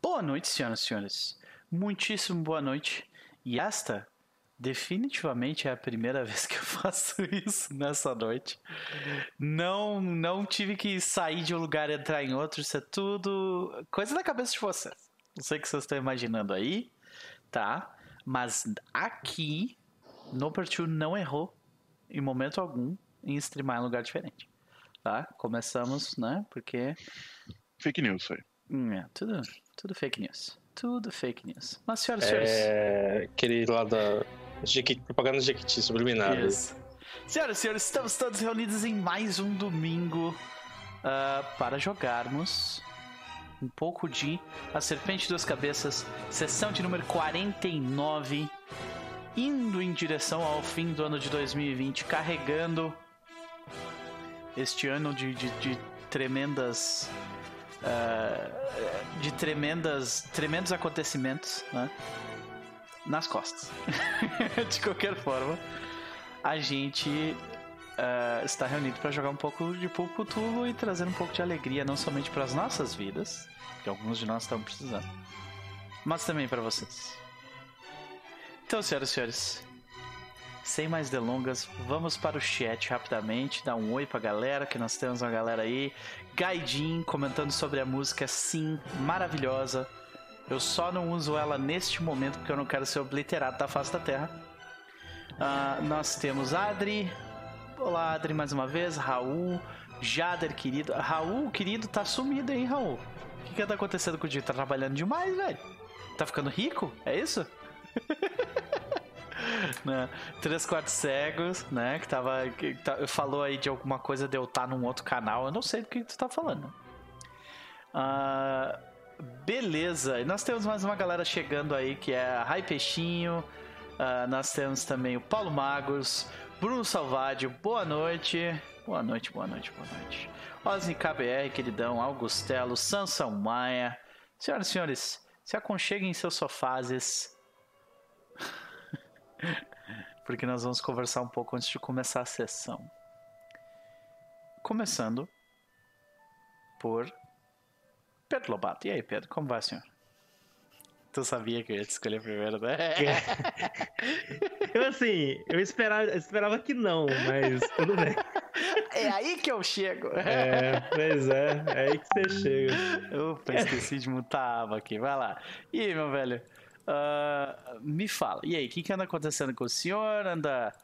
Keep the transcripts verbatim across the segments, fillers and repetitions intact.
Boa noite, senhoras e senhores. Muitíssimo boa noite. E esta, definitivamente, é a primeira vez que eu faço isso nessa noite. Não, não tive que sair de um lugar e entrar em outro. Isso é tudo coisa da cabeça de vocês. Não sei o que vocês estão imaginando aí, tá? Mas aqui, Nopertil não errou em momento algum em streamar em um lugar diferente, tá? Começamos, né? Porque... Fake news, isso aí. Hum, é, tudo, tudo fake news. Tudo fake news. Mas, senhoras e É... senhores... Aquele lá da... Jequiti, propaganda de Jequiti, subliminar. Isso. Senhoras e senhores, estamos todos reunidos em mais um domingo uh, para jogarmos um pouco de A Serpente de Duas Cabeças, sessão de número quarenta e nove, indo em direção ao fim do ano de dois mil e vinte, carregando este ano de, de, de tremendas... Uh, de tremendas tremendos acontecimentos, né, nas costas. De qualquer forma, a gente uh, está reunido para jogar um pouco de Pulpo Cthulhu e trazer um pouco de alegria, não somente para as nossas vidas, que alguns de nós estão precisando, mas também para vocês. Então, senhoras e senhores, sem mais delongas, vamos para o chat rapidamente, dar um oi pra galera, que nós temos uma galera aí. Gaidin comentando sobre a música, sim, maravilhosa. Eu só não uso ela neste momento porque eu não quero ser obliterado da face da terra. Uh, nós temos Adri. Olá, Adri, mais uma vez. Raul, Jader, querido. Raul, querido, tá sumido, hein, Raul? O que que tá acontecendo com o dia? Tá trabalhando demais, velho? Tá ficando rico? É isso? Né? Três quartos cegos, né? Que tava. Que tá, falou aí de alguma coisa de eu estar num outro canal. Eu não sei do que tu tá falando. Uh, beleza. E nós temos mais uma galera chegando aí, que é a Rai Peixinho. Uh, nós temos também o Paulo Magos, Bruno Salvadio. Boa noite. Boa noite, boa noite, boa noite. Osni K B R, queridão. Augustelo, Sansão Maia. Senhoras e senhores, se aconcheguem em seus sofás. Porque nós vamos conversar um pouco antes de começar a sessão. Começando por Pedro Lobato. E aí, Pedro, como vai, senhor? Tu sabia que eu ia te escolher primeiro, né? Eu assim, eu esperava, eu esperava que não, mas tudo bem. É aí que eu chego. É, pois é, é aí que você chega. Opa, esqueci de mutar a aba aqui. Vai lá. E aí, meu velho? Uh, me fala, e aí, o que, que anda acontecendo com o senhor? Anda.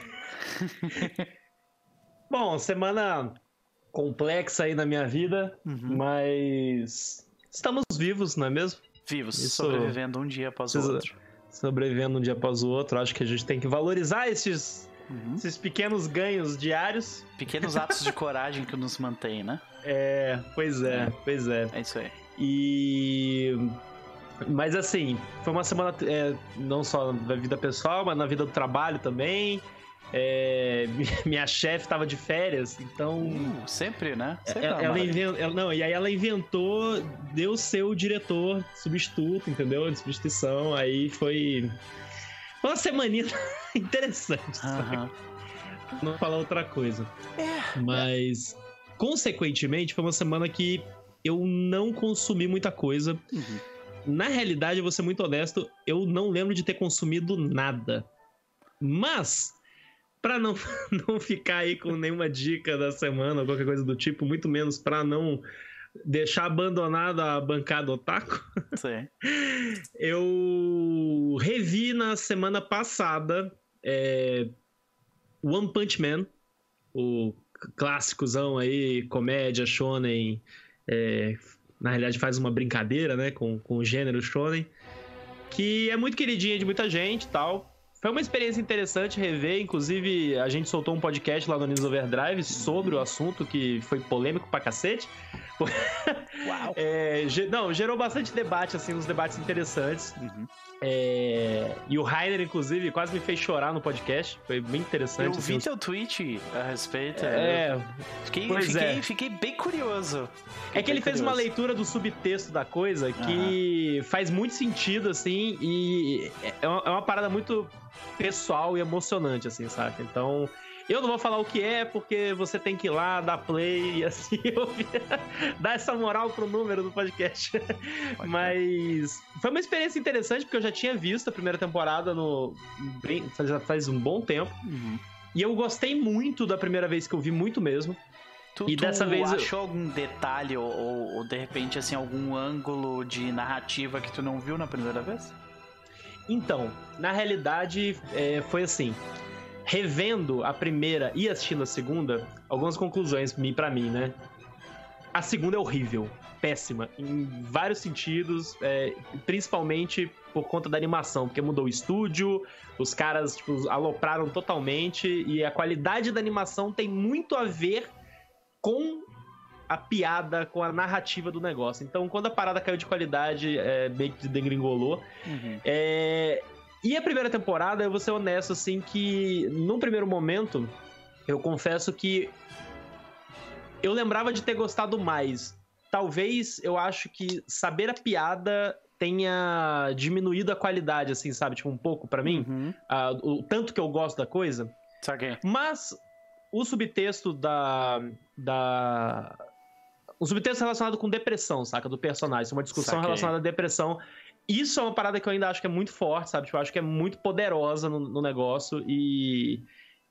Bom, semana complexa aí na minha vida, uhum. Mas estamos vivos, não é mesmo? Vivos, Isso... sobrevivendo um dia após o outro. Sobrevivendo um dia após o outro. Acho que a gente tem que valorizar esses, uhum. esses pequenos ganhos diários. Pequenos atos de coragem que nos mantêm, né? É, pois é, é, pois é. É isso aí. E... Mas assim, foi uma semana é, não só na vida pessoal, mas na vida do trabalho também. É, minha chefe estava de férias, então... Uh, sempre, né? Sempre ela, ela invent, ela, não, e aí ela inventou, deu ser o diretor substituto, entendeu? De substituição, aí foi uma semaninha interessante, sabe? Uh-huh. Não falar outra coisa. É, mas, é. consequentemente, foi uma semana que eu não consumi muita coisa. Uhum. Na realidade, eu vou ser muito honesto, eu não lembro de ter consumido nada. Mas, pra não, não ficar aí com nenhuma dica da semana ou qualquer coisa do tipo, muito menos pra não deixar abandonada a bancada otaku, Sim. eu revi na semana passada é, One Punch Man, o clássicozão aí, comédia, shonen, é, na realidade faz uma brincadeira, né, com, com o gênero shonen, que é muito queridinha de muita gente e tal. Foi uma experiência interessante rever, inclusive a gente soltou um podcast lá no News Overdrive sobre o assunto, que foi polêmico pra cacete. Uau. É, não, gerou bastante debate, assim, uns debates interessantes. Uhum. É, e o Rainer, inclusive, quase me fez chorar no podcast. Foi bem interessante. Eu assim, vi os... teu tweet a respeito. É, fiquei, pois fiquei, é. fiquei bem curioso. Fiquei é que ele fez curioso. uma leitura do subtexto da coisa que uhum. faz muito sentido, assim, e é uma, é uma parada muito pessoal e emocionante, assim, saca? Então, Eu não vou falar o que é, porque você tem que ir lá, dar play e assim, ouvir, dar essa moral pro número do podcast. Mas foi uma experiência interessante, porque eu já tinha visto a primeira temporada no faz, faz um bom tempo. Uhum. E eu gostei muito da primeira vez que eu vi, muito mesmo. Tu, e tu dessa vez achou eu... algum detalhe ou, ou, ou de repente assim algum ângulo de narrativa que tu não viu na primeira vez? Então, na realidade, é, foi assim. Revendo a primeira e assistindo a segunda, algumas conclusões pra mim, né? A segunda é horrível, péssima, em vários sentidos, é, principalmente por conta da animação, porque mudou o estúdio, os caras tipo, alopraram totalmente, e a qualidade da animação tem muito a ver com a piada, com a narrativa do negócio. Então, quando a parada caiu de qualidade, é, meio que degringolou. Uhum. É... E a primeira temporada, eu vou ser honesto, assim, que num primeiro momento, eu confesso que eu lembrava de ter gostado mais. Talvez, eu acho que saber a piada tenha diminuído a qualidade, assim, sabe? Tipo, um pouco pra mim. Uhum. Uh, o tanto que eu gosto da coisa. Saquei. Mas o subtexto da... da... O subtexto relacionado com depressão, saca? Do personagem. Uma discussão Saquei. relacionada à depressão. Isso é uma parada que eu ainda acho que é muito forte, sabe? Tipo, eu acho que é muito poderosa no, no negócio e...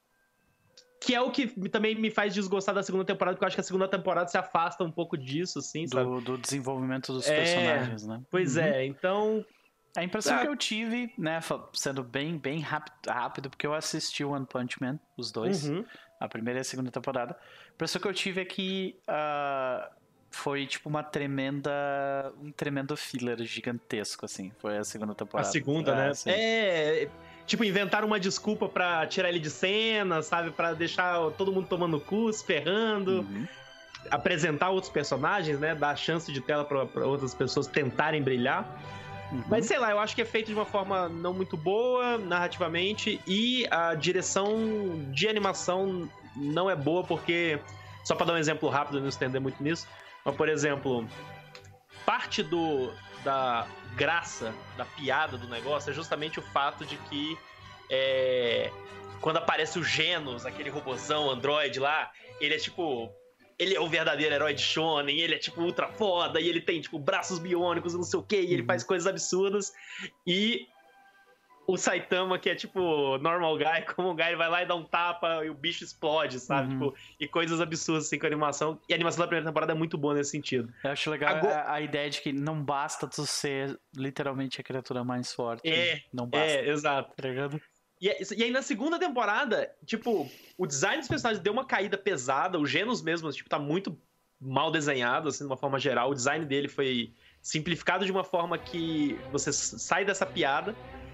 Que é o que também me faz desgostar da segunda temporada, porque eu acho que a segunda temporada se afasta um pouco disso, assim, sabe? Do, do desenvolvimento dos é... personagens, né? Pois uhum. é, então... A impressão ah. que eu tive, né, sendo bem, bem rápido, rápido, porque eu assisti One Punch Man, os dois, uhum. a primeira e a segunda temporada. A impressão que eu tive é que... Uh... foi tipo uma tremenda um tremendo filler gigantesco, assim. Foi a segunda temporada. A segunda, é, né? Sim. É, tipo, inventaram uma desculpa pra tirar ele de cena, sabe? Pra deixar todo mundo tomando cu, se ferrando. Uhum. Apresentar outros personagens, né? Dar chance de tela pra, pra outras pessoas tentarem brilhar. Uhum. Mas sei lá, eu acho que é feito de uma forma não muito boa, narrativamente. E a direção de animação não é boa, porque... Só pra dar um exemplo rápido, não estender muito nisso. Mas, por exemplo, parte do, da graça, da piada do negócio é justamente o fato de que é, quando aparece o Genos, aquele robozão, androide lá, ele é tipo... Ele é o verdadeiro herói de shonen, ele é tipo ultra foda, e ele tem tipo braços biônicos e não sei o que, e ele uhum. faz coisas absurdas. E o Saitama, que é tipo normal guy, como um guy, ele vai lá e dá um tapa e o bicho explode, sabe? Uhum. Tipo, e coisas absurdas assim com a animação. E a animação da primeira temporada é muito boa nesse sentido. Eu acho legal Agora... a, a ideia de que não basta tu ser literalmente a criatura mais forte. É, não basta. É, exato. Tá ligado? E, e aí na segunda temporada, tipo, o design dos personagens deu uma caída pesada, o Genos mesmo, tipo, tá muito mal desenhado, assim, de uma forma geral. O design dele foi simplificado de uma forma que você sai dessa piada.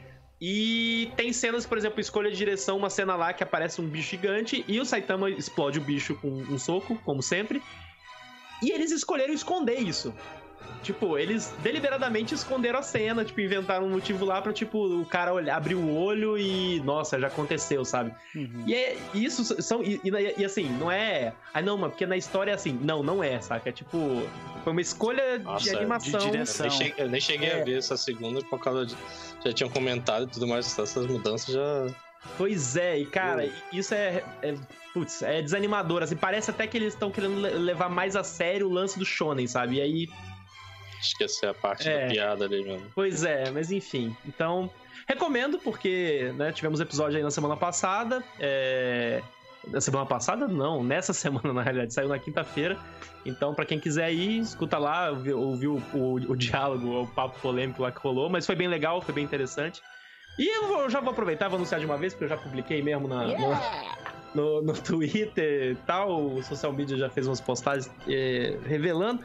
E tem cenas, por exemplo, escolha de direção, uma cena lá que aparece um bicho gigante e o Saitama explode o bicho com um soco, como sempre. E eles escolheram esconder isso. Tipo, eles deliberadamente esconderam a cena, tipo, inventaram um motivo lá pra, tipo, o cara olhar, abrir o olho e, nossa, já aconteceu, sabe? Uhum. E é, isso são, e, e, e assim, não é, ah não, mas porque na história é assim, não, não é, saca? É tipo, foi uma escolha nossa, de animação. De direção. Eu nem cheguei, eu nem cheguei é. a ver essa segunda por causa de, já tinham comentado e tudo mais, essas mudanças já... Pois é, e cara, isso é, é, putz, é desanimador, assim, parece até que eles estão querendo levar mais a sério o lance do shonen, sabe? E aí... Esquecer a parte é, da piada ali mesmo. Pois é, mas enfim. Então, recomendo, porque né, tivemos episódio aí na semana passada. É... Na semana passada? Não, nessa semana, na realidade. Saiu na quinta-feira. Então, pra quem quiser ir, escuta lá, ouvir o, o, o diálogo, o papo polêmico lá que rolou. Mas foi bem legal, foi bem interessante. E eu, vou, eu já vou aproveitar, vou anunciar de uma vez, porque eu já publiquei mesmo na, yeah! no, no, no Twitter e tal. O social media já fez umas postagens é, revelando.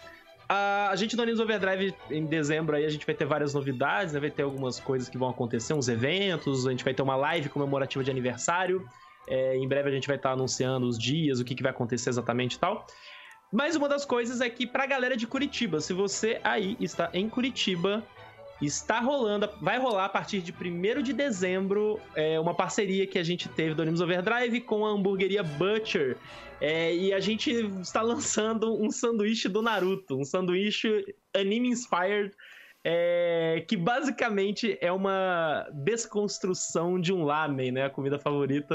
A gente no Animes Overdrive, em dezembro, aí a gente vai ter várias novidades, né? Vai ter algumas coisas que vão acontecer, uns eventos, a gente vai ter uma live comemorativa de aniversário. É, em breve a gente vai estar anunciando os dias, o que, que vai acontecer exatamente e tal. Mas uma das coisas é que pra galera de Curitiba, se você aí está em Curitiba, está rolando, vai rolar a partir de primeiro de dezembro é, uma parceria que a gente teve do Animes Overdrive com a hamburgueria Butcher. É, e a gente está lançando um sanduíche do Naruto, um sanduíche anime-inspired, é, que basicamente é uma desconstrução de um lamen, né? A comida favorita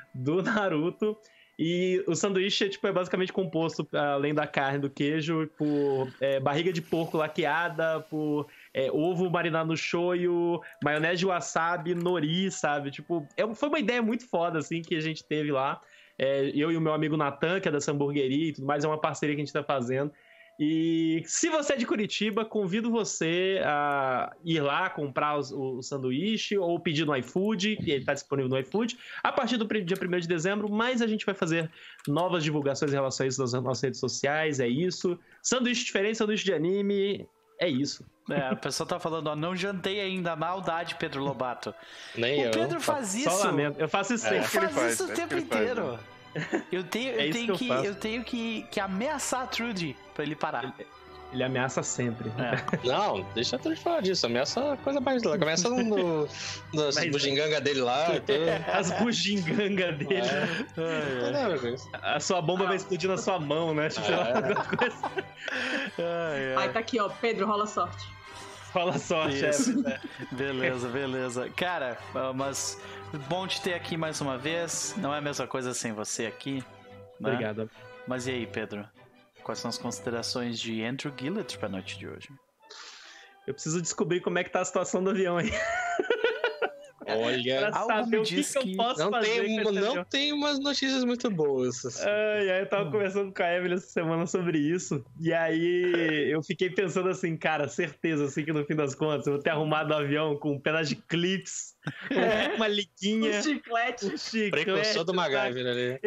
do Naruto. E o sanduíche tipo, é basicamente composto, além da carne do queijo, por é, barriga de porco laqueada, por é, ovo marinado no shoyu, maionese de wasabi, nori, sabe? Tipo, é, foi uma ideia muito foda, assim, que a gente teve lá. É, eu e o meu amigo Natan, que é dessa hamburgueria e tudo mais, é uma parceria que a gente tá fazendo. E se você é de Curitiba, convido você a ir lá comprar os, o, o sanduíche ou pedir no iFood, que ele está disponível no iFood, a partir do dia primeiro de dezembro, mas a gente vai fazer novas divulgações em relação a isso nas nossas redes sociais, é isso. Sanduíche diferente, sanduíche de anime, é isso. É, a pessoa tá falando, ó, não jantei ainda, maldade, Pedro Lobato. Nem o eu. Pedro faz isso. Só lamento, eu faço isso Ele sempre. faz, faz, isso o é tempo que ele faz, inteiro. né? Eu tenho, eu É isso tenho, que eu que, faço. eu tenho que, que ameaçar a Trudy pra ele parar. Ele ameaça sempre. É. Não, deixa eu falar disso. Ameaça a coisa mais lá. Começa no, no, nas Mas- bugiganga dele lá e tudo. As bugigangas dele. É. Não tem nada a ver com isso. A sua bomba vai explodir na sua mão, né? Tipo, sei lá, É. alguma coisa. Ai, ai. Ai, tá aqui, ó. Pedro, rola sorte. Fala sorte, é. Isso. é. Beleza, beleza. Cara, mas bom te ter aqui mais uma vez. Não é a mesma coisa sem você aqui. Né? Obrigado. Mas e aí, Pedro? Quais são as considerações de Andrew Gillett pra noite de hoje? Eu preciso descobrir como é que tá a situação do avião aí. Olha, Pra algo saber me o que, diz que eu que posso não fazer tem, com esse não avião. tem umas notícias muito boas. Ai, ai, eu tava conversando com a Evelyn essa semana sobre isso. E aí eu fiquei pensando assim, cara, certeza assim que no fim das contas eu vou ter arrumado o avião com um pedaço de clips, com uma liguinha, Um chiclete. um chiclete. Precursor do MacGyver ali.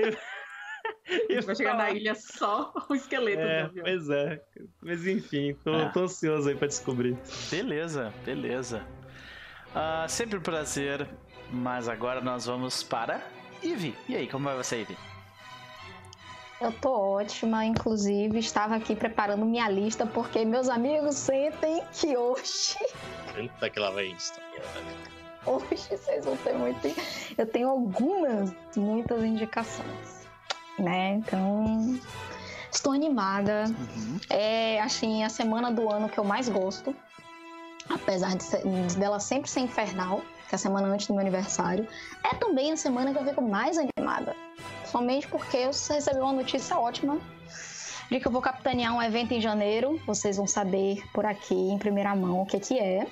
Eu Vai chegar na ilha só o esqueleto É, do avião. pois é. Mas enfim, tô, Ah. tô ansioso aí pra descobrir. Beleza, beleza. Ah, sempre um prazer, mas agora nós vamos para Ivy. E aí, como vai você, Ivy? Eu tô ótima, inclusive estava aqui preparando minha lista porque meus amigos sentem que hoje, Eita, que lá vem isso. hoje vocês vão ter muito. Eu tenho algumas, muitas indicações, né? Então, estou animada. Uhum. É, assim, a semana do ano que eu mais gosto, apesar de ser- dela sempre ser infernal, que é a semana antes do meu aniversário, é também a semana que eu fico mais animada. Somente porque eu recebi uma notícia ótima de que eu vou capitanear um evento em janeiro. Vocês vão saber por aqui, em primeira mão, o que que é.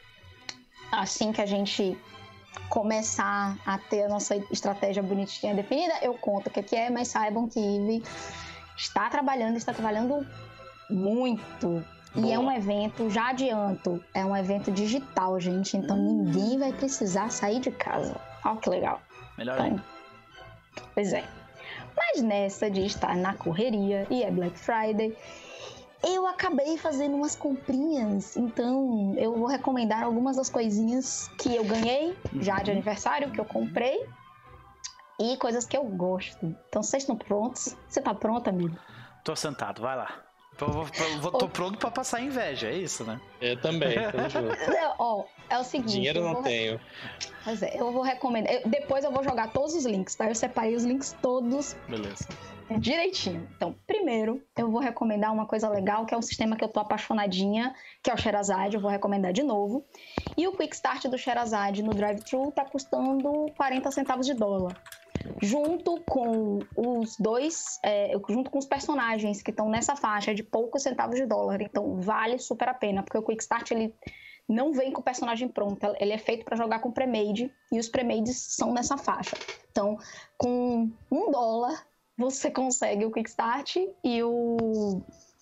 Assim que a gente começar a ter a nossa estratégia bonitinha definida, eu conto o que que é, mas saibam que Ivy está trabalhando, está trabalhando muito. E Boa. é um evento, já adianto, é um evento digital, gente. Então ninguém vai precisar sair de casa. Olha que legal. Melhor Então, ainda. pois é. Mas nessa de estar na correria e é Black Friday, eu acabei fazendo umas comprinhas. Então eu vou recomendar algumas das coisinhas que eu ganhei já de Uhum. aniversário, que eu comprei. E coisas que eu gosto. Então vocês estão prontos? Você tá pronto, amigo? Tô sentado, vai lá. Tô, vou- vou- tô pronto pra passar inveja, é isso, né? Eu também, tamo junto. Ó, é o seguinte. Dinheiro eu não vou- tenho. Pois é, eu vou recomendar. eu- depois eu vou jogar todos os links, tá? Eu separei os links todos Beleza. direitinho. Então, primeiro, eu vou recomendar uma coisa legal, que é um sistema que eu tô apaixonadinha, que é o Sherazade. Eu vou recomendar de novo. E o Quick Start do Sherazade no drive-thru tá custando quarenta centavos de dólar. Junto com os dois, é, junto com os personagens que estão nessa faixa de poucos centavos de dólar. Então, vale super a pena, porque o Quick Start, ele não vem com o personagem pronto. Ele é feito para jogar com pré-made, e os pré-mades são nessa faixa. Então, com um dólar, você consegue o Quick Start e, o,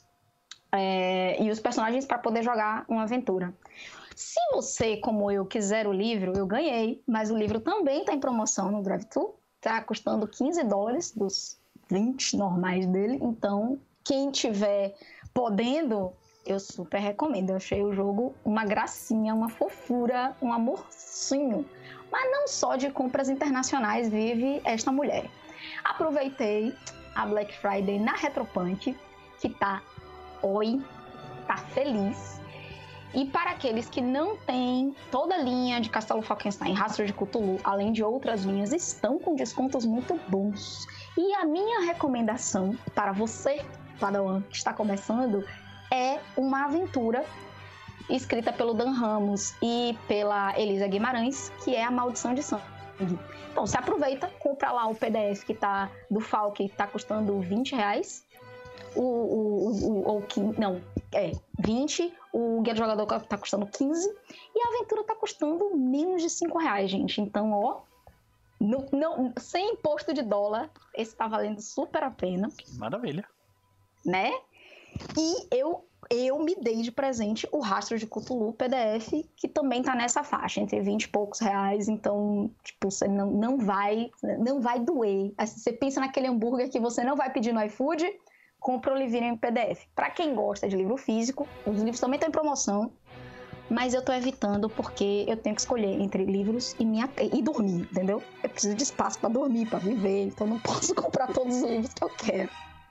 é, e os personagens para poder jogar uma aventura. Se você, como eu, quiser o livro, eu ganhei, mas o livro também está em promoção no drive-thru. Tá custando quinze dólares dos vinte normais dele. Então, quem tiver podendo, eu super recomendo. Eu achei o jogo uma gracinha, uma fofura, um amorcinho. Mas não só de compras internacionais vive esta mulher. Aproveitei a Black Friday na Retropunk, que tá oi, tá feliz. E para aqueles que não têm toda a linha de Castelo Falkenstein, Rastro de Cthulhu, além de outras linhas, estão com descontos muito bons. E a minha recomendação para você, Padawan, que está começando, é uma aventura escrita pelo Dan Ramos e pela Elisa Guimarães, que é A Maldição de Sam. Então, você aproveita, compra lá o P D F que tá do F A L, que tá custando vinte reais. O, o, o, o, o não, é vinte, o Guia do Jogador tá custando quinze e a aventura tá custando menos de cinco reais, gente. Então, ó, não, não, sem imposto de dólar, esse tá valendo super a pena. Maravilha. Né? E eu, eu me dei de presente o Rastro de Cthulhu P D F, que também tá nessa faixa, entre vinte e poucos reais. Então, tipo, você não, não vai, não vai doer. Assim, você pensa naquele hambúrguer que você não vai pedir no iFood, compra o livrinho em P D F. Pra quem gosta de livro físico, os livros também estão em promoção, mas eu tô evitando porque eu tenho que escolher entre livros e, minha, e dormir, entendeu? Eu preciso de espaço pra dormir, pra viver, então não posso comprar todos os livros que eu quero.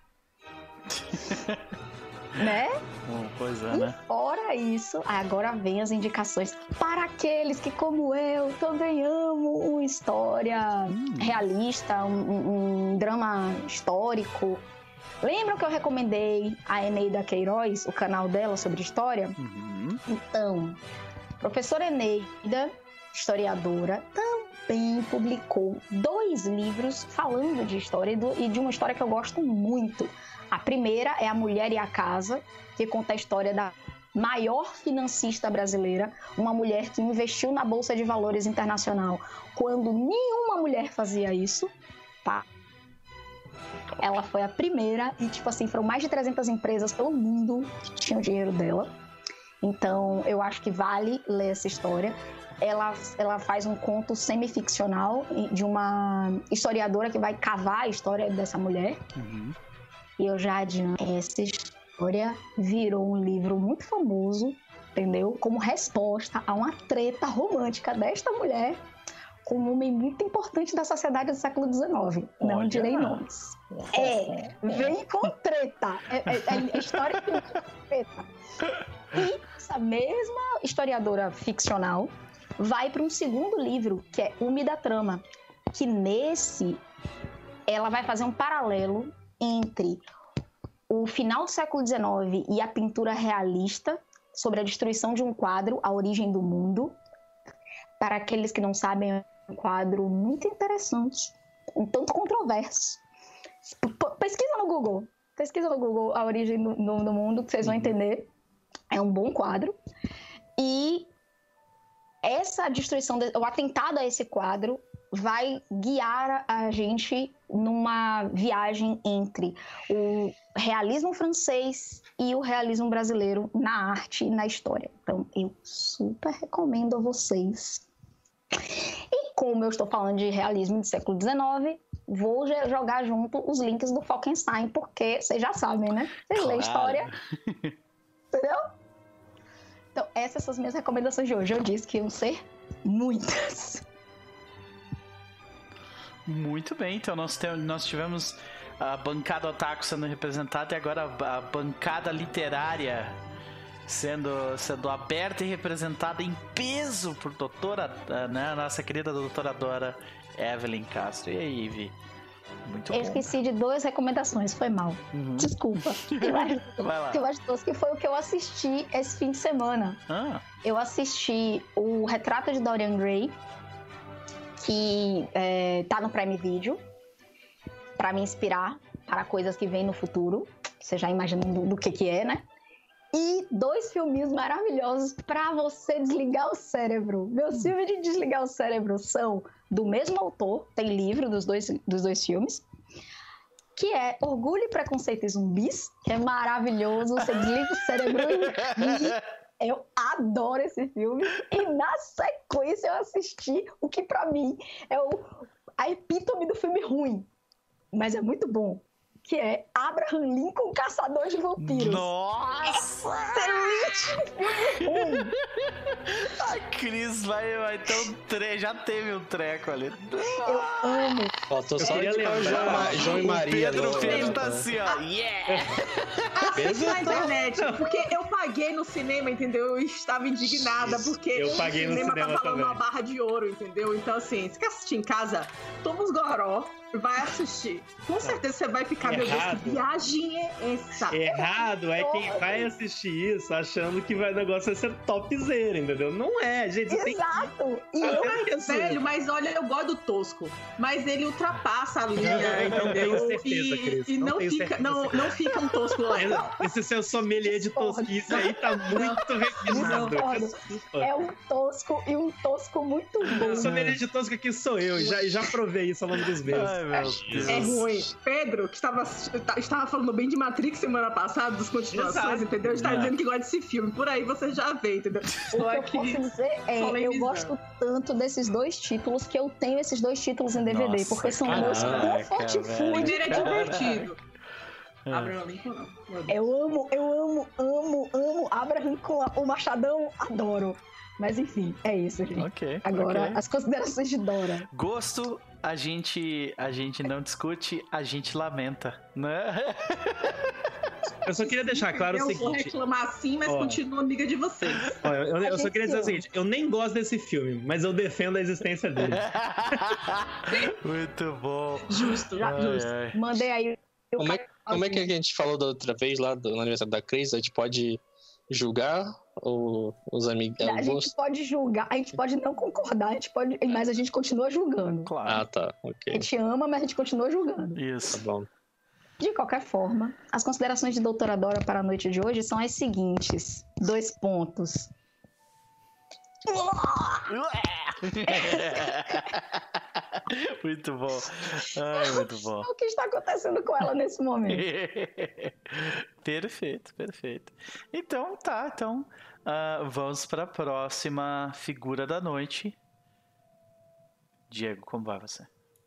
Né? Bom, pois é, e né? fora isso, agora vem as indicações para aqueles que, como eu, também amam uma história hum. realista, um, um drama histórico. Lembram que eu recomendei a Eneida Queiroz, o canal dela sobre história? Uhum. Então, a professora Eneida, historiadora, também publicou dois livros falando de história e de uma história que eu gosto muito. A primeira é A Mulher e a Casa, que conta a história da maior financista brasileira, uma mulher que investiu na Bolsa de Valores Internacional quando nenhuma mulher fazia isso, tá? Ela foi a primeira e, tipo assim, foram mais de trezentas empresas pelo mundo que tinham o dinheiro dela. Então, eu acho que vale ler essa história. Ela, ela faz um conto semificcional de uma historiadora que vai cavar a história dessa mulher. Uhum. E eu já adianto, essa história virou um livro muito famoso, entendeu? Como resposta a uma treta romântica desta mulher com um homem muito importante da sociedade do século dezenove. Não Olha. direi nomes. É, vem com treta. É, é, é história que vem com treta. E essa mesma historiadora ficcional vai para um segundo livro, que é Úmida Trama, que nesse ela vai fazer um paralelo entre o final do século dezenove e a pintura realista sobre a destruição de um quadro, A Origem do Mundo. Para aqueles que não sabem, é um quadro muito interessante, um tanto controverso. Pesquisa no Google, pesquisa no Google A Origem do, do, do Mundo, que vocês vão entender. É um bom quadro. E essa destruição, o atentado a esse quadro vai guiar a gente numa viagem entre o realismo francês e o realismo brasileiro na arte e na história. Então, eu super recomendo a vocês. E como eu estou falando de realismo do século dezenove, vou jogar junto os links do Falkenstein, porque vocês já sabem, né? Vocês Claro. lêem história. Entendeu? Então, essas são as minhas recomendações de hoje. Eu disse que iam ser muitas. Muito bem, então nós, te, nós tivemos a bancada otaku sendo representada e agora a, a bancada literária sendo, sendo aberta e representada em peso por doutora, né, nossa querida doutora Dora Evelyn Castro. E aí, Ivy? Muito Eu bom. esqueci de duas recomendações, foi mal. Uhum. Desculpa. Vai lá. Eu acho que foi o que eu assisti esse fim de semana. Ah, Eu assisti o Retrato de Dorian Gray, que é, tá no Prime Video, para me inspirar para coisas que vêm no futuro. Você já imagina do, do que que é, né? E dois filminhos maravilhosos para você desligar o cérebro. Meus filmes de desligar o cérebro são do mesmo autor, tem livro dos dois, dos dois filmes, que é Orgulho, Preconceito e Zumbis, que é maravilhoso, você desliga o cérebro e ri. Eu adoro esse filme. E na sequência eu assisti o que pra mim é o, a epítome do filme ruim, mas é muito bom, que é Abraham Lincoln, Caçador de Vampiros. nossa! Excelente filme ruim. A Cris vai, vai ter um tre... já teve um treco ali. Eu amo. Faltou Eu só queria indicar o lembrar. João, Ma- João e O Maria. Pedro, no- Pedro tá no- assim, ó. Yeah! Assisti na internet, porque eu paguei no cinema, entendeu? Eu estava indignada, porque Eu paguei o no cinema, cinema tá falando também. uma barra de ouro, entendeu? Então, assim, se quer assistir em casa, toma os goró, vai assistir. Com certeza você vai ficar, meu Deus, Errado. que viagem é essa? Errado é quem vai assistir isso achando achando que vai, o negócio vai ser topzera, entendeu? Não é, gente. Você Exato! Tem... E eu, Ai, velho, mas olha, eu gosto do tosco. Mas ele ultrapassa a linha, É, não entendeu? tenho certeza, Cris, E, e não não, tenho fica, certeza. não, não fica um tosco legal. Esse seu sommelier de tosquice aí tá muito refinado. Discordo. Desculpa. é um tosco e um tosco muito bom. O sommelier de tosco aqui sou eu, e já, já provei isso ao longo dos meses. Ai, meu Deus. É ruim. Pedro, que estava, estava falando bem de Matrix semana passada, das continuações, Exato. entendeu? Está É. dizendo que gosta desse filme. Por aí você já vê, entendeu? O Estou que eu aqui. posso dizer é, eu solenizando. gosto tanto desses dois títulos que eu tenho esses dois títulos em D V D, Nossa, porque são meus caraca, comfort velho. O food. dinheiro é divertido. É. Abraham Lincoln, não. Meu Deus. Eu amo, eu amo, amo, amo Abraham com a- o Machadão, adoro. Mas enfim, é isso, gente. Ok. Agora, ok. as considerações de Dora. Gosto, a gente, a gente não discute, a gente lamenta, né? Eu só queria deixar claro o eu vou seguinte. reclamar assim, mas Ó. continuo amiga de vocês. Ó, eu, eu A só gente queria dizer o ama. seguinte: eu nem gosto desse filme, mas eu defendo a existência dele. Muito bom. Justo, já, Ai, justo. ai. Mandei aí. o Como é, como é que a gente falou da outra vez lá do, no aniversário da Cris? A gente pode julgar ou os amigos? A alguns- gente pode julgar, a gente pode não concordar, a gente pode, mas a gente continua julgando. Ah, Claro. tá, A ok. gente ama, mas a gente continua julgando. Tá Isso. bom. De qualquer forma, as considerações de doutora Dora para a noite de hoje são as seguintes. Dois pontos. Muito bom. Ai, muito bom. O que está acontecendo com ela nesse momento? Perfeito, perfeito. Então, tá. Então, ah, vamos para a próxima figura da noite. Diego, como vai você?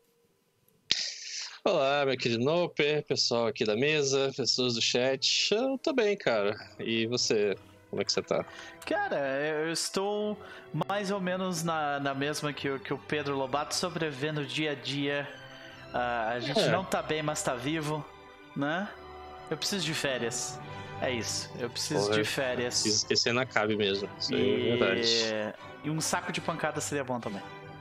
Olá, meu querido Noper, pessoal aqui da mesa, pessoas do chat. Eu tô bem, cara. E você? Como é que você tá? Cara, eu estou mais ou menos na, na mesma que, o- que o Pedro Lobato, sobrevivendo dia a dia. Ah, a gente É. não tá bem, mas tá vivo, né? Eu preciso de férias. É isso. Eu preciso Porra, de férias. Esse esse não cabe mesmo. Isso aí é verdade. E... e um saco de pancada seria bom também.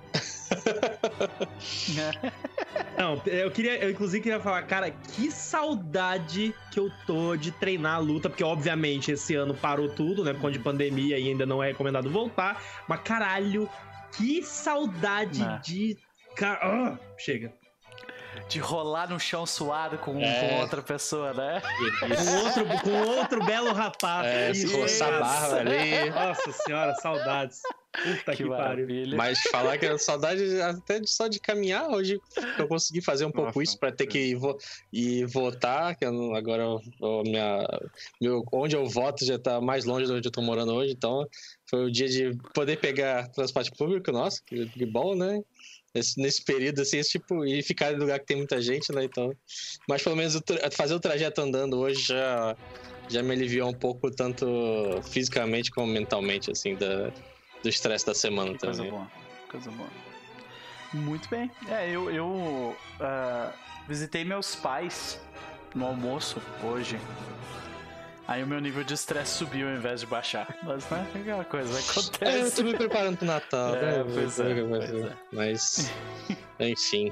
Não, eu queria, eu inclusive queria falar, cara, que saudade que eu tô de treinar a luta, porque obviamente esse ano parou tudo, né, por conta de pandemia e ainda não é recomendado voltar, mas caralho, que saudade É. de... Ca- Ah, chega. De rolar no chão suado com, É. com outra pessoa, né? Com outro, com outro belo rapaz. É, se Isso. roçar a barba ali. Nossa senhora, saudades. Puta que, Que pariu. maravilha. Mas falar que era saudade até de- só de caminhar hoje, eu consegui fazer um pouco Nossa, isso pra ter que ir, vo- ir votar, que eu não- agora eu- eu- minha, meu, onde eu voto já tá mais longe de onde eu tô morando hoje, então foi o dia de poder pegar transporte público, nossa, que, que bom, né? Nesse, nesse período, assim, esse tipo, e ficar em lugar que tem muita gente, né? Então, mas pelo menos o tra- fazer o trajeto andando hoje já, já me aliviou um pouco, tanto fisicamente como mentalmente, assim, da, do estresse da semana Coisa também. boa, coisa boa. Muito bem. É, eu, eu ah, visitei meus pais no almoço hoje. Aí o meu nível de estresse subiu ao invés de baixar. Mas, né, aquela coisa É, eu acontece. tô me preparando pro Natal, É, né? pois é, Mas, pois é. mas, enfim.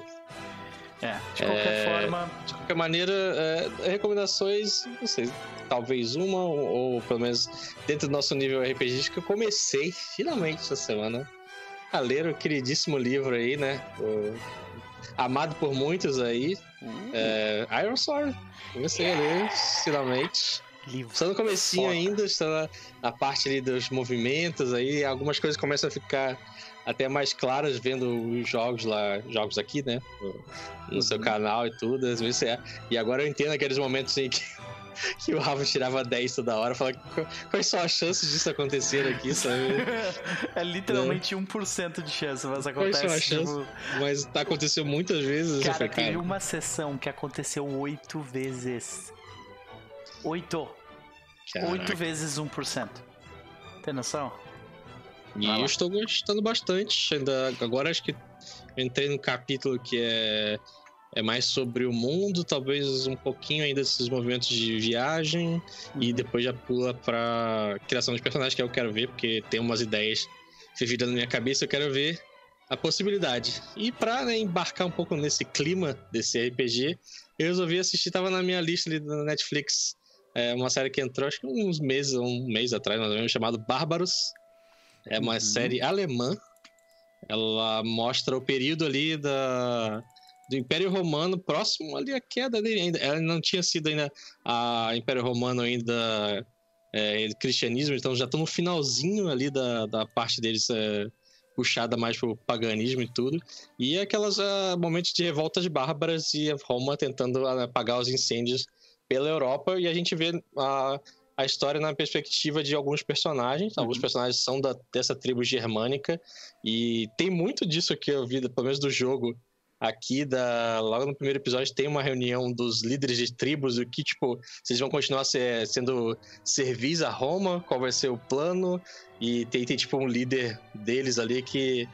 É, de qualquer É, forma, De qualquer maneira, é, recomendações, não sei, talvez uma, ou, ou pelo menos dentro do nosso nível R P G, que eu comecei finalmente essa semana a ler o queridíssimo livro aí, né? O- amado por muitos aí, uh, é, Iron Sword. Comecei a ler finalmente. livro. Só no comecinho Foda. ainda, está na, na parte ali dos movimentos, aí algumas coisas começam a ficar até mais claras vendo os jogos lá, jogos aqui, né? No, no seu canal e tudo. Às vezes é, e agora eu entendo aqueles momentos em que, que o Rafa tirava dez toda hora, fala "Qu- quais são as chances disso acontecer aqui, sabe? É literalmente um por cento de chance, mas Quais são as acontece. chances? Tipo, Mas tá aconteceu muitas vezes. eu cara, falei, teve cara, uma sessão que aconteceu oito vezes. Oito. caraca. Oito vezes um por cento. Tem noção? E Vai lá. eu estou gostando bastante. Ainda agora acho que eu entrei num capítulo que é, é mais sobre o mundo, talvez um pouquinho ainda desses movimentos de viagem, e Uhum. depois já pula pra criação de personagens, que eu quero ver, porque tem umas ideias vividas na minha cabeça, eu quero ver a possibilidade. E pra né, embarcar um pouco nesse clima desse R P G, eu resolvi assistir, tava na minha lista ali da Netflix, é uma série que entrou acho que uns meses, um mês atrás, mais ou menos, chamado Bárbaros. É uma uhum. série alemã. Ela mostra o período ali da, do Império Romano, próximo ali à queda dele ainda. Ela não tinha sido ainda a Império Romano ainda é, cristianismo, então já estão no finalzinho ali da, da parte deles é, puxada mais pro paganismo e tudo. E aquelas uh, momentos de revoltas bárbaras e Roma tentando uh, apagar os incêndios pela Europa. E a gente vê a, a história na perspectiva de alguns personagens. Uhum. Alguns personagens são da, dessa tribo germânica. E tem muito disso que eu vi, pelo menos do jogo. Aqui, da, logo no primeiro episódio, tem uma reunião dos líderes de tribos, o que, tipo, vocês vão continuar ser, sendo servis a Roma, qual vai ser o plano, e tem, tem tipo, um líder deles ali que,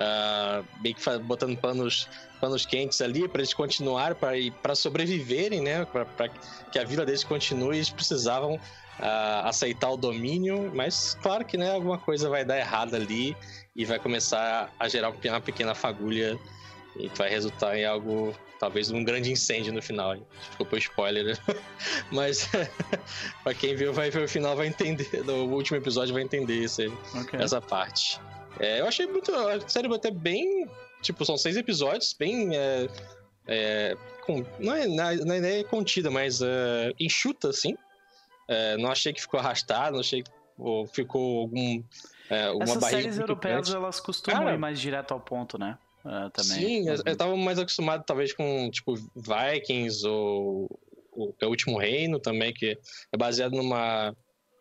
uh, meio que botando panos, panos quentes ali para eles continuarem, para sobreviverem, né, para que a vila deles continue, eles precisavam uh, aceitar o domínio, mas claro que, né, alguma coisa vai dar errado ali e vai começar a gerar uma pequena fagulha e que vai resultar em algo, talvez um grande incêndio no final. Ficou por spoiler, né? Mas pra quem viu, vai ver o final, vai entender. No último episódio vai entender essa, okay. essa parte. É, eu achei muito... A série até bem... Tipo, são seis episódios, bem... É, é, com, não, é, não é contida, mas é, enxuta, assim. É, não achei que ficou arrastado, não achei que ou, ficou algum... É, uma Essas barriga séries europeias, grande. Elas costumam Cara, ir mais direto ao ponto, né? Uh, também. Sim, eu, eu tava mais acostumado talvez com tipo Vikings ou o, o Último Reino também, que é baseado numa,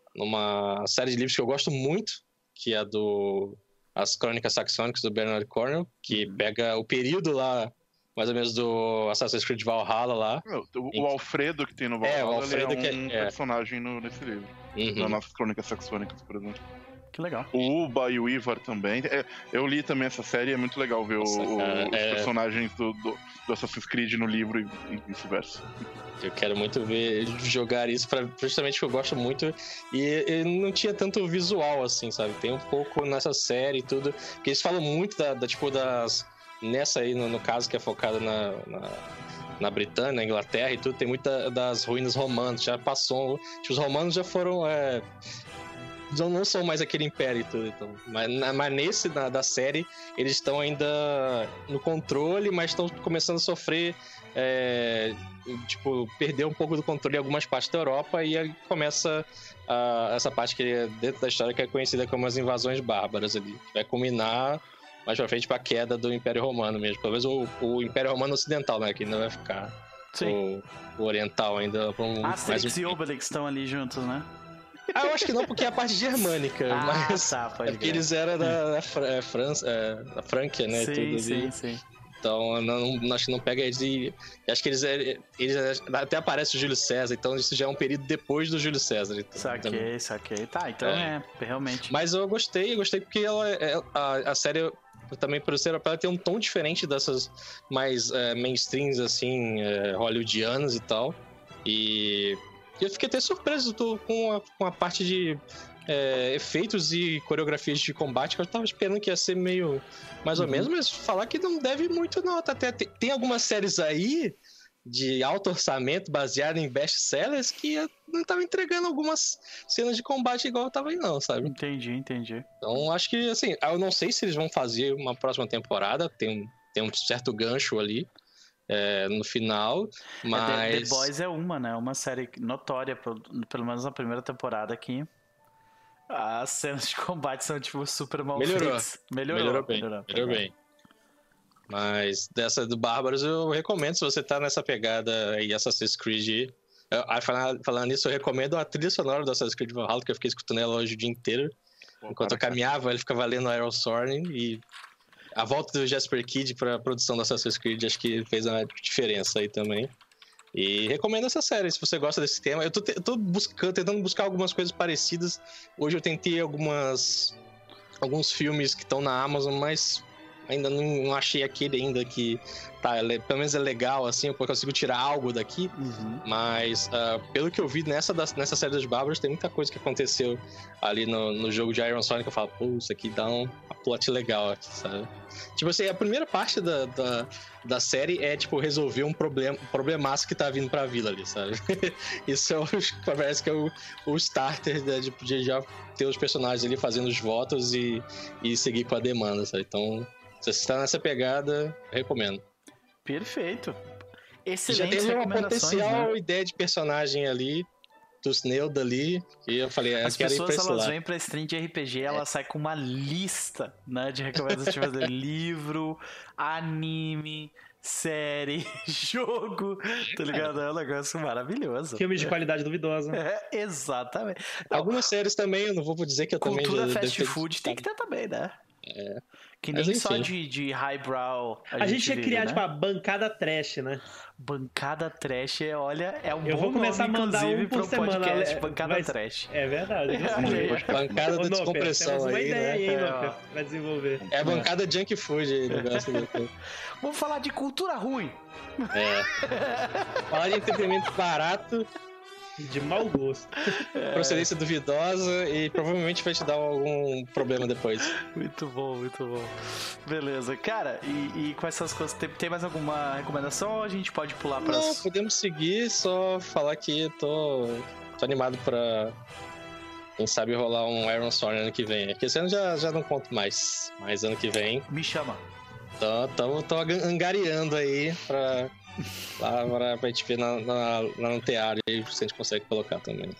numa série de livros que eu gosto muito, que é do As Crônicas Saxônicas do Bernard Cornwell, que uhum. pega o período lá mais ou menos do Assassin's Creed Valhalla lá. O, o Alfredo que tem no Valhalla, é, o Alfredo ele é um que é, personagem no, nesse livro, uhum. nas Crônicas Saxônicas, por exemplo. Que legal. O Uba e o Ivar também. É, eu li também essa série, é muito legal ver Nossa, o, cara, os é... personagens do, do, do Assassin's Creed no livro e, e vice-versa. Eu quero muito ver jogar isso, pra, justamente porque eu gosto muito. E, e não tinha tanto visual, assim, sabe? Tem um pouco nessa série e tudo. Porque eles falam muito da, da tipo, das... Nessa aí, no, no caso, que é focada na... na... na Britânia, na Inglaterra e tudo, tem muita das ruínas romanas, já passou, tipo, os romanos já foram, é, não são mais aquele império e tudo, então, mas, mas nesse, na, da série, eles estão ainda no controle, mas estão começando a sofrer, é, tipo, perder um pouco do controle em algumas partes da Europa, e aí começa a, essa parte que é dentro da história que é conhecida como as invasões bárbaras ali, que vai culminar mais pra frente pra queda do Império Romano mesmo. Talvez o, o Império Romano Ocidental, né? Que ainda vai ficar. Sim. O, o Oriental ainda. Um, Asterix mais um... e Obelix estão ali juntos, né? Ah, eu acho que não, porque é a parte germânica. ah, mas tá, pode é porque ver. Eles eram da, da, Fra- é, França, é, da Franquia, né? Sim, tudo sim, ali. sim. Então, não, não, acho que não pega eles e... Acho que eles, eles... Até aparece o Júlio César, então isso já é um período depois do Júlio César. Então, saquei, também. saquei. Tá, então é, é realmente. Mas eu gostei, eu gostei porque ela, a, a série... Também por ser ela tem um tom diferente dessas mais é, mainstreams, assim, é, hollywoodianas e tal. E eu fiquei até surpreso tô, com, a, com a parte de é, efeitos e coreografias de combate, que eu tava esperando que ia ser meio mais ou uhum. menos, mas falar que não deve muito não. Até, tem, tem algumas séries aí de alto orçamento baseado em best-sellers que não tava entregando algumas cenas de combate igual eu tava aí não, sabe? Entendi, entendi. Então acho que, assim, eu não sei se eles vão fazer uma próxima temporada, tem um, tem um certo gancho ali é, no final, mas... É, The, The Boys é uma, né? Uma série notória, pelo menos na primeira temporada aqui. As cenas de combate são, tipo, super mal melhorou. feitas. Melhorou. Melhorou bem, melhorou, melhorou bem. Mas dessa do Bárbaros eu recomendo, se você tá nessa pegada aí, Assassin's Creed. Eu, falando, falando nisso, eu recomendo a trilha sonora do Assassin's Creed Valhalla, que eu fiquei escutando ela hoje o dia inteiro. Pô, enquanto eu caminhava, ele ficava lendo Iron Sorning, e a volta do Jasper Kidd pra produção do Assassin's Creed acho que fez uma diferença aí também. E recomendo essa série, se você gosta desse tema. Eu tô, eu tô buscando, tentando buscar algumas coisas parecidas. Hoje eu tentei algumas alguns filmes que estão na Amazon, mas ainda não, não achei aquele ainda que tá, pelo menos é legal, assim, eu consigo tirar algo daqui. Uhum. Mas uh, pelo que eu vi nessa, das, nessa série dos Bárbaros, tem muita coisa que aconteceu ali no, no jogo de Iron Sonic que eu falo, pô, isso aqui dá um, uma plot legal aqui, sabe? Tipo assim, a primeira parte da, da, da série é, tipo, resolver um problema, um problemaço que tá vindo pra vila ali, sabe? Isso é o, parece que é o, o starter de, de já ter os personagens ali fazendo os votos e, e seguir com a demanda, sabe? Então, se você tá nessa pegada, recomendo. Perfeito. Excelente. Já tem uma recomendações, potencial né? ideia de personagem ali, dos Neuda ali, e eu falei, as quero ir pra pessoas, esse elas lado. vêm pra stream de R P G, ela é. sai com uma lista, né, de recomendações de livro, anime, série, jogo, tá ligado? É um negócio maravilhoso. Filmes de qualidade duvidosa. É, exatamente. Não, algumas séries também, eu não vou dizer que eu cultura também... Cultura fast food tem que ter também, né? É. Que nem só de, de highbrow. A, a gente ia criar, né? tipo, a bancada trash, né? Bancada trash, olha, é um eu bom vou começar nome, a mandar um por semana, podcast, é, Bancada vai... Trash. É verdade. É, bancada da descompressão aí, uma ideia né? aí, é, Noper, pra desenvolver. É a bancada é. junk food aí, negócio. Vamos falar de cultura ruim. É. Falar de entretenimento barato. De mau gosto. É. Procedência duvidosa e provavelmente vai te dar algum problema depois. Muito bom, muito bom. Beleza. Cara, e, e com essas coisas, tem, tem mais alguma recomendação ou a gente pode pular para Não, podemos seguir, só falar que eu tô, tô animado pra, quem sabe, rolar um Iron Sword ano que vem. Porque esse ano já, já não conto mais, mas ano que vem... Me chama. Então, tô, tô angariando aí pra... Lá pra, pra gente ver na, na, na Anteário aí se a gente consegue colocar também.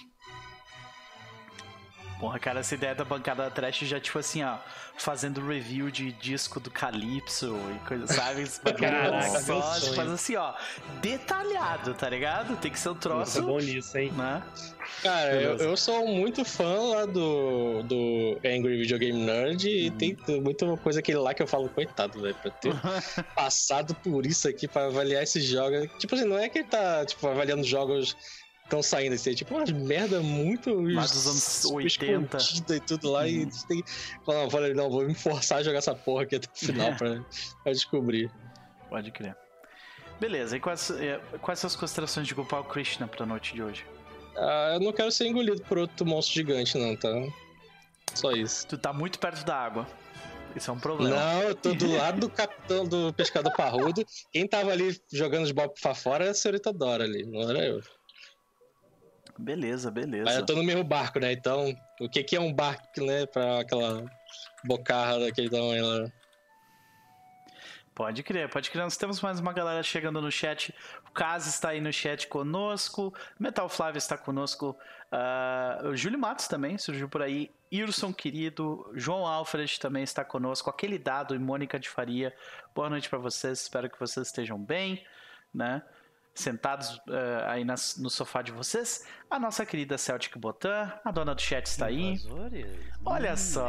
Porra, cara, essa ideia da bancada trash já, tipo assim, ó, fazendo review de disco do Calypso e coisa, sabe? Caraca, só, faz assim, ó, detalhado, tá ligado? Tem que ser um troço. Nossa, bom nisso, hein? Né? Cara, eu, eu sou muito fã lá do, do Angry Video Game Nerd e hum. tem muita coisa aquele lá que eu falo, coitado, velho, pra ter passado por isso aqui pra avaliar esses jogos. Tipo assim, não é que ele tá, tipo, avaliando jogos estão saindo assim, tipo, umas merda muito... Mas dos anos oitenta. E tudo lá, hum. e tem que falar, não, não, vou me forçar a jogar essa porra aqui até o final é. pra, pra descobrir. Pode crer. Beleza, e quais, quais são as considerações de culpar o Krishna pra noite de hoje? Ah, eu não quero ser engolido por outro monstro gigante, não, tá? Só isso. Tu tá muito perto da água. Isso é um problema. Não, eu tô do lado do capitão do pescador parrudo. Quem tava ali jogando os bob pra fora era a senhorita Dora ali, não era eu. Beleza, beleza. Mas eu tô no mesmo barco, né? Então, o que que é um barco, né? Pra aquela bocarra daquele tamanho lá. Pode crer, pode crer. Nós temos mais uma galera chegando no chat. O Kaz está aí no chat conosco. Metal Flávio está conosco. Uh, o Júlio Matos também surgiu por aí. Irson querido. João Alfred também está conosco. Aquele Dado e Mônica de Faria. Boa noite para vocês. Espero que vocês estejam bem, né? Sentados uh, aí nas, no sofá de vocês. A nossa querida Celtic Botan. A dona do chat está aí. Olha só.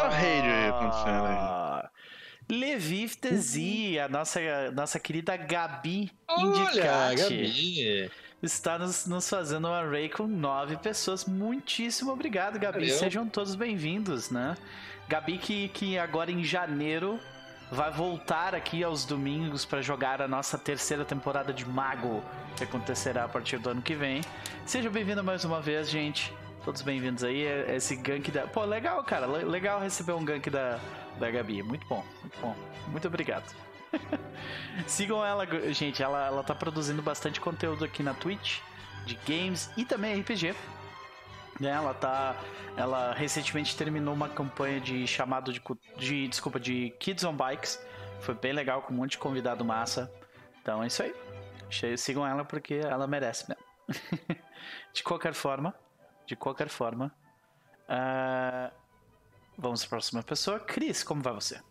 Yeah, Leviv Tezi, a nossa, nossa querida Gabi Olha, Indicati, Gabi. está nos, nos fazendo um array com nove pessoas. Muitíssimo obrigado, Gabi. Valeu. Sejam todos bem-vindos, né? Gabi que, que agora em janeiro vai voltar aqui aos domingos para jogar a nossa terceira temporada de Mago, que acontecerá a partir do ano que vem. Seja bem-vindo mais uma vez, gente. Todos bem-vindos aí. Esse gank da... Pô, legal, cara. Legal receber um gank da... da Gabi, muito bom, muito bom, muito obrigado. Sigam ela, gente, ela, ela tá produzindo bastante conteúdo aqui na Twitch, de games e também R P G, né? Ela tá, ela recentemente terminou uma campanha de chamado de, de, desculpa, de Kids on Bikes, foi bem legal, com um monte de convidado massa, então é isso aí, sigam ela porque ela merece mesmo. De qualquer forma, de qualquer forma, uh... vamos para a próxima pessoa. Cris, como vai você?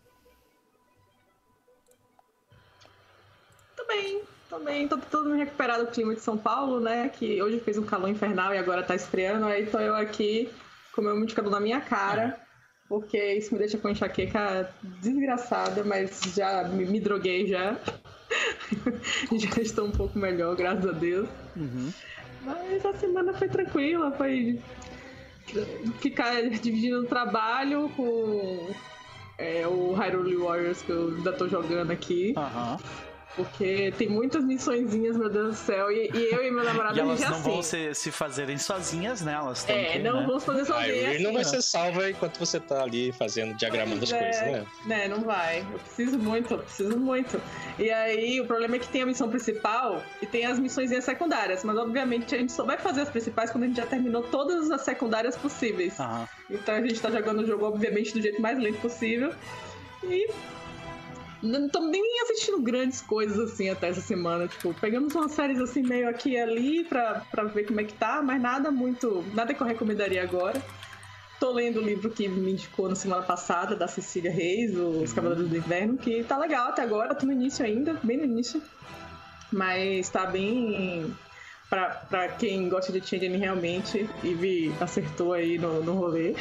Tô bem, tô bem. Tô tentando me recuperar do clima de São Paulo, né? Que hoje fez um calor infernal e agora tá esfriando. Aí tô eu aqui com o meu modificador na minha cara, porque isso me deixa com enxaqueca desgraçada, mas já me, me droguei já. Já estou um pouco melhor, graças a Deus. Uhum. Mas a semana foi tranquila, foi... ficar dividindo o trabalho com é, o Hyrule Warriors que eu ainda tô jogando aqui. Uhum. Porque tem muitas missõezinhas, meu Deus do céu, e, e eu e meu namorado e elas já não assim. vão se, se fazerem sozinhas, né? Elas têm É, que, não né? vamos fazer sozinhas. A Irene assim, não vai ó. ser salva enquanto você tá ali fazendo, diagramando as É, coisas, né? né, não vai. Eu preciso muito, eu preciso muito. E aí, o problema é que tem a missão principal e tem as missõezinhas secundárias, mas obviamente a gente só vai fazer as principais quando a gente já terminou todas as secundárias possíveis. Aham. Então a gente tá jogando o jogo, obviamente, do jeito mais lento possível. E não estamos nem assistindo grandes coisas assim até essa semana. Tipo, pegamos umas séries assim meio aqui e ali pra, pra ver como é que tá, mas nada muito. Nada que eu recomendaria agora. Tô lendo o livro que me indicou na semana passada, da Cecília Reis, Os Cavaleiros do Inverno, que tá legal até agora, tô no início ainda, bem no início. Mas tá bem. Pra, pra quem gosta de Changeling realmente, Ivy acertou aí no, no rolê.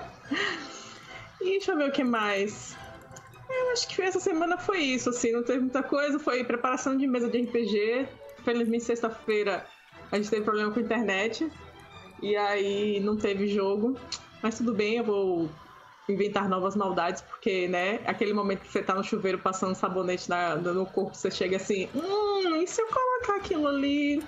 E deixa eu ver o que mais. Eu acho que essa semana foi isso, assim, não teve muita coisa, foi preparação de mesa de R P G. Infelizmente, sexta-feira a gente teve problema com a internet, e aí não teve jogo, mas tudo bem, eu vou inventar novas maldades, porque, né, aquele momento que você tá no chuveiro passando sabonete na, no corpo, você chega assim, hum, e se eu colocar aquilo ali?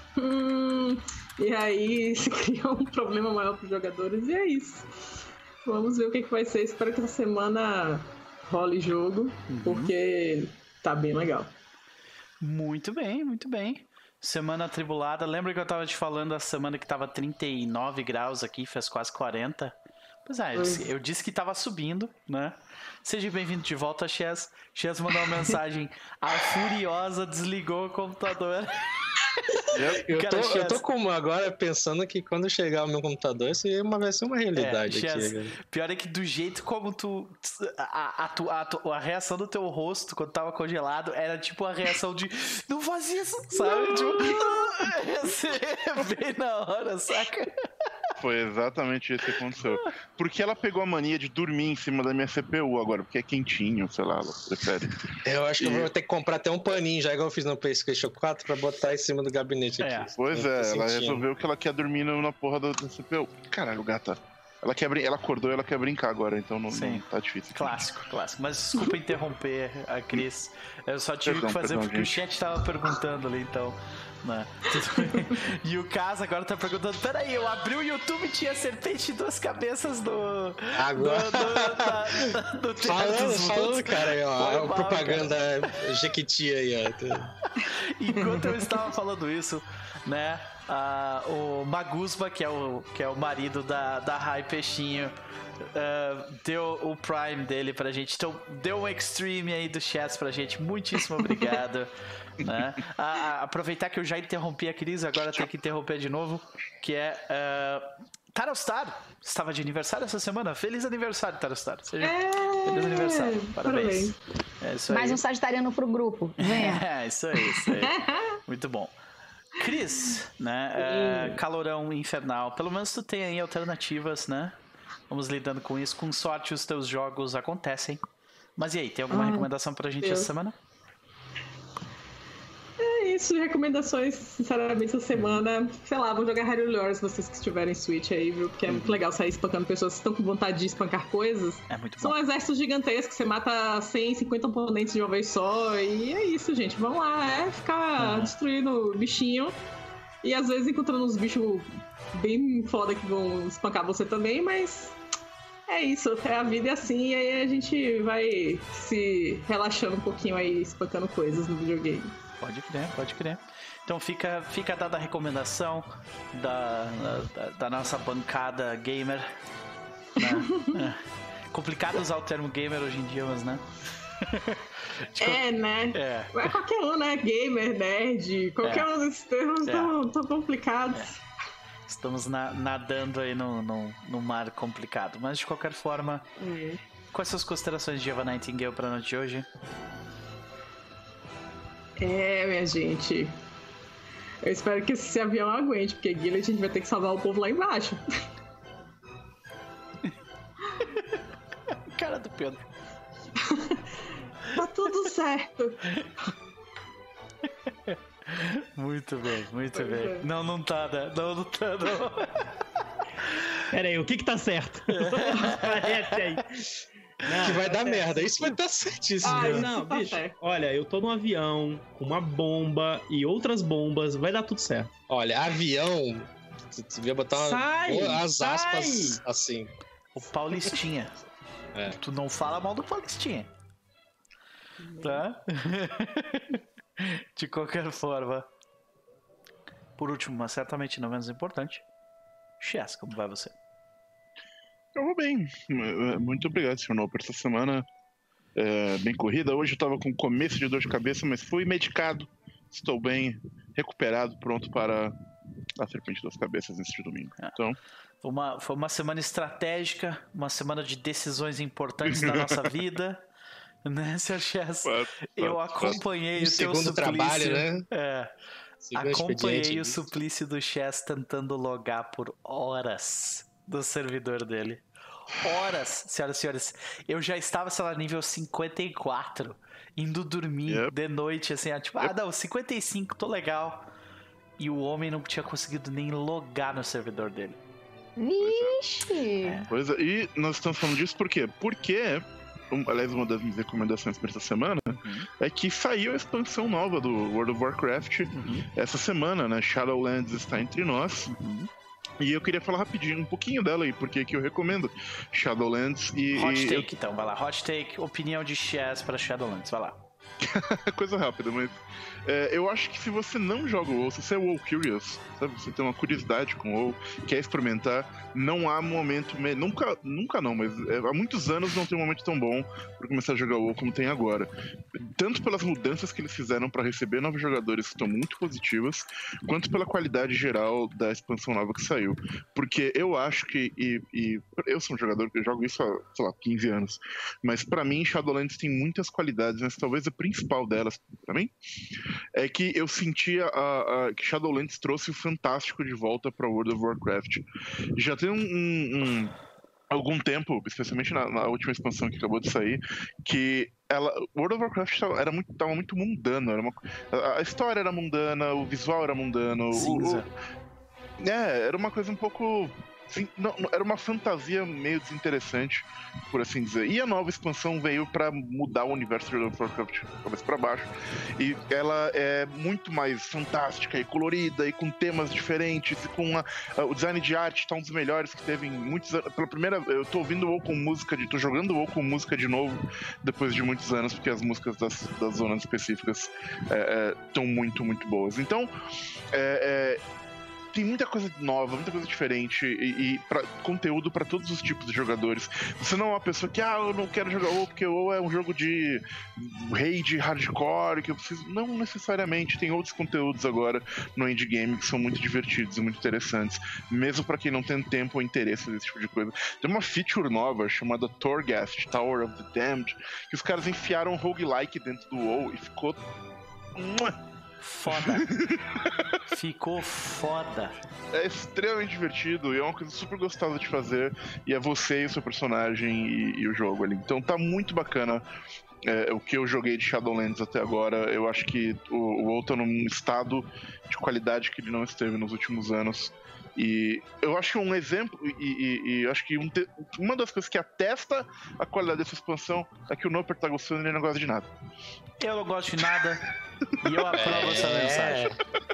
Hum, e aí se cria um problema maior pros jogadores, e é isso. Vamos ver o que, que vai ser, espero que essa semana role jogo, uhum. porque tá bem legal. Muito bem, muito bem. Semana atribulada. Lembra que eu tava te falando a semana que tava trinta e nove graus aqui, fez quase quarenta? Pois é, eu disse, eu disse que tava subindo, né? Seja bem-vindo de volta, Chess. Chess mandou uma mensagem. A Furiosa desligou o computador. Eu, Cara, tô, Chess, eu tô como agora pensando que quando chegar o meu computador, isso vai ser uma realidade é, aqui. Chess, pior é que do jeito como tu a, a, a, a reação do teu rosto quando tava congelado era tipo a reação de não faz isso, sabe? Tipo, ia ser bem na hora, saca? Foi exatamente isso que aconteceu. Porque ela pegou a mania de dormir em cima da minha C P U agora, porque é quentinho, sei lá, ela prefere. Eu acho que e... eu vou ter que comprar até um paninho, já igual eu fiz no PlayStation quatro, pra botar em cima do gabinete aqui. É. Pois é, ela resolveu que ela quer dormir na porra da C P U. Caralho, gata. Ela, quer, ela acordou e ela quer brincar agora, então não, não tá difícil. Clássico, clássico. Mas desculpa interromper a Cris. Eu só tive perdão, que fazer perdão, porque gente. O chat tava perguntando ali, então... Né? E o Casa agora tá perguntando: peraí, eu abri o YouTube e tinha serpente de duas cabeças do. Agora. Do, do, da, da, do falando, falando, cara, aí, ó. Foi a mal, propaganda cara. Jequiti aí, ó. Enquanto eu estava falando isso, né? Uh, o Magusba, que é o, que é o marido da, da Rai Peixinho, uh, deu o Prime dele pra gente. Então, deu um Extreme aí do chats pra gente. Muitíssimo obrigado. Né? A, a, aproveitar que eu já interrompi a Cris, agora tem que interromper de novo, que é uh, Tarostar estava de aniversário essa semana. Feliz aniversário, Tarostar. Seja é... feliz aniversário, parabéns. É isso aí. Mais um sagitariano pro grupo. É, isso aí, isso aí. Muito bom. Cris, né? Uh, calorão infernal. Pelo menos tu tem aí alternativas, né? Vamos lidando com isso. Com sorte os teus jogos acontecem. Mas e aí, tem alguma Ai, recomendação pra gente Deus. essa semana? É isso, recomendações, sinceramente, essa semana. Sei lá, vou jogar Harry Lore se vocês que estiverem Switch aí, viu? Porque é muito legal sair espancando pessoas que estão com vontade de espancar coisas. É muito bom. São exércitos gigantescos, você mata cem, cinquenta oponentes de uma vez só. E é isso, gente. Vamos lá, é ficar uhum. destruindo bichinho. E às vezes encontrando uns bichos bem foda que vão espancar você também, mas. É isso, é a vida é assim, e aí a gente vai se relaxando um pouquinho aí, espancando coisas no videogame. Pode crer, pode crer. Então fica, fica dada a recomendação da, da, da nossa bancada gamer. Né? É. Complicado usar o termo gamer hoje em dia, mas né? Tipo, é, né? É. É qualquer um, né? Gamer, nerd, qualquer é. um desses termos estão é. complicados. É. Estamos na, nadando aí no, no, no mar complicado. Mas de qualquer forma, é. quais são as considerações de Eva Nightingale para a noite de hoje? É, minha gente. Eu espero que esse avião aguente, porque Guilherme a gente vai ter que salvar o povo lá embaixo. Cara do Pedro. Tá tudo certo. Muito bem, muito pois bem. É. Não, não tá, né? Não, não tá, não. Pera aí, o que que tá certo? Parece aí. Não, que vai dar merda. Isso vai estar certíssimo. Ah, não, bicho. Olha, eu tô num avião com uma bomba e outras bombas. Vai dar tudo certo. Olha, avião... Você devia botar sai, as aspas sai. assim. O Paulistinha. É. Tu não fala mal do Paulistinha. Tá? De qualquer forma. Por último, mas certamente não menos importante. Chess, como vai você? Eu vou bem. Muito obrigado, senhor Noper. Essa semana é bem corrida. Hoje eu tava com começo de dor de cabeça, mas fui medicado. Estou bem recuperado, pronto para a Serpente das Cabeças neste domingo. É. Então... Foi uma, foi uma semana estratégica, uma semana de decisões importantes na nossa vida. Né, senhor Chess? Eu acompanhei o, o teu segundo suplício. Trabalho, né? É. Acompanhei o suplício do Chess tentando logar por horas do servidor dele. Horas, senhoras e senhores. Eu já estava, sei lá, nível cinquenta e quatro, indo dormir yep. de noite, assim, tipo, yep. ah, não, cinquenta e cinco, tô legal. E o homem não tinha conseguido nem logar no servidor dele. Vixe! É. Pois é, e nós estamos falando disso por quê? Porque, um, aliás, uma das minhas recomendações para essa semana uhum. é que saiu a expansão nova do World of Warcraft uhum. essa semana, né? Shadowlands está entre nós. Uhum. E eu queria falar rapidinho um pouquinho dela aí, porque que eu recomendo Shadowlands e... Hot e take, eu... então, vai lá. Hot take, opinião de Chess para Shadowlands, vai lá. Coisa rápida, mas é, eu acho que se você não joga o WoW, se você é WoW Curious, sabe, você tem uma curiosidade com o WoW, quer experimentar, não há momento, me... nunca, nunca não, mas é, há muitos anos não tem um momento tão bom para começar a jogar o WoW como tem agora. Tanto pelas mudanças que eles fizeram para receber novos jogadores que estão muito positivas, quanto pela qualidade geral da expansão nova que saiu. Porque eu acho que, e, e eu sou um jogador que eu jogo isso há, sei lá, quinze anos, mas para mim Shadowlands tem muitas qualidades, mas talvez a principal delas, pra mim, é que eu sentia a, a, que Shadowlands trouxe o fantástico de volta pra World of Warcraft. Já tem um, um, um algum tempo, especialmente na, na última expansão que acabou de sair, que ela, World of Warcraft era muito, tava muito mundano. Era uma, a, a história era mundana, o visual era mundano. O, o, é, era uma coisa um pouco... Sim, não, era uma fantasia meio desinteressante, por assim dizer. E a nova expansão veio pra mudar o universo de World of Warcraft de cabeça pra baixo. E ela é muito mais fantástica e colorida, e com temas diferentes, e com a, a, o design de arte tá um dos melhores que teve em muitos anos. Pela primeira eu tô ouvindo o WoW com música, de, tô jogando o WoW com música de novo, depois de muitos anos, porque as músicas das, das zonas específicas estão é, é, muito, muito boas. Então, é... é tem muita coisa nova, muita coisa diferente e, e pra, conteúdo para todos os tipos de jogadores. Você não é uma pessoa que, ah, eu não quero jogar WoW porque WoW é um jogo de raid hardcore, que eu preciso... Não necessariamente, tem outros conteúdos agora no endgame que são muito divertidos e muito interessantes, mesmo para quem não tem tempo ou interesse nesse tipo de coisa. Tem uma feature nova chamada Torghast, Tower of the Damned, que os caras enfiaram roguelike dentro do WoW e ficou... Foda. Ficou foda. É extremamente divertido e é uma coisa super gostosa de fazer. E é você e o seu personagem e, e o jogo ali. Então tá muito bacana é, o que eu joguei de Shadowlands até agora. Eu acho que o, o WoW tá num estado de qualidade que ele não esteve nos últimos anos. E eu acho que um exemplo, e, e, e acho que um te, uma das coisas que atesta a qualidade dessa expansão é que o Noper tá gostando e ele não gosta de nada. Eu não gosto de nada e eu aprovo é, essa mensagem.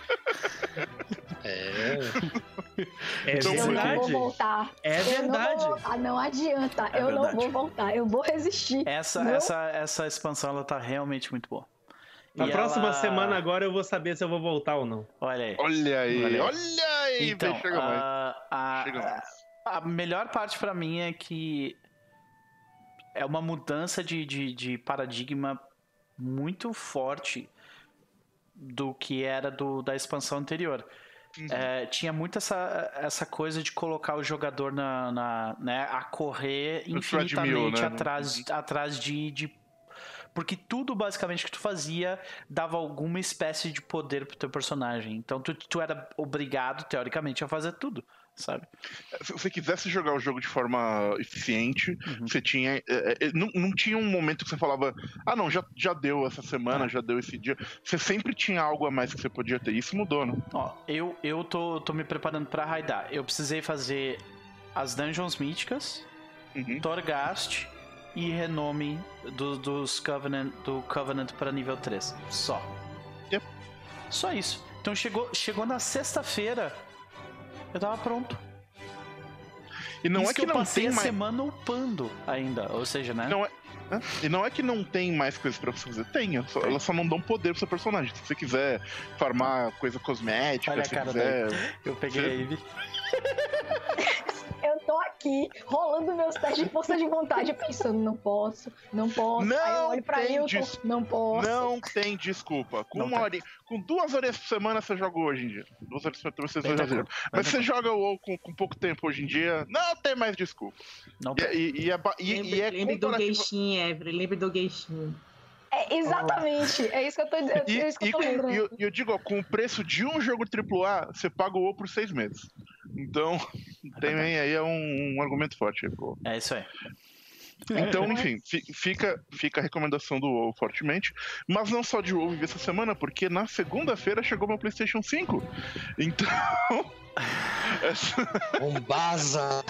É. É então, verdade. Eu não vou voltar. É verdade. Eu não, vou não adianta. É eu verdade. não vou voltar. Eu vou resistir. Essa, não? essa, essa expansão ela tá realmente muito boa. Na e próxima ela... semana agora eu vou saber se eu vou voltar ou não. Olha aí. Olha aí. Olha aí. Olha aí. Então, Bem, chega mais. A, a, chega mais. A melhor parte pra mim é que é uma mudança de, de, de paradigma muito forte do que era do, da expansão anterior. Uhum. É, tinha muito essa, essa coisa de colocar o jogador na, na, né, a correr infinitamente né? atrás, uhum. atrás de, de... Porque tudo basicamente que tu fazia dava alguma espécie de poder pro teu personagem. Então tu, tu era obrigado, teoricamente, a fazer tudo, sabe? Se você quisesse jogar o jogo de forma eficiente, uhum. você tinha... É, é, não, não tinha um momento que você falava, ah não, já, já deu essa semana, é. já deu esse dia. Você sempre tinha algo a mais que você podia ter. Isso mudou, né? Ó, eu, eu tô, tô me preparando pra raidar. Eu precisei fazer as dungeons míticas, uhum. Torghast e renome do, dos Covenant, do Covenant para nível três. Só. Yep. Só isso. Então chegou, chegou na sexta-feira, eu tava pronto. E não isso é que, que eu não passei tem a mais... semana upando ainda, ou seja, né? Não é... E não é que não tem mais coisas pra você fazer, tem, só, elas só não dão poder pro seu personagem. Se você quiser farmar coisa cosmética, Olha se a cara quiser. daí. Eu peguei a Ivy. Eu tô aqui, rolando meus testes de força de vontade, pensando, não posso, não posso. Não Aí eu olho pra tem Hilton, des- não posso. Não tem desculpa. Com, Não uma tem. hora, com duas horas por semana você joga hoje em dia. Duas horas por semana você Bem joga. tranquilo, Mas bem você joga o WoW com, com pouco tempo hoje em dia, não tem mais desculpa. Não E, tem. e, e é, ba- e, Lembre, e é lembre do comparativo- Geishin, Every. Lembre do Geishin. É, exatamente, é isso que eu tô dizendo. E, É isso que e eu tô com- lembrando. e eu, e eu digo, ó, com o preço de um jogo triplo A, você paga o WoW por seis meses. Então, tem aí é um, um argumento forte. Pô. É isso aí. Então, enfim, fi- fica, fica a recomendação do WoW fortemente. Mas não só de WoW viver essa semana, porque na segunda-feira chegou meu PlayStation cinco. Então. essa... Bombasa!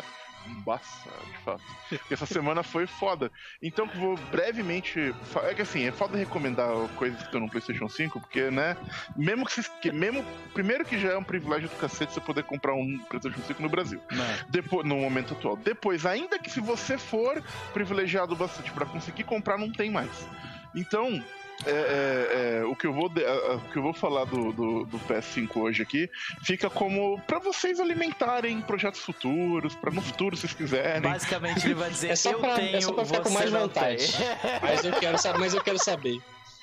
Embaça, de fato. Porque essa semana foi foda. Então, vou brevemente. fa- É que assim, é foda recomendar coisas que estão no PlayStation cinco, porque, né? Mesmo que, vocês- que mesmo. Primeiro que já é um privilégio do cacete você poder comprar um PlayStation cinco no Brasil. Não. Depois, no momento atual. Depois, ainda que se você for privilegiado bastante pra conseguir comprar, não tem mais. Então, é, é, é, o, que eu vou de- a- a- o que eu vou falar do, do, do P S cinco hoje aqui fica como pra vocês alimentarem projetos futuros, pra no futuro, se vocês quiserem. Basicamente ele vai dizer, É só eu pra- tenho, é só pra ficar com você mais não vontade. tem. Mas eu quero saber, mas eu quero saber.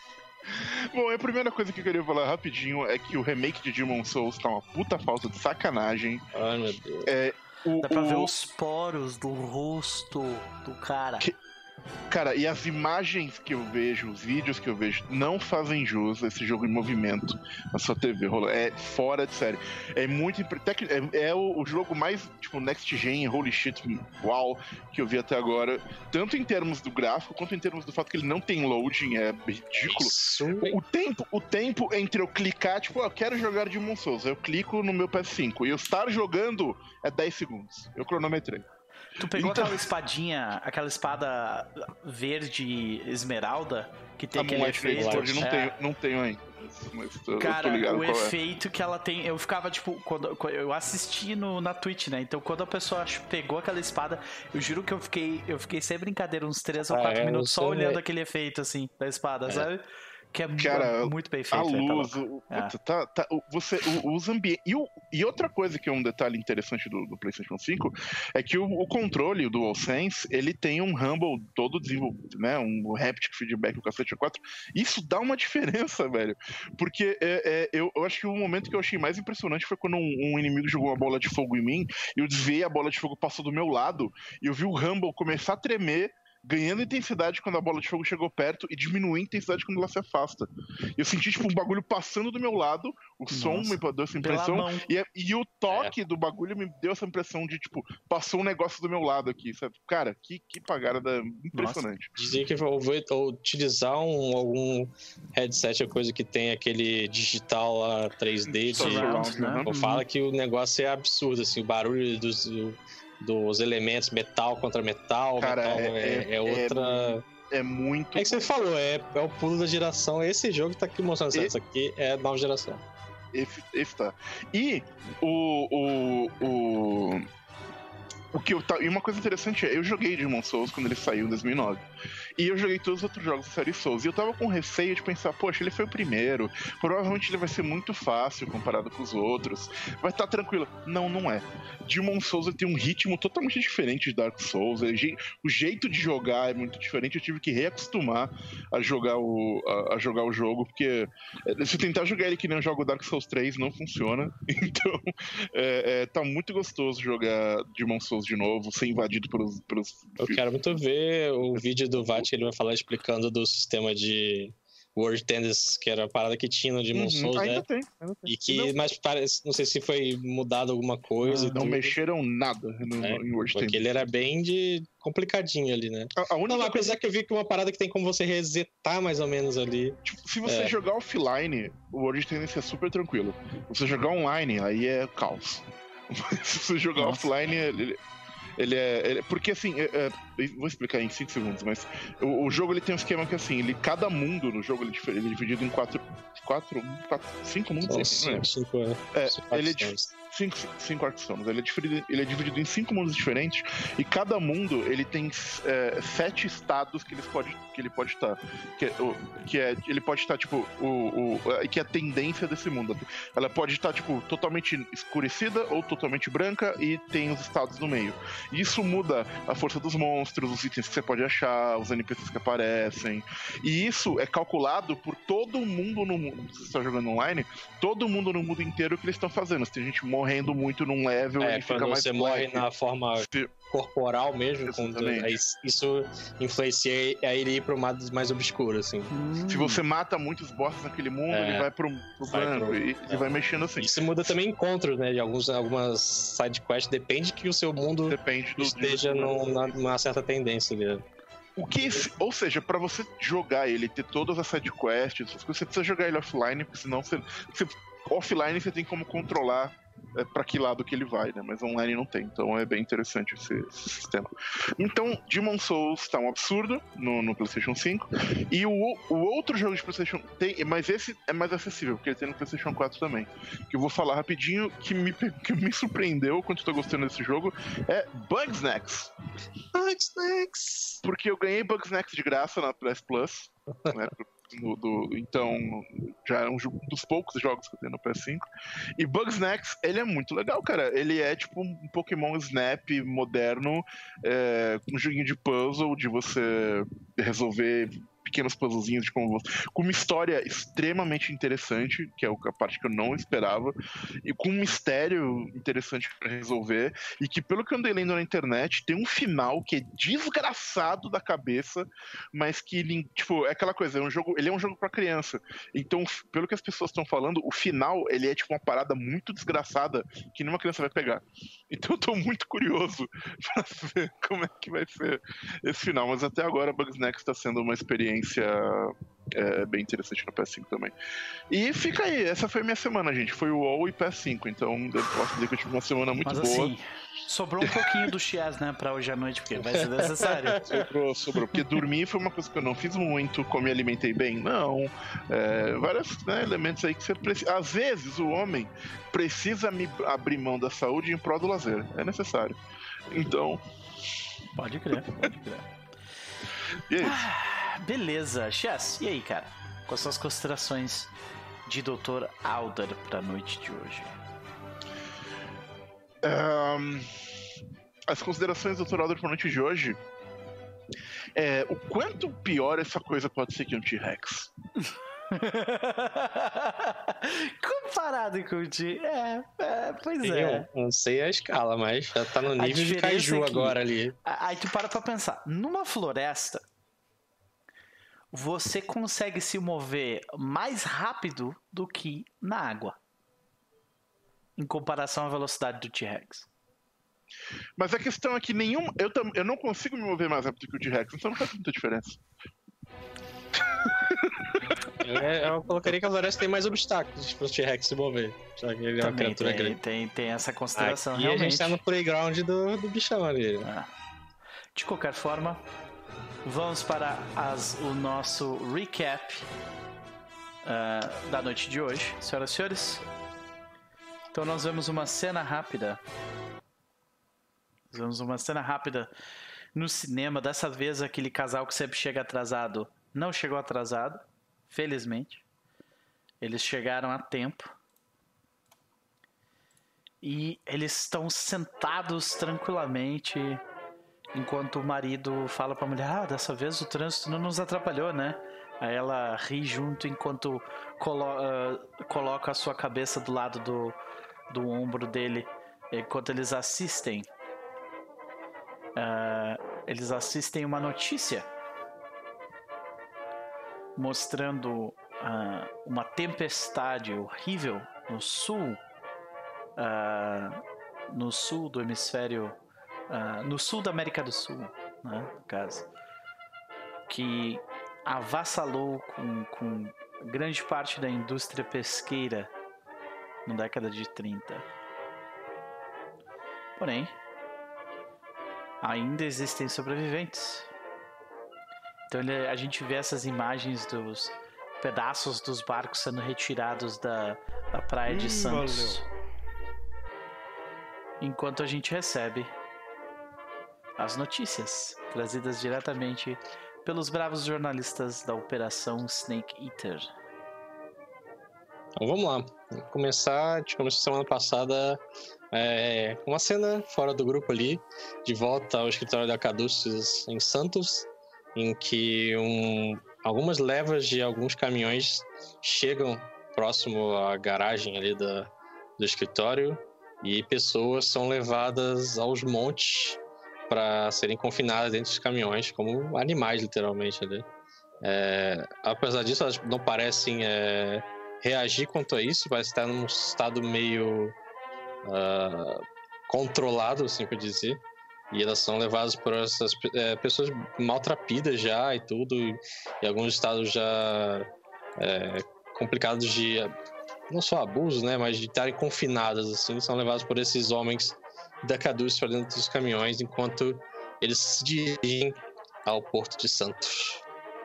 Bom, a primeira coisa que eu queria falar rapidinho é que o remake de Demon Souls tá uma puta falta de sacanagem. Ai, meu Deus. O, Dá pra ver o- os poros do rosto do cara. Que- Cara, e as imagens que eu vejo, os vídeos que eu vejo, não fazem jus a esse jogo em movimento na sua T V. Rola. É fora de série. É muito. impre- tec- É, é o, o jogo mais, tipo, next gen, holy shit, uau, que eu vi até agora. Tanto em termos do gráfico, quanto em termos do fato que ele não tem loading, é ridículo. Isso, O tempo, o tempo entre eu clicar, tipo, ó, eu quero jogar Demon Souls, eu clico no meu P S cinco e eu estar jogando é dez segundos. Eu cronometrei. Tu pegou Então- aquela espadinha, aquela espada verde esmeralda que tem A aquele Moonlight efeito? Sword não, É. tenho, não tenho ainda. Mas tô, eu tô Cara, ligado o qual é. efeito que ela tem, eu ficava tipo, quando, quando eu assisti no, na Twitch, né? Então quando a pessoa ach- pegou aquela espada, eu juro que eu fiquei, eu fiquei sem brincadeira uns três ou Ah, quatro é, minutos só você olhando vê. aquele efeito assim da espada, sabe? Que é mu- Cara, muito bem A feito. né? Tá luz, louco. o, É. puta, tá, tá, o- você, o- os ambientes. E, o- e outra coisa que é um detalhe interessante do, do PlayStation cinco é que o, o controle, o DualSense, ele tem um Rumble todo desenvolvido, né? Um haptic feedback, o cacete quatro. Isso dá uma diferença, velho. Porque é, é, eu, eu acho que o momento que eu achei mais impressionante foi quando um, um inimigo jogou uma bola de fogo em mim, e eu desviei, a bola de fogo passou do meu lado, e eu vi o Rumble começar a tremer, ganhando intensidade quando a bola de fogo chegou perto e diminuindo a intensidade quando ela se afasta. E eu senti, tipo, um bagulho passando do meu lado, o som Nossa. me deu essa Pela impressão, mão. e, é- e o toque do bagulho me deu essa impressão de, tipo, passou um negócio do meu lado aqui, sabe? Cara, que, que pagada impressionante. Dizia que eu vou utilizar um, algum headset ou coisa que tem aquele digital lá três D. de- Surround, Surround, né? né? Eu falo que o negócio é absurdo, assim, o barulho dos, dos elementos, metal contra metal, Cara, metal é- é, é- é outra... É muito. É que você falou, é, é o pulo da geração. Esse jogo tá aqui mostrando, E- isso aqui é nova geração. Esse, esse tá. E o. o, o... O que eu ta... E uma coisa interessante é, eu joguei Demon Souls quando ele saiu em dois mil e nove. E eu joguei todos os outros jogos da série Souls. E eu tava com receio de pensar, poxa, ele foi o primeiro. Provavelmente ele vai ser muito fácil comparado com os outros. Vai estar tranquilo. Não, não é. Demon Souls ele tem um ritmo totalmente diferente de Dark Souls. Ele, je- o jeito de jogar é muito diferente. Eu tive que reacostumar a jogar o, a, a jogar o jogo, porque eh, se tentar jogar ele que nem eu jogo Dark Souls três, não funciona. Então, é, é, tá muito gostoso jogar Demon Souls de novo, ser invadido pelos. pelos Eu quero muito ver o vídeo do Vat que ele vai falar explicando do sistema de World Tennis, que era a parada que tinha no Demon Uhum, Souls, ainda né? tem, ainda tem. E que, não, mas parece, não sei se foi mudado alguma coisa. e não tudo, mexeram nada no, É, em World Porque Tennis. ele era bem de complicadinho ali, né? A, a única Não, mas coisa, apesar que eu vi que uma parada que tem como você resetar mais ou menos ali. tipo, se você é. jogar offline, o World Tennis é super tranquilo. Se você jogar online, aí é caos. Mas se você jogar Nossa. offline, ele, Ele é. Ele, porque assim, é, é, vou explicar em cinco segundos, mas o, o jogo ele tem um esquema que assim, ele, cada mundo no jogo ele, ele é dividido em quatro. quatro, quatro cinco mundos? Nossa, não é? cinco, é, cinco ele é de, cinco, cinco Arcstones. Ele é, dividido, ele é dividido em cinco mundos diferentes e cada mundo ele tem é, sete estados que, eles pode, que ele pode estar. Que, o, que é, ele pode estar, tipo, o, o, que é a tendência desse mundo. Ela pode estar, tipo, totalmente escurecida ou totalmente branca e tem os estados no meio. E isso muda a força dos monstros, os itens que você pode achar, os N P Cs que aparecem. E isso é calculado por todo mundo no mundo. Se você está jogando online, todo mundo no mundo inteiro que eles estão fazendo. Se tem gente morrendo muito num level, é, ele fica quando mais você black. morre na forma Se... corporal mesmo, quando, aí, isso influencia a ele ir pro lado mais obscuro, assim. Hum. Se você mata muitos bosses naquele mundo, é, ele vai pro, pro vai branco pro, e, é. e vai mexendo assim. Isso muda também encontros, né? De alguns, algumas sidequests, depende que o seu mundo depende do, esteja do... numa, numa certa tendência dele. O que, ou seja, pra você jogar ele, ter todas as sidequests, você precisa jogar ele offline, porque senão você, você offline você tem como controlar é, pra que lado que ele vai, né? Mas online não tem, então é bem interessante esse, esse sistema. Então, Demon's Souls tá um absurdo no, no PlayStation cinco, e o, o outro jogo de PlayStation tem, mas esse é mais acessível, porque ele tem no PlayStation quatro também, que eu vou falar rapidinho, que me, que me surpreendeu quanto eu tô gostando desse jogo, é Bugsnax. Bugsnax! Porque eu ganhei Bugsnax de graça na P S Plus, né? Do, do, então, já é um dos poucos jogos que eu tenho no P S cinco. E Bugsnax, ele é muito legal, cara. Ele é tipo um Pokémon Snap moderno, é, um joguinho de puzzle, de você resolver pequenos puzzlezinhos de como você... com uma história extremamente interessante, que é a parte que eu não esperava, e com um mistério interessante pra resolver, e que pelo que eu andei lendo na internet, tem um final que é desgraçado da cabeça, mas que, tipo, é aquela coisa, é um jogo, ele é um jogo pra criança, então, pelo que as pessoas estão falando, o final, ele é tipo uma parada muito desgraçada, que nenhuma criança vai pegar. Então eu tô muito curioso pra ver como é que vai ser esse final, mas até agora Bugsnax tá sendo uma experiência é, bem interessante no P S cinco também. E fica aí, essa foi a minha semana, gente. Foi o WoW e P S cinco, então eu posso dizer que eu tive uma semana muito Mas, boa. Assim, sobrou um pouquinho do Chias, né, pra hoje à noite, porque vai ser necessário. Sobrou, sobrou. Porque dormir foi uma coisa que eu não fiz muito, como me alimentei bem, não. É, vários né, elementos aí que você precisa. Às vezes o homem precisa me abrir mão da saúde em prol do lazer. É necessário. Então. Pode crer, pode crer. E aí? Ah, beleza. Chess, e aí, cara? Quais são as considerações de doutor Alder pra noite de hoje? Um, as considerações do doutor Alder pra noite de hoje é o quanto pior essa coisa pode ser que um T-Rex. Comparado com o T... É, é pois é. Eu não sei a escala, mas já tá no nível de Kaiju é que, agora ali. Aí tu para pra pensar. Numa floresta, você consegue se mover mais rápido do que na água. Em comparação à velocidade do T-Rex. Mas a questão é que nenhum... Eu, tam... eu não consigo me mover mais rápido que o T-Rex, então não faz muita diferença. Eu, eu colocaria que a floresta tem mais obstáculos para o T-Rex se mover. Já que ele é uma criatura tem, grande. Tem, tem essa consideração, Aqui realmente. a gente tá no playground do, do bichão ali. Ah. De qualquer forma, vamos para as, o nosso recap uh, da noite de hoje, senhoras e senhores. Então nós vemos uma cena rápida. Nós vemos uma cena rápida no cinema. Dessa vez, aquele casal que sempre chega atrasado não chegou atrasado. Felizmente. Eles chegaram a tempo. E eles estão sentados tranquilamente enquanto o marido fala pra mulher: ah, dessa vez o trânsito não nos atrapalhou, né? Aí ela ri junto enquanto colo uh, coloca a sua cabeça do lado do, do ombro dele. Enquanto eles assistem uh, eles assistem uma notícia mostrando uh, uma tempestade horrível no sul uh, no sul do hemisfério uh, no sul da América do Sul, né, no caso, que avassalou com, com grande parte da indústria pesqueira na década de trinta. Porém, ainda existem sobreviventes. Então ele, a gente vê essas imagens dos pedaços dos barcos sendo retirados da, da praia de Hum, Santos. Enquanto a gente recebe as notícias trazidas diretamente pelos bravos jornalistas da Operação Snake Eater. Então vamos lá. Vamos começar, a gente começou semana passada é, uma cena fora do grupo ali, de volta ao escritório da Caduceus em Santos, em que um, algumas levas de alguns caminhões chegam próximo à garagem ali da, do escritório e pessoas são levadas aos montes para serem confinadas dentro dos caminhões, como animais, literalmente, ali. É, apesar disso, elas não parecem é, reagir quanto a isso, parece estar num estado meio uh, controlado, assim por dizer. E elas são levadas por essas é, pessoas maltrapilhas já e tudo, e, e alguns estados já é, complicados de, não só abuso, né, mas de estarem confinadas, assim, são levadas por esses homens da Caduceus para dentro dos caminhões, enquanto eles se dirigem ao Porto de Santos.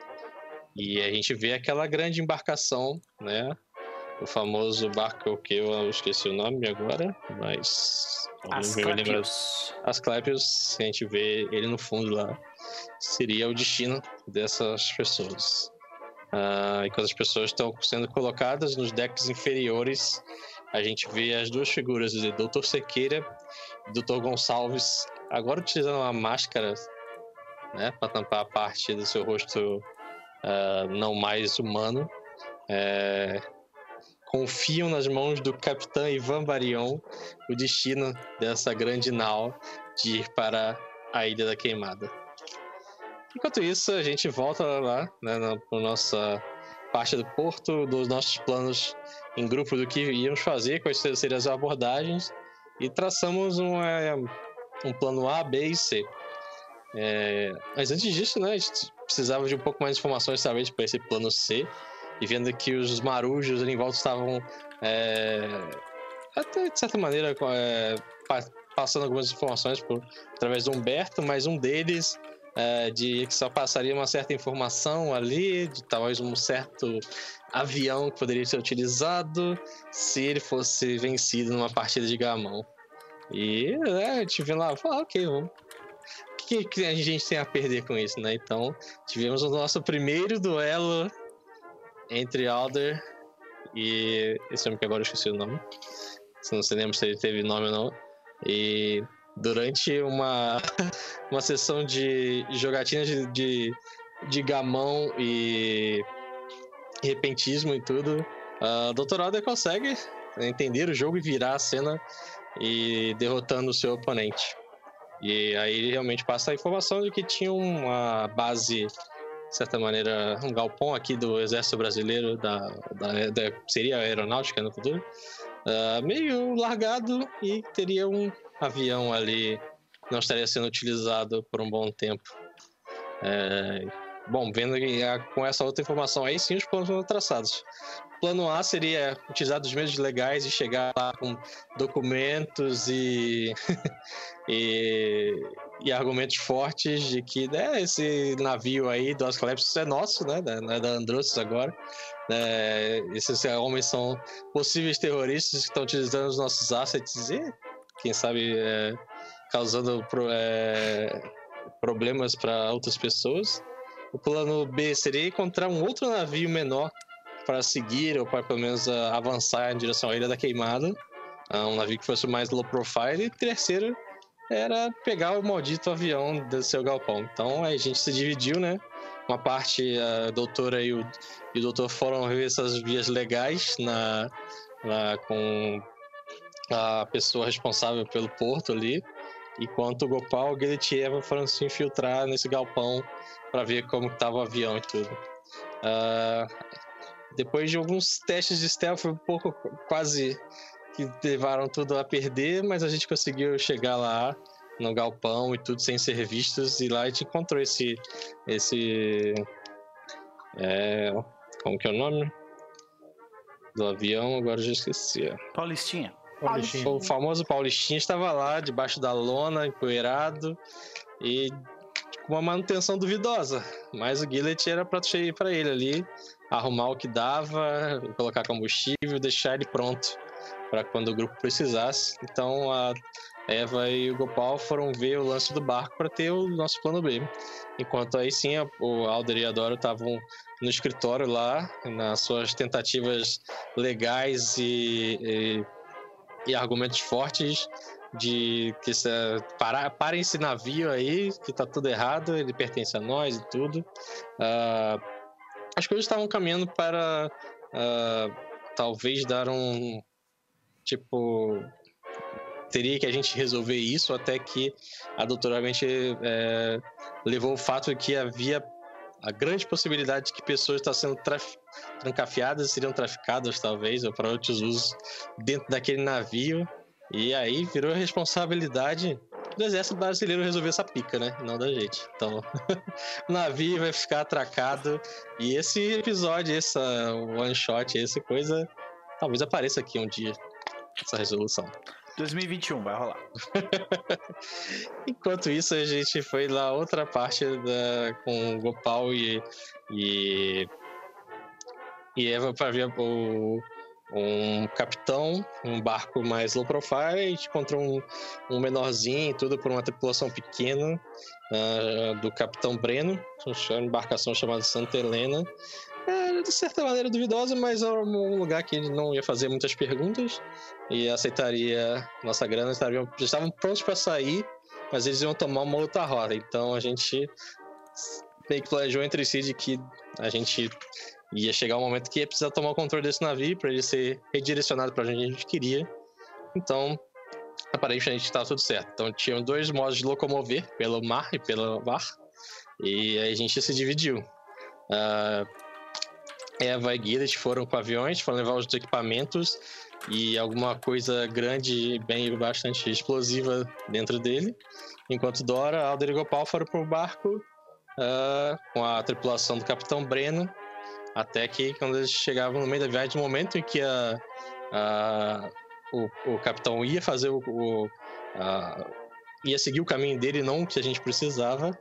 E a gente vê aquela grande embarcação, né, o famoso barco que eu esqueci o nome agora, mas... Asclepios. Asclepios, a gente vê ele no fundo lá, seria o destino dessas pessoas. Uh, enquanto as pessoas estão sendo colocadas nos decks inferiores, a gente vê as duas figuras de doutor Sequeira e doutor Gonçalves, agora utilizando uma máscara, né, para tampar a parte do seu rosto uh, não mais humano. É... Confiam nas mãos do capitão Ivan Barion o destino dessa grande nau de ir para a Ilha da Queimada. Enquanto isso, a gente volta lá, né, na, na nossa parte do porto, dos nossos planos em grupo do que íamos fazer, quais seriam as abordagens, e traçamos um, é, um plano A, B e C. É, mas antes disso, né, a gente precisava de um pouco mais de informações, talvez, para esse plano C. E vendo que os marujos ali em volta estavam, é, até de certa maneira, é, pa passando algumas informações por, através do Humberto, mas um deles é, de que só passaria uma certa informação ali, de talvez um certo avião que poderia ser utilizado se ele fosse vencido numa partida de gamão. E né, a gente vê lá, fala, ok, vamos. O que, que a gente tem a perder com isso, né? Então, tivemos o nosso primeiro duelo entre Alder e esse homem que agora eu esqueci o nome, se não se lembra se ele teve nome ou não, e durante uma uma sessão de jogatina de, de, de gamão e repentismo e tudo, a doutor Alder consegue entender o jogo e virar a cena e derrotando o seu oponente. E aí ele realmente passa a informação de que tinha uma base, de certa maneira, um galpão aqui do Exército Brasileiro, da, da, da seria a aeronáutica no futuro, uh, meio largado, e teria um avião ali que não estaria sendo utilizado por um bom tempo. É, bom, vendo que a, com essa outra informação aí, sim, os planos foram traçados. Plano A seria utilizar os meios legais e chegar lá com documentos e, e, e argumentos fortes de que né, esse navio aí do Asclepios é nosso, né, não é da Androssos agora. É, esses homens são possíveis terroristas que estão utilizando os nossos assets e, quem sabe, é, causando pro, é, problemas para outras pessoas. O plano B seria encontrar um outro navio menor para seguir, ou para pelo menos uh, avançar em direção à Ilha da Queimada, uh, um navio que fosse mais low profile, e terceiro era pegar o maldito avião do seu galpão. Então a gente se dividiu, né? Uma parte, a doutora e o, e o doutor foram ver essas vias legais na, na, com a pessoa responsável pelo porto ali, enquanto o Gopal e o Guilherme foram se infiltrar nesse galpão para ver como estava o avião e tudo. Uh, Depois de alguns testes de stealth, um pouco quase que levaram tudo a perder, mas a gente conseguiu chegar lá no galpão e tudo sem ser vistos, e lá a gente encontrou esse... esse é, como que é o nome? Do avião, agora eu já esqueci. Paulistinha. Paulistinha. O famoso Paulistinha estava lá, debaixo da lona, empoeirado, e com uma manutenção duvidosa. Mas o Gillet era prato cheio para ele ali, arrumar o que dava, colocar combustível, deixar ele pronto para quando o grupo precisasse. Então a Eva e o Gopal foram ver o lance do barco para ter o nosso plano B. Enquanto aí sim, o Alder e a Dora estavam no escritório lá, nas suas tentativas legais e, e, e argumentos fortes de que se, para, parem esse navio aí, que tá tudo errado, ele pertence a nós e tudo. Uh, as coisas estavam caminhando para uh, talvez dar um tipo... Teria que a gente resolver isso, até que a doutora mente é, levou o fato de que havia a grande possibilidade de que pessoas estão sendo traf... trancafiadas, seriam traficadas talvez, ou para outros usos, dentro daquele navio. E aí virou a responsabilidade do exército brasileiro resolver essa pica, né? Não da gente. Então, o navio vai ficar atracado. E esse episódio, essa one shot, essa coisa, talvez apareça aqui um dia, essa resolução. dois mil e vinte e um, vai rolar. Enquanto isso, a gente foi lá outra parte da, com o Gopal e, e, e Eva para ver o, um capitão, um barco mais low profile. A gente encontrou um, um menorzinho, tudo por uma tripulação pequena uh, do capitão Breno, uma embarcação chamada Santa Helena. Era de certa maneira duvidosa, mas era um lugar que ele não ia fazer muitas perguntas e aceitaria nossa grana. Estavam, já estavam prontos para sair, mas eles iam tomar uma outra rota. Então a gente meio que planejou entre si de que a gente ia chegar um momento que ia precisar tomar o controle desse navio para ele ser redirecionado para onde a gente queria. Então, aparentemente estava tudo certo. Então tinham dois modos de locomover, pelo mar e pelo mar, e aí a gente se dividiu. Uh, Eva e Gillet foram com aviões, foram levar os equipamentos e alguma coisa grande, bem bastante explosiva dentro dele. Enquanto Dora, Alder e Gopal foram para o barco uh, com a tripulação do Capitão Breno, até que quando eles chegavam no meio da viagem, no momento em que a, a, o, o capitão ia fazer o, o a, ia seguir o caminho dele, não o que a gente precisava,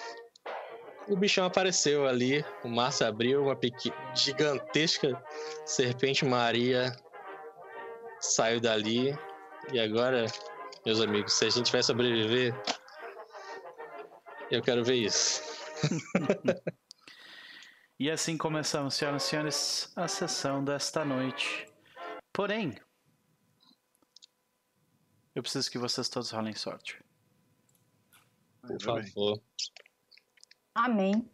o bichão apareceu ali, o mar se abriu, uma pequ... gigantesca serpente maria saiu dali. E agora, meus amigos, se a gente vai sobreviver, eu quero ver isso. E assim começamos, senhoras e senhores, a sessão desta noite. Porém, eu preciso que vocês todos rolem sorte. Por favor. Amém.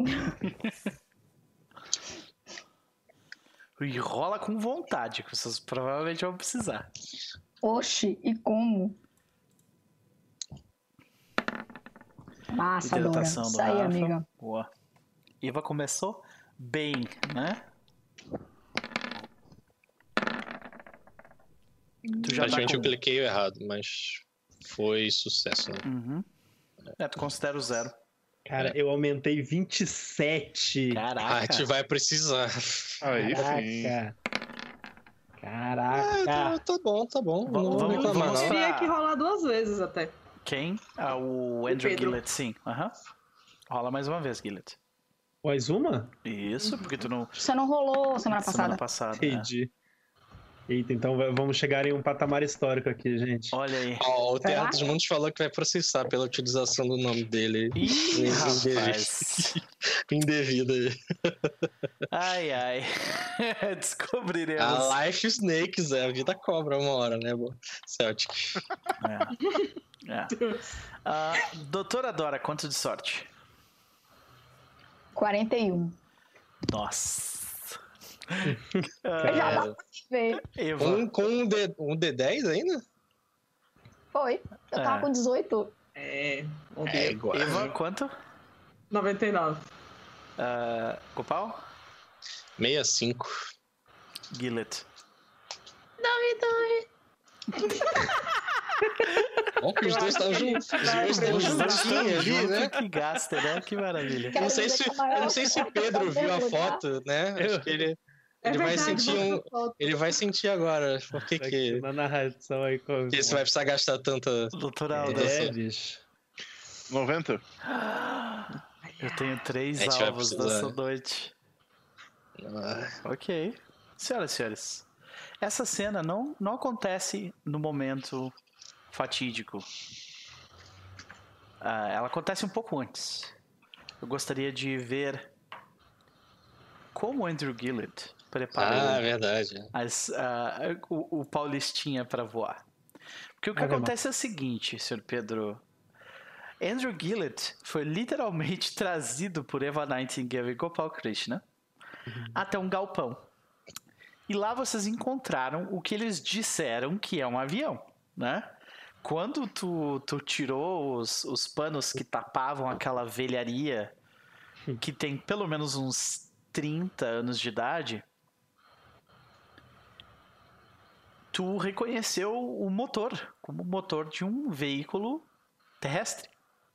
E rola com vontade, que vocês provavelmente vão precisar. Oxi, e como? Massa, Dora. Isso aí, amiga. Boa. Eva começou bem, né? Tu já Praticamente tá com... eu cliquei errado, mas foi sucesso, né? Uhum. É, tu considera o zero. Cara, eu aumentei vinte e sete. Caraca. A gente vai precisar. Aí Caraca. sim. Caraca. É, tá, tá bom, tá bom. Vamos, não vou vamos, reclamar, vamos não. Eu teria que rolar duas vezes até. Quem? Ah, o Andrew Pedro. Gillet, sim. Uhum. Rola mais uma vez, Gillet. Mais uma? Isso, porque tu não... Você não rolou semana passada. Semana passada, Entendi. É. Eita, então vamos chegar em um patamar histórico aqui, gente. Olha aí. Oh, o Teatro dos Mundos falou que vai processar pela utilização do nome dele. Ih, rapaz. Indevida aí. Ai, ai. Descobriremos. A Life Snakes, é. A vida cobra uma hora, né, Celtic? É. é. Uh, doutora Dora, quanto de sorte? quarenta e um. Nossa. Uh, Já dá pra ver. Eva. Um, com um, D, um D dez ainda? Foi. Eu tava É. com dezoito. É. É igual. Eva, quanto? noventa e nove. Uh, Gopal? sessenta e cinco. Gillet. Bom que os dois estão juntos. Os dois estão juntinhos ali, né? Que gasta, né? Que maravilha. Eu não sei se, eu não sei se o Pedro viu a foto, né? Acho que ele, ele vai sentir um. Ele vai sentir agora. Por que que. Na narração aí. Com... Que você vai precisar gastar tanta. Doutora É, Alda. É, bicho. noventa? Eu tenho três A gente vai alvos precisar. nessa noite. Ah, Ok. Senhoras e senhores, essa cena não, não acontece no momento fatídico. Ah, ela acontece um pouco antes. Eu gostaria de ver como Andrew Gillett preparou Ah, verdade. as, ah, o, o Paulistinha para voar. Porque o que Ah, vai acontece é o seguinte, senhor Pedro. Andrew Gillett foi literalmente trazido por Eva Nightingale e Gopal Krishna até um galpão. E lá vocês encontraram o que eles disseram que é um avião, né? Quando tu, tu tirou os, os panos que tapavam aquela velharia que tem pelo menos uns trinta anos de idade, tu reconheceu o motor como o motor de um veículo terrestre.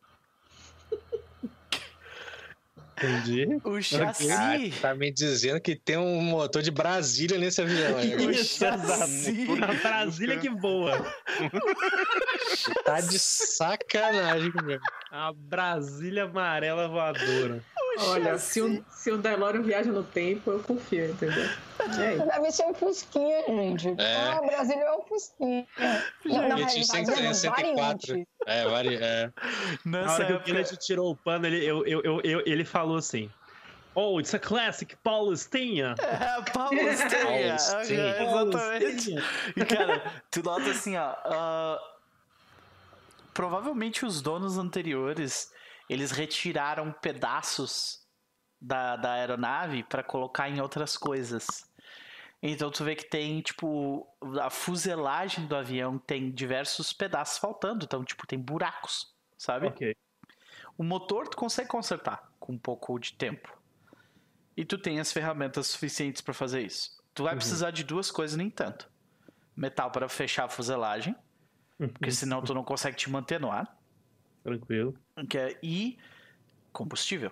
Entendi. O chassi... Ah, tá me dizendo que tem um motor de Brasília nesse avião. aí. Isso, chassi. exato. A Brasília que voa. Tá de sacanagem comigo. A Brasília amarela voadora. Olha, se o, se o DeLorean viaja no tempo, eu confio, entendeu? E aí? Deve ser um Fusquinha, gente. É. Ah, o Brasil é um Fusquinha. Não, na Gente, realidade, é um cento e quatro. variante. É, vari... é. Na Nessa hora que o época... Kenneth tirou o pano, ele, eu, eu, eu, eu- ele falou assim: Oh, it's a classic Paulistinha. É, Paulistinha. Paulistinha. Exatamente. E, cara, tu nota assim, ó. ah, provavelmente os donos anteriores, eles retiraram pedaços da, da aeronave para colocar em outras coisas. Então tu vê que tem, tipo, a fuselagem do avião tem diversos pedaços faltando. Então, tipo, tem buracos, sabe? Ok. O motor tu consegue consertar com um pouco de tempo. E tu tem as ferramentas suficientes para fazer isso. Tu vai precisar de duas coisas, nem tanto. Metal para fechar a fuselagem, porque senão tu não consegue te manter no ar. Tranquilo. Que é- E combustível.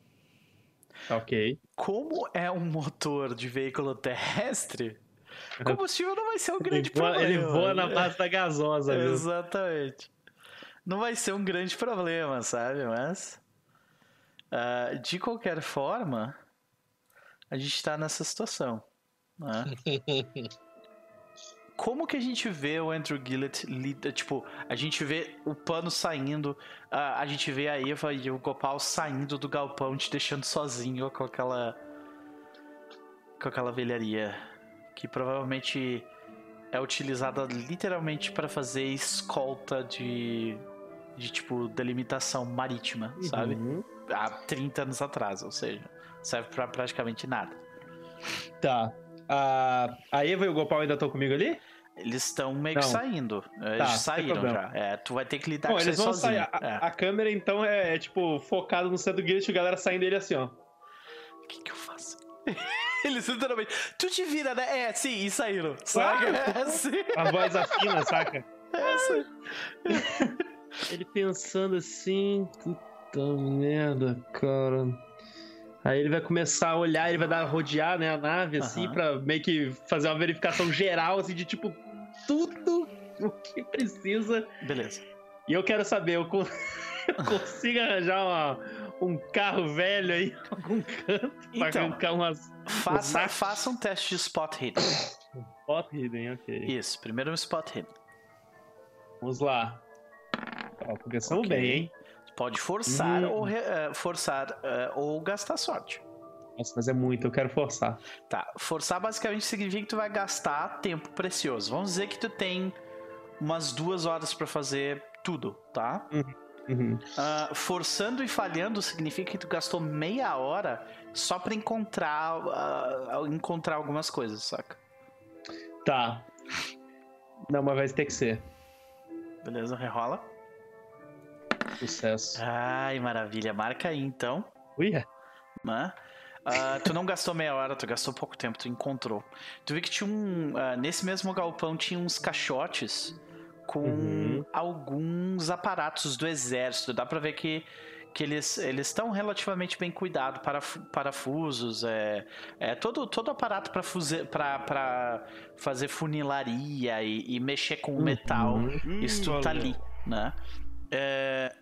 Ok. Como é um motor de veículo terrestre, combustível não vai ser um grande Ele voa, problema. ele voa na base da gasosa, viu? Exatamente. Não vai ser um grande problema, sabe? Mas, ah, de qualquer forma, a gente tá nessa situação, né? Como que a gente vê o Andrew Gillett lida, tipo, a gente vê o pano saindo, a, a gente vê a Eva e o Gopal saindo do galpão, te deixando sozinho com aquela com aquela velharia que provavelmente é utilizada literalmente para fazer escolta de de tipo delimitação marítima, sabe? Uhum. Há trinta anos atrás, ou seja, serve pra praticamente nada. Tá. A, a Eva e o Gopal ainda estão comigo ali? Eles estão meio que Não. saindo. Eles Tá, sem saíram problema. já. É, tu vai ter que lidar Bom, com isso aí eles vão sozinho. sair. A, É. a câmera, então, é, é, tipo, focada no centro do Gillett e a galera saindo dele assim, ó. O que que eu faço? Eles literalmente... Tu te vira, né? É, sim, e saíram. Saca? É, sim. A voz afina, saca? É, sim. Ele pensando assim, puta merda, cara. Aí ele vai começar a olhar, ele vai dar rodear, né, a nave, assim, Aham. pra meio que fazer uma verificação geral, assim, de tipo, tudo o que precisa. Beleza. E eu quero saber, eu, con- eu consigo arranjar uma- um carro velho aí, em algum canto, pra Então, arrancar umas Faça, Exato. faça um teste de spot hidden. spot hidden, ok. Isso, primeiro um spot hidden. Vamos lá. Ó, começamos Ok. bem, hein? Pode forçar Hum. ou re- eh, forçar eh, ou gastar sorte. Nossa, mas é muito, eu quero forçar. Tá, forçar basicamente significa que tu vai gastar tempo precioso. Vamos dizer que tu tem umas duas horas pra fazer tudo, tá? Uhum. Ah, forçando e falhando significa que tu gastou meia hora só pra encontrar, ah, encontrar algumas coisas, saca? Tá. Não, mas vai ter que ser. Beleza, rerola. Sucesso. Ai, maravilha. Marca aí então, Ui, né? Ah, tu não gastou meia hora, tu gastou pouco tempo, tu encontrou. Tu viu que tinha um. ah, nesse mesmo galpão tinha uns caixotes com Uhum. alguns aparatos do exército. Dá pra ver que, que eles eles estão relativamente bem cuidados, paraf- parafusos, é, é todo, todo aparato para para fazer funilaria e, e mexer com o metal. Uhum. Isso tudo tá valeu. ali, né? É,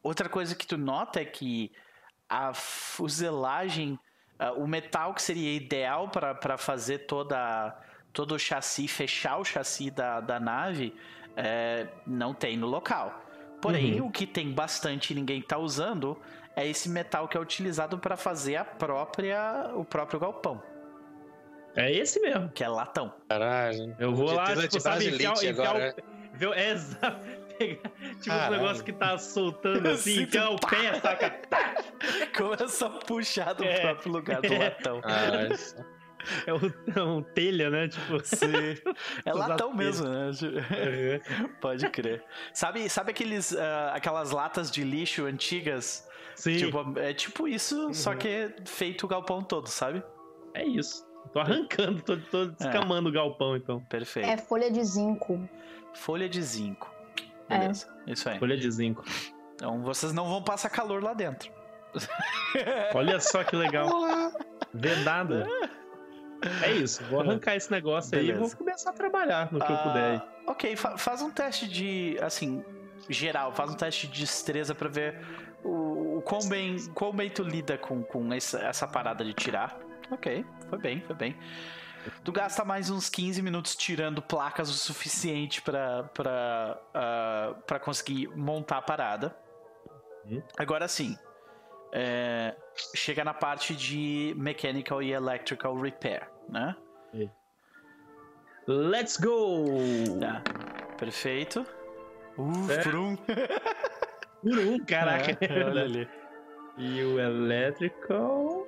outra coisa que tu nota é que a fuselagem, uh, o metal que seria ideal para fazer toda, todo o chassi, fechar o chassi da, da nave, é, não tem no local. Porém, uhum. o que tem bastante e ninguém está usando é esse metal que é utilizado para fazer a própria, o próprio galpão. É esse mesmo. Que é latão. Caralho. Eu vou lá, tipo, sabe, enfiar, enfiar o... É, exato. Tipo um negócio que tá soltando assim, enfiar o pé, saca? Começa a puxar do é, próprio lugar do é. latão. Ah, é, um, é um telha, né? Tipo... Sim. É latão mesmo, né? Uhum. Pode crer. Sabe, sabe aqueles, uh, aquelas latas de lixo antigas? Sim. Tipo, é tipo isso, uhum. só que feito o galpão todo, sabe? É isso. Tô arrancando, tô, tô descamando é. o galpão, então. Perfeito. É folha de zinco. Folha de zinco. Beleza, é. Isso aí. Folha de zinco. Então vocês não vão passar calor lá dentro. Olha só que legal. Vedada. É isso, vou arrancar esse negócio Beleza. aí e vou começar a trabalhar no que uh, eu puder. Ok, fa faz um teste de, assim, geral, faz um teste de destreza pra ver o, o quão, bem, quão bem tu lida com, com essa, essa parada de tirar. Ok, foi bem, foi bem. Tu gasta mais uns quinze minutos tirando placas o suficiente pra, pra, uh, pra conseguir montar a parada. Hum. Agora sim, é, chega na parte de Mechanical e Electrical Repair, né? E. Let's go! Tá, perfeito. Uh, é. por um. Por um, caraca. É, olha ali. E o Electrical...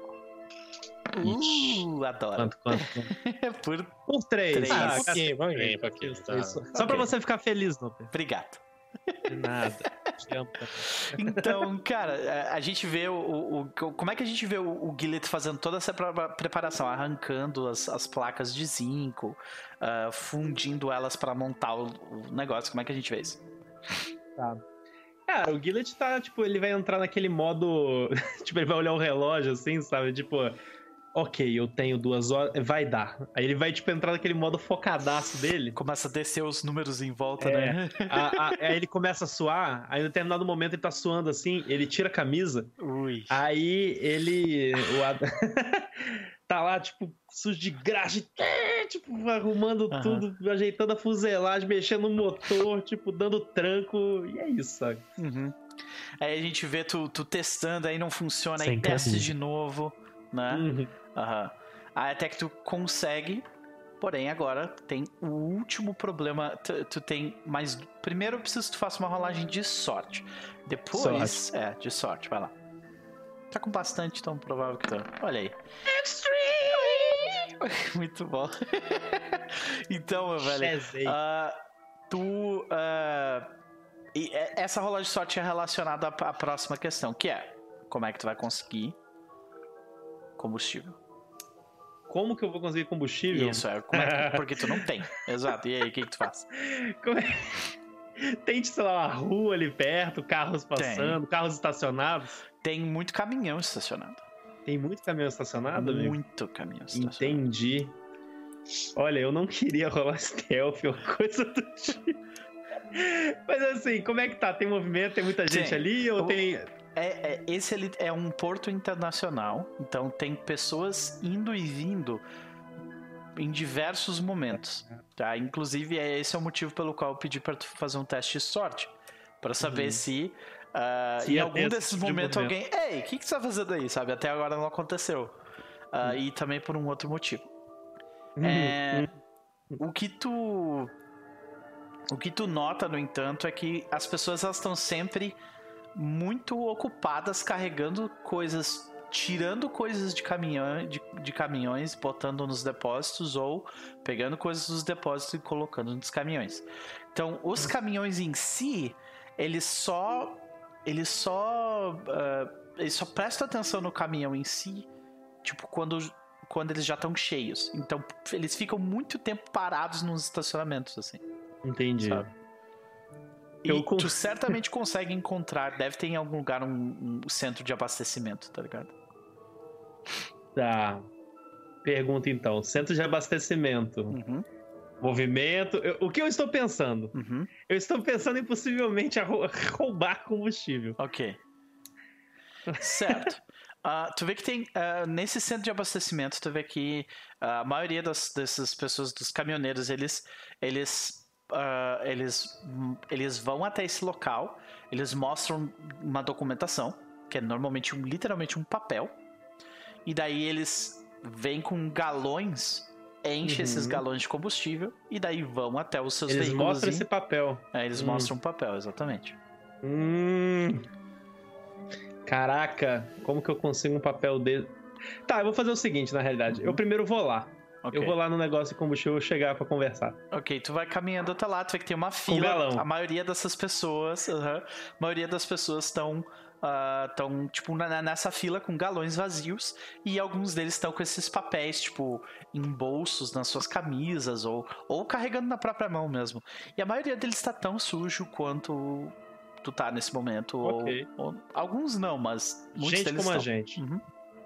Uh, adoro. Quanto, quanto? quanto? Por, Por três. três. Ah, um pouquinho, um pouquinho, um pouquinho. Tá. Só okay. pra você ficar feliz, Noper. Obrigado. De nada. Te amo. Então, cara, a gente vê o, o, o... Como é que a gente vê o, o Gillet fazendo toda essa preparação? Arrancando as, as placas de zinco, uh, fundindo elas pra montar o, o negócio. Como é que a gente vê isso? Tá. Cara, o Gillet tá, tipo, ele vai entrar naquele modo... tipo, ele vai olhar o relógio, assim, sabe? Tipo... Ok, eu tenho duas horas, vai dar. Aí ele vai, tipo, entrar naquele modo focadaço dele. Começa a descer os números em volta, é, né? a, a, aí ele começa a suar, aí em determinado momento ele tá suando assim, ele tira a camisa. Ui. Aí ele... O Ad... tá lá, tipo, sujo de graxa, tipo, arrumando uhum. tudo, ajeitando a fuselagem, mexendo no motor, tipo, dando tranco, e é isso, sabe? Uhum. Aí a gente vê tu, tu testando, aí não funciona, Sem aí teste de novo, né? Uhum. Uhum. Aí até que tu consegue, porém agora tem o último problema, tu, tu tem mais... Primeiro eu preciso que tu faça uma rolagem de sorte. Depois... Sorte. É, de sorte, vai lá. Tá com bastante, tão provável que tá. Olha aí. Extreme! Muito bom. Então, meu velho, uh, tu... Uh, e essa rolagem de sorte é relacionada à, à próxima questão, que é como é que tu vai conseguir combustível. Como que eu vou conseguir combustível? Isso, é, como é que, porque tu não tem. Exato, e aí, o que que tu faz? Como é... Tem, sei lá, uma rua ali perto, carros passando, tem. Carros estacionados. Tem muito caminhão estacionado. Tem muito caminhão estacionado, amigo? Muito caminhão estacionado. Entendi. Olha, eu não queria rolar stealth ou coisa do tipo. Mas assim, como é que tá? Tem movimento? Tem muita gente tem. ali? Ou o... tem... É, é, esse ali é um porto internacional, então tem pessoas indo e vindo em diversos momentos, tá? Inclusive, esse é o motivo pelo qual eu pedi para tu fazer um teste de sorte, para saber uhum. se, uh, se em algum desses tipo momentos de alguém... Ei, o que, que você tá fazendo aí, sabe? Até agora não aconteceu. Uh, uhum. E também por um outro motivo. Uhum. É, o que tu... O que tu nota, no entanto, é que as pessoas elas estão sempre muito ocupadas carregando coisas, tirando coisas de, caminhão, de, de caminhões, botando nos depósitos ou pegando coisas dos depósitos e colocando nos caminhões. Então, os caminhões em si, eles só eles só uh, eles só prestam atenção no caminhão em si, tipo, quando, quando eles já estão cheios. Então, eles ficam muito tempo parados nos estacionamentos, assim. Entendi. Sabe? E eu... tu certamente consegue encontrar, deve ter em algum lugar um, um centro de abastecimento, tá ligado? Tá. Pergunta então, centro de abastecimento. Uhum. movimento. Eu, o que eu estou pensando? Uhum. Eu estou pensando em possivelmente arro- roubar combustível. Ok. Certo. Uh, tu vê que tem, uh, nesse centro de abastecimento, tu vê que uh, a maioria das, dessas pessoas, dos caminhoneiros, eles, eles, uh, eles, eles vão até esse local, eles mostram uma documentação, que é normalmente um, literalmente um papel, e daí eles vêm com galões, enchem Uhum. esses galões de combustível, e daí vão até os seus Eles veículos. mostram esse papel. É, eles Hum. mostram um papel, exatamente. Hum. Caraca, como que eu consigo um papel dele? Tá, eu vou fazer o seguinte, na realidade. Eu primeiro vou lá. Ok. Eu vou lá no negócio de combustível chegar pra conversar. Ok, tu vai caminhando até lá, tu vê que tem uma fila. galão. A maioria dessas pessoas, uhum, a maioria das pessoas estão, estão tipo na- nessa fila com galões vazios e alguns deles estão com esses papéis tipo em bolsos nas suas camisas ou, ou carregando na própria mão mesmo. E a maioria deles está tão sujo quanto tu tá nesse momento. ou- Ok. Ou, alguns não, mas muitos Gente deles como a estão. gente. Uhum.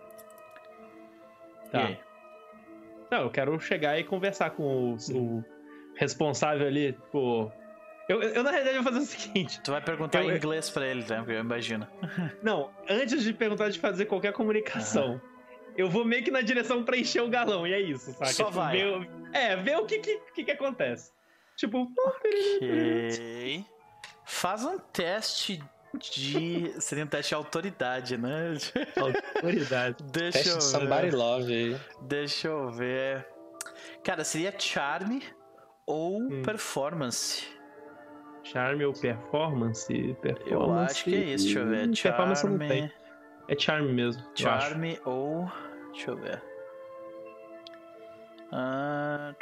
Tá. E aí? Não, eu quero chegar e conversar com o, o responsável ali por... Eu, eu, eu, na realidade, vou fazer o seguinte. Tu vai perguntar Eu- em inglês pra ele, né? Eu imagino. Não, antes de perguntar de fazer qualquer comunicação, eu vou meio que na direção pra encher o galão, e é isso, saca? Só Tipo, vai. ver o- é, ver o que que, que que acontece. Tipo... Ok. Faz um teste de. Seria um teste de autoridade, né? Autoridade. Deixa Teste eu de ver. Somebody Love aí. Deixa eu ver. Cara, seria charme ou Hum. performance. Charme ou performance? Performance. Eu acho que é isso, deixa eu ver. Hum, Performance eu não Charme. tem. É charme mesmo. eu acho. Charme ou. Deixa eu ver. Ah...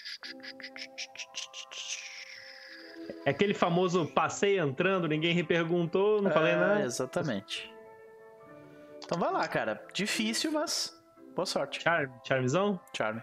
É aquele famoso passei entrando, ninguém reperguntou, não falei É, nada. Exatamente. Então vai lá, cara. Difícil, mas boa sorte. Charme, charmezão? Charme.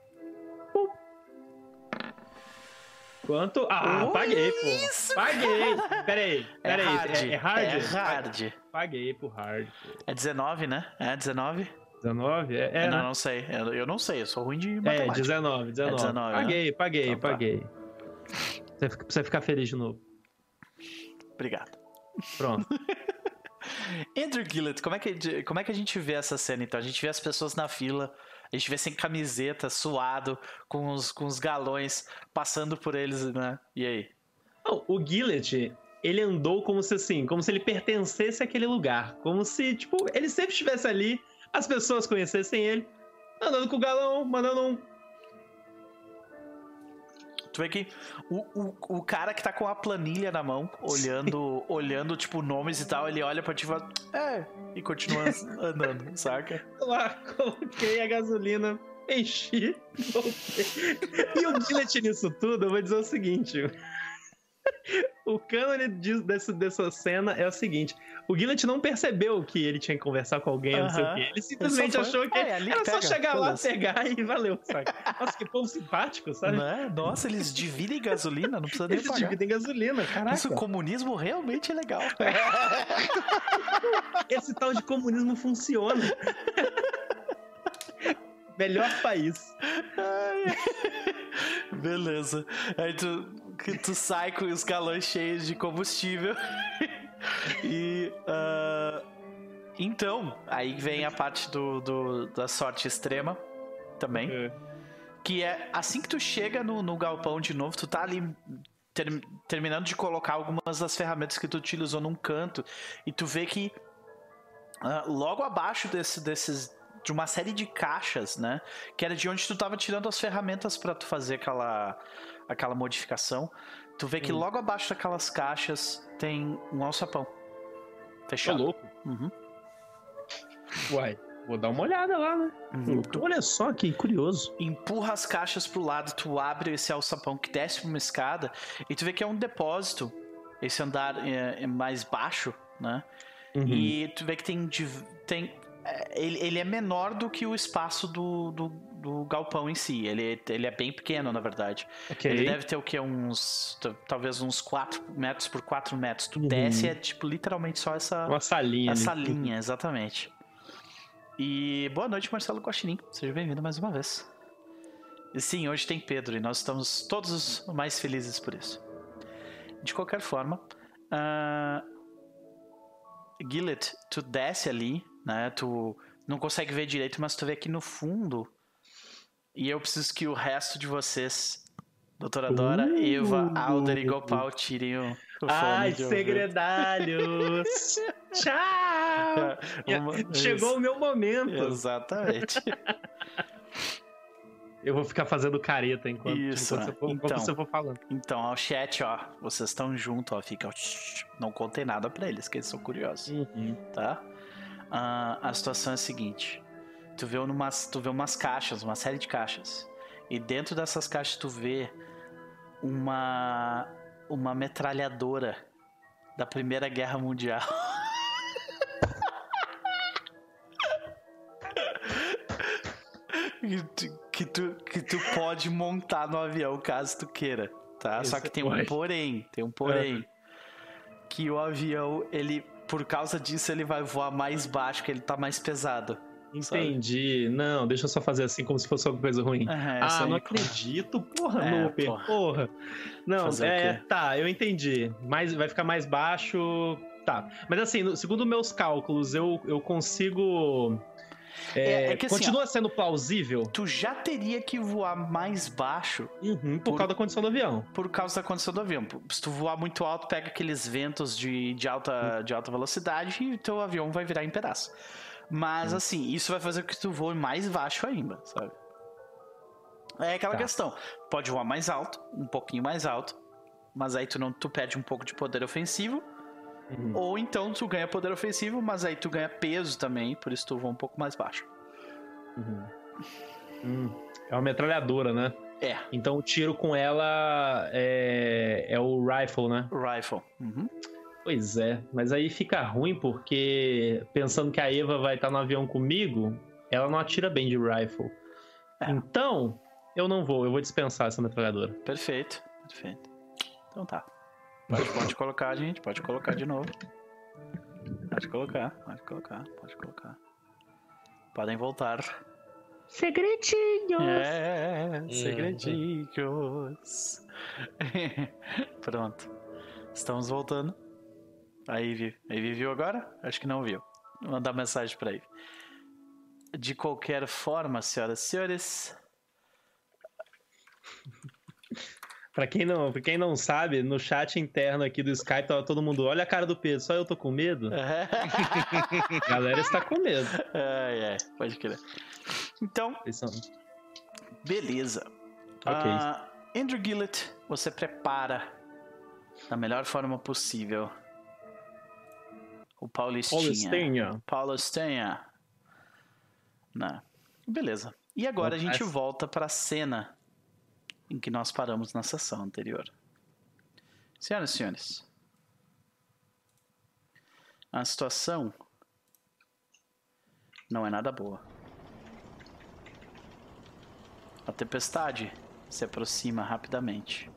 Quanto? Ah, Olha paguei, pô. isso, Paguei. Peraí, É peraí. hard. É, é hard? É hard. Paguei pro hard. Pô. É dezenove, né? É dezenove? dezenove? É, é, não, né? não sei. Eu, eu não sei, eu sou ruim de É, matemática. dezenove, dezenove. É dezenove, né? Paguei, paguei, Então tá. paguei. Você fica- Precisa ficar feliz de novo. Obrigado. Pronto. Andrew Gillett, como é, que, como é que a gente vê essa cena, então? A gente vê as pessoas na fila, a gente vê sem camiseta, suado, com os, com os galões, passando por eles, né? E aí? Não, o Gillett, ele andou como se assim, como se ele pertencesse àquele lugar. Como se, tipo, ele sempre estivesse ali, as pessoas conhecessem ele, andando com o galão, mandando um. Tu vê que o, o, o cara que tá com a planilha na mão, olhando, olhando, tipo, nomes e tal, ele olha pra ti e fala, é, e continua andando, saca? Lá, coloquei a gasolina, enchi, voltei. E o Gillett nisso tudo, eu vou dizer o seguinte. O cânone disso- desse- dessa cena é o seguinte: o Gillett não percebeu que ele tinha que conversar com alguém, não sei o Aham. quê. Ele simplesmente Ele só foi, achou que "Ah, é ali era que só pega, chegar lá, beleza." pegar e valeu, sabe? Nossa, que povo simpático, sabe? Né? Nossa, eles dividem gasolina, não precisa nem Eles pagar. dividem gasolina, caraca. Isso, o comunismo realmente é legal. Esse tal de comunismo funciona. Melhor país. Beleza. Aí tu, que tu sai com os galões cheios de combustível. E. ah, então, aí vem a parte do, do- da sorte extrema também. É. Que é assim que tu chega no, no galpão de novo, tu tá ali ter- terminando de colocar algumas das ferramentas que tu utilizou num canto. E tu vê que ah, logo abaixo desse, desses. De uma série de caixas, né? Que era de onde tu tava tirando as ferramentas pra tu fazer aquela, aquela modificação. Tu vê que Hum. logo abaixo daquelas caixas tem um alçapão. Tá Fechado. louco? Uhum. Uai, vou dar uma olhada lá, né? Uhum. Olha só que curioso. Empurra as caixas pro lado, tu abre esse alçapão que desce pra uma escada e tu vê que é um depósito. Esse andar é, é mais baixo, né? Uhum. E tu vê que tem. div- tem é, ele, ele é menor do que o espaço do, do, do galpão em si. Ele, ele é bem pequeno, na verdade. Ok. Ele deve ter o que? Uns. t- Talvez uns quatro metros por quatro metros. Tu Uhum. desce e é tipo literalmente só essa. Uma salinha. Essa ali. linha, exatamente. E boa noite, Marcelo Guaxinim. Seja bem-vindo mais uma vez. E sim, hoje tem Pedro e nós estamos todos mais felizes por isso. De qualquer forma, uh, Gillet, tu desce ali, né? Tu não consegue ver direito, mas tu vê aqui no fundo. E eu preciso que o resto de vocês, doutora Dora, uh, Eva, Alder e Gopal, tirem o, o fone. Ai, segredalhos! Tchau! Uma, Chegou isso. o meu momento. Exatamente. Eu vou ficar fazendo careta enquanto, Isso, enquanto, você, for, enquanto então, você for falando. Então, ao chat, ó, vocês estão juntos, ó, fica... Não contem nada pra eles, que eles são curiosos, uhum. tá? Uh, a situação é a seguinte. Tu vê, umas, tu vê umas caixas, uma série de caixas. E dentro dessas caixas tu vê uma, uma metralhadora da Primeira Guerra Mundial. Que tu, que, tu, que tu pode montar no avião caso tu queira, tá? Isso. Só que tem um porém, tem um porém. É. Que o avião, ele, por causa disso, ele vai voar mais baixo, que ele tá mais pesado. Entendi. Sabe? Não, deixa eu só fazer assim como se fosse alguma coisa ruim. Uhum, ah, não acredito. Porra, é, Nooper, porra. porra. Não, fazer é, tá, eu entendi. Mais, vai ficar mais baixo, tá. Mas assim, segundo meus cálculos, eu, eu consigo... É, é, é que, continua assim, ó, sendo plausível. Tu já teria que voar mais baixo uhum, por, por causa da condição do avião. Por causa da condição do avião. Se tu voar muito alto, pega aqueles ventos de, de, alta, uhum. de alta velocidade e teu avião vai virar em pedaço. Mas uhum. assim, isso vai fazer com que tu voe mais baixo ainda, sabe? É aquela tá. questão. Pode voar mais alto, um pouquinho mais alto, mas aí tu, não, tu perde um pouco de poder ofensivo. Uhum. Ou então tu ganha poder ofensivo, mas aí tu ganha peso também, por isso tu voa um pouco mais baixo. Uhum. Hum, é uma metralhadora, né? É. Então o tiro com ela é, é o rifle, né? Rifle. Uhum. Pois é, mas aí fica ruim porque pensando que a Eva vai estar no avião comigo, ela não atira bem de rifle. É. Então, eu não vou, eu vou dispensar essa metralhadora. Perfeito, perfeito. Então tá. Pode, pode colocar, gente. Pode colocar de novo. Pode colocar, pode colocar, pode colocar. Podem voltar. Segredinhos! É, segredinhos. Pronto. Estamos voltando. A Ivy. A Ivy viu agora? Acho que não viu. Vou mandar mensagem pra Ivy. De qualquer forma, senhoras e senhores... Pra quem, não, pra quem não sabe, no chat interno aqui do Skype, tava todo mundo, olha a cara do Pedro, só eu tô com medo? A galera está com medo. Ai, ai, pode crer. Então, são... beleza. Ok. Uh, Andrew Gillet, você prepara da melhor forma possível o Paulistinha. Paulistinha. Paulistinha. Não. Beleza. E agora a gente volta pra cena em que nós paramos na sessão anterior. Senhoras e senhores, a situação não é nada boa. A tempestade se aproxima rapidamente.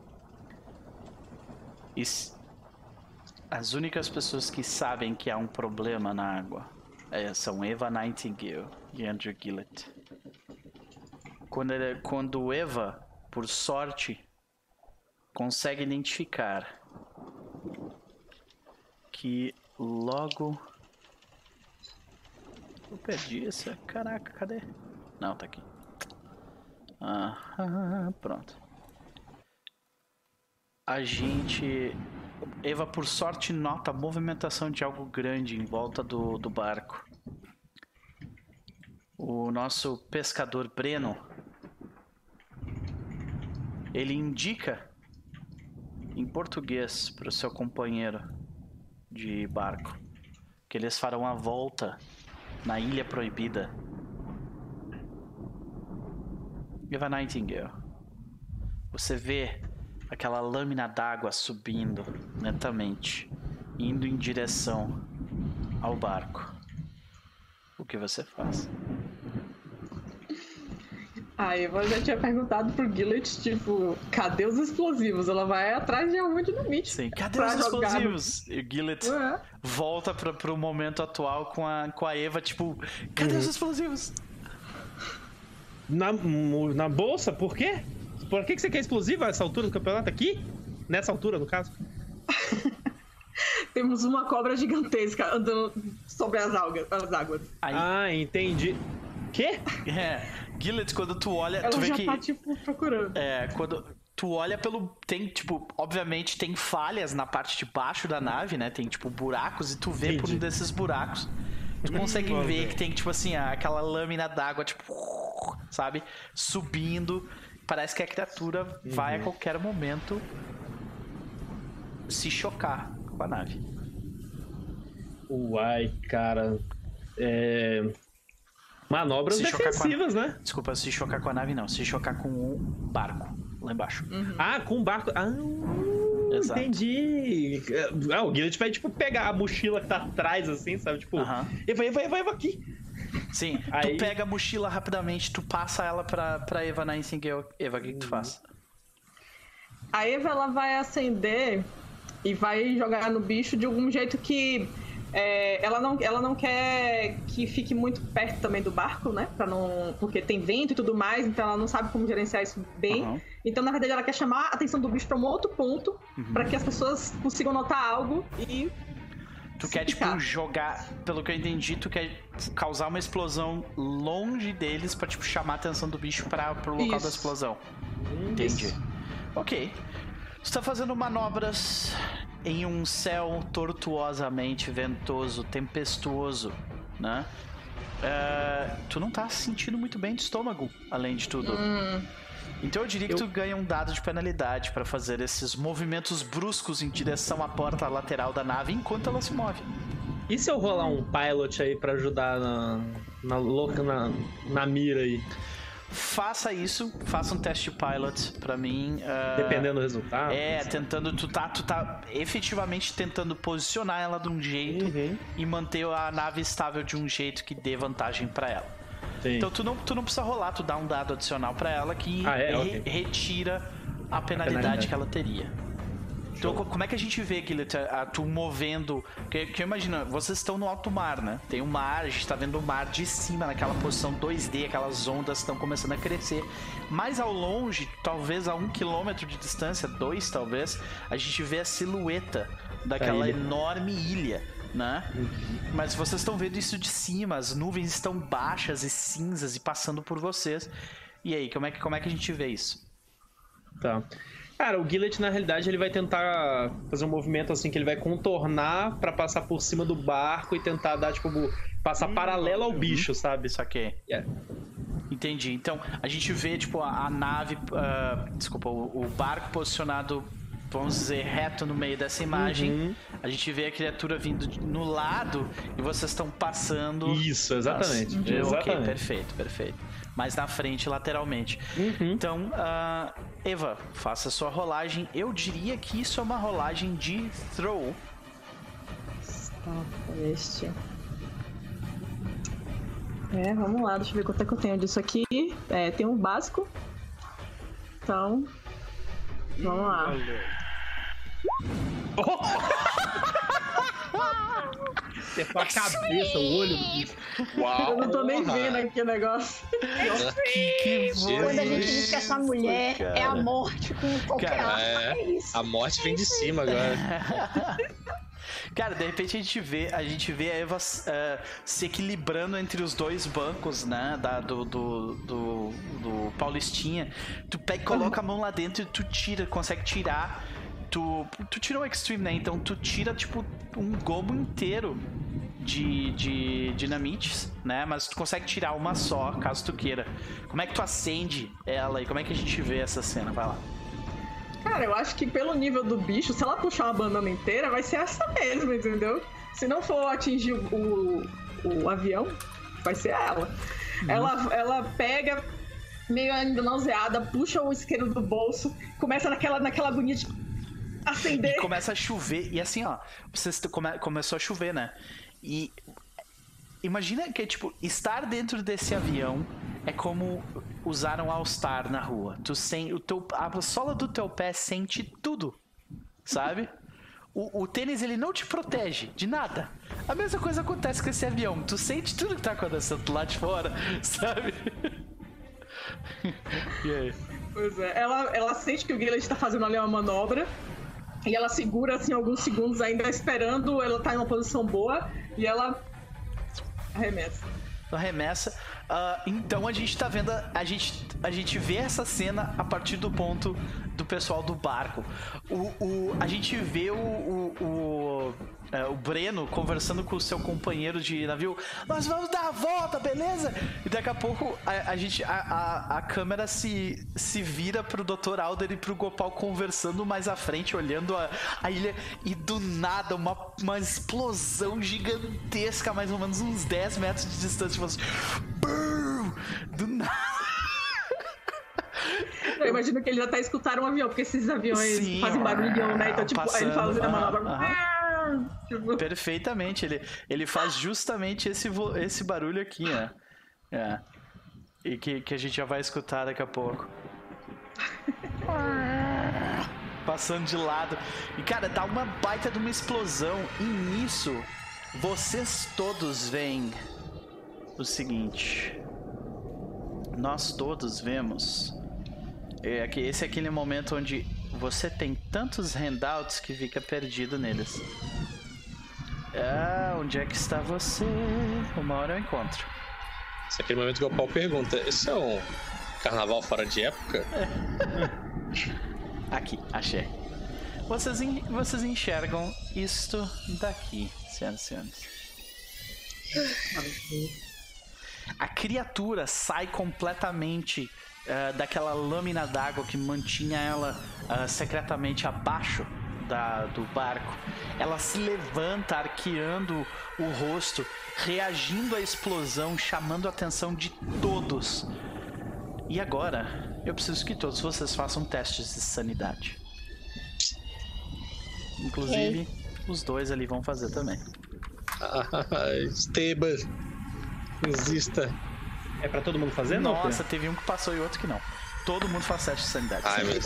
E as únicas pessoas que sabem que há um problema na água são Eva Nightingale e Andrew Gillet. Quando, ele, quando Eva, por sorte, consegue identificar que logo... Eu perdi essa... Caraca, cadê? Não, tá aqui. Ah, pronto. A gente... Eva, por sorte, nota a movimentação de algo grande em volta do, do barco. O nosso pescador Breno, ele indica em português para o seu companheiro de barco que eles farão a volta na Ilha Proibida. Eva Nightingale, você vê aquela lâmina d'água subindo lentamente, indo em direção ao barco. O que você faz? A Eva já tinha perguntado pro Gillet, tipo, cadê os explosivos? Ela vai atrás de algum dinamite. Sim, cadê os explosivos? E o Gillet Ué. volta pra, pro momento atual com a, com a Eva, tipo, cadê uhum. os explosivos? Na, na bolsa? Por quê? Por que, que você quer explosivo a essa altura do campeonato aqui? Nessa altura, no caso? Temos uma cobra gigantesca andando sobre as, algas, as águas. Aí, Ah, entendi. Quê? é, Gillet, quando tu olha, Ela tu vê já que... tá, tipo, procurando. É, quando tu olha pelo... Tem, tipo, obviamente tem falhas na parte de baixo da nave, né? Tem, tipo, buracos e tu vê por Entendi. um desses buracos. Tu consegue Vamos ver ver. que tem, tipo assim, aquela lâmina d'água, tipo... Sabe? Subindo. Parece que a criatura vai a qualquer momento se chocar com a nave. Uai, cara. É... Manobras Se chocar com a- defensivas, né? Desculpa, se chocar com a nave não. Se chocar com um barco lá embaixo. Ah, com um barco. Ah, Exato. entendi. Ah, o Gillet vai, tipo, pegar a mochila que tá atrás, assim, sabe? Tipo, Aham. Eva, Eva, Eva, Eva aqui. Sim, Aí- tu pega a mochila rapidamente, tu passa ela pra, pra Eva Nightingale. Eva, o que, que tu faz? A Eva, ela vai acender e vai jogar no bicho de algum jeito que é, ela, não, ela não quer que fique muito perto também do barco, né? Pra não, porque tem vento e tudo mais, então ela não sabe como gerenciar isso bem. Aham. Então, na verdade, ela quer chamar a atenção do bicho pra um outro ponto, pra que as pessoas consigam notar algo e... Tu se quer, tipo, picar. jogar, pelo que eu entendi, tu quer causar uma explosão longe deles pra, tipo, chamar a atenção do bicho pra, pro local Isso. da explosão. Entendi. Isso. Ok. Tu tá fazendo manobras em um céu tortuosamente ventoso, tempestuoso, né? É, tu não tá se sentindo muito bem de estômago, além de tudo. Hum, Então eu diria que Eu- tu ganha um dado de penalidade pra fazer esses movimentos bruscos em direção à porta lateral da nave enquanto ela se move. E se eu rolar um pilot aí pra ajudar na, na louca, na, na mira aí? Faça isso, faça um teste de pilot pra mim. ah, Dependendo do resultado. É, tentando, tu tá, tu tá efetivamente tentando posicionar ela de um jeito Uhum. e manter a nave estável de um jeito que dê vantagem pra ela. Sim. Então tu não, tu não precisa rolar, tu dá um dado adicional pra ela que Ah, é? re- Ok. retira a penalidade, penalidade. que ela teria. Então, co- como é que a gente vê, Gillet, a- a- tu movendo... Porque, porque imagina, vocês estão no alto mar, né? Tem um mar, a gente tá vendo o mar de cima, naquela posição dois D, aquelas ondas estão começando a crescer. Mais ao longe, talvez a um quilômetro de distância, dois talvez, a gente vê a silhueta daquela ilha. enorme ilha, né? Mas vocês estão vendo isso de cima, as nuvens estão baixas e cinzas e passando por vocês. E aí, como é que, como é que a gente vê isso? Tá. Cara, o Gillet, na realidade, ele vai tentar fazer um movimento assim que ele vai contornar pra passar por cima do barco e tentar dar, tipo, passar paralelo ao bicho, sabe? Isso aqui. Yeah. Entendi. Então, a gente vê, tipo, a, a nave... ah, desculpa, o, o barco posicionado, vamos dizer, reto no meio dessa imagem. Uhum. A gente vê a criatura vindo de- no lado e vocês estão passando... Isso, exatamente. Nossa, Exatamente. Ok, perfeito, perfeito. Mais na frente, lateralmente. Uhum. Então, ah, Eva, faça a sua rolagem. Eu diria que isso é uma rolagem de throw. Tá, este. É, vamos lá, deixa eu ver quanto é que eu tenho disso aqui. É, tem um básico. Então. Vamos lá. Acertou a cabeça, o olho do bicho. Uau! Eu não tô nem porra. vendo aqui o negócio. Que, que Quando a gente Jesus. diz que essa mulher cara. é a morte com qualquer Cara, arma, é. é isso. A morte vem de cima agora. Cara, de repente a gente vê, a gente vê a Eva eh, se equilibrando entre os dois bancos, né? Da, do, do, do, do Paulistinha. Tu pega e coloca a mão lá dentro e tu tira, consegue tirar. Tu, tu tirou o Extreme, né? Então tu tira, tipo, um gobo inteiro de, de dinamites, né? Mas tu consegue tirar uma só, caso tu queira. Como é que tu acende ela e como é que a gente vê essa cena? Vai lá. Cara, eu acho que pelo nível do bicho, se ela puxar uma banana inteira, vai ser essa mesmo, entendeu? Se não for atingir o, o avião, vai ser ela. Ela, ela pega, meio ainda nauseada, puxa o isqueiro do bolso, começa naquela, naquela agonia de acender. E começa a chover, e assim, ó, vocês come, começou a chover, né? E imagina que, tipo, estar dentro desse avião é como usar um All-Star na rua. Tu sem, o teu, a sola do teu pé sente tudo, sabe? O, o tênis, ele não te protege de nada. A mesma coisa acontece com esse avião. Tu sente tudo que tá acontecendo lá de fora, sabe? E aí? Pois é, ela, ela sente que o Gillet tá fazendo ali uma manobra e ela segura assim alguns segundos ainda esperando, ela tá em uma posição boa e ela arremessa. Arremessa. Uh, então a gente tá vendo. A gente, a gente vê essa cena a partir do ponto do pessoal do barco. O, o, a gente vê o, o, o, é, o Breno conversando com o seu companheiro de navio. Nós vamos dar a volta, beleza? E daqui a pouco a, a, gente, a, a, a câmera se, se vira pro doutor Alder e pro Gopal conversando mais à frente, olhando a, a ilha. E do nada, uma, uma explosão gigantesca, mais ou menos uns dez metros de distância. Tipo assim, do nada. Eu imagino que ele já tá escutando um avião, porque esses aviões Sim, fazem barulhão, né? Então, tipo, passando, aí ele faz a manobra. aham. Tipo... Perfeitamente, ele, ele faz justamente esse, vo, esse barulho aqui, né? É. E que, que a gente já vai escutar daqui a pouco. Passando de lado. E, cara, dá uma baita de uma explosão. E nisso, vocês todos veem o seguinte. Nós todos vemos. É, que esse é aquele momento onde você tem tantos handouts que fica perdido neles. Ah, onde é que está você? Uma hora eu encontro. Esse é aquele momento que o Paul pergunta: esse é um carnaval fora de época? Aqui, achei. Vocês, en vocês enxergam isto daqui, senhoras e senhores. A criatura sai completamente uh, daquela lâmina d'água que mantinha ela uh, secretamente abaixo da, do barco. Ela se levanta, arqueando o rosto, reagindo à explosão, chamando a atenção de todos. E agora, eu preciso que todos vocês façam testes de sanidade. Inclusive, okay. Os dois ali vão fazer também. Ah, Esteban, exista. É pra todo mundo fazer, não? Nossa, teve um que passou e outro que não. Todo mundo faz teste de sanidade. Ai, meu Deus.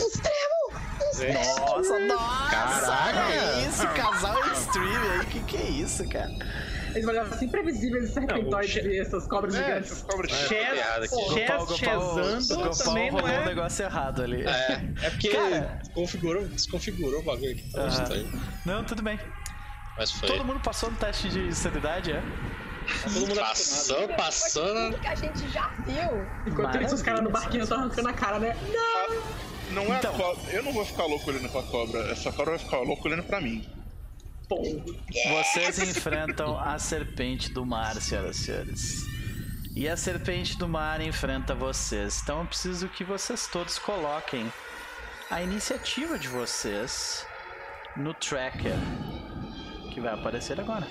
Nossa, nossa! Caraca! Que isso, casal extreme aí, que que é isso, cara? Eles olham assim, imprevisíveis, serpentóides e essas cobras É, gigantes. essas cobras É, gigantes. Chesando O também Gopal não rolou um é... negócio errado ali. É, é porque Cara... desconfigurou, desconfigurou o bagulho aqui. Tá Aham. estranho. Não, tudo bem. Mas foi. Todo mundo passou no teste de sanidade, é? Todo mundo passou, passou. né? Tudo que a gente já viu. Enquanto isso, os caras no barquinho estão arrancando a cara, né? Não é Então. a cobra. Eu não vou ficar louco olhando pra cobra. Essa cobra vai ficar louco olhando pra mim. Vocês enfrentam a serpente do mar, senhoras e senhores. E a serpente do mar enfrenta vocês. Então eu preciso que vocês todos coloquem a iniciativa de vocês no tracker, que vai aparecer agora.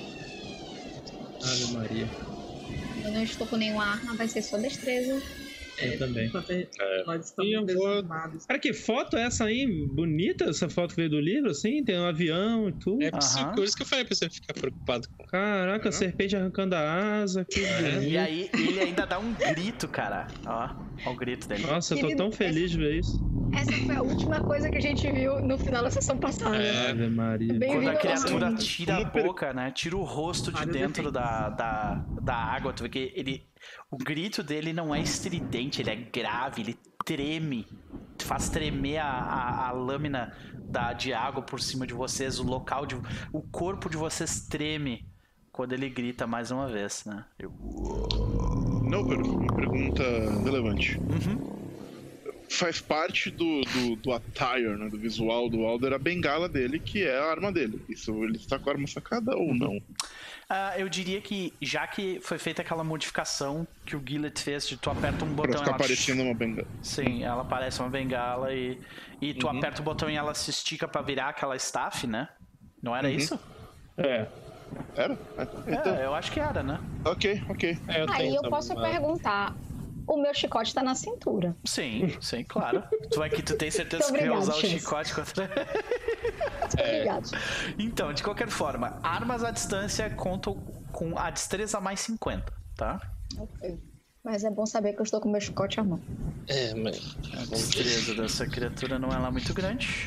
Ave Maria. Eu não estou com nenhuma arma, vai ser só destreza. Eu também. É. Nós estamos E eu vou- desarmados. Cara, que foto é essa aí? Bonita essa foto que veio do livro, assim? Tem um avião e tudo. É por isso- Aham. por isso que eu falei pra você ficar preocupado com. Caraca, a serpente arrancando a asa. Que bonito. E aí ele ainda dá um grito, cara. Ó, ó o grito dele. Nossa, eu tô tão feliz de ver isso. Essa foi a última coisa que a gente viu no final da sessão passada. É. Ave Maria. Bem- Quando a Bem-vindo ao criatura mundo. tira a boca, né? Tira o rosto de Vários dentro efeitos. da, da, da água, tu vê que ele. O grito dele não é estridente, ele é grave, ele treme. Faz tremer a, a, a lâmina da, de água por cima de vocês, o local de. O corpo de vocês treme quando ele grita mais uma vez, né? Eu... Não, Pedro, uma pergunta relevante. Uhum. Faz parte do, do, do attire, né, do visual do Alder, a bengala dele, que é a arma dele. Isso ele está com a arma sacada ou não? Ah, eu diria que, já que foi feita aquela modificação que o Gillet fez, de tu aperta um Pra botão e ficar ela... parecendo uma bengala. Sim, ela parece uma bengala e, e tu Uhum. aperta o botão e ela se estica pra virar aquela staff, né? Não era Uhum. isso? É. Era? Ah, Então, É, eu acho que era, né? ok, ok. É, eu Aí tenho eu também, posso mas- perguntar. O meu chicote tá na cintura. Sim, sim, claro. Tu vai que tu tem certeza Muito que vai obrigado, usar o Chance. chicote contra... Obrigado. Então, de qualquer forma, armas à distância contam com a destreza mais cinquenta, tá? Ok. Mas é bom saber que eu estou com o meu chicote à mão. É, mas. A destreza dessa criatura não é lá muito grande.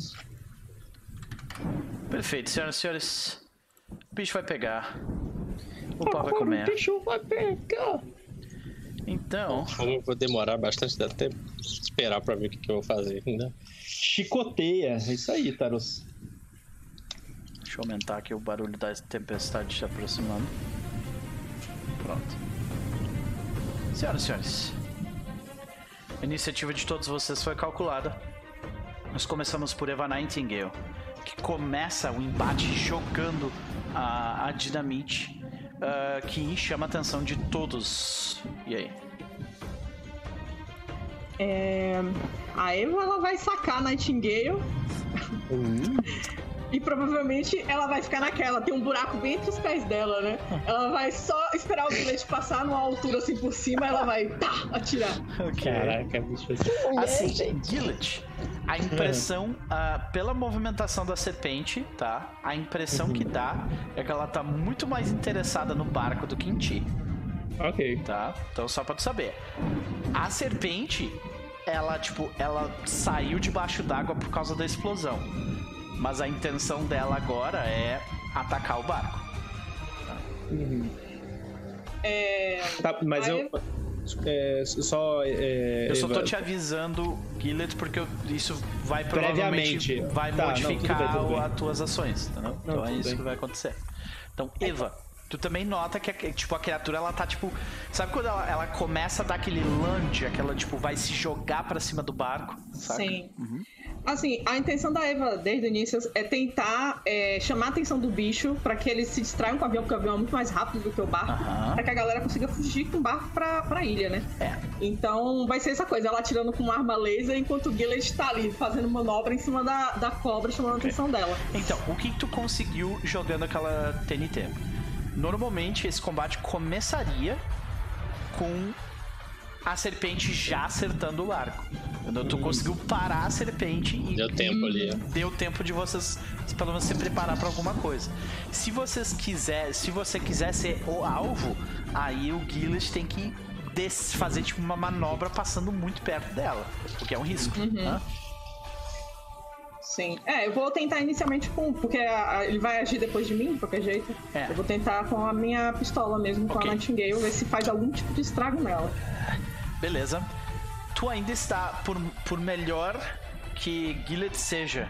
Perfeito, senhoras e senhores. O bicho vai pegar. O pau vai comer. O bicho vai pegar. Então... Eu vou demorar bastante tempo esperar pra ver o que, que eu vou fazer ainda. Chicoteia. É isso aí, Taros. Deixa eu aumentar aqui o barulho da tempestade se aproximando. Pronto. Senhoras e senhores, a iniciativa de todos vocês foi calculada. Nós começamos por Eva Nightingale, que começa o embate jogando a, a dinamite, uh, que chama a atenção de todos. E aí? É... A Eva ela vai sacar a Nightingale. Uhum. E provavelmente ela vai ficar naquela, tem um buraco bem entre os pés dela, né? Ela vai só esperar o bilhete passar numa altura assim por cima, ela vai tá, atirar. Okay. Caraca, bicho. Assim, Gillet, a impressão, uh, pela movimentação da serpente, tá? A impressão uhum. que dá é que ela tá muito mais interessada no barco do que em ti. Ok. Tá? Então só pra tu saber. A serpente, ela, tipo, ela saiu debaixo d'água por causa da explosão. Mas a intenção dela agora é atacar o barco. Uhum. É... Tá, mas eu... É, só... É, eu só tô Eva... te avisando, Gillet, porque eu, isso vai provavelmente... Vai tá, modificar não, tudo bem, tudo bem. as tuas ações, entendeu? Não, então é isso bem. que vai acontecer. Então, Eva... Tu também nota que tipo, a criatura, ela tá, tipo... Sabe quando ela, ela começa a dar aquele lunge, aquela, tipo, vai se jogar pra cima do barco? Saca? Sim. Uhum. Assim, a intenção da Eva, desde o início, é tentar é, chamar a atenção do bicho pra que eles se distraiam com o avião, porque o avião é muito mais rápido do que o barco, uhum. pra que a galera consiga fugir com o barco pra, pra ilha, né? É. Então, vai ser essa coisa, ela atirando com uma arma laser, enquanto o Gillet tá ali, fazendo manobra em cima da, da cobra, chamando okay. a atenção dela. Então, o que tu conseguiu jogando aquela T N T? Normalmente esse combate começaria com a serpente já acertando o barco. Entendeu? Tu conseguiu parar a serpente e deu tempo ali. Deu tempo de vocês pelo menos se preparar para alguma coisa. Se vocês quiser, se você quiser ser o alvo, aí o Gillet tem que des- fazer tipo uma manobra passando muito perto dela, porque é um risco. Uhum. Né? Sim. É, eu vou tentar inicialmente com... Porque a, a, ele vai agir depois de mim, de qualquer jeito. É. Eu vou tentar com a minha pistola mesmo, com okay. a Nightingale, ver se faz algum tipo de estrago nela. Beleza. Tu ainda está, por, por melhor que Gillet seja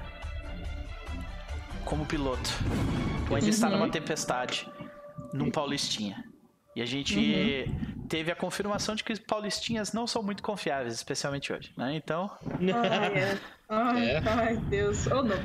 como piloto, tu ainda uhum. está numa tempestade, num Paulistinha. E a gente uhum. teve a confirmação de que os paulistinhas não são muito confiáveis, especialmente hoje, né? Então... Ai, é. Ai, é. ai Deus. Oh, não.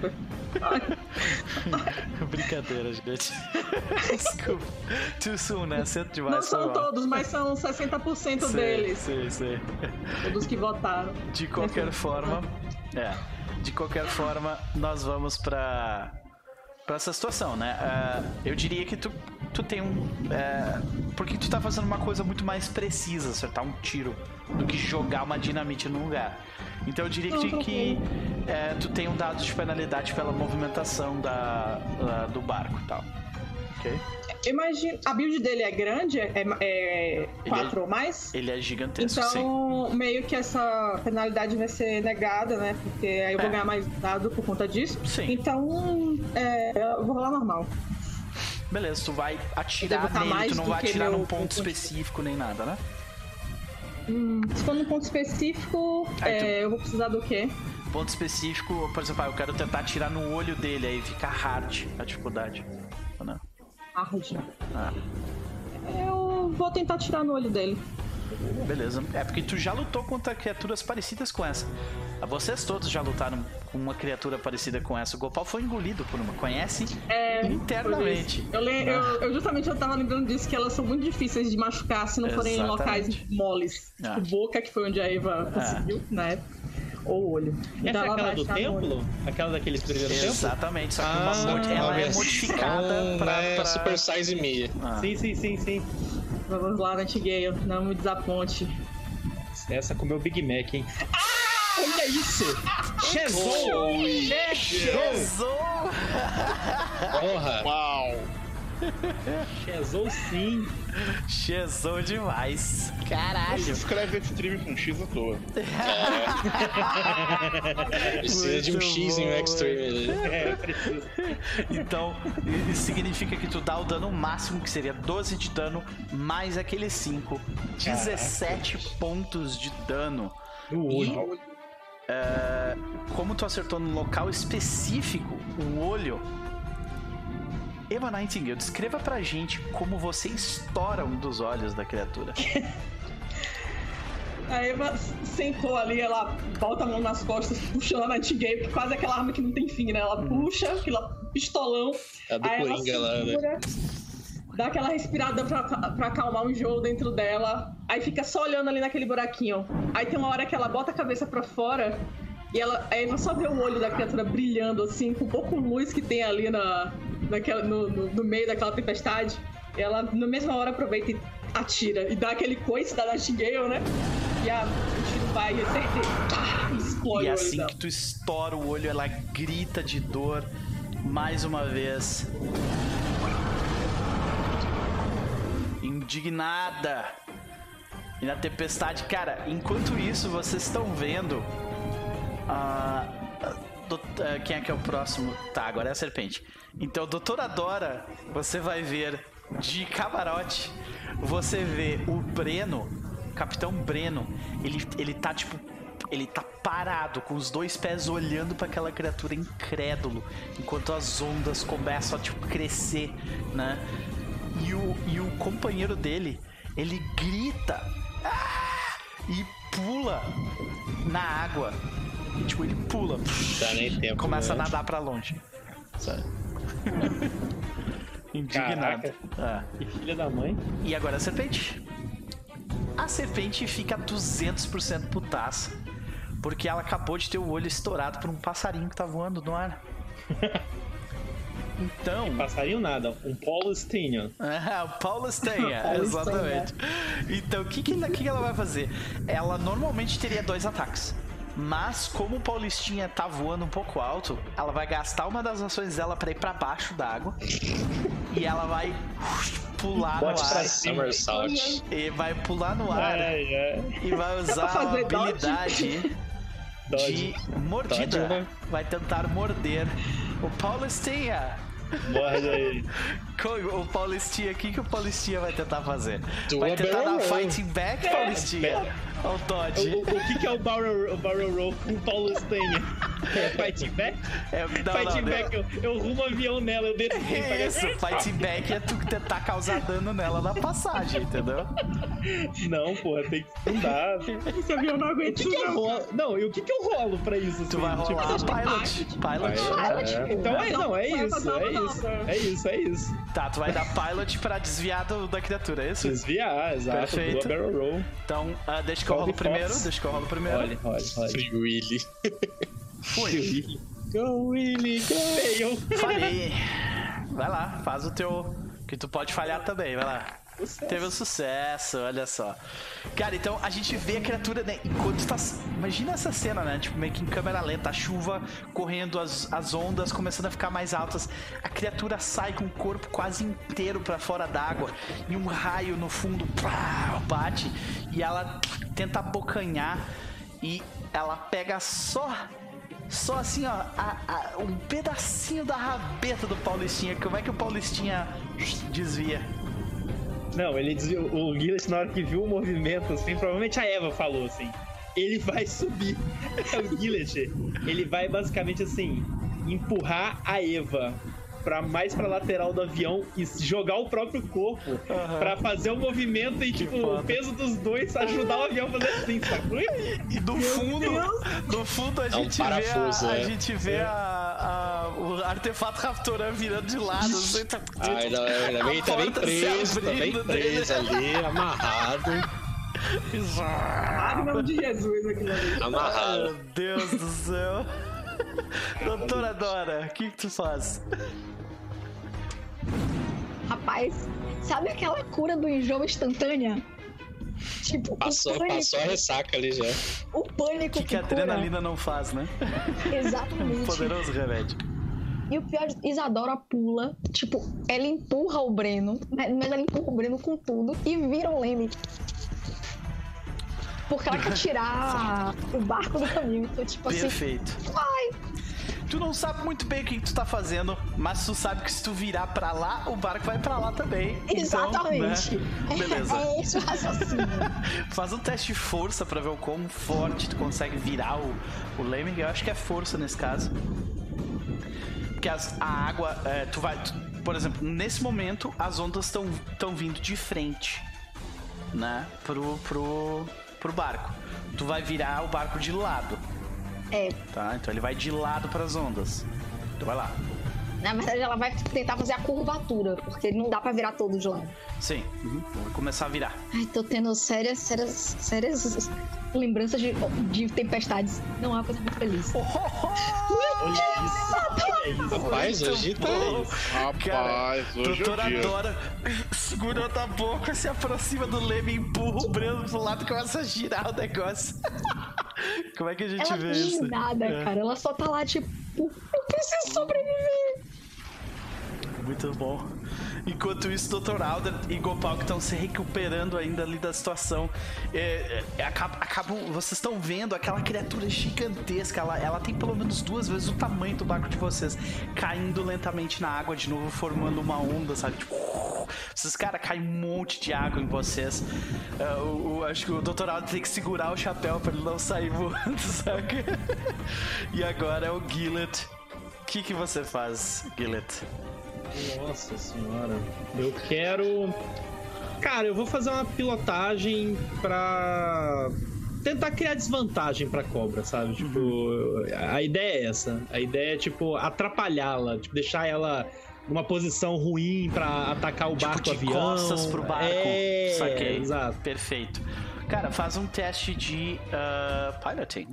Brincadeira, gente. Desculpa. Too soon, né? Cedo demais. Não são todos, mas são sessenta por cento sei, deles. Sim, sim. Todos que votaram. De qualquer forma... É. De qualquer forma, nós vamos pra... pra essa situação, né? Uh, eu diria que tu, tu tem um... Uh, porque tu tá fazendo uma coisa muito mais precisa, acertar um tiro, do que jogar uma dinamite num lugar. Então eu diria que, que uh, tu tem um dado de penalidade pela movimentação da, uh, do barco e tal. Ok? Imagina, a build dele é grande? É, é quatro é, ou mais? Ele é gigantesco, então, sim. meio que essa penalidade vai ser negada, né? Porque aí eu vou é. ganhar mais dado por conta disso. Sim. Então, é, eu vou rolar normal. Beleza, tu vai atirar nele, tu não vai atirar num ponto específico nem nada, né? Hum, se for num ponto específico, aí, é, tu... eu vou precisar do quê? Ponto específico, por exemplo, eu quero tentar atirar no olho dele, aí fica hard a dificuldade. Não? Hard. Ah. Eu vou tentar atirar no olho dele. Beleza. É porque tu já lutou contra criaturas parecidas com essa. Vocês todos já lutaram com uma criatura parecida com essa. O Gopal foi engolido por uma. Conhece é, internamente. Eu, le- eu, eu justamente eu tava lembrando disso, que elas são muito difíceis de machucar se não forem em locais moles. Ah. Tipo boca, que foi onde a Eva conseguiu, ah. na época. Ou olho. Essa então, é aquela do templo? Aquela daqueles primeiro templo? Exatamente, só que ah, uma, ela é modificada ah, pra, é pra... Super Size Me. Ah. Sim, sim, sim, sim. Vamos lá, Nightingale, não me desaponte. Essa comeu Big Mac, hein? Ah, olha isso! Chezou! Chezou! Porra! Uau! Chezou sim! Xzão demais. Você Caralho. escreve Extreme com X à toa. Precisa de um Muito X em bom, um Extreme. É, preciso. Então, isso significa que tu dá o dano máximo, que seria doze de dano, mais aquele cinco. dezessete pontos de dano. No olho. É, como tu acertou no local específico, o olho. Eva Nightingale, descreva pra gente como você estoura um dos olhos da criatura. A Eva sentou ali, ela bota a mão nas costas, puxando a Nightingale, que quase é aquela arma que não tem fim, né? Ela puxa, aquela pistolão. A do aí ela Coringa lá, né? segura, dá aquela respirada pra, pra acalmar o enjoo dentro dela. Aí fica só olhando ali naquele buraquinho. Aí tem uma hora que ela bota a cabeça pra fora e ela, a Eva só vê o olho da criatura brilhando, assim, com pouco luz que tem ali na, naquela, no, no, no meio daquela tempestade. E ela, na mesma hora, aproveita e atira. E dá aquele coice da Nightingale, né? E a, o tiro vai e pá, explode E o olho assim dela. que tu estoura o olho, ela grita de dor mais uma vez. Indignada. E na tempestade, cara, enquanto isso, vocês estão vendo. ah, do- ah, quem é que é o próximo? Tá, agora é a serpente. Então, doutora Dora, você vai ver de camarote. Você vê o Breno, Capitão Breno. Ele, ele tá tipo. Ele tá parado, com os dois pés olhando pra aquela criatura incrédulo, enquanto as ondas começam a tipo, crescer, né? E o, e o companheiro dele, ele grita "Ah!" e pula na água. E, tipo, ele pula. Dá nem tempo, começa né? a nadar pra longe. Sabe? Indignado. Ah. Que filha da mãe. E agora a serpente. A serpente fica duzentos por cento putaça, porque ela acabou de ter o olho estourado por um passarinho que tá voando no ar. Então... Passarinho nada, um Paulistinian. Ah, o Paulo Stenha, Paulo exatamente. Então, o que, que, ela- que que ela vai fazer? Ela normalmente teria dois ataques. Mas, como o Paulistinha tá voando um pouco alto, ela vai gastar uma das ações dela pra ir pra baixo d'água. E ela vai pular Bote no pra ar. cima. Somersault. E vai pular no ar. Ai, ai. E vai usar a fazer habilidade Dodge. de mordida. Dodge, né? Vai tentar morder o Paulistinha. Morde aí. Co- O Paulistinha, o que, que o Paulistinha vai tentar fazer? Tua Vai tentar barrel dar roll. fighting back, Paulistinha? Olha o O, Dodge. o, o que, que é o barrel, o barrel roll com o Paulistinian? É fighting back? É, não, Fighting não, back, eu, eu rumo um avião nela, eu desço. É isso, fighting back é tu tentar causar dano nela na passagem, entendeu? Não, porra, tem que. Não dá. Esse avião não O aguenta que, que isso, eu não. rolo? Não, e o que, que eu rolo pra isso? Tu assim? vai Tipo, rolar pilot. Pilot. É. Então é, não, é Vai isso, fazer é uma isso. manobra. É isso, é isso. Tá, tu vai dar pilot pra desviar do- da criatura, é isso? Desviar, exato. Perfeito. Boa barrel roll. Então, ah, deixa que eu rolo Sobe primeiro, Fox. deixa que eu rolo primeiro. Olha, olha, olha. Free Willy. Fui. Go, Willy, go! Feio. Falhei. Vai lá, faz o teu. Que tu pode falhar também, vai lá. Teve um sucesso, olha só. Cara, então a gente vê a criatura, né? Enquanto tá. Imagina essa cena, né? Tipo, meio que em câmera lenta, a chuva correndo, as, as ondas começando a ficar mais altas. A criatura sai com o corpo quase inteiro pra fora d'água. E um raio no fundo pá, bate. E ela tenta abocanhar. E ela pega só. Só assim, ó, a- a- um pedacinho da rabeta do Paulistinha. Como é que o Paulistinha desvia? Não, ele desviou. O Gillet, na hora que viu o movimento, assim, provavelmente a Eva falou assim: ele vai subir. O Gillet, ele vai basicamente assim, empurrar a Eva pra mais pra lateral do avião e jogar o próprio corpo Aham. pra fazer o movimento e, tipo, foda. o peso dos dois ajudar o avião a fazer assim, sabe? E do fundo, do fundo a um gente vê, parafuso, a, a é. gente vê a, a- o artefato Raptoran virando de lado. Assim, tá- Ai, não, ainda bem, tá bem porta se preso, tá bem abrindo preso ali, amarrado. Ah, em nome de Jesus aquilo ali. Ai, Amarrado. meu Deus do céu. Doutora Dora, o que, que tu faz? Rapaz, sabe aquela cura do enjoo instantânea? Tipo, Passou, o pânico, passou a ressaca ali já. o pânico O que, que a cura. adrenalina não faz, né? Exatamente. Um poderoso remédio. E o pior, Isadora pula, tipo, ela empurra o Breno, mas ela empurra o Breno com tudo e vira o Leme. Porque ela quer tirar o barco do caminho. Então, tipo assim. Perfeito. Ai. Tu não sabe muito bem o que tu tá fazendo, mas tu sabe que se tu virar pra lá, o barco vai pra lá também. Exatamente. Então, né? Beleza. É esse o raciocínio. Faz um teste de força pra ver o quão forte tu consegue virar o, o Lemming. Eu acho que é força nesse caso. Porque as, a água, é, tu vai... Tu, por exemplo, nesse momento, as ondas estão estão vindo de frente, né? Pro, pro, pro barco. Tu vai virar o barco de lado. É. Tá, então ele vai de lado pras ondas. Então vai lá. Na verdade, ela vai tentar fazer a curvatura, porque não dá pra virar todo de lado. Sim, uhum. Vou começar a virar. Ai, tô tendo sérias, sérias, sérias lembranças de, de tempestades. Não é uma coisa muito feliz. Oh, oh, oh! Olha isso, olha isso. Rapaz, hoje tá Rapaz, hoje doutora é o dia. Dora segurando a boca, se aproxima do Leme, empurra o Breno pro lado e começa a girar o negócio. Como é que a gente ela vê não diz isso? nada, É. cara. Ela só tá lá, tipo, eu preciso sobreviver. Muito bom. Enquanto isso, doutor Alder e Gopal que estão se recuperando ainda ali da situação, é, é, acabam, acabam, vocês estão vendo aquela criatura gigantesca, ela, ela tem pelo menos duas vezes o tamanho do barco de vocês, caindo lentamente na água de novo, formando uma onda, sabe? Tipo, esses caras caem um monte de água em vocês. Uh, o, o, acho que o doutor Alder tem que segurar o chapéu pra ele não sair voando, saca? E agora é o Gillet. O que, que você faz, Gillet? Nossa senhora. Eu quero... Cara, eu vou fazer uma pilotagem pra tentar criar desvantagem pra cobra, sabe? Tipo, a ideia é essa. A ideia é, tipo, atrapalhá-la. Tipo, deixar ela numa posição ruim pra atacar o tipo, barco de avião. costas pro barco. É, Saquei. exato. Perfeito. Cara, faz um teste de uh, piloting.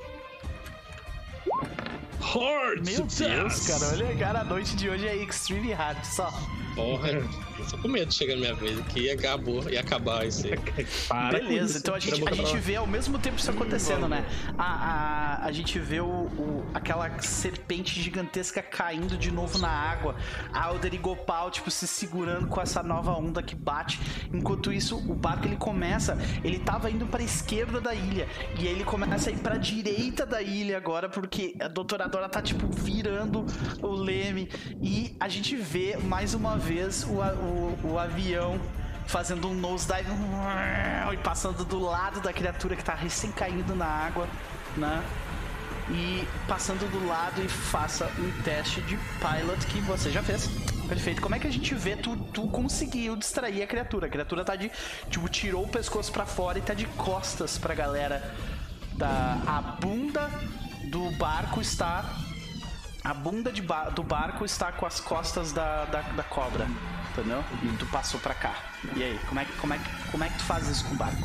Hard Meu success. Deus, cara. Olha, cara, a noite de hoje é extreme hard, só. Porra, eu tô com medo de chegar na minha vez aqui e acabou, e acabar isso aí. Para com Beleza, isso. então a Tira gente, a boca pra gente lá. vê ao mesmo tempo isso acontecendo, né? A, a, a gente vê o, o, aquela serpente gigantesca caindo de novo na água. A Alder e Gopal, tipo, se segurando com essa nova onda que bate. Enquanto isso, o barco, ele começa... Ele tava indo pra esquerda da ilha. E aí ele começa a ir pra direita da ilha agora, porque a doutora Dora tá, tipo, virando o leme. E a gente vê, mais uma vez, o, o, o avião fazendo um nosedive e passando do lado da criatura que tá recém caindo na água, né? E passando do lado, e faça um teste de pilot que você já fez. Perfeito. Como é que a gente vê tu, tu conseguiu distrair a criatura? A criatura tá de... Tipo, tirou o pescoço pra fora e tá de costas pra galera. Da, a bunda do barco está... A bunda de ba- do barco está com as costas da, da, da cobra, entendeu? E tu passou pra cá. E aí, como é, que- como, é, que- como é que tu faz isso com o barco?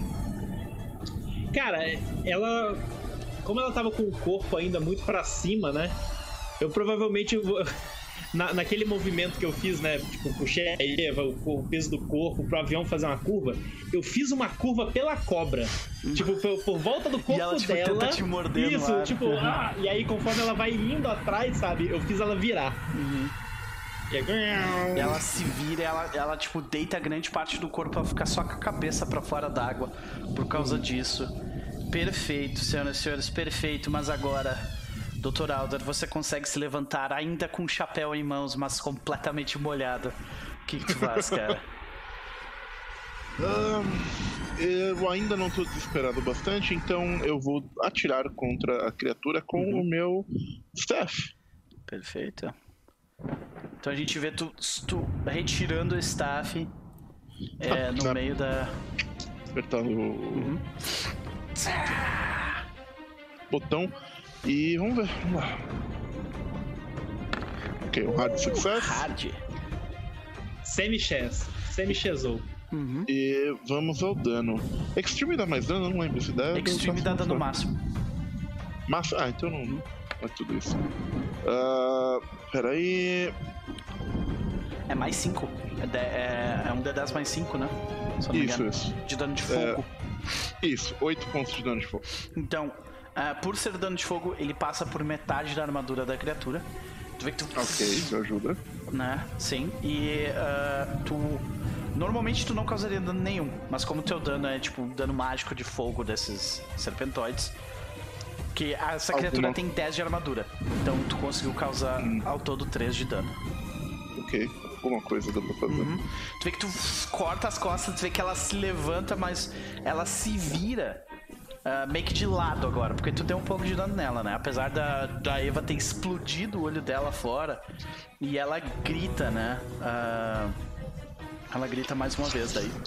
Cara, ela... Como ela tava com o corpo ainda muito pra cima, né? Eu provavelmente vou... Na, naquele movimento que eu fiz, né? Tipo, puxei a Eva, o, o peso do corpo pro avião fazer uma curva. Eu fiz uma curva pela cobra. Tipo, por, por volta do corpo E ela, tipo, dela. tenta te morder no Isso, ar. tipo, ah, e aí conforme ela vai indo atrás, sabe? Eu fiz ela virar. Uhum. E aí... Ela se vira, ela, ela tipo deita grande parte do corpo pra ficar só com a cabeça pra fora d'água por causa disso. Perfeito, senhoras e senhores, perfeito. Mas agora, doutor Alder, você consegue se levantar ainda com o chapéu em mãos, mas completamente molhado. O que, que tu faz, cara? Ah, eu ainda não tô desesperado bastante, então eu vou atirar contra a criatura com Uhum. o meu staff. Perfeito. Então a gente vê tu, tu retirando o staff é, no Tá. meio da... Apertando o Uhum. botão e vamos ver. Vamos lá. Ok, um hard success. Hard. Semi-chess. Semi-chessou. Uhum. E vamos ao dano. Extreme dá mais dano? Não lembro se dá. Extreme dá dano máximo. Massa? Ah, então não, não é tudo isso. Ah, peraí. É mais cinco. É, de- é, é um D dez mais cinco, né? Se eu não me Isso, engano. isso. De dano de fogo. Isso, oito pontos de dano de fogo. Então, ah, por ser dano de fogo, ele passa por metade da armadura da criatura. Tu vê que tu... Ok, isso ajuda. Né? Sim. E uh, tu... Normalmente tu não causaria dano nenhum, mas como teu dano é tipo dano mágico de fogo desses serpentoides, que essa criatura Alguma... tem dez de armadura, então tu conseguiu causar hum. ao todo três de dano. Ok, alguma coisa dá pra fazer. Uhum. Tu vê que tu corta as costas, tu vê que ela se levanta, mas ela se vira uh, meio que de lado agora, porque tu deu um pouco de dano nela, né? Apesar da, da Eva ter explodido o olho dela fora, e ela grita, né? Uh, ela grita mais uma vez daí.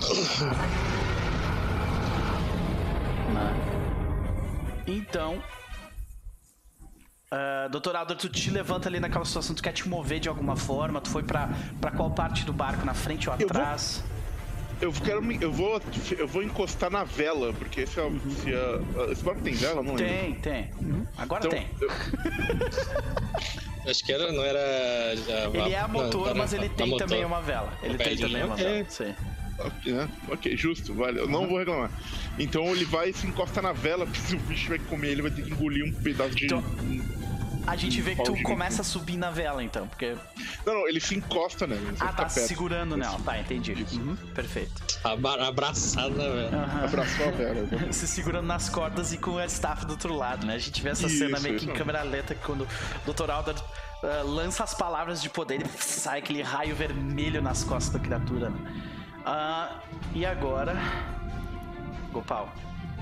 Então... Uh, doutor Aldor, tu te levanta ali naquela situação, tu quer te mover de alguma forma? Tu foi pra, pra qual parte do barco? Na frente ou atrás? Eu vou, eu quero me, eu vou, eu vou encostar na vela, porque esse, uhum. se a, esse barco tem vela, não tem, lembro. Tem, tem. Uhum. Agora então, tem. Eu... Acho que era, não era... Já, ele é a motor, não, mas ele tem motor. também uma vela. Ele tem também uma vela, sim. Ok, né? Ok, justo, vale. Eu não uhum. vou reclamar. Então ele vai se encosta na vela, porque se o bicho vai comer, ele vai ter que engolir um pedaço de... Então... A gente vê que tu começa a subir na vela, então, porque... Não, não, ele se encosta nela. Ele ah, tá perto. segurando nela. Tá, entendi. Uhum, perfeito. Abra abraçado na vela. Uhum. Abraçou a vela. Se segurando nas cordas e com o staff do outro lado, né? A gente vê essa isso, cena meio que em câmera lenta, quando o doutor Aldor uh, lança as palavras de poder e sai aquele raio vermelho nas costas da criatura. Né? Uh, e agora... Gopal.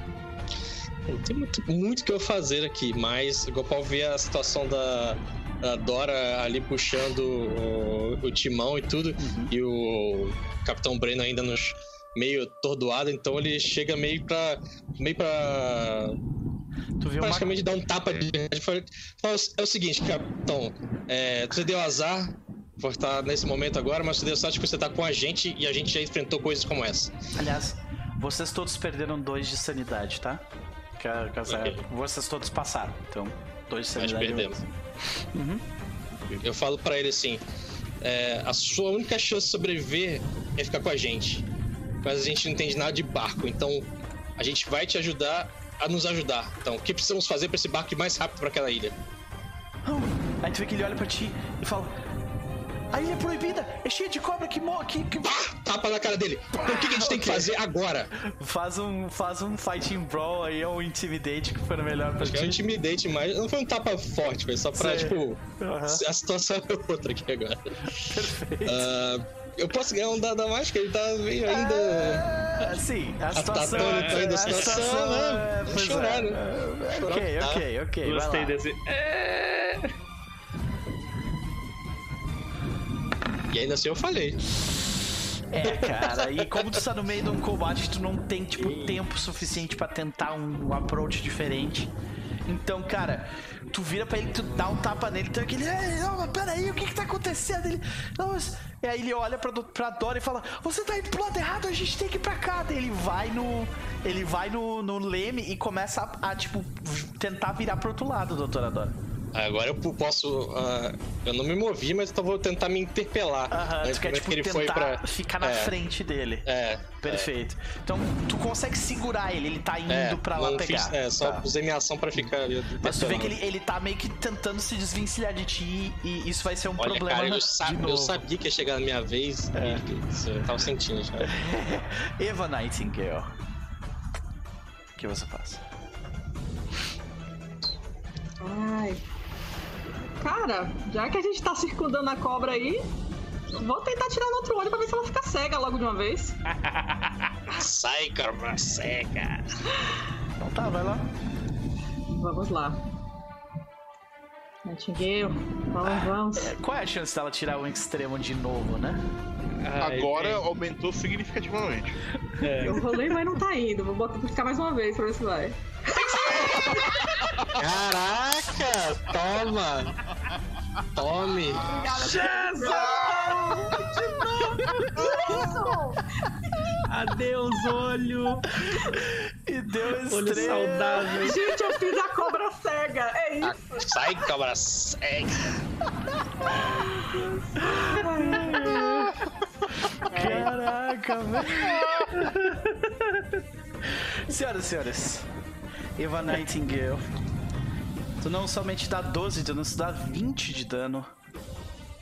Não tem muito, muito que eu fazer aqui, mas o Gopal vê a situação da, da Dora ali puxando o, o timão e tudo, uhum. e o Capitão Breno ainda nos meio atordoado, então ele chega meio pra... meio pra... Tu viu praticamente uma... dar um tapa de... Fala, é o seguinte, Capitão, é, você deu azar por estar nesse momento agora, mas você deu sorte que você tá com a gente e a gente já enfrentou coisas como essa. Aliás, vocês todos perderam dois de sanidade, tá? Que, que, okay. Vocês todos passaram, então dois de sanidade. Nós perdemos. Uhum. Eu falo pra ele assim, é, a sua única chance de sobreviver é ficar com a gente, mas a gente não entende nada de barco, então a gente vai te ajudar a nos ajudar. Então, o que precisamos fazer pra esse barco ir mais rápido pra aquela ilha? Oh, aí tu vê que ele olha pra ti e fala: a ilha é proibida, é cheia de cobra que morre. Que, que... Ah, tapa na cara dele. Então o que, que a gente okay. tem que fazer agora? Faz um, faz um fighting brawl aí, ou um intimidate que for melhor pra Acho ti. Que é um intimidate, mas não foi um tapa forte, foi só pra, Sim. tipo, uhum. a situação é outra aqui agora. Perfeito. Uh, eu posso ganhar um dado a mais, que ele tá meio ainda... Uh, sim, a situação... A tá ainda a situação, situação né? É, chorar, é. né? Ok, ok, ok. Gostei desse... E ainda assim eu falei. É, cara, e como tu tá no meio de um combate, tu não tem, tipo, tempo suficiente pra tentar um, um approach diferente. Então, cara, tu vira pra ele, tu dá um tapa nele, tu é aquele... Não, mas peraí, o que que tá acontecendo? Ele... Não, mas... E aí ele olha pra, pra Dora e fala: você tá indo pro lado errado, a gente tem que ir pra cá. Daí ele vai no... Ele vai no, no leme e começa a, a, tipo, tentar virar pro outro lado, doutora Dora. Agora eu posso... Uh, eu não me movi, mas então vou tentar me interpelar. Aham, uh-huh, tu quer, tipo, que ele tentar foi pra... ficar na é. frente dele. É. Perfeito. É. Então, tu consegue segurar ele, ele tá indo é, pra lá pegar. Fiz, é, só tá. usei minha ação pra ficar ali. Mas tu vê que ele, ele tá meio que tentando se desvencilhar de ti e isso vai ser um Olha, problema. Cara, eu, sabe, eu sabia que ia chegar na minha vez é. e isso, eu tava sentindo já. Eva Nightingale. O que você faz? Ai... Cara, já que a gente tá circundando a cobra aí, vou tentar tirar no outro olho pra ver se ela fica cega logo de uma vez. Sai, cobra cega. Então tá, vai lá. Vamos lá. Nightingale, vamos, vamos. É, qual é a chance dela tirar o extremo de novo, né? Agora aumentou significativamente. É. Eu rolei, mas não tá indo. Vou botar pra ficar mais uma vez pra ver se vai. Caraca! Toma! Tome! Jesus! Adeus, olho! E deu extremo! Olho saudável! Gente, eu fiz a cobra cega! É isso! Ah, sai, cobra cega! Caraca, velho! Senhoras e senhores, Eva Nightingale, tu não somente dá doze de dano, tu dá vinte de dano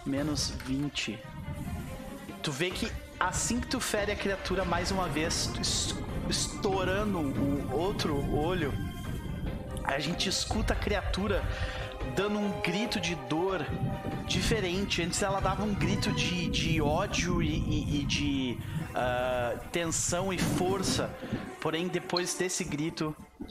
Menos vinte. Tu vê que assim que tu fere a criatura mais uma vez, estourando o outro olho, a gente escuta a criatura dando um grito de dor diferente. Antes ela dava um grito de, de ódio e, e, e de uh, tensão e força. Porém, depois desse grito...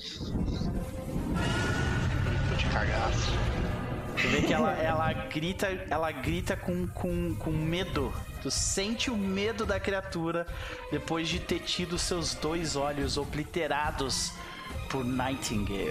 Grito de cagaço. Tu vê que ela, ela grita, ela grita com, com, com medo. Tu sente o medo da criatura depois de ter tido seus dois olhos obliterados por Nightingale.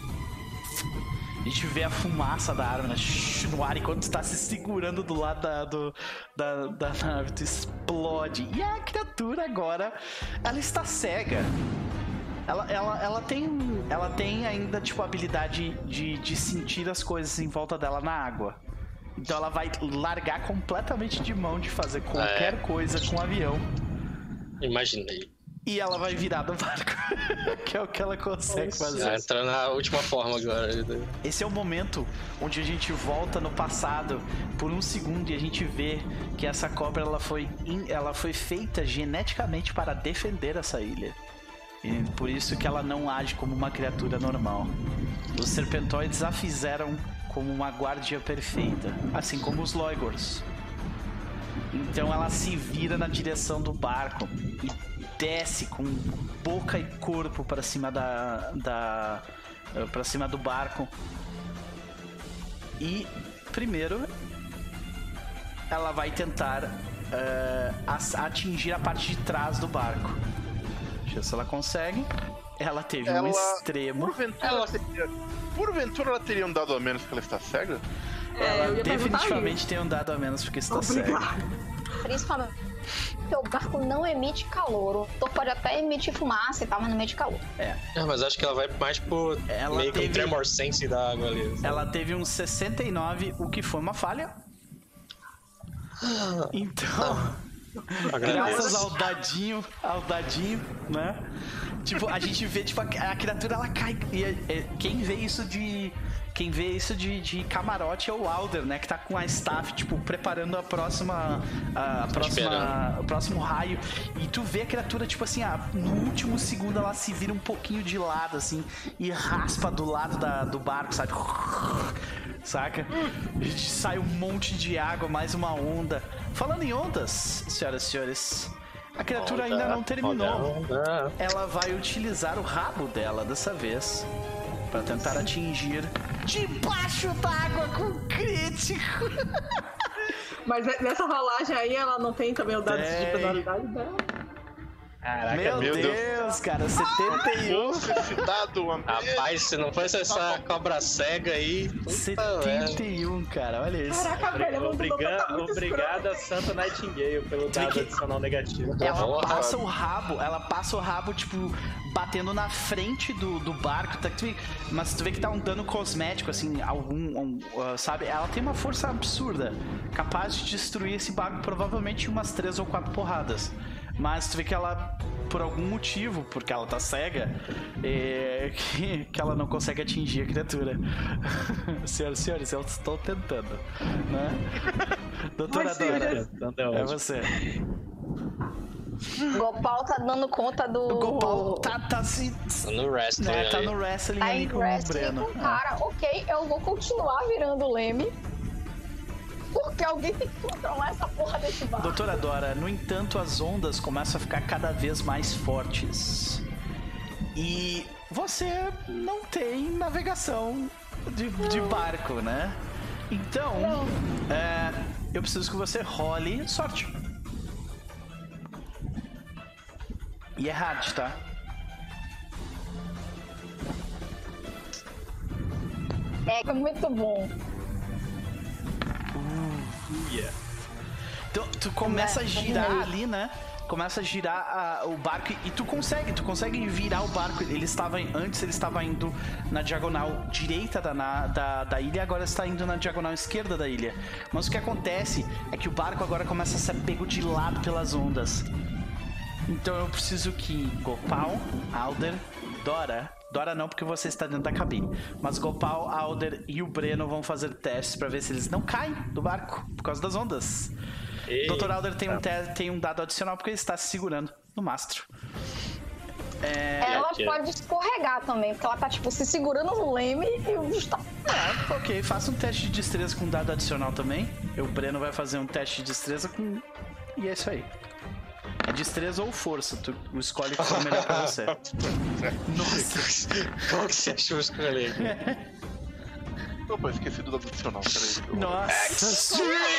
A gente vê a fumaça da arma no ar enquanto tu tá se segurando do lado da, do, da, da nave. Tu explode. E a criatura agora, ela está cega. Ela, ela, ela, tem, ela tem ainda, tipo, a habilidade de, de sentir as coisas em volta dela na água. Então ela vai largar completamente de mão de fazer qualquer é. coisa com o avião. Imaginei. E ela vai virar do barco. Que é o que ela consegue Nossa. fazer. Ela entra na última forma agora. Esse é o momento onde a gente volta no passado por um segundo e a gente vê que essa cobra ela foi, in, ela foi feita geneticamente para defender essa ilha. E por isso que ela não age como uma criatura normal. Os serpentoides a fizeram como uma guardia perfeita, assim como os Loigors. Então ela se vira na direção do barco e desce com boca e corpo para cima da, da para cima do barco. E primeiro ela vai tentar uh, atingir a parte de trás do barco. Deixa eu ver se ela consegue. Ela teve ela, um extremo. Porventura ela, teria, porventura ela teria um dado a menos porque ela está cega? Ela é, definitivamente tem um dado a menos porque está cega. Principalmente porque o barco não emite calor. O motor pode até emitir fumaça e tal, mas não emite calor. É. é. Mas acho que ela vai mais por ela meio teve, que um tremor sense da água ali. Sabe? Ela teve um sessenta e nove, o que foi uma falha. Então... Graças ao dadinho, ao dadinho, né? Tipo, a gente vê, tipo, a, a criatura, ela cai. E, e, quem vê isso de... Quem vê isso de, de camarote é o Alder, né? Que tá com a staff, tipo, preparando a próxima... A, a próxima... O próximo raio. E tu vê a criatura, tipo assim, ah, no último segundo ela se vira um pouquinho de lado, assim, e raspa do lado da, do barco, sabe? Saca? A gente sai um monte de água, mais uma onda. Falando em ondas, senhoras e senhores, a criatura onda, ainda não terminou. Onda. Ela vai utilizar o rabo dela dessa vez para tentar atingir debaixo d'água com crítico. Mas nessa rolagem aí ela não tem também o dado de penalidade dela? Caraca, meu, meu Deus, Deus, cara, setenta e um. Rapaz, se não fosse essa cobra cega aí. setenta e um, cara, olha isso. Caraca, velho, Obriga, tá Obrigada, Santa Nightingale, pelo dado que... adicional negativo. Ela passa o rabo, ela passa o rabo, tipo, batendo na frente do, do barco, tá? Mas tu vê que tá um dano cosmético, assim, algum, um, uh, sabe? Ela tem uma força absurda, capaz de destruir esse barco provavelmente em umas três ou quatro porradas. Mas tu vê que ela, por algum motivo, porque ela tá cega, é, que, que ela não consegue atingir a criatura. Senhoras e senhores, eu estou tentando, né? Doutora Dora, é você. O Gopal tá dando conta do... O Gopal tá, tá se... Tá no wrestling, né, tá no wrestling tá ali com wrestling o Breno. Com o cara, é. Ok, eu vou continuar virando o Leme. Porque alguém tem que controlar essa porra desse barco. Doutora Dora, no entanto, as ondas começam a ficar cada vez mais fortes. E você não tem navegação de, de barco, né? Então, é, eu preciso que você role sorte. E é hard, tá? É muito bom. Uh, yeah. Então, tu começa a girar ali, né? Começa a girar a, o barco e, e tu consegue, tu consegue virar o barco. Ele estava, antes ele estava indo na diagonal direita da, na, da, da ilha, agora está indo na diagonal esquerda da ilha. Mas o que acontece é que o barco agora começa a ser pego de lado pelas ondas. Então eu preciso que Gopal, Alder, Dora... Dora não, porque você está dentro da cabine. Mas Gopal, Alder e o Breno vão fazer testes pra ver se eles não caem do barco por causa das ondas. Ei, doutor Alder tem, tá. um te- tem um dado adicional porque ele está se segurando no mastro. É... Ela aqui, pode escorregar também, porque ela tá, tipo, se segurando no leme e o bicho tá... é, ok, faça um teste de destreza com dado adicional também. E o Breno vai fazer um teste de destreza com... E é isso aí. É destreza ou força, tu escolhe o que for melhor pra você. Nossa. Qual que você achou escolher? Opa, esqueci do dado adicional, peraí. Nossa.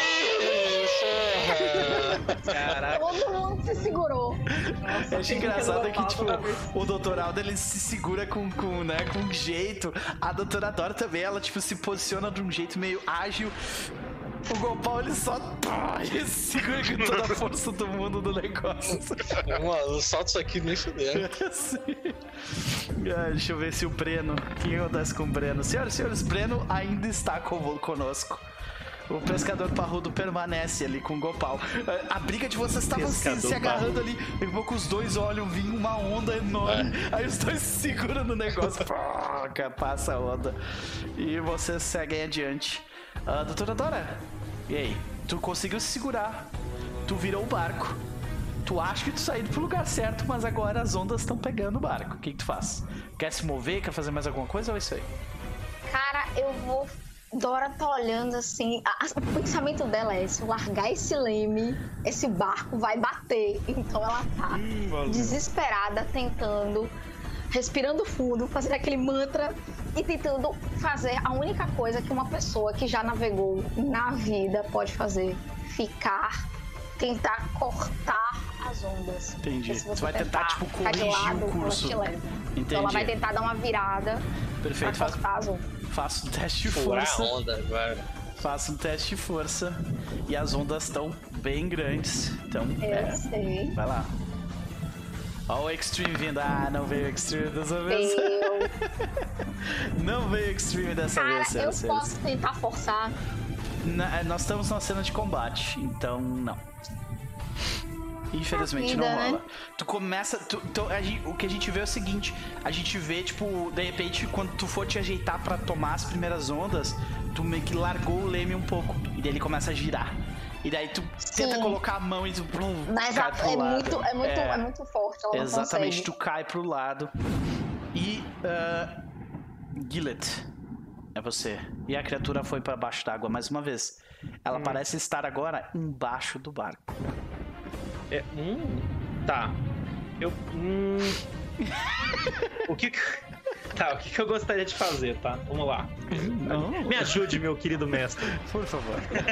Caraca. Todo mundo se segurou. Eu acho engraçado que, tipo, o doutor Alder, ele se segura com, com, né, com jeito. A doutora Dora também, ela, tipo, se posiciona de um jeito meio ágil. O Gopal, ele só pá, ele se segura com toda a força do mundo do negócio. Mano, não solta isso aqui nem fudendo. Sim. Ah, deixa eu ver se o Breno... O que acontece com o Breno? Senhoras e senhores, Breno ainda está com- conosco. O pescador parrudo permanece ali com o Gopal. A briga de vocês estava se, Pescador se agarrando parrudo. ali. Daqui a pouco os dois olham, vinha uma onda enorme. Aí os dois se seguram no negócio. Pá, passa a onda. E vocês seguem adiante. Ah, doutora Dora, e aí? Tu conseguiu se segurar. Tu virou o barco. Tu acha que tu saiu pro lugar certo, mas agora as ondas estão pegando o barco. O que, que tu faz? Quer se mover? Quer fazer mais alguma coisa ou é isso aí? Cara, eu vou... Dora tá olhando assim, a- a- o pensamento dela é: se eu largar esse leme, esse barco vai bater. Então ela tá desesperada, tentando, respirando fundo, fazendo aquele mantra e tentando fazer a única coisa que uma pessoa que já navegou na vida pode fazer: ficar, tentar cortar as ondas. Entendi. Porque se Você vai tentar, tipo, ficar de corrigir lado, o curso. ela te leva. Entendi. Então ela vai tentar dar uma virada Perfeito. pra Faz, cortar as ondas. faça um teste de Furar a força. onda agora. Faça um teste de força. E as ondas estão bem grandes. Então, Eu é, sei. vai lá. Ó o Extreme vindo. Ah, não veio o Extreme dessa vez. Eu... Não veio o Extreme dessa Cara, vez, eu senhoras e posso senhores. tentar forçar. Na- nós estamos numa cena de combate, então não. Infelizmente Vida, não né? rola. Tu começa. Tu, tu- a gente- o que a gente vê é o seguinte: a gente vê, tipo, de repente, quando tu for te ajeitar pra tomar as primeiras ondas, tu meio que largou o leme um pouco. E daí ele começa a girar. E daí tu tenta Sim. colocar a mão e tu blum, Mas cai a- pro é lado. muito, é, muito, É. é muito forte, ela Exatamente, não tu consegue. cai pro lado. E. Uh, Gillet, é você. E a criatura foi pra baixo d'água mais uma vez. Ela parece estar agora embaixo do barco. É, hum, tá. Eu. Hum, o que. que- Tá, o que, que eu gostaria de fazer, tá? Vamos lá. Não, Me ajude, meu querido mestre. por favor.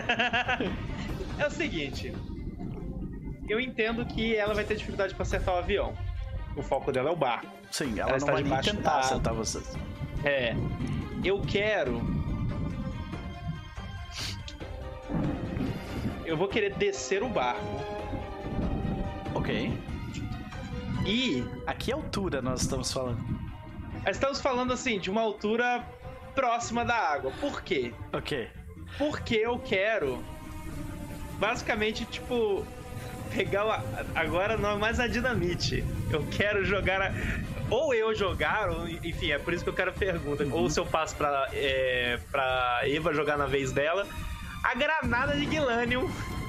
É o seguinte. Eu entendo que ela vai ter dificuldade pra acertar o avião. O foco dela é o barco. Sim, ela, Ela não está vai nem debaixo tentar da- acertar vocês. É. Eu quero. Eu vou querer descer o barco. Ok. E. A que altura nós estamos falando? Nós estamos falando assim, de uma altura próxima da água. Por quê? Ok. Porque eu quero. Basicamente, tipo. Pegar. A, agora não é mais a dinamite. Eu quero jogar. A, ou eu jogar, ou, enfim, é por isso que eu quero a pergunta. Ou se eu passo pra, é, pra Eva jogar na vez dela. A granada de Gilanium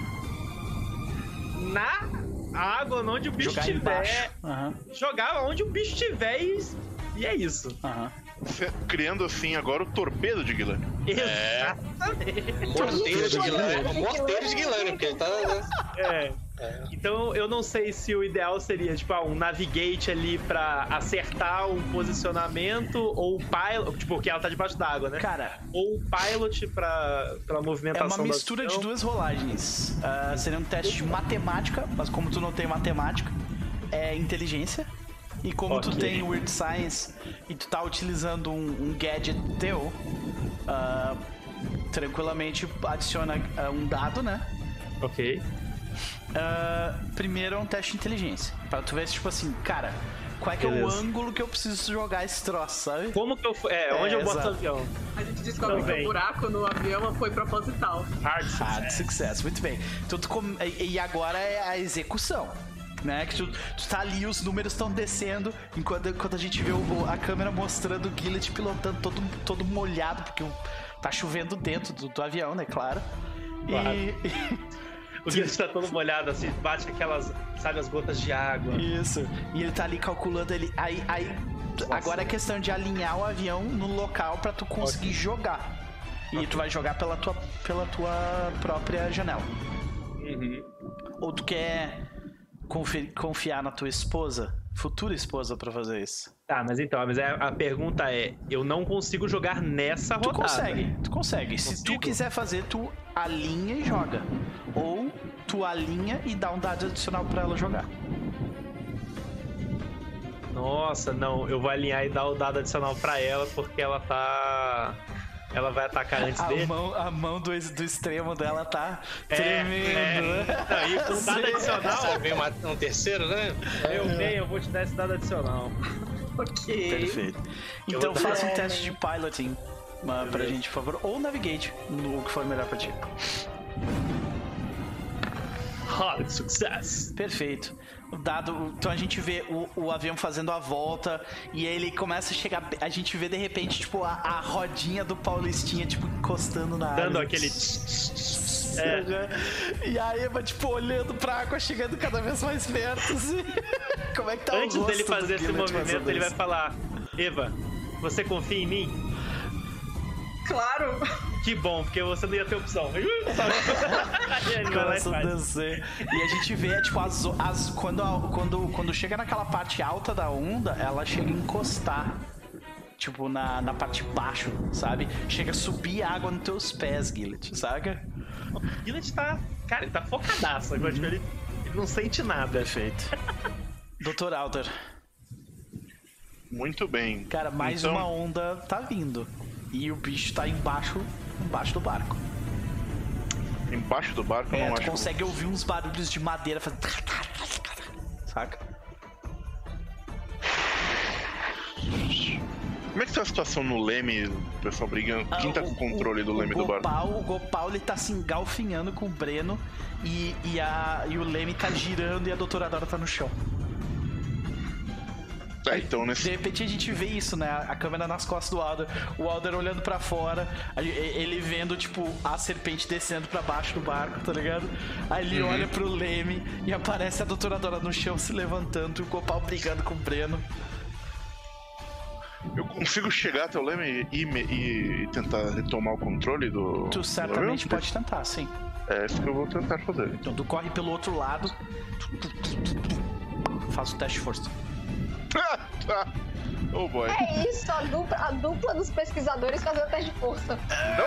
na água, onde o bicho Jogar estiver. embaixo. Aham, Jogar onde o bicho estiver e, e é isso. aham. Você criando assim agora o torpedo de Guilherme. É. Exatamente. Morteiro de Guilherme. Guilherme. Morteiro de Guilherme, porque ele tá. É. Então eu não sei se o ideal seria tipo ah, um navigate ali pra acertar um posicionamento ou o pilot, tipo, porque ela tá debaixo d'água, né? Cara, Ou o pilot pra, pela é movimentação uma do mistura de avião. duas rolagens. Ah, seria um teste de matemática, mas como tu não tem matemática, é inteligência. E como tu Ok. tem Weird Science e tu tá utilizando um, um gadget teu, ah, tranquilamente adiciona ah, um dado, né? Ok. Ah, primeiro é um teste de inteligência. Pra tu ver, tipo assim, cara, qual é que é o Beleza. ângulo que eu preciso jogar esse troço, sabe? Como que eu. fu- É, onde É, eu boto exato. o avião? A gente descobre Também. que o buraco no avião foi proposital. Hard Hard success. success, muito bem. Então, tu come- e e agora é a execução. né? Que tu, tu tá ali, os números estão descendo, enquanto, enquanto a gente vê o, a câmera mostrando o Gillet pilotando todo, todo molhado, porque o, tá chovendo dentro do, do avião, né? Claro. Claro. E, O Gillet tá todo molhado, assim, bate aquelas, sabe, as gotas de água. Isso. E ele tá ali calculando ele. Aí, aí agora é questão de alinhar o avião no local pra tu conseguir okay. jogar. E okay. tu vai jogar pela tua, pela tua própria janela. Uhum. Ou tu quer confi- confiar na tua esposa, futura esposa, pra fazer isso? Tá, mas então, mas a pergunta é, eu não consigo jogar nessa tu rodada. Tu consegue, tu consegue. Consigo? Se tu quiser fazer, tu alinha e joga. Ou tu alinha e dá um dado adicional pra ela jogar. Nossa, não, eu vou alinhar e dar o dado adicional pra ela, porque ela tá... Ela vai atacar antes a dele. Mão, a mão do, do extremo dela tá é, tremendo. É. Aí com o dado adicional... Você vem um terceiro, né? Eu venho, eu vou te dar esse dado adicional. Ok. Perfeito. Então faça um teste de piloting uh, pra gente, por favor. Ou navigate, no que for melhor pra ti. Hard success. Perfeito. O dado, então a gente vê o, o avião fazendo a volta e ele começa a chegar. A gente vê de repente, tipo, a, a rodinha do Paulistinha, tipo, encostando na água. Dando aquele. É. E a Eva, tipo, olhando pra água, chegando cada vez mais perto. Assim. Como é que tá Antes o rosto dele fazer esse movimento, ele vai falar: Eva, você confia em mim? Claro! Que bom, porque você não ia ter opção. Começa a descer. E a gente vê, tipo, as, as, quando, quando, quando chega naquela parte alta da onda, ela chega a encostar, tipo, na, na parte de baixo, sabe? Chega a subir água nos teus pés, Gillet, saca? O Gillet tá... Cara, ele tá focadaço. Agora, tipo, ele, ele não sente nada. Perfeito. doutor Alder. Muito bem. Cara, mais então... uma onda tá vindo. E o bicho tá embaixo, embaixo do barco. Embaixo do barco? Eu é, não tu acho consegue que... ouvir uns barulhos de madeira fazendo... Saca? Como é que tá a situação no leme, o pessoal brigando? Quem tá com o controle do leme o do barco? O Gopal, ele tá se engalfinhando com o Breno e, e, a, e o leme tá girando e a doutora Dora tá no chão. É, então nesse... De repente a gente vê isso, né? A câmera nas costas do Alder, o Alder olhando pra fora, ele vendo, tipo, a serpente descendo pra baixo do barco, tá ligado? Aí ele uhum. olha pro leme e aparece a doutora Dora no chão se levantando e o Gopal brigando com o Breno. Eu consigo chegar até o leme e, e, e tentar retomar o controle do... Tu certamente do pode tentar, sim. É isso que eu vou tentar fazer. Então tu corre pelo outro lado, faz o teste de força. Oh boy. É isso, a dupla, a dupla dos pesquisadores fazendo teste de força.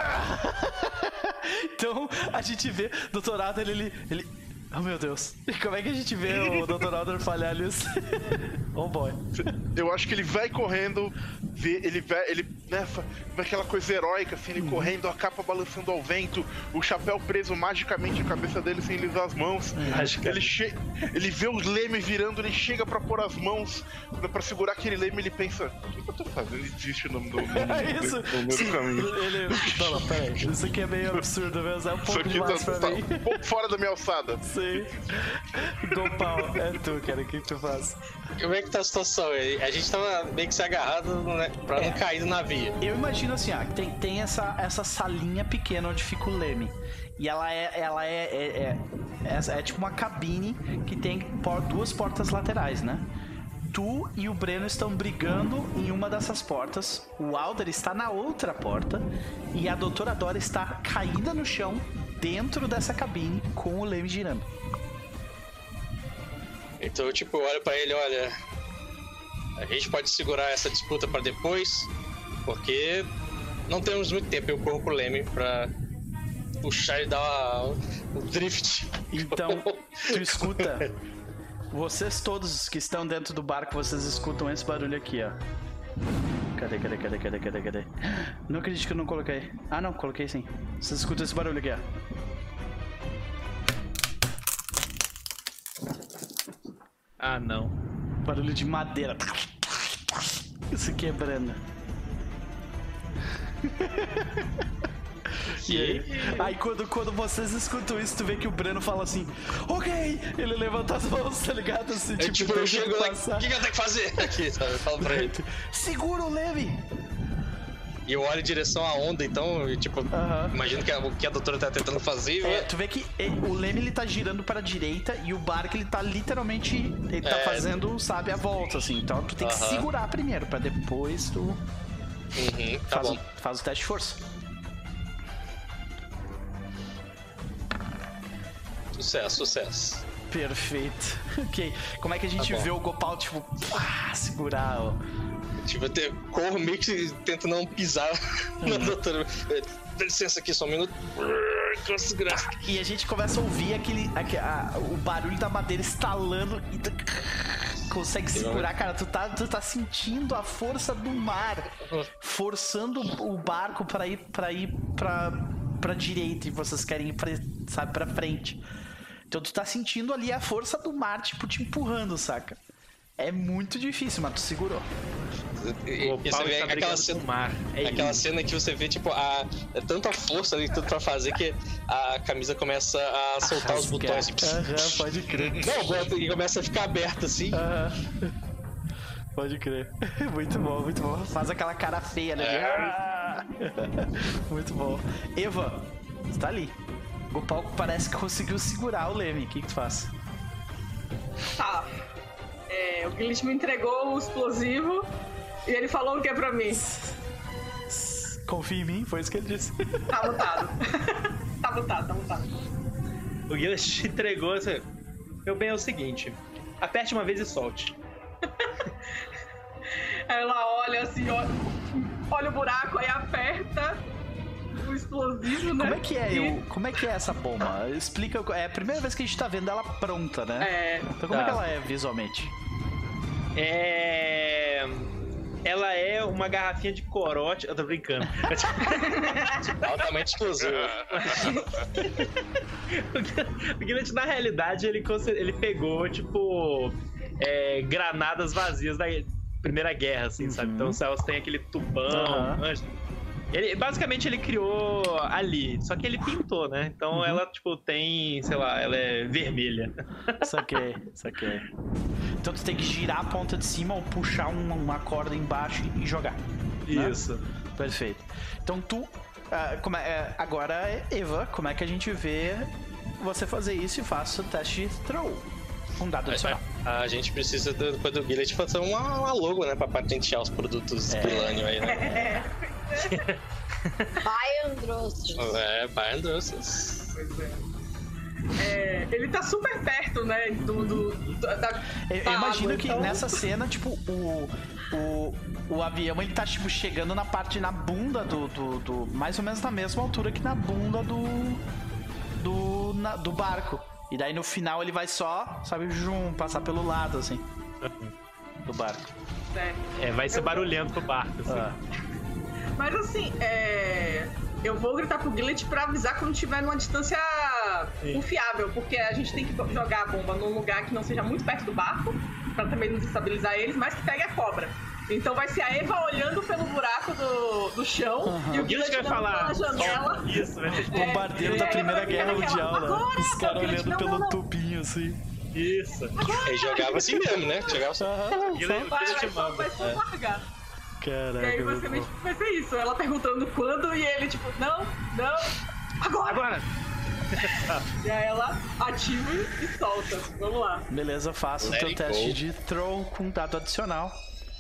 Então a gente vê o doutor Alder, ele, ele. Oh meu Deus. Como é que a gente vê o doutor Alder falhar nisso? Oh boy. Eu acho que ele vai correndo, vê, ele vai, ele, né, vai aquela coisa heróica, assim, ele uhum. correndo, a capa balançando ao vento, o chapéu preso magicamente na cabeça dele sem lisar as mãos. Uhum. Ele, che ele vê os lemes virando, ele chega pra pôr as mãos pra segurar aquele leme, ele pensa, o que, que eu tô fazendo? Ele desiste no, no, no, é isso. no, no meu caminho. Ele, não, não, peraí, isso aqui é meio absurdo mesmo, é um pouco demais tá, pra tá mim. um pouco fora da minha alçada. Sim. Gopal, é tu, cara, o que, que tu faz? Como é que tá a situação? A gente tava meio que se agarrado, né, pra é. não cair do navio. Eu imagino assim, ó, tem, tem essa, essa salinha pequena onde fica o leme. E ela é, ela é, é, é, é, é tipo uma cabine que tem por, duas portas laterais, né? Tu e o Breno estão brigando em uma dessas portas. O Alder está na outra porta. E a doutora Dora está caída no chão dentro dessa cabine com o leme girando. Então eu tipo olho pra ele, olha, a gente pode segurar essa disputa pra depois, porque não temos muito tempo. Eu corro pro leme pra puxar e dar um drift. Então, tu escuta, vocês todos que estão dentro do barco, vocês escutam esse barulho aqui, ó. Cadê, cadê, cadê, cadê, cadê, cadê? Não acredito que eu não coloquei. Ah, não, coloquei sim. Vocês escutam esse barulho aqui, ó. Ah, não. Barulho de madeira. Isso quebrando. E aí, aí quando, quando vocês escutam isso, tu vê que o Breno fala assim, ok, ele levanta as mãos, tá ligado? Assim, É, tipo, eu chego lá, passar. o que, que eu tenho que fazer aqui, sabe? Eu falo pra ele. Segura o Leme! E eu olho em direção à onda, então, eu, tipo, Aham. imagino que a, o que a doutora tá tentando fazer. É, tu vê que ele- o Leme ele tá girando para a direita e o Bark ele tá literalmente, ele tá É. fazendo, sabe, a volta, assim. Então tu tem que Aham. segurar primeiro, pra depois tu Uhum, tá faz, bom. o, faz o teste de força. Sucesso, sucesso. Perfeito. Ok. Como é que a gente Tá bom. vê o Gopal, tipo, ah, segurar, ó. Tipo, eu te- corro meio que tento não pisar na doutora. É, dá licença aqui, só um minuto. Consigo segurar. E a gente começa a ouvir aquele, aque- a- o barulho da madeira estalando e tu consegue segurar, cara. Tu tá, tu tá sentindo a força do mar forçando o barco pra ir para ir pra, pra direita e vocês querem ir pra, sabe, pra frente. Então tu tá sentindo ali a força do mar, tipo, te empurrando, saca? É muito difícil, mas tu segurou. E, O e pau você vê está aquela brigando cena, com o mar. É aquela isso. cena que você vê, tipo, a, é tanta força ali, tudo pra fazer que a camisa começa a soltar os Rasgar. botões. Aham, pode crer. Não, bota- e começa a ficar aberto assim. Aham. Pode crer. Muito bom, muito bom. Faz aquela cara feia, né? É. Muito bom. Eva, você tá ali. O palco parece que conseguiu segurar o Leme. O que, que tu faz? Tá. É, o Glitch me entregou o explosivo e ele falou o que é pra mim? Confia em mim, foi isso que ele disse. Tá mutado. tá mutado, tá mutado. O Gilles te entregou. Você... Meu bem, é o seguinte: aperte uma vez e solte. Aí ela olha assim, olha, olha o buraco, aí aperta o explosivo, né? Como é que é, E- eu, como é que é essa bomba? Explica. É a primeira vez que a gente tá vendo ela pronta, né? É, Então como é Tá. que ela é visualmente? É. Ela é uma garrafinha de corote. Eu tô brincando. Altamente explosivo. O Gillet, na realidade, ele, conse- ele pegou, tipo, é, granadas vazias da Primeira Guerra, assim, sabe? Uhum. Então, se elas têm aquele tubão. Aham. mancha. Ele, basicamente, ele criou ali, só que ele pintou, né? Então, Uhum. ela, tipo, tem, sei lá, ela é vermelha. Saquei, saquei. Então tu tem que girar a ponta de cima ou puxar uma, uma corda embaixo e jogar. Né? Isso. Perfeito. Então tu. ah, como é- é, agora, Eva, como é que a gente vê você fazer isso e faça o teste de throw? Um dado adicional. A, a gente precisa, do- depois do Gillet, fazer uma, uma logo, né? Pra patentear os produtos É. do Lânio aí, né? Vai, Andross. É, vai, Androssos. Pois é. É, ele tá super perto, né? Do, do, do- da, Eu, eu da imagino água, que então- nessa cena, tipo, o, o, o avião ele tá tipo, chegando na parte na bunda do, do, do- mais ou menos na mesma altura que na bunda do. Do, na- do barco. E daí no final ele vai só, sabe, jum, passar pelo lado, assim. Do barco. É. É, vai ser barulhento pro barco, assim. Ah, Mas assim, é, eu vou gritar pro Gillet pra avisar quando estiver numa distância Sim. confiável, porque a gente tem que jogar a bomba num lugar que não seja muito perto do barco, pra também não desestabilizar eles, mas que pegue a cobra. Então vai ser a Eva olhando pelo buraco do, do chão Aham. e o O Gillet Gillet vai olhando falar. pela janela. Isso, vai ser bombardeiro é, da é, Primeira é, Guerra é, Mundial, né? agora, Os caras porque eles- olhando não, pelo não, não. tubinho, assim. isso. Ele jogava assim mesmo, né? Jogava assim. Aham, O Gillet Vai, te vai, só, manda. vai só É. largar. E Caraca, aí, muito basicamente, bom. vai ser isso. Ela perguntando quando e ele, tipo, não, não, agora! Agora! E aí ela ativa e solta. Vamos lá. Beleza, faça o Let teu it teste go. de throw com dado adicional.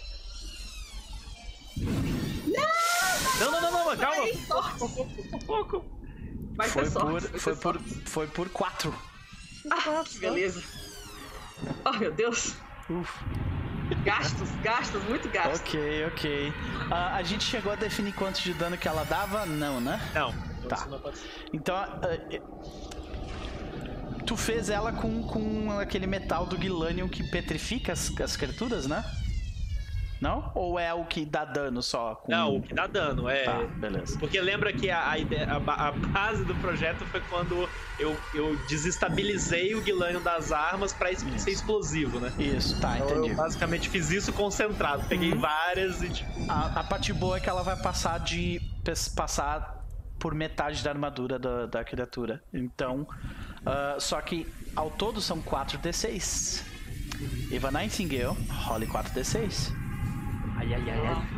Não, não, não, não, calma! Aí, sorte. Um pouco. Vai Foi ser sorte. por, vai foi ser por, sorte. foi por quatro. Ah, que beleza. Oh, meu Deus. Uf. Gastos, gastos, muito gastos. Ok, ok. Ah, a gente chegou a definir quanto de dano que ela dava? Não, né? Não, Tá. isso não pode ser. Então, ah, eh, tu fez ela com, com aquele metal do Gilanium que petrifica as, as criaturas, né? Não? Ou é o que dá dano só? Com... Não, o que dá dano é. Tá, beleza. Porque lembra que a, a, ideia- a ba- a base do projeto foi quando eu, eu desestabilizei o Gilanium das armas pra es- Isso. ser explosivo, né? Isso, tá, Então entendi. eu basicamente fiz isso concentrado. Peguei Uhum. várias e tipo. A, a parte boa é que ela vai passar de pes- passar por metade da armadura da, da criatura. Então, uh, só que ao todo são quatro D seis. Eva Nightingale, role quatro D seis. Ai, ai, ai, ai.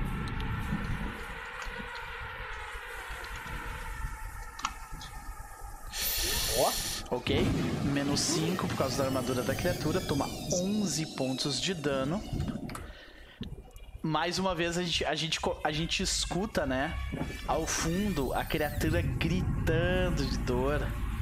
Ó, oh, ok. Menos cinco por causa da armadura da criatura. Toma onze pontos de dano. Mais uma vez a gente, a gente, a gente escuta, né? Ao fundo, a criatura gritando de dor.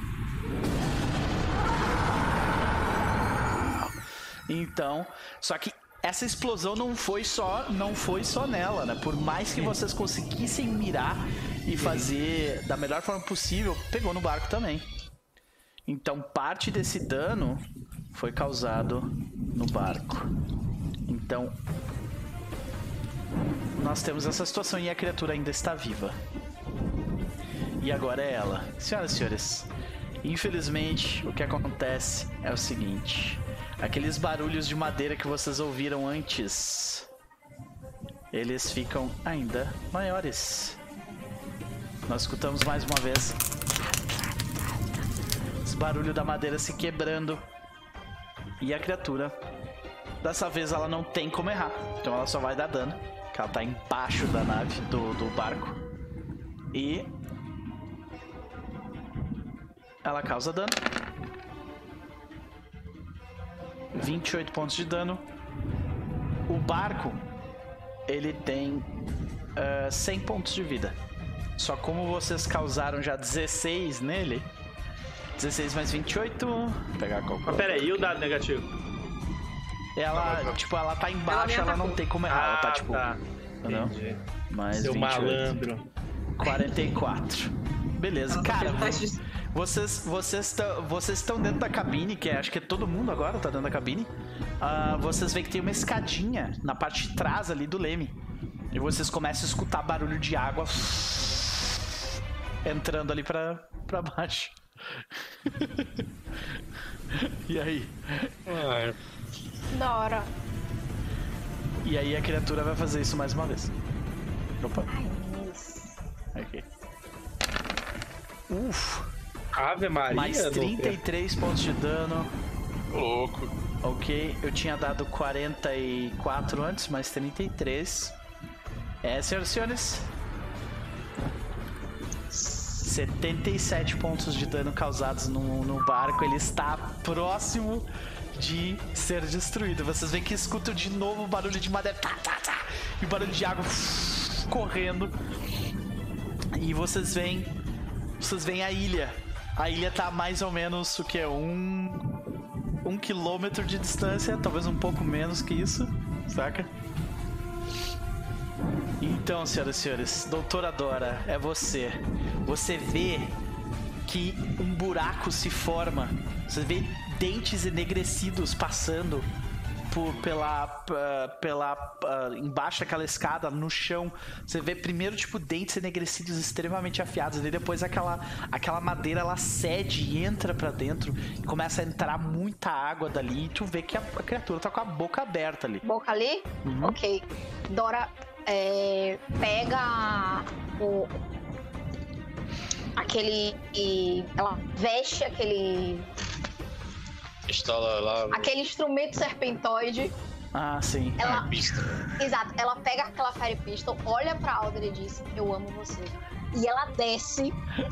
Então, só que essa explosão não foi só, não foi só nela, né? Por mais que vocês conseguissem mirar e fazer da melhor forma possível, pegou no barco também. Então, parte desse dano foi causado no barco. Então, nós temos essa situação e a criatura ainda está viva. E agora é ela. Senhoras e senhores, infelizmente, o que acontece é o seguinte. Aqueles barulhos de madeira que vocês ouviram antes, eles ficam ainda maiores. Nós escutamos mais uma vez esse barulho da madeira se quebrando. E a criatura, dessa vez ela não tem como errar, então ela só vai dar dano, que ela tá embaixo da nave, do, do barco. E ela causa dano. vinte e oito pontos de dano. O barco, ele tem uh, cem pontos de vida. Só como vocês causaram já dezesseis nele, dezesseis mais vinte e oito, vou pegar a calculadora. Mas pera aí, e o dado negativo? Ela, tipo, ela tá embaixo, ela, ela não tem como errar, ah, ela tá tipo... Tá. Entendeu? Entendi. Mais Seu vinte e oito. malandro. quarenta e quatro. Beleza, cara, vocês vocês estão vocês estão dentro da cabine, que é, acho que é todo mundo agora tá dentro da cabine. Uh, vocês veem que tem uma escadinha na parte de trás ali do leme. E vocês começam a escutar barulho de água entrando ali pra, pra baixo. E aí? Ai. Da hora. E aí a criatura vai fazer isso mais uma vez. Opa. Ai, isso. Ok. Uf. Ave Maria. Mais trinta e três pontos de dano. Louco. Ok, eu tinha dado quarenta e quatro antes, mais trinta e três. É, senhoras e senhores. setenta e sete pontos de dano causados no, no barco. Ele está próximo de ser destruído. Vocês veem que escutam de novo o barulho de madeira. Tá, tá, tá, e o barulho de água correndo. E vocês veem. Vocês veem a ilha. A ilha tá mais ou menos o que é? Um. Um quilômetro de distância. Talvez um pouco menos que isso. Saca? Então, senhoras e senhores, doutora Dora, é você. Você vê que um buraco se forma. Você vê dentes enegrecidos passando por, pela, uh, pela uh, embaixo daquela escada, no chão. Você vê primeiro tipo dentes enegrecidos extremamente afiados, e depois aquela, aquela madeira ela cede e entra pra dentro e começa a entrar muita água dali, e tu vê que a, a criatura tá com a boca aberta ali. Boca ali? Uhum. Ok. Dora é, pega o aquele e ela veste aquele Pistola lá. aquele instrumento serpentoide. Ah, sim. Ela, exato, ela pega aquela Fire Pistol, olha pra Audrey e diz: eu amo você. E ela desce.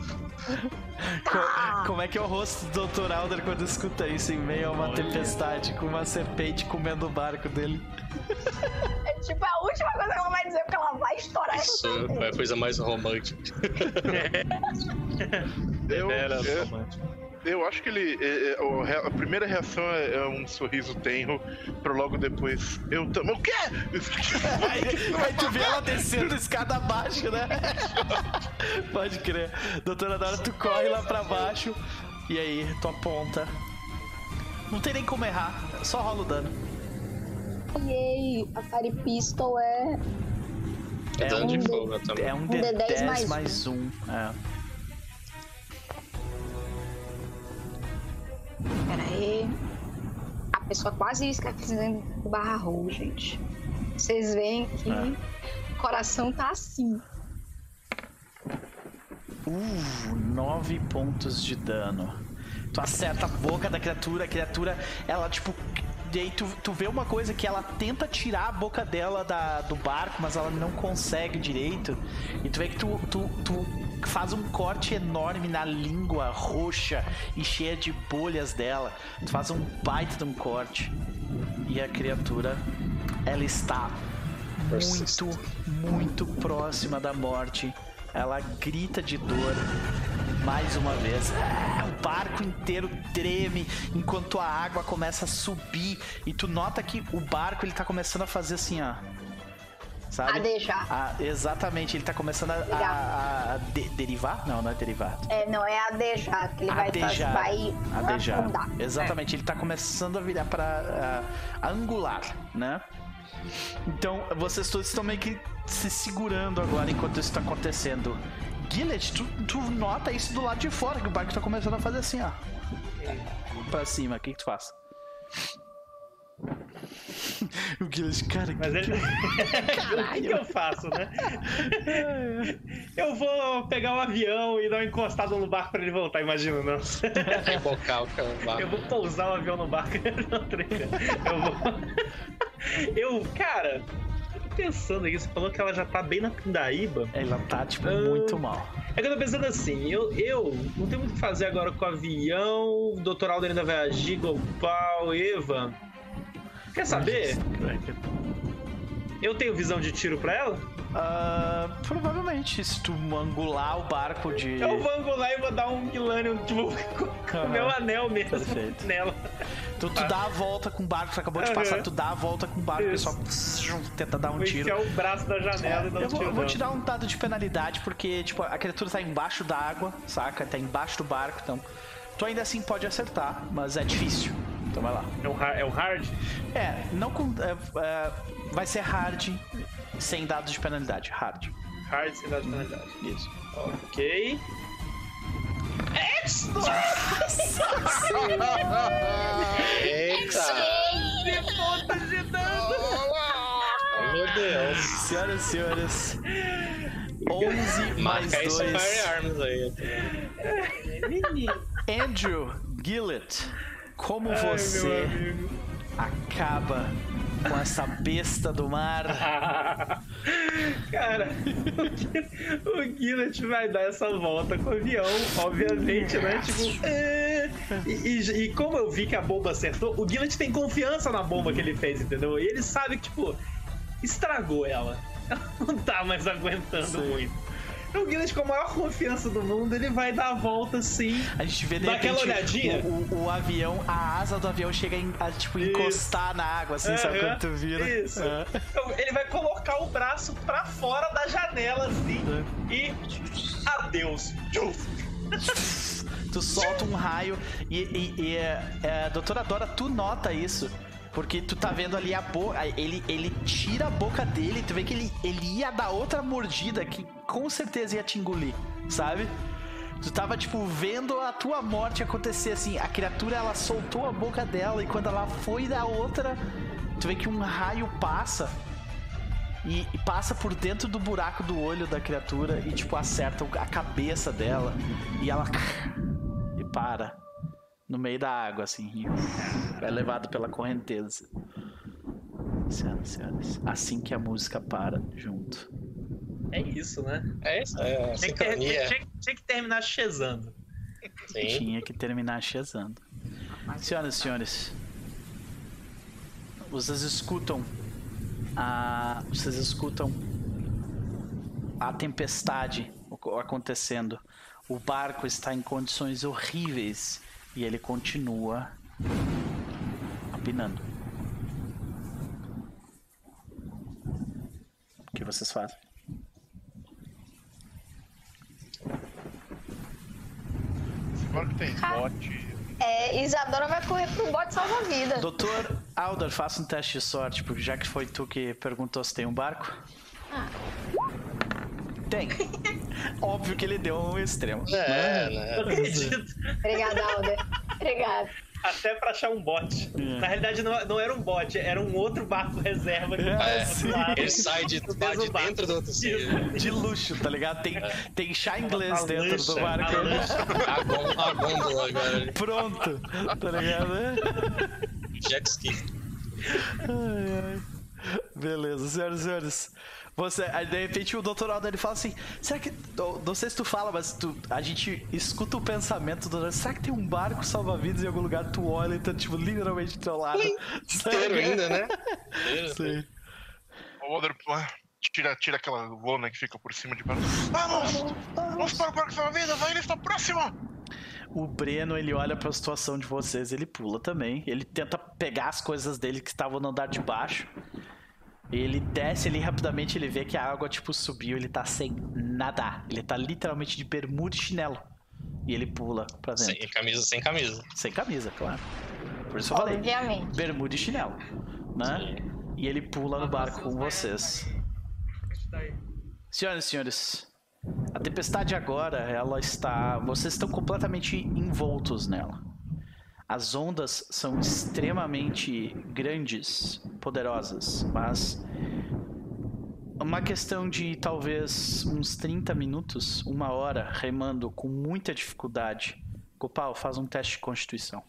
Co- Como é que é o rosto do doutor Alder quando escuta isso em meio a uma Olha. tempestade com uma serpente comendo o barco dele? É tipo a última coisa que ela vai dizer, porque ela vai estourar essa Isso é a serpente. coisa mais romântica. Eu, Era eu, romântico. eu acho que ele. é, é, o rea- a primeira reação é, é um sorriso tenro, pra logo depois. Eu também. O quê? Aí, aí tu vê ela descendo a escada abaixo, né? Pode crer. Doutora Dora, tu corre lá pra baixo e aí tu aponta. Não tem nem como errar, só rola o dano. Yay, a Fire Pistol é. É dano de um fogo também. É um Um D D dez dez mais mais um. É. Pera aí. A pessoa quase está fazendo barra roll, gente. Vocês veem que É. o coração tá assim. Uh, nove pontos de dano. Tu acerta a boca da criatura, a criatura, ela tipo... E aí tu, tu vê uma coisa que ela tenta tirar a boca dela da, do barco, mas ela não consegue direito. E tu vê que tu, tu, tu faz um corte enorme na língua roxa e cheia de bolhas dela. Tu faz um baita de um corte. E a criatura, ela está muito, muito próxima da morte. Ela grita de dor mais uma vez. O barco inteiro treme enquanto a água começa a subir. E tu nota que o barco ele tá começando a fazer assim, ó. Sabe? A deixar. A, exatamente, ele tá começando a, a, a de, derivar? Não, não é derivar. É, não, é adejar, que ele vai, Adejar. vai Adejar. afundar. Exatamente, é. Ele tá começando a virar pra a, a angular, né? Então, vocês todos estão meio que se segurando agora enquanto isso tá acontecendo. Gillet, tu, tu nota isso do lado de fora, que o barco tá começando a fazer assim, ó. Pra cima, o que que tu faz? O Gillet, cara, Mas que ele... o que, que eu faço, né? Eu vou pegar o avião e dar uma encostada no barco pra ele voltar, imagina, não. Rebocar o barco. Eu vou pousar o avião no barco. Não, tranquilo. Eu vou... Eu, cara... Pensando aqui, você falou que ela já tá bem na pindaíba. Ela tá, tipo, uh, muito mal. É que eu tô pensando assim, eu, eu não tenho muito o que fazer agora com o avião, o doutor Alder ainda vai agir, Gopal, Eva. Quer saber? Eu tenho visão de tiro pra ela? Uh, provavelmente, se tu angular o barco de... Eu vou angular e vou dar um Millennium, tipo, com o meu anel mesmo. Perfeito. Nela. Tu, tu dá a volta com o barco, tu acabou de uhum. passar, tu dá a volta com o barco e só tenta dar um vou tiro. Vou enfiar o braço da janela é, e dar um eu vou, tiro. Eu vou te dar um dado de penalidade, porque, tipo, a criatura tá embaixo da água, saca? Tá embaixo do barco, então... Tu ainda assim pode acertar, mas é difícil. Então vai lá. É um, é um hard? É, não com... É, é, vai ser hard sem dados de penalidade. Hard. Hard sem dados de penalidade. Isso. Ok. X! Eita! De pontos de dano! Oh, meu Deus! Senhoras e senhores, onze mais dois. Firearms aí. Andrew Gillet, como Ai, você acaba com essa besta do mar? Cara, o Gillet vai dar essa volta com o avião, obviamente, né? Tipo, é... e, e, e como eu vi que a bomba acertou, o Gillet tem confiança na bomba que ele fez, entendeu? E ele sabe que, tipo, estragou ela. Ela não tá mais aguentando Sim. muito. O Gillet, com a maior confiança do mundo, ele vai dar a volta assim. A gente vê de dá aquela repente, olhadinha. O, o, o avião, a asa do avião chega a, tipo, encostar na água, assim, uhum. sabe quando tu vira? Isso. Uhum. Então, ele vai colocar o braço pra fora da janela, assim, uhum. e adeus. Tu solta um raio e, e, e é, doutora Dora, tu nota isso. Porque tu tá vendo ali a boca, ele, ele tira a boca dele, tu vê que ele, ele ia dar outra mordida que com certeza ia te engolir, sabe? Tu tava, tipo, vendo a tua morte acontecer, assim, a criatura, ela soltou a boca dela e quando ela foi da outra, tu vê que um raio passa e, e passa por dentro do buraco do olho da criatura e, tipo, acerta a cabeça dela e ela... e para. No meio da água, assim. É levado pela correnteza. Senhoras e senhores. Assim que a música para junto. É isso, né? É isso. É, tinha, que ter, tinha, tinha, tinha que terminar chezando. Sim. Tinha que terminar chezando. Senhoras e senhores. Vocês escutam a... Vocês escutam a tempestade acontecendo. O barco está em condições horríveis. E ele continua apinando. O que vocês fazem? Esse barco tem bote. É, Isadora vai correr pro bote salva-vida. doutor Alder, faça um teste de sorte, porque já que foi tu que perguntou se tem um barco. Ah. Tem. Óbvio que ele deu um extremo. É, né? Obrigada, Alder. Obrigada. até pra achar um bot. É. Na realidade, não, não era um bot, era um outro barco reserva que É, tava sim. do lado. Ele sai de, do de mesmo barco. dentro do outro ser. De luxo, tá ligado? Tem, tem chá inglês A dentro lancha, do barco. a lancha. A, gom- a gôndola agora. Pronto, tá ligado? Jet ski. Ai, ai. Beleza, senhoras e senhores. Você, aí de repente o doutor Aldo ele fala assim: será que. Não, não sei se tu fala, mas tu, a gente escuta o pensamento do doutor. Será que tem um barco salva-vidas em algum lugar? Tu olha e tá tipo literalmente do teu lado. Inteiro ainda, né? Sim. O Water tira, tira aquela lona que fica por cima de barco. Vamos! Vamos para o barco salva-vidas, vai nesta próxima! O Breno, ele olha pra situação de vocês, ele pula também. Ele tenta pegar as coisas dele que estavam no andar de baixo. Ele desce ali rapidamente, ele vê que a água, tipo, subiu, ele tá sem nadar. Ele tá literalmente de bermuda e chinelo. E ele pula pra dentro. Sem camisa, sem camisa. Sem camisa, claro. Por isso eu falei. Obviamente. Bermuda e chinelo, né? Sim. E ele pula no barco com vocês. Senhoras e senhores, a tempestade agora, ela está... Vocês estão completamente envoltos nela. As ondas são extremamente grandes, poderosas, mas... Uma questão de talvez uns trinta minutos, uma hora, remando com muita dificuldade. Copal, faz um teste de constituição.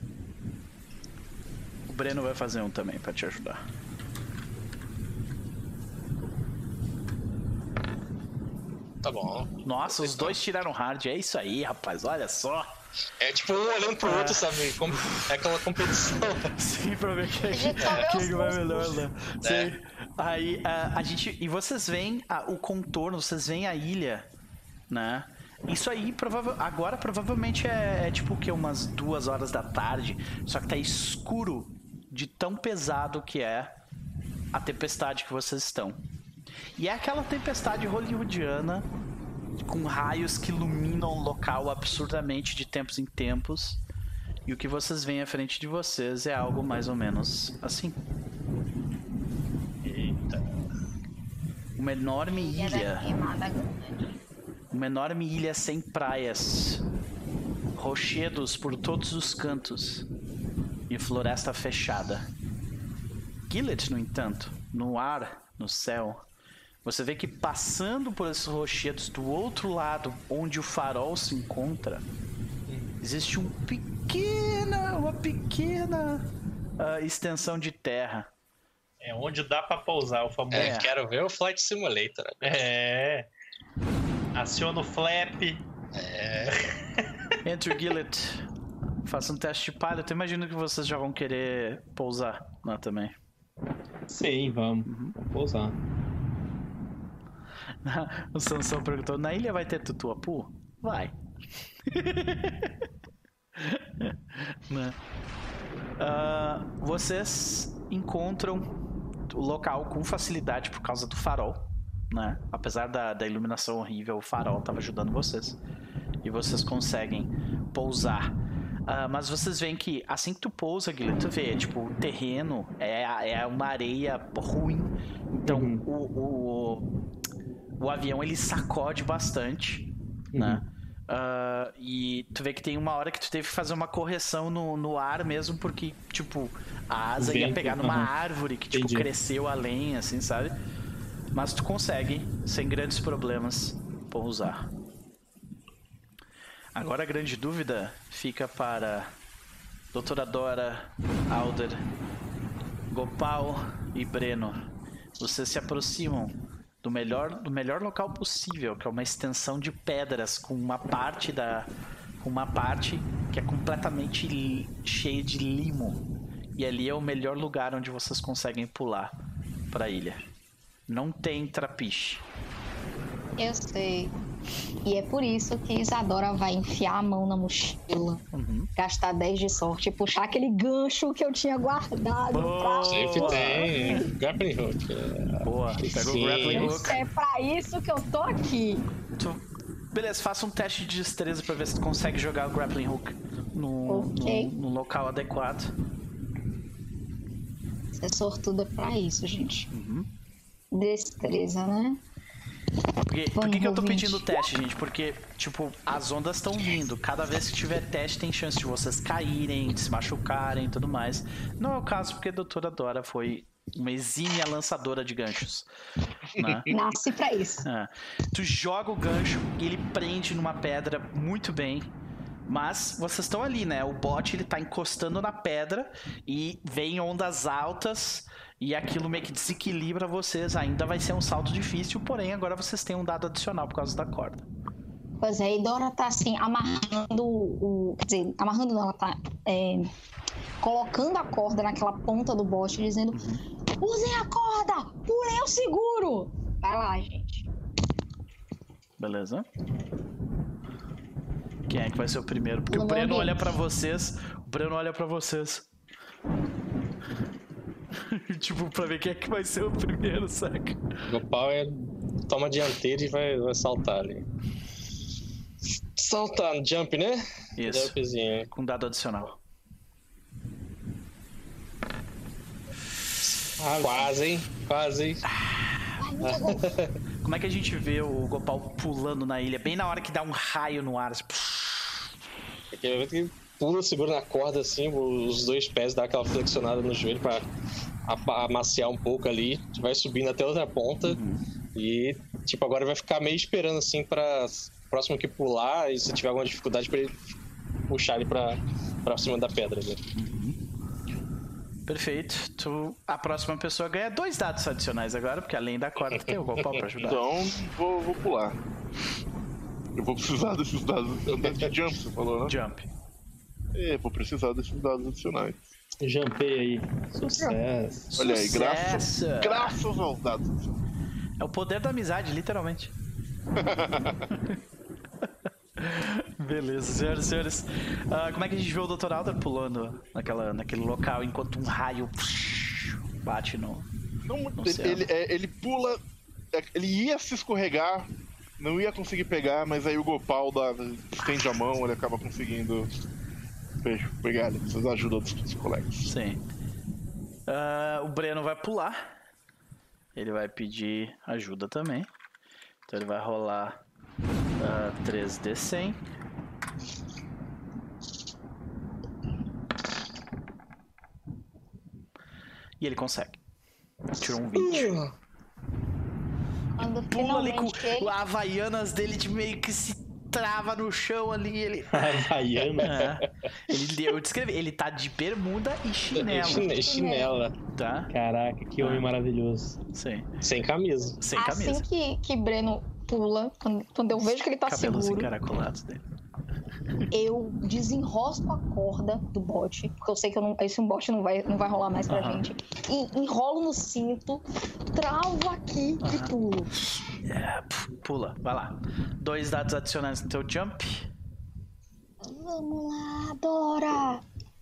O Breno vai fazer um também pra te ajudar. Tá bom. Nossa, os dois tiraram hard. É isso aí, rapaz. Olha só. É tipo um olhando pro outro, sabe? Com- É aquela competição. Sim, pra ver quem, gente só vê quem os que vai músculos. melhor, né? Sim. Aí a, a gente. E vocês veem a- o contorno, vocês veem a ilha, né? Isso aí provável, agora provavelmente é, é tipo o que? Umas duas horas da tarde. Só que tá escuro de tão pesado que é a tempestade que vocês estão. E é aquela tempestade hollywoodiana com raios que iluminam o local absurdamente de tempos em tempos. E o que vocês veem à frente de vocês é algo mais ou menos assim. Eita. Uma enorme ilha. Queimada grande. Uma enorme ilha sem praias. Rochedos por todos os cantos. E floresta fechada. Gilead, no entanto, no ar, no céu, você vê que passando por esses rochedos do outro lado, onde o farol se encontra, existe um pequena, uma pequena ah, extensão de terra. É onde dá pra pousar, o famoso. É, É. quero ver o Flight Simulator. É. Aciona o flap. Entre o Gilead, faça um teste de pilot. Eu imagino que vocês já vão querer pousar lá também. Sim, vamos. Vamos pousar. O Sansão perguntou: na ilha vai ter tutuapu? Vai. Né? Ah, vocês encontram o local com facilidade por causa do farol, né? Apesar da, da iluminação horrível, o farol estava ajudando vocês. E vocês conseguem pousar. Ah, mas vocês veem que assim que tu pousa, Guilherme, tu vê, tipo, o terreno é, é uma areia ruim. Então Uhum. o, o, o avião ele sacode bastante, Uhum. né? Ah, e tu vê que tem uma hora que tu teve que fazer uma correção no, no ar mesmo, porque, tipo, a asa O ia vento, pegar numa aham. árvore que, tipo, Entendi. cresceu além, assim, sabe? Mas tu consegue, sem grandes problemas, pousar. Agora a grande dúvida fica para doutora Dora, Alder, Gopal e Breno. Vocês se aproximam do melhor, do melhor local possível, que é uma extensão de pedras com uma parte da com uma parte que é completamente li- cheia de limo. E ali é o melhor lugar onde vocês conseguem pular para a ilha. Não tem trapiche. Eu sei. E é por isso que Isadora vai enfiar a mão na mochila, Uhum. gastar dez de sorte e puxar aquele gancho que eu tinha guardado. Boa! Sempre Boa. tem. Grappling hook. Boa, pega o Sim. grappling Pra... hook. É pra isso que eu tô aqui. Tu- Beleza, faça um teste de destreza pra ver se tu consegue jogar o grappling hook no, Ok. no, no local adequado. Ser sortuda pra isso, gente. Uhum. Destreza, né? Porque, por que, que eu tô pedindo teste, gente? Porque, tipo, as ondas estão vindo. Cada vez que tiver teste, tem chance de vocês caírem, de se machucarem e tudo mais. Não é o caso porque a doutora Dora foi uma exímia lançadora de ganchos. Né? Nasce pra isso. É. Tu joga o gancho e ele prende numa pedra muito bem. Mas vocês estão ali, né? O bote ele tá encostando na pedra e vem ondas altas e aquilo meio que desequilibra vocês. Ainda vai ser um salto difícil, porém agora vocês têm um dado adicional por causa da corda. Pois é, e Dora tá assim, amarrando o... Quer dizer, amarrando não, ela tá é, colocando a corda naquela ponta do bote, dizendo: usem a corda, pulem o seguro. Vai lá, gente. Beleza. Quem é que vai ser o primeiro? Porque No o Breno meu olha ambiente. pra vocês. O Breno olha pra vocês. Tipo, pra ver quem é que vai ser o primeiro, saca? O pau é... toma a dianteira e vai, vai saltar ali. Saltar no jump, né? Isso. Jumpzinho. Com dado adicional. Ah, quase, hein? Quase, hein? Ai, não chegou. Como é que a gente vê o Gopal pulando na ilha? Bem na hora que dá um raio no ar. Assim, Aquele momento que pula, segura na corda assim, os dois pés, dá aquela flexionada no joelho pra ama- amaciar um pouco ali, vai subindo até a outra ponta Uhum. e, tipo, agora vai ficar meio esperando assim pra próximo que pular e se tiver alguma dificuldade pra ele puxar ele pra, pra cima da pedra. Né? Perfeito. Tu, a próxima pessoa ganha dois dados adicionais agora, porque além da corda tem o Gopal pra ajudar. Então, vou, vou pular. Eu vou precisar desses dados adicionais de jump, você falou, né? Jump. É, vou precisar desses dados adicionais. Jumpei aí. Sucesso. Olha aí, graças, Sucesso! graças aos dados adicionais. É o poder da amizade, literalmente. Beleza, senhoras e senhores. Ah, como é que a gente vê o doutor Alder pulando naquela, naquele local enquanto um raio bate no... Não, No ele, céu. ele, é, ele pula, é, ele ia se escorregar, não ia conseguir pegar, mas aí o Gopal dá, estende a mão, ele acaba conseguindo pe- pegar ele. Precisa da ajuda dos, dos colegas. Sim. Ah, o Breno vai pular. Ele vai pedir ajuda também. Então ele vai rolar ah, três D cem. E ele consegue. Tirou um vinte. Quando Pula ali com finalmente ele... a Havaianas dele de meio que se trava no chão ali. Ele. Havaiana. É. Ele, eu descrevi, ele tá de bermuda e chinelo. Chine- Chinela, Tá? Caraca, que homem maravilhoso. Sim. sem camisa. Sem camisa. Assim que, que Breno pula, quando, quando eu vejo que ele tá Cabelos seguro, encaracolados dele. eu desenrosco a corda do bote, porque eu sei que eu não, esse bote não vai, não vai rolar mais pra Aham. gente. E enrolo no cinto, travo aqui Aham. e pulo. É, pf, pula, vai lá. Dois dados adicionais no teu jump. Vamos lá, Dora!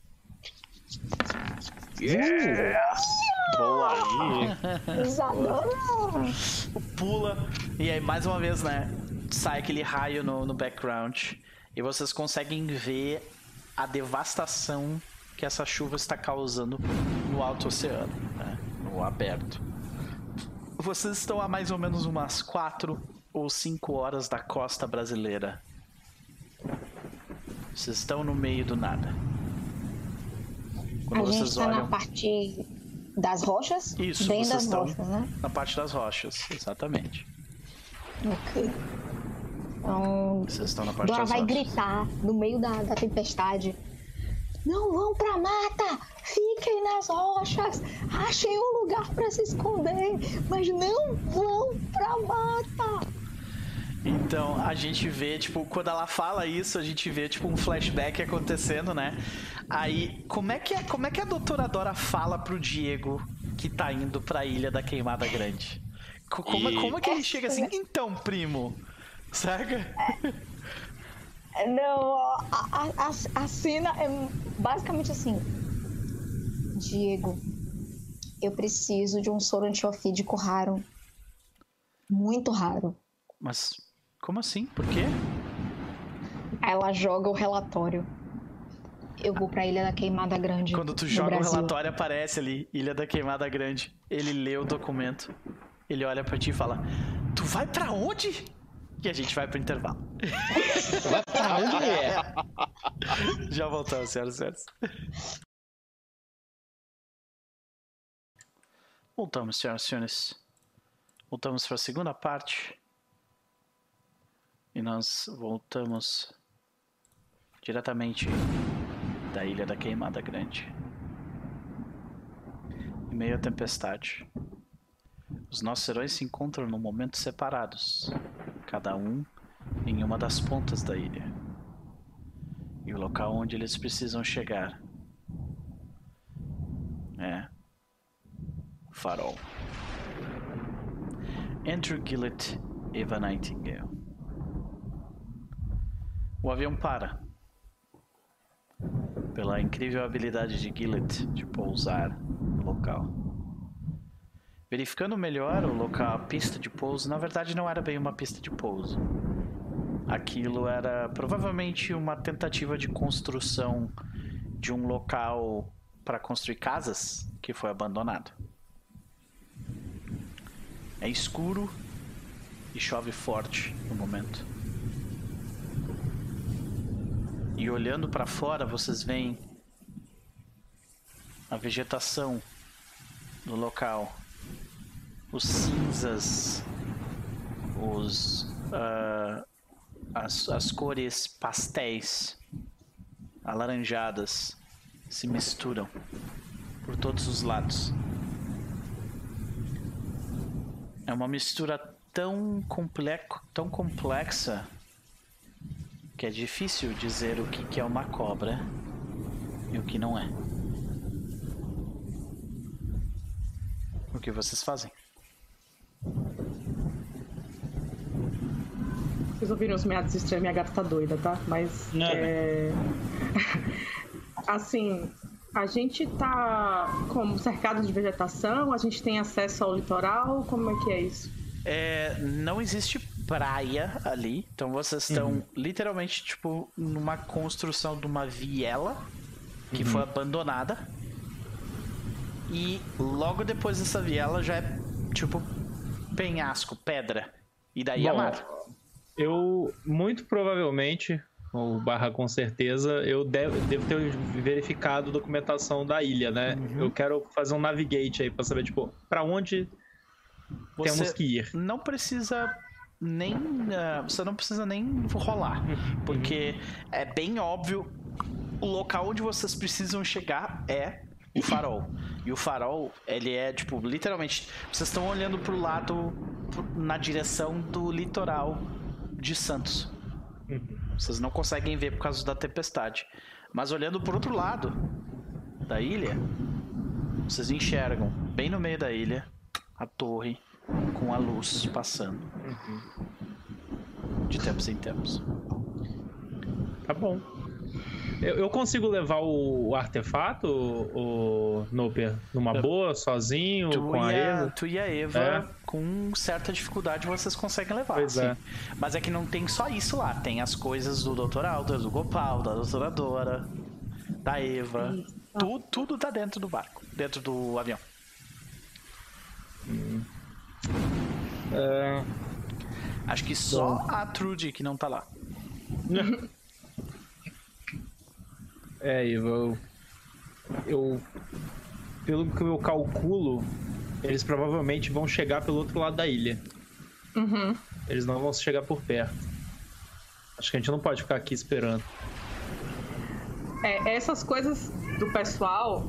Boa! Isadora! Pula. E aí, mais uma vez, né? Sai aquele raio no, no background. E vocês conseguem ver a devastação que essa chuva está causando no alto oceano, né? No aberto. Vocês estão a mais ou menos umas quatro ou cinco horas da costa brasileira. Vocês estão no meio do nada. Quando A gente vocês tá na olham parte das rochas? Isso, Bem vocês das estão rochas, né? na parte das rochas, exatamente. Ok. Então, Vocês estão na parte Dora das vai rochas. gritar no meio da, da tempestade. Não vão pra mata! Fiquem nas rochas! Achem um lugar pra se esconder! Mas não vão pra mata! Então, a gente vê, tipo, quando ela fala isso, a gente vê, tipo, um flashback acontecendo, né? Aí, como é que, é, como é que a doutora Dora fala pro Diego que tá indo pra Ilha da Queimada Grande? Co- Como, é- E- como é que ele chega assim? Então, primo, saca? Não, a, a, a, a cena é basicamente assim. Diego, eu preciso de um soro antiofídico raro. Muito raro. Mas, como assim? Por quê? Aí ela joga o relatório. Eu vou pra Ilha da Queimada Grande. Quando tu no joga o Brasil. relatório, aparece ali, Ilha da Queimada Grande. Ele lê o documento. Ele olha pra ti e fala: Tu vai pra onde? E a gente vai pro intervalo. Vai pra onde é? Já voltamos, senhoras e senhores. Voltamos, senhoras e senhores. Voltamos para a segunda parte. E nós voltamos diretamente da Ilha da Queimada Grande. Em meio à tempestade. Os nossos heróis se encontram num momento separados. Cada um em uma das pontas da ilha. E o local onde eles precisam chegar é Farol. Andrew Gillett, Eva Nightingale. O avião para. Pela incrível habilidade de Gillett de pousar no local. Verificando melhor o local, a pista de pouso, na verdade não era bem uma pista de pouso. Aquilo era provavelmente uma tentativa de construção de um local para construir casas que foi abandonado. É escuro e chove forte no momento. E olhando para fora, vocês veem a vegetação do local, os cinzas, os uh, as, as cores pastéis, alaranjadas, se misturam por todos os lados. É uma mistura tão, complexo, tão complexa que é difícil dizer o que, que é uma cobra e o que não é. O que vocês fazem? Vocês ouviram os meados estranhos, minha gata tá doida, tá? Mas, não, é... assim, a gente tá como cercado de vegetação, a gente tem acesso ao litoral, como é que é isso? É, não existe praia ali, então vocês estão uhum. literalmente, tipo, numa construção de uma viela que uhum. foi abandonada. E logo depois dessa viela já é, tipo, penhasco, pedra. E daí a mar. Eu, muito provavelmente, ou barra com certeza, eu devo, devo ter verificado a documentação da ilha, né? Uhum. Eu quero fazer um navigate aí pra saber, tipo, pra onde Você temos que ir. Não precisa nem... Uh, você não precisa nem rolar. Uhum. Porque é bem óbvio, o local onde vocês precisam chegar é o farol. E o farol, ele é, tipo, literalmente... Vocês estão olhando pro lado, na direção do litoral de Santos. Uhum. Vocês não conseguem ver por causa da tempestade. Mas olhando pro outro lado da ilha, vocês enxergam, bem no meio da ilha, a torre com a luz passando. Uhum. De tempos em tempos. Tá bom. Eu, eu consigo levar o, o artefato, o, o Noper, numa boa, sozinho, tu com a, a Eva? Tu e a Eva, é. com certa dificuldade, vocês conseguem levar. Pois assim. é. Mas é que não tem só isso lá. Tem as coisas do doutor Aldo, do Gopal, da doutora Dora, da Eva. Tu, tudo tá dentro do barco, dentro do avião. Hum. É... Acho que só Bom. a Trudy que não tá lá. É, eu, eu... Pelo que eu calculo, eles provavelmente vão chegar pelo outro lado da ilha. Uhum. Eles não vão chegar por perto. Acho que a gente não pode ficar aqui esperando. É, essas coisas do pessoal...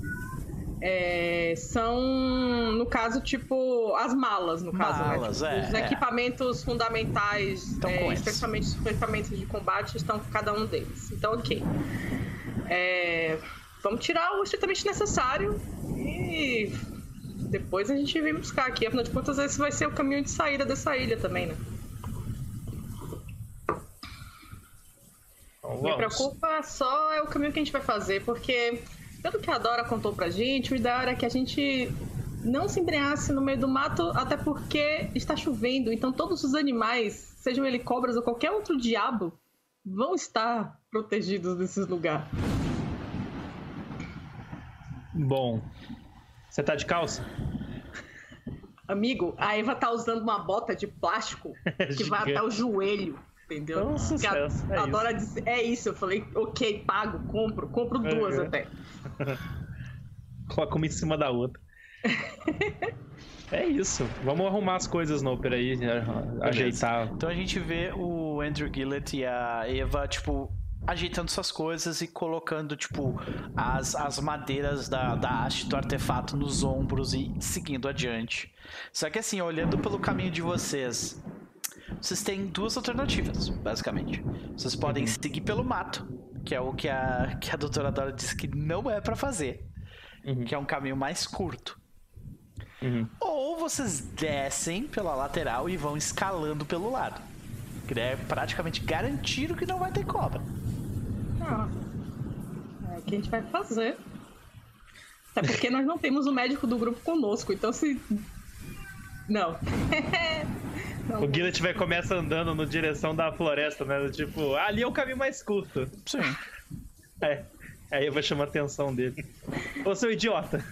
É, são, no caso, tipo, as malas, no caso, malas, né? Tipo, é, os é. equipamentos fundamentais, é, especialmente os equipamentos de combate, estão com cada um deles. Então, ok. É, vamos tirar o estritamente necessário e depois a gente vem buscar aqui. Afinal de contas, esse vai ser o caminho de saída dessa ilha também, né? Então, Me preocupa só é o caminho que a gente vai fazer, porque... Pelo que a Dora contou pra gente, o ideal era que a gente não se embrenhasse no meio do mato, até porque está chovendo. Então todos os animais, sejam eles cobras ou qualquer outro diabo, vão estar protegidos nesses lugares. Bom, você tá de calça? Amigo, a Eva tá usando uma bota de plástico que vai até o joelho, entendeu? É um sucesso, Que a, é adora dizer, é isso, eu falei, ok, pago, compro, compro duas É, é. até. Coloca uma em cima da outra. É isso. Vamos arrumar as coisas no Opera aí, né? Ajeitar. Então a gente vê o Andrew Gillett e a Eva, tipo, ajeitando suas coisas e colocando, tipo, as, as madeiras da, da haste do artefato nos ombros e seguindo adiante. Só que assim, olhando pelo caminho de vocês, vocês têm duas alternativas, basicamente. Vocês podem seguir pelo mato, que é o que a, que a doutora Dora disse que não é pra fazer, Uhum. que é um caminho mais curto. Uhum. Ou vocês descem pela lateral e vão escalando pelo lado. Que daí é praticamente garantido que não vai ter cobra. Ah, é o que a gente vai fazer. Até porque nós não temos o médico do grupo conosco, então se... Não. Não. O Gillett vai começa andando na direção da floresta, né? Tipo, ah, ali é o caminho mais curto. Sim. É. Aí eu vou chamar a atenção dele. Ô, seu idiota!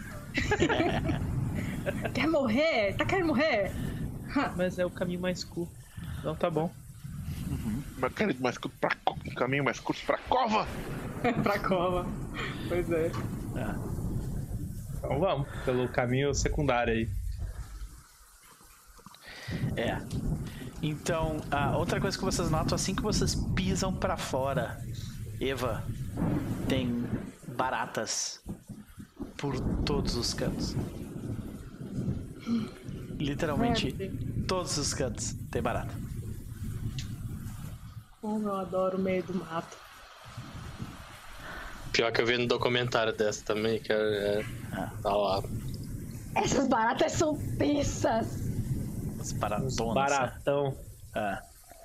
Quer morrer? Tá querendo morrer? Mas é o caminho mais curto. Então tá bom. Mas cara, mais curto pra co- um caminho mais curto pra cova. Pra cova. Pois é. Então vamos, pelo caminho secundário aí. É. Então, a outra coisa que vocês notam assim que vocês pisam pra fora, Eva, tem baratas por todos os cantos. Literalmente, É, todos os cantos tem barata. Como eu adoro o meio do mato. Pior que eu vi no documentário dessa também, que é, é, tá lá. Essas baratas são peças. Os Uns baratonas. baratão. É.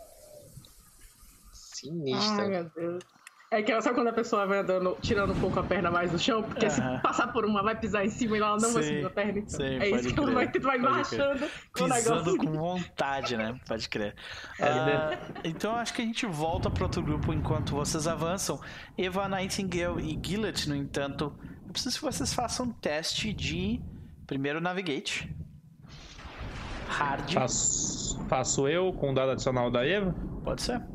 Sinistra. Ai, meu Deus. É que sabe quando a pessoa vai andando, tirando um pouco a perna mais do chão? Porque Aham. se passar por uma, vai pisar em cima e ela não vai Sim, subir a perna. Então. sim, é pode isso que ela vai, crer, vai pode marchando com o Pisando negócio. com vontade, né? Pode crer. Ah, então acho que a gente volta para outro grupo enquanto vocês avançam. Eva, Nightingale e Gillett, no entanto, eu preciso que vocês façam um teste de primeiro Navigate. Hard. Faço, faço eu com o dado adicional da Eva? Pode ser.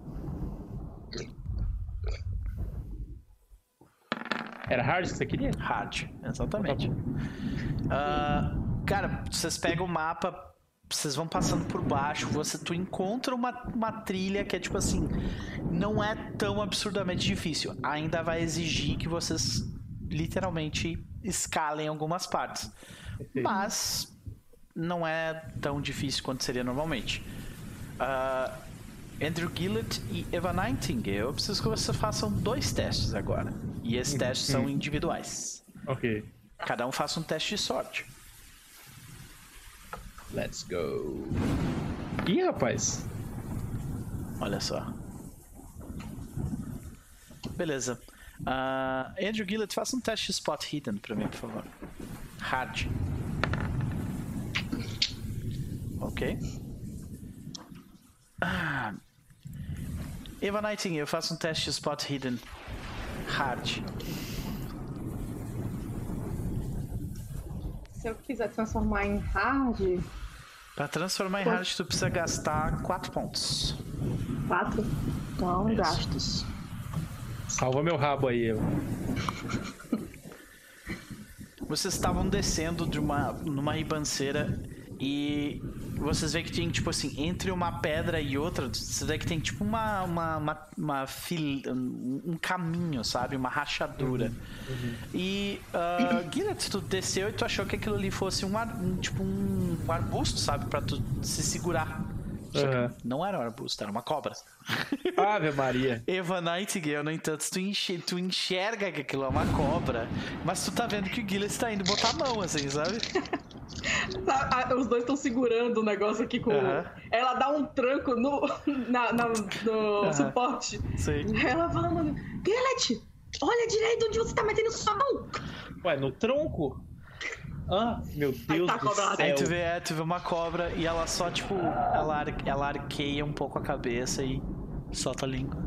Era hard que você queria? Hard, exatamente. Ah, cara, vocês pegam o mapa, vocês vão passando por baixo, você, tu encontra uma, uma trilha que é tipo assim, não é tão absurdamente difícil. Ainda vai exigir que vocês literalmente escalem algumas partes. Mas não é tão difícil quanto seria normalmente. Ah, Andrew Gillett e Eva Nightingale, eu preciso que vocês façam dois testes agora. E esses testes são individuais. Ok. Cada um faça um teste de sorte. Let's go. Ih, rapaz. Olha só. Beleza. Ah, Andrew Gillett, faça um teste de Spot Hidden pra mim, por favor. Hard. Ok. Ah. Eva Nightingale, faça um teste de Spot Hidden. Hard. Se eu quiser transformar em hard, Pra transformar em hard, tu precisa gastar quatro pontos. quatro. Então, Isso. gastos. Salva meu rabo aí, Eva. Vocês estavam descendo de uma numa ribanceira e vocês veem que tem, tipo assim, entre uma pedra e outra, você vê que tem tipo uma uma, uma, uma fil... um um caminho, sabe? Uma rachadura. Uhum, uhum. E uh, Gillett, tu desceu e tu achou que aquilo ali fosse um, ar... um tipo um... um arbusto, sabe? Pra tu se segurar. Só que Uhum. não era um arbusto, era uma cobra. Ave Maria. Eva Nightingale, no entanto, tu, enxer... tu enxerga que aquilo é uma cobra, mas tu tá vendo que o Gillett tá indo botar a mão, assim, sabe? Ah, ah, os dois estão segurando o negócio aqui com. Aham. Ela dá um tranco no, na, na- no Aham. suporte. Sim. Ela fala, mano, Gillett, olha direito onde você tá metendo sua mão. Ué, no tronco? Ah, meu Deus tá a do cobra lá céu. Aí tu vê, é, tu vê uma cobra e ela só, tipo, ela, ar- ela arqueia um pouco a cabeça e solta a língua.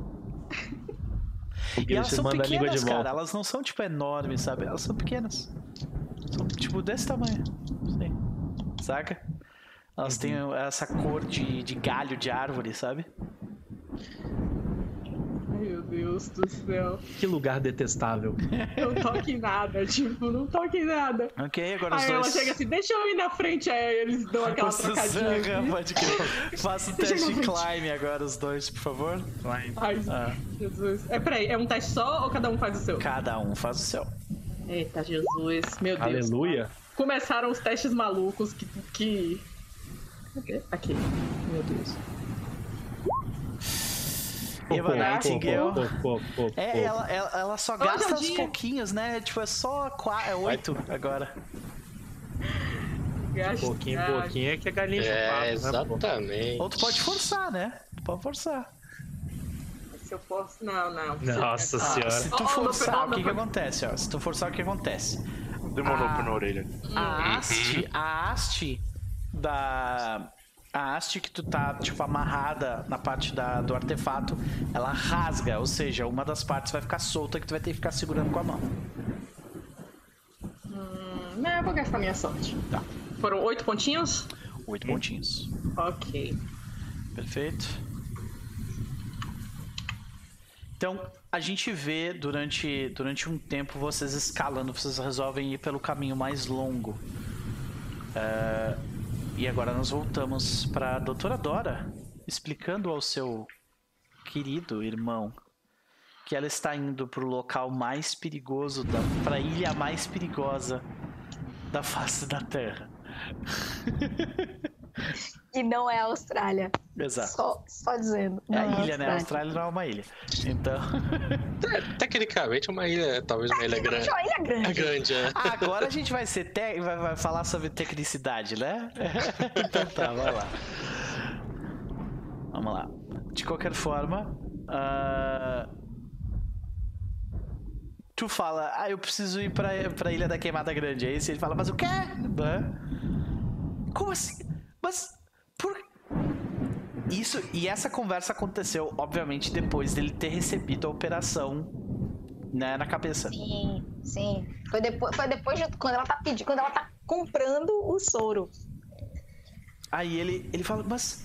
O E elas Gillett são manda a língua de pequenas, cara. volta. Elas não são, tipo, enormes, sabe? Elas são pequenas. São, tipo, desse tamanho. Sim. Saca? Elas têm essa cor de, de galho de árvore, sabe? Meu Deus do céu. Que lugar detestável. Não toque em nada, tipo, não toque em nada. Ok, agora os Aí dois... ela chega assim, deixa eu ir na frente, aí eles dão aquela trocadinha. Sussurra, pode crer. Faça o teste de climb agora, os dois, por favor. Ai, Ah. Jesus. É, peraí, é um teste só ou cada um faz o seu? Cada um faz o seu. Eita, Jesus. Meu Deus. Aleluia. Começaram os testes malucos que... que... Cadê? Aqui. Meu Deus. Eva Nightingale. Pô, pô, pô, pô, É, pô. ela, ela, ela só Olha, gasta uns Jardinha. pouquinhos, né? Tipo, é só qua- é oito agora. Gasta- Pouquinho em Ah, pouquinho é que a galinha É, chupava, né, pô? exatamente. Ou tu pode forçar, né? Tu pode forçar. Se eu posso... Não, não. Nossa Ah, senhora. Se tu Ó, ó, forçar, não, o que não, que não. acontece, ó? Se tu forçar, o que acontece? Demorou Ah. por na orelha. A haste, a haste da... A haste que tu tá, tipo, amarrada na parte da, do artefato, ela rasga, ou seja, uma das partes vai ficar solta que tu vai ter que ficar segurando com a mão. Hum, não, eu vou gastar minha sorte. Tá. Foram oito pontinhos? Oito pontinhos. Ok. Perfeito. Então, a gente vê durante, durante um tempo vocês escalando, vocês resolvem ir pelo caminho mais longo. É, e agora nós voltamos para a doutora Dora, explicando ao seu querido irmão que ela está indo para o local mais perigoso, para a ilha mais perigosa da face da Terra. E não é a Austrália. Exato. Só, só dizendo. É não a ilha, né? A Austrália não é uma ilha. Então... É, tecnicamente é uma ilha, talvez uma ilha grande. É uma ilha grande. É grande, é. Agora a gente vai ser te... vai, vai falar sobre tecnicidade, né? Então tá, vai lá. Vamos lá. De qualquer forma, ah, tu fala, ah, eu preciso ir pra, pra Ilha da Queimada Grande. Aí ele fala, mas o quê? Né? Como assim? Mas por isso, e essa conversa aconteceu, obviamente, depois dele ter recebido a operação, né, na cabeça. Sim, sim. Foi depois, foi depois de quando ela tá pedindo, quando ela tá comprando o soro. Aí ele, ele fala, mas...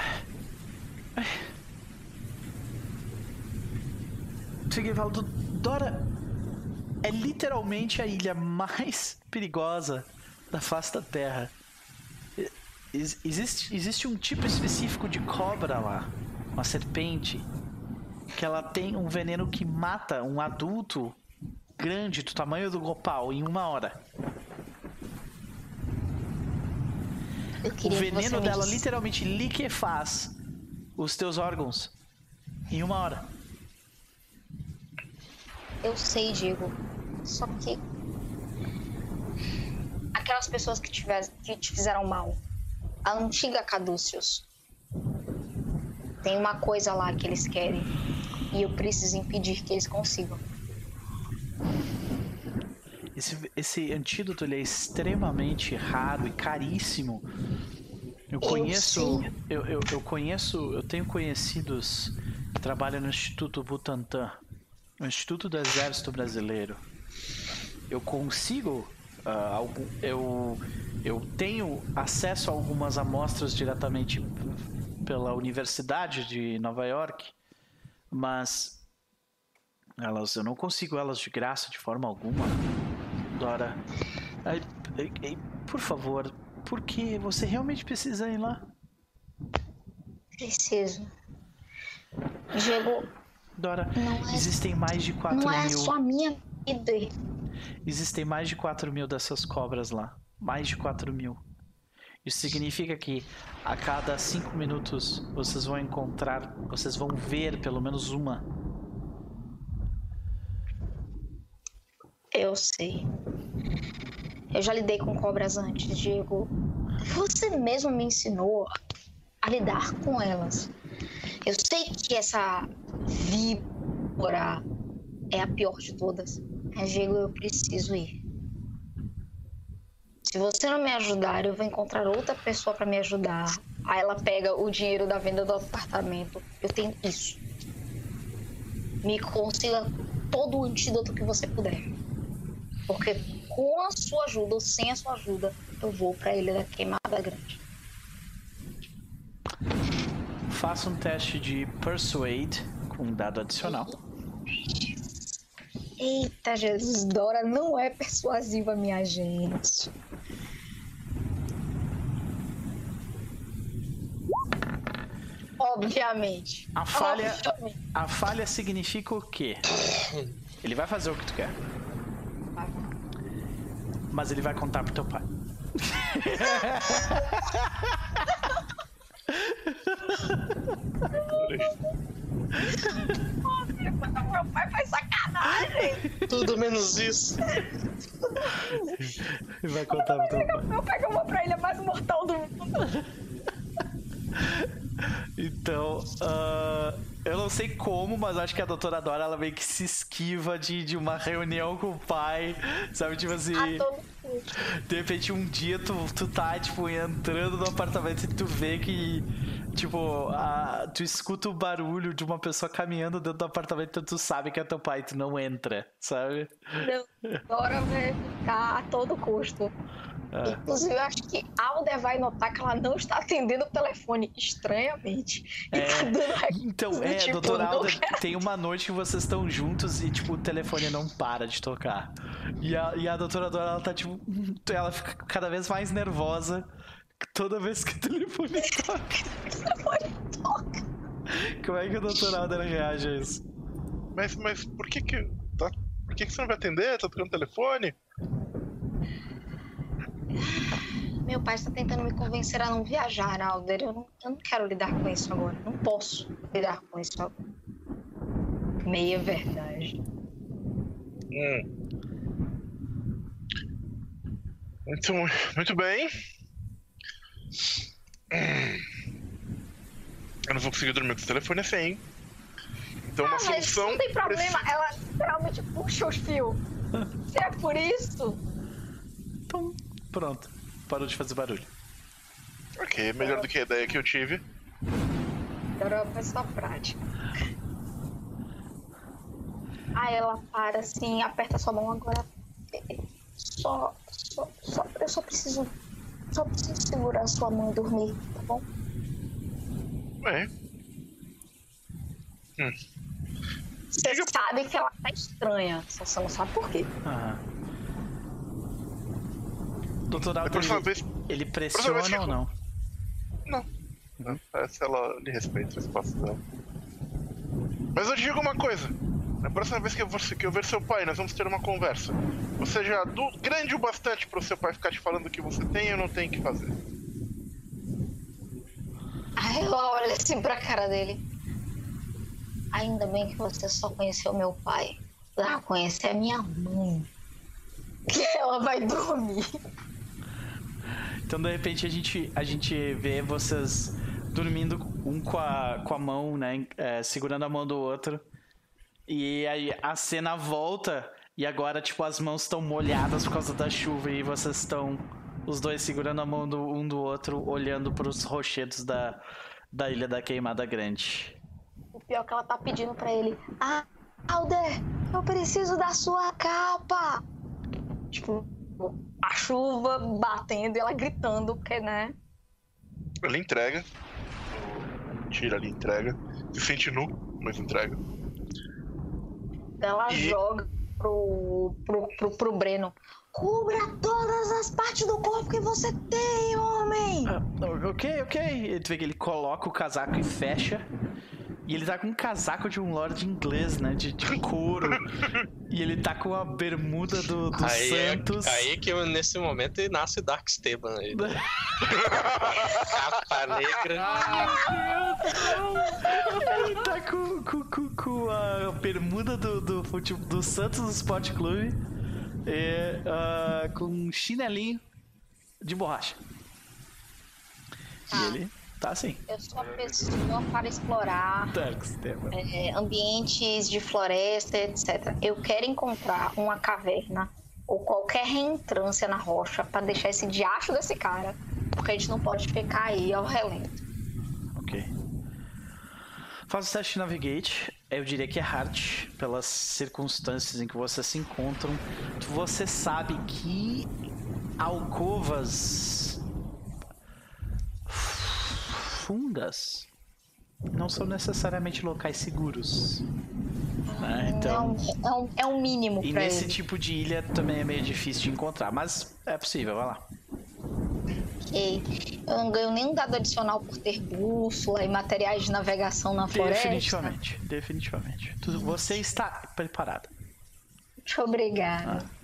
Cheguei e falo, Dora, é literalmente a ilha mais perigosa da face da Terra. Ex- existe, existe um tipo específico de cobra lá, uma serpente, que ela tem um veneno que mata um adulto grande, do tamanho do Gopal, em uma hora. Eu O queria que você veneno me dela disse- literalmente liquefaz os teus órgãos em uma hora. Eu sei, Diego. Só que aquelas pessoas que, tiver, que te fizeram mal, a antiga Caduceus, tem uma coisa lá que eles querem e eu preciso impedir que eles consigam. Esse, esse antídoto ele é extremamente raro e caríssimo. Eu conheço, sei. eu, eu, eu conheço, eu tenho conhecidos que trabalham no Instituto Butantan, no Instituto do Exército Brasileiro. Eu consigo, ah, algum, eu, eu tenho acesso a algumas amostras diretamente pela Universidade de Nova York, mas elas, eu não consigo elas de graça de forma alguma. Dora, ai, ai, ai, por favor, por que você realmente precisa ir lá? Preciso. Diego, Dora, Não é- existem mais de quatro não é mil. só a minha vida. Existem mais de quatro mil dessas cobras lá. Mais de quatro mil. Isso significa que a cada cinco minutos vocês vão encontrar, vocês vão ver pelo menos uma. Eu sei. Eu já lidei com cobras antes, Diego. Você mesmo me ensinou a lidar com elas. Eu sei que essa víbora é a pior de todas. Mas, Diego, eu preciso ir. Se você não me ajudar, eu vou encontrar outra pessoa para me ajudar. Aí ela pega o dinheiro da venda do apartamento. Eu tenho isso. Me consiga todo o antídoto que você puder. Porque com a sua ajuda ou sem a sua ajuda, eu vou para a Ilha da Queimada Grande. Faça um teste de Persuade com um dado adicional. Eita, Jesus, Dora não é persuasiva, minha gente. Obviamente. A falha, Obviamente. a falha significa o quê? Ele vai fazer o que tu quer. Mas ele vai contar pro teu pai. Meu pai faz sacanagem. Tudo menos isso. Ele vai contar pro teu pai. Meu pai que eu vou pra ele é mais mortal do mundo. Então, uh, eu não sei como, mas acho que a doutora Dora, ela meio que se esquiva de, de uma reunião com o pai, sabe? Tipo assim, de repente um dia tu, tu tá, tipo, entrando no apartamento e tu vê que, tipo, a, tu escuta o barulho de uma pessoa caminhando dentro do apartamento, então tu sabe que é teu pai e tu não entra, sabe? Não, Dora vai ficar a todo custo. É. Inclusive, eu acho que Alder vai notar que ela não está atendendo o telefone estranhamente. E É, tá dando recurso, então, é, tipo, doutor não Alder, quero. tem uma noite que vocês estão juntos e, tipo, o telefone não para de tocar. E a, e a doutora Dora, ela tá, tipo, ela fica cada vez mais nervosa toda vez que o telefone toca. O telefone toca. Como é que o doutor Alder reage a isso? Mas, mas por que que... Tá, por que que você não vai atender? Tá tocando telefone? Meu pai está tentando me convencer a não viajar, Alder. Eu não, eu não quero lidar com isso agora. Não posso lidar com isso agora. Meia verdade. Hum. Muito, muito bem. Hum. Eu não vou conseguir dormir com o telefone sem. Então uma Ah, mas solução... não tem problema. precisa- Ela literalmente puxa os fios. Se é por isso... Então, pronto. Parou de fazer barulho. Ok, melhor do que a ideia que eu tive. Era uma pessoa prática. Aí ela para assim, aperta sua mão agora. Só, só, só, eu só preciso, só preciso segurar sua mão e dormir, tá bom? É. Hum. Você Diga- sabe que ela tá estranha, só você não sabe por quê. Aham. Doutor Da Alder, próxima ele, vez... ele próxima pressiona vez que ou eu- não? Não. Não. Essa ela lhe respeita o espaço dela. Mas eu te digo uma coisa. Na próxima vez que eu, vou, que eu ver seu pai, nós vamos ter uma conversa. Você já é adulto, grande o bastante para o seu pai ficar te falando o que você tem ou não tem que fazer. Aí ela olha assim pra cara dele. Ainda bem que você só conheceu meu pai. Lá conhecer a minha mãe. Que ela vai dormir. Então, de repente, a gente, a gente vê vocês dormindo um com a, com a mão, né? É, segurando a mão do outro. E aí a cena volta e agora, tipo, as mãos estão molhadas por causa da chuva e vocês estão, os dois segurando a mão do, um do outro, olhando pros rochedos da, da Ilha da Queimada Grande. O pior é que ela tá pedindo pra ele. Ah, Alder, eu preciso da sua capa. Tipo, a chuva batendo e ela gritando, porque, né? Ele entrega. Tira ali, entrega. Se sente nu, mas entrega. Ela E- joga pro, pro, pro, pro Breno. Cubra todas as partes do corpo que você tem, homem! Ah, ok, ok. E tu vê que ele coloca o casaco e fecha. E ele tá com um casaco de um lord inglês, né? De, de couro. E ele tá com a bermuda do, do Aí, é, Santos. aí que eu, nesse momento nasce Dark Esteban aí. Capa negra. Ele tá com, com, com, com a bermuda do, do, fute- do Santos do Sport Clube. E, ah, com um chinelinho de borracha. E Ah. ele tá assim. Eu sou a pessoa para explorar Dark Esteban. é, ambientes de floresta, etcétera. Eu quero encontrar uma caverna ou qualquer reentrância na rocha para deixar esse diacho desse cara, porque a gente não pode ficar aí ao relento. Ok. Faz o teste de Navigate. Eu diria que é hard, pelas circunstâncias em que vocês se encontram. Você sabe que alcovas profundas não são necessariamente locais seguros. Né? Então, é, um, é, um, é um mínimo e pra nesse ele. tipo de ilha também é meio difícil de encontrar, mas é possível, vai lá. Ok. Eu não ganho nenhum dado adicional por ter bússola e materiais de navegação na floresta. Definitivamente, definitivamente. Tudo, você está preparado. Muito obrigada. Ah.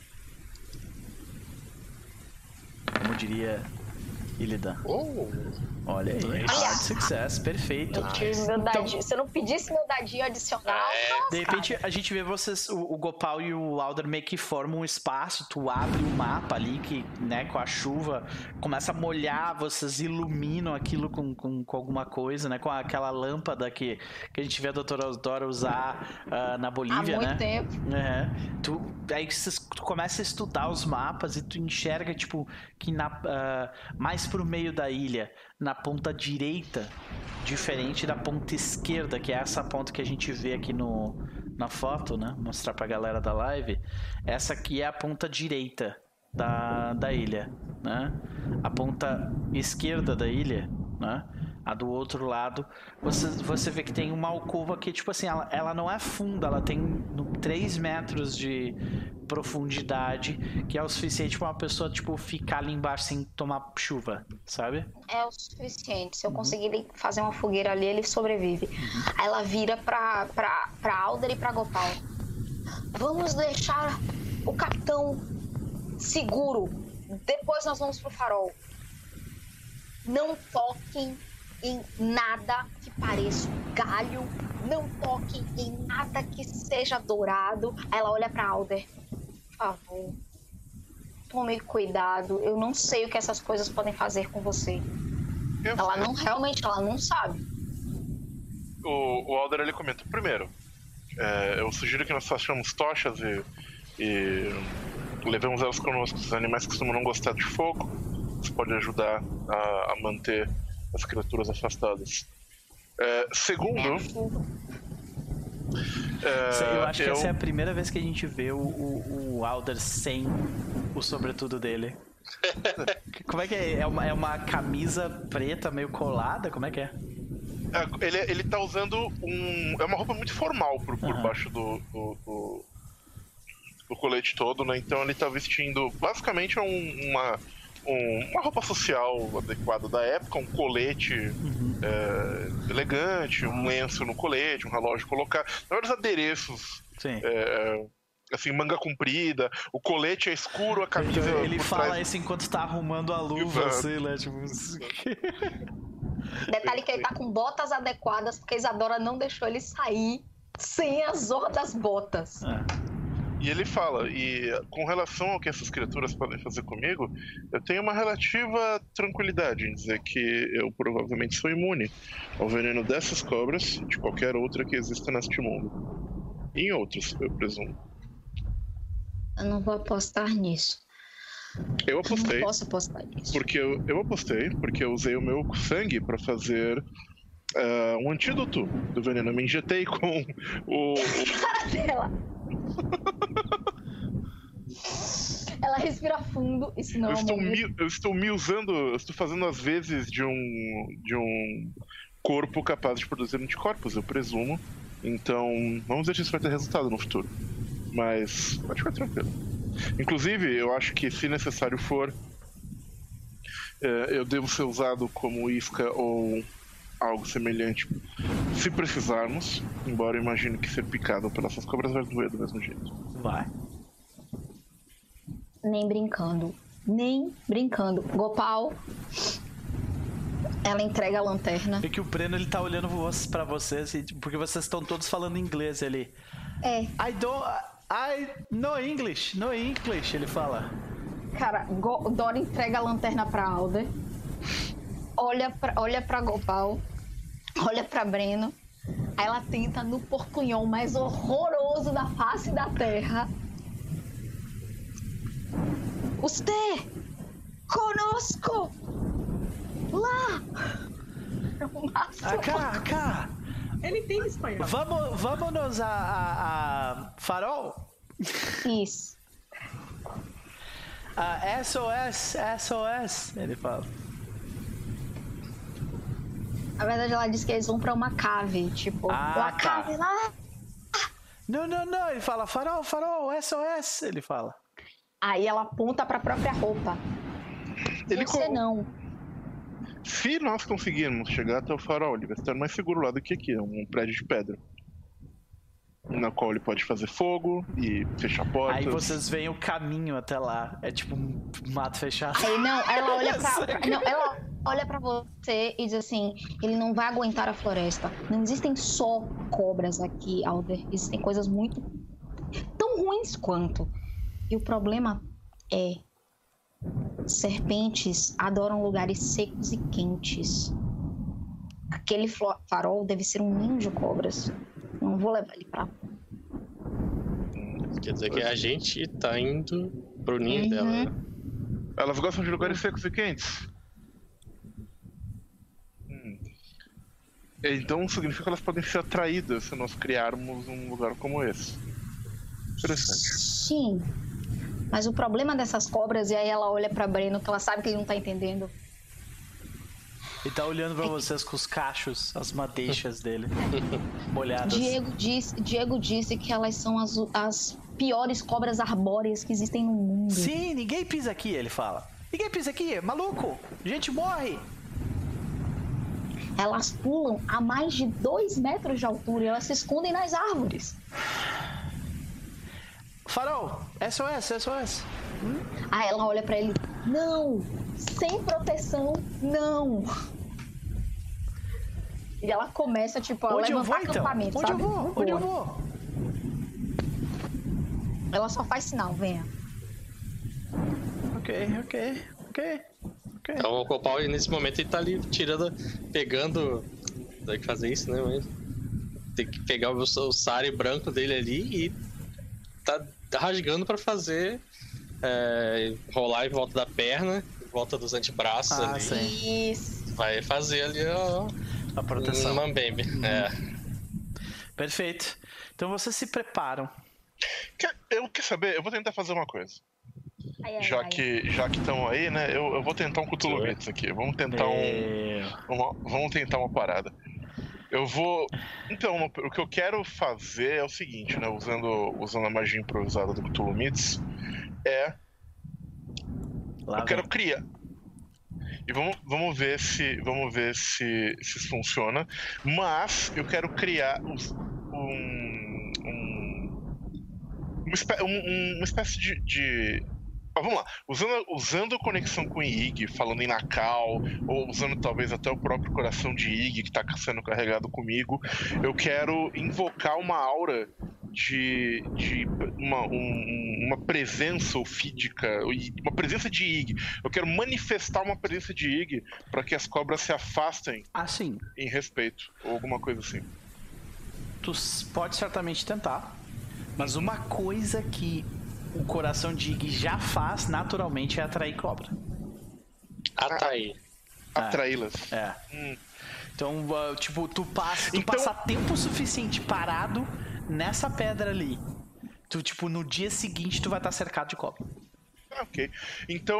Como diria Illidan. Oh. Olha aí, Olha. hard success, perfeito. Eu tive meu dadinho. Se eu não pedisse meu dadinho adicional, nossa, De repente cara. a gente vê vocês, o, o Gopal e o Alder meio que formam um espaço, tu abre o mapa ali que, né, com a chuva, começa a molhar, vocês iluminam aquilo com, com, com alguma coisa, né, com aquela lâmpada que, que a gente vê a doutora Osdora usar uh, na Bolívia, Há muito né? tempo. É. Tu, aí vocês, tu começa a estudar os mapas e tu enxerga, tipo, que na, uh, mais pro meio da ilha, na ponta direita, diferente da ponta esquerda, que é essa ponta que a gente vê aqui no, na foto, né? Mostrar pra galera da live. Essa aqui é a ponta direita da, da ilha, né? A ponta esquerda da ilha, né? A do outro lado, você, você vê que tem uma alcova que, tipo assim, ela, ela não é funda, ela tem três metros de profundidade, que é o suficiente para uma pessoa, tipo, ficar ali embaixo sem tomar chuva, sabe? É o suficiente. Se eu conseguir fazer uma fogueira ali, ele sobrevive. Aí ela vira pra, pra, pra Alder e pra Gopal. Vamos deixar o capitão seguro. Depois nós vamos pro farol. Não toquem em nada que pareça um galho. Não toquem em nada que seja dourado. Aí ela olha pra Alder. Por favor, tome cuidado. Eu não sei o que essas coisas podem fazer com você. Eu Ela sei. não, realmente, ela não sabe. O, o Alder ele comenta. Primeiro, é, eu sugiro que nós façamos tochas e, e levemos elas conosco. Os animais costumam não gostar de fogo. Isso pode ajudar a, a manter as criaturas afastadas. É, segundo, é, Eu acho que eu- essa é a primeira vez que a gente vê o, o, o Alder sem o sobretudo dele. Como é que é? É uma, é uma camisa preta meio colada? Como é que é? É, ele, ele tá usando um. É uma roupa muito formal por, por Aham. baixo do, do, do, do colete todo, né? Então ele tá vestindo basicamente um- uma, um- uma roupa social adequada da época, um colete é, elegante, um lenço no colete, um relógio colocado. Na verdade, os adereços. Sim. é, assim, manga comprida, o colete é escuro, a camisa. Ele por fala trás- isso enquanto tá arrumando a luva, Exato. assim, né? Tipo... Detalhe que ele tá com botas adequadas, porque a Isadora não deixou ele sair sem a zorra das botas. É. E ele fala, e com relação ao que essas criaturas podem fazer comigo, eu tenho uma relativa tranquilidade em dizer que eu provavelmente sou imune ao veneno dessas cobras e de qualquer outra que exista neste mundo. E em outros, eu presumo. Eu não vou apostar nisso. Eu Eu apostei, não posso apostar nisso. porque eu, eu apostei, porque eu usei o meu sangue para fazer ah, um antídoto do veneno. Eu me injetei com o, Ela... Ela respira fundo, isso não Eu é um estou, momento. me, eu estou me usando, eu estou fazendo as vezes de um, de um corpo capaz de produzir anticorpos, eu presumo. Então, vamos ver se isso vai ter resultado no futuro. Mas pode ficar tranquilo. Inclusive, eu acho que se necessário for, é, eu devo ser usado como isca ou algo semelhante se precisarmos. Embora eu imagine que ser picado pelas essas cobras vai doer do mesmo jeito. Vai. Nem brincando. Nem brincando. Gopal. Ela entrega a lanterna. É que o Breno ele tá olhando vo- pra vocês, e- porque vocês estão todos falando inglês ali. É, I don't. I no English, no English, ele fala. cara, Go- Dora entrega a lanterna pra Alder. Olha pra, olha pra Gopal. Olha pra Breno. Aí ela tenta no porcunhão mais horroroso da face da terra. Usted! Conosco! Lá! É o máximo. Acá, acá. Ele tem espanhol. Vamos, vamos a, a, a farol? Isso. A S O S, S O S, ele fala. Na verdade, ela disse que eles vão pra uma cave, tipo, Ah, uma tá. cave lá. Não, não, não. Ele fala, farol, farol, S O S. Ele fala. Aí ela aponta pra própria roupa. Ele Você co- não. Se nós conseguirmos chegar até o farol, ele vai estar mais seguro lá do que aqui. É um prédio de pedra. Na qual ele pode fazer fogo e fechar portas. Aí vocês veem o caminho até lá. É tipo um mato fechado. Aí não, ela olha pra, pra- não, ela olha pra você e diz assim, ele não vai aguentar a floresta. Não existem só cobras aqui, Alder. Existem coisas muito tão ruins quanto. E o problema é serpentes adoram lugares secos e quentes. Aquele flo- farol deve ser um ninho de cobras. Não vou levar ele pra lá. Quer dizer que a gente tá indo pro ninho Uhum. dela, né? Elas gostam de lugares secos e quentes. Hum. Então significa que elas podem ser atraídas se nós criarmos um lugar como esse. Interessante. Sim. Mas o problema dessas cobras, e aí ela olha pra Breno, que ela sabe que ele não tá entendendo. Ele tá olhando pra vocês com os cachos, as madeixas dele. Molhadas. Diego disse, Diego disse que elas são as, as piores cobras arbóreas que existem no mundo. Sim, ninguém pisa aqui, ele fala. Ninguém pisa aqui, maluco. Gente morre. Elas pulam a mais de dois metros de altura e elas se escondem nas árvores. Farol, S O S, S O S. Aí ela olha pra ele, não, sem proteção, não. E ela começa, tipo, a Onde eu levantar vou, então? acampamento, Onde eu sabe? vou? Onde eu Boa. vou? Ela só faz sinal, venha. Ok, ok, ok. ok. Então o Copal nesse momento ele tá ali tirando, pegando. Tem que fazer isso, né? Mas tem que pegar o, o sari branco dele ali e tá rasgando pra fazer é, rolar em volta da perna, em volta dos antebraços Ah, ali. sim. Isso. Vai fazer ali ó, A proteção. um mambembe. É. Perfeito. Então vocês se preparam. Quer, eu quer saber? Eu vou tentar fazer uma coisa. Ai, ai, Já ai. que já que estão aí, né? Eu, eu vou tentar um Cthulhu Sure. Mythos aqui. Vamos tentar um. É... Uma- vamos tentar uma parada. Eu vou. Então, o que eu quero fazer é o seguinte, né? Usando, usando a magia improvisada do Cthulhu Mythos, é. Lá eu quero vem. criar. E vamos, vamos ver se. Vamos ver se, se isso funciona. Mas eu quero criar os- um. um uma, espé- um- um- uma espécie de. de... Ah, vamos lá, usando, usando conexão com Ig, falando em Nakal, ou usando talvez até o próprio coração de Ig que está sendo carregado comigo, eu quero invocar uma aura de, de uma, um- uma presença ofídica, uma presença de Ig. Eu quero manifestar uma presença de Ig para que as cobras se afastem Assim, em respeito, ou alguma coisa assim. tu s- pode certamente tentar, mas uma coisa que o coração de Ig já faz naturalmente é atrair cobra. Ah, tá aí. Atraí-las. É. Hum. Então, uh, tipo, tu passa, tu Então- passar tempo suficiente parado nessa pedra ali. Tu, tipo, no dia seguinte tu vai estar cercado de cobra. Ah, ok. Então.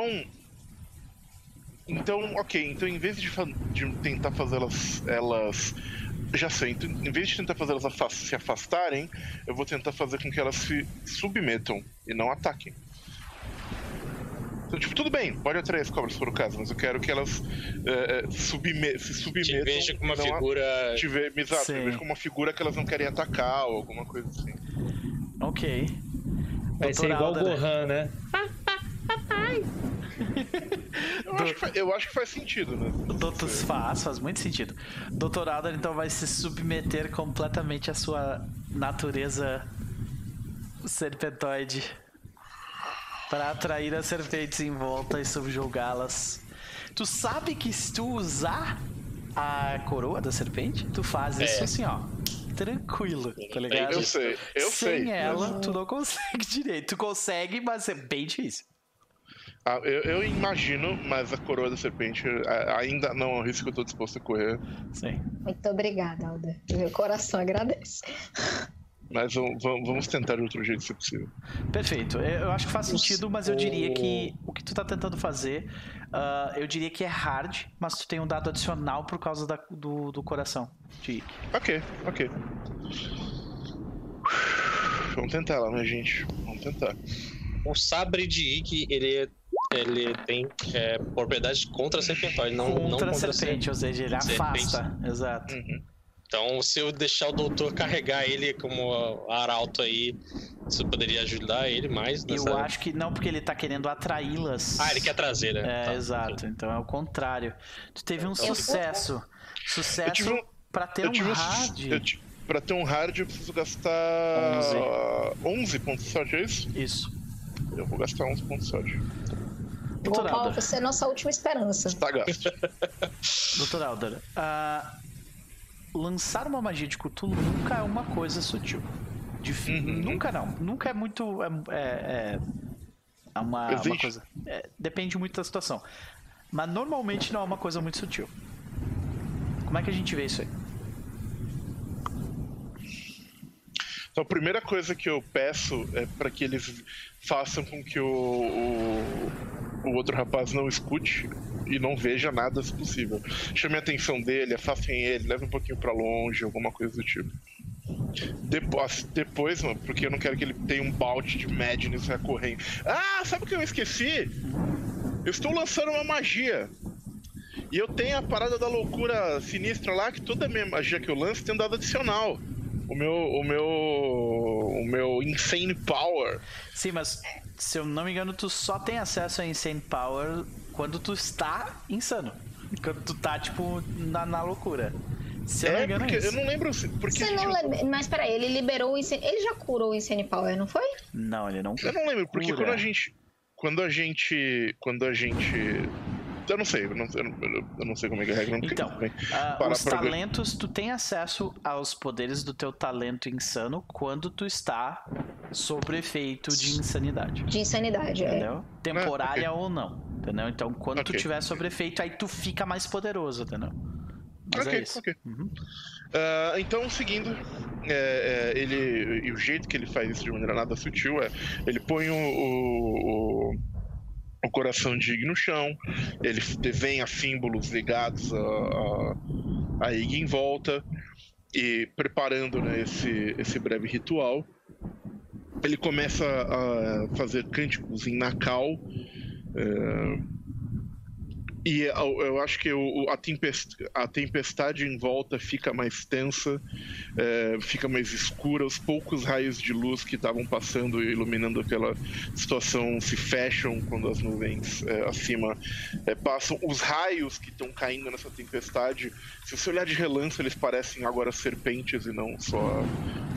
Então, ok. Então, em vez de, fa- de tentar fazê-las. Elas. Já sei. Então, em vez de tentar fazê-las afa- se afastarem, eu vou tentar fazer com que elas se submetam e não ataquem. Então, tipo, tudo bem, pode atrair as cobras se for o caso, mas eu quero que elas eh, eh, subme- se Te submetam. vejo como uma e não a- figura. Te ve- exato, Sim. eu vejo como uma figura que elas não querem atacar ou alguma coisa assim. Ok. Vai ser Doutor igual o Alder. Gohan, né? Eu, acho que, fa- eu acho que faz sentido, né? Doutor faz, faz muito sentido. doutor Alder então vai se submeter completamente à sua natureza serpentoide para atrair as serpentes em volta e subjugá-las. Tu sabe que se tu usar a coroa da serpente, tu faz É. isso assim, ó. Tranquilo, tá ligado? Eu sei, eu Sem sei. ela, mas- tu não consegue direito. Tu consegue, mas é bem difícil. Ah, eu, eu imagino, mas a coroa da serpente a- ainda não é um risco que eu tô disposto a correr. Sim. Muito obrigada, Alder. Meu coração agradece. Mas vamos, vamos tentar de outro jeito, se possível. Perfeito. Eu acho que faz sentido, mas eu diria que o que tu tá tentando fazer, uh, eu diria que é hard, mas tu tem um dado adicional por causa da, do, do coração de Ikki. Ok, ok. Vamos tentar lá, minha gente. Vamos tentar. O sabre de Ikki, ele, ele tem é, propriedades contra a serpentóide, não contra, não contra a serpente, ou seja, ele serpente. afasta. Exato. Uhum. Então, se eu deixar o doutor carregar ele como arauto aí, isso poderia ajudar ele mais nessa... Eu acho que não, porque ele tá querendo atraí-las. Ah, ele quer trazer, né? É, tá, exato. okay. Então é o contrário. Tu teve um Eu sucesso. Sucesso um, pra ter um um, hard. Eu, pra ter um hard, eu preciso gastar onze pontos de sorte, é isso? Isso. Eu vou gastar onze pontos de sorte. Doutor Alder, você é nossa última esperança. Está gasto. Doutor Alder, uh, lançar uma magia de Cthulhu nunca é uma coisa sutil. Dif... Uhum. Nunca não. Nunca é muito. É, é, é uma, uma coisa. É, depende muito da situação. Mas normalmente não é uma coisa muito sutil. Como é que a gente vê isso aí? Então a primeira coisa que eu peço é para que eles façam com que o, o, o outro rapaz não escute e não veja nada se possível. Chame a atenção dele, afastem ele, leve um pouquinho para longe, alguma coisa do tipo. Depois, depois, mano, porque eu não quero que ele tenha um balde de madness recorrendo. Ah, sabe o que eu esqueci? Eu estou lançando uma magia. E eu tenho a parada da loucura sinistra lá, que toda a minha magia que eu lanço tem um dado adicional. O meu, o meu, o meu Insane Power. Sim, mas se eu não me engano, tu só tem acesso a Insane Power quando tu está insano. Quando tu tá, tipo, na, na loucura. Se eu é, não me engano, porque é isso. Eu não lembro. Porque Você não lembra... Mas peraí, ele liberou o Insane... Ele já curou o Insane Power, não foi? Não, ele não. Eu não lembro, porque cura. quando a gente. Quando a gente. Quando a gente. Eu não sei, eu não, eu não, eu não sei como é que é a regra. Não então, tem, uh, os talentos, ver. Tu tem acesso aos poderes do teu talento insano quando tu está sob efeito de insanidade. De insanidade, entendeu? é. Temporária ah, okay. ou não, entendeu? Então, quando okay. tu tiver sob efeito, aí tu fica mais poderoso, entendeu? Mas ok, é isso. ok. Uhum. Uh, então, seguindo, é, é, ele, e o jeito que ele faz isso de maneira nada sutil é, ele põe o, o, o coração de Ig no chão, ele desenha símbolos ligados a, a, a Ig em volta, e preparando, né, esse, esse breve ritual, ele começa a fazer cânticos em Nakal, uh, e eu, eu acho que o, a, tempestade, a tempestade em volta fica mais tensa, é, fica mais escura, os poucos raios de luz que estavam passando e iluminando aquela situação se fecham quando as nuvens é, acima é, passam. Os raios que estão caindo nessa tempestade, se você olhar de relance, eles parecem agora serpentes e não só o...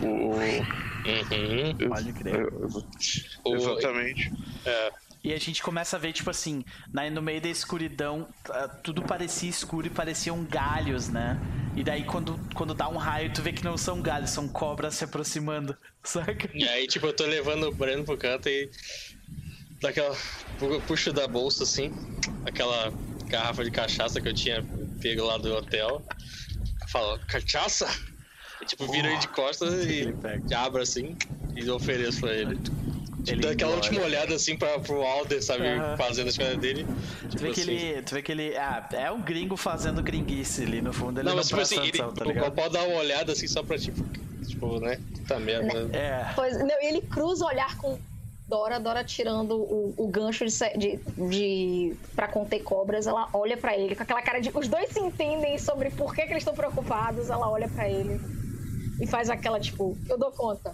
Uhum, pode crer. É, exatamente. É. E a gente começa a ver, tipo assim, no meio da escuridão, tudo parecia escuro e pareciam galhos, né? E daí quando, quando dá um raio, tu vê que não são galhos, são cobras se aproximando, saca? E aí, tipo, eu tô levando o Breno pro canto e daquela... puxo da bolsa, assim, aquela garrafa de cachaça que eu tinha pego lá do hotel. Falo, cachaça? E, tipo, vira ele de costas e abro assim e ofereço pra ele. Tipo, dá aquela última olhada assim pra, pro Alder, sabe, uhum. fazendo as coisas dele. Tu, tipo vê assim. que ele, tu vê que ele. Ah, é um gringo fazendo gringuice ali no fundo. Ele não, não mas tipo assim, ele atenção, tá pode dar uma olhada assim só pra tipo. Tipo, né? Tá merda. É. Pois, não, ele cruza o olhar com Dora, Dora tirando o, o gancho de, de, de pra conter cobras. Ela olha pra ele com aquela cara de. Os dois se entendem sobre por que, que eles estão preocupados. Ela olha pra ele e faz aquela tipo, eu dou conta.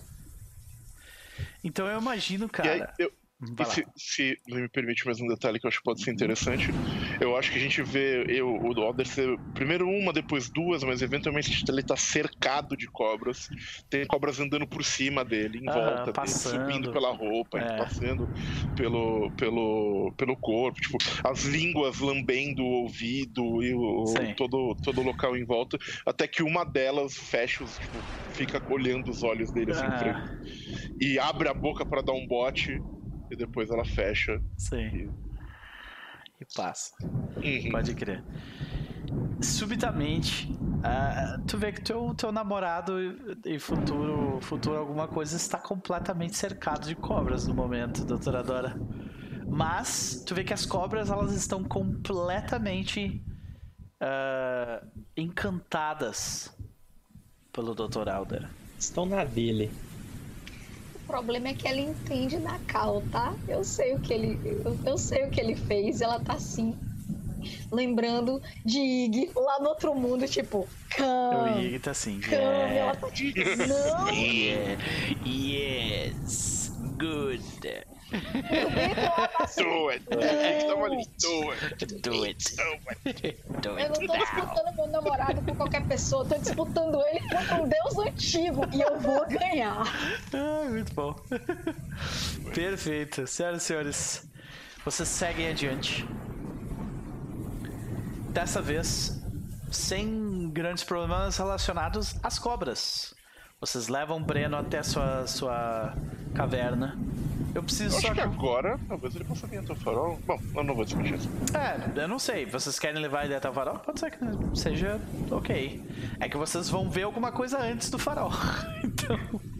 Então eu imagino, cara. E aí, eu, e se, se me permite mais um detalhe que eu acho que pode ser interessante, eu acho que a gente vê eu, o Alder ser primeiro uma, depois duas, mas eventualmente ele tá cercado de cobras. Tem cobras andando por cima dele, em ah, volta passando. dele, subindo pela roupa, é. passando pelo, pelo, pelo corpo, tipo, as línguas lambendo o ouvido e o, todo, todo o local em volta, até que uma delas fecha os, tipo, fica olhando os olhos dele assim, ah. e abre a boca para dar um bote. E depois ela fecha. Sim. E, e passa. Uhum. Pode crer. Subitamente, Uh, tu vê que teu, teu namorado e futuro, futuro alguma coisa está completamente cercado de cobras no momento, doutora Dora. Mas tu vê que as cobras elas estão completamente uh, encantadas pelo doutor Alder. Estão na dele. O problema é que ela entende da Cal, tá? Eu sei o que ele, eu, eu sei o que ele fez. Ela tá assim, lembrando de Ig lá no outro mundo, tipo, Cam. O Ig tá assim, Cam, yeah. Ela tá tipo, não. Yeah. Yes, good. Do it. Do it. Do it. Do it. Do it. Eu não tô disputando meu namorado com qualquer pessoa, tô disputando ele contra um deus antigo e eu vou ganhar. Ah, muito bom. Perfeito. Senhoras e senhores, vocês seguem adiante. Dessa vez, sem grandes problemas relacionados às cobras. Vocês levam o Breno até a sua, sua caverna. Eu preciso eu só. Acho que agora, talvez ele possa vir até o farol. Bom, eu não vou discutir isso. É, eu não sei. Vocês querem levar ele até o farol? Pode ser que seja ok. É que vocês vão ver alguma coisa antes do farol. Então.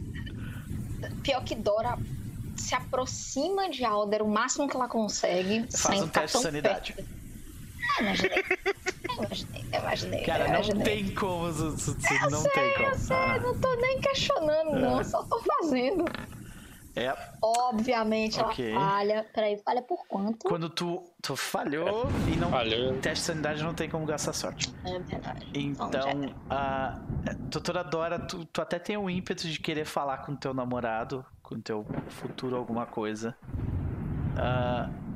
Pior que Dora se aproxima de Alder o máximo que ela consegue. Faz um teste de sanidade. Perto. Ah, imaginei. Eu imaginei, eu imaginei. Cara, eu não imaginei. tem como. Não eu tem sei, como. Eu sei, ah. não tô nem questionando, não. É. Só tô fazendo. É. Obviamente okay. ela falha. Peraí, falha por quanto? Quando tu, tu falhou e não. Falhou. Teste de sanidade não tem como gastar sorte. É verdade. Então, a doutora Dora, tu, tu até tem o ímpeto de querer falar com teu namorado, com teu futuro alguma coisa. Uh,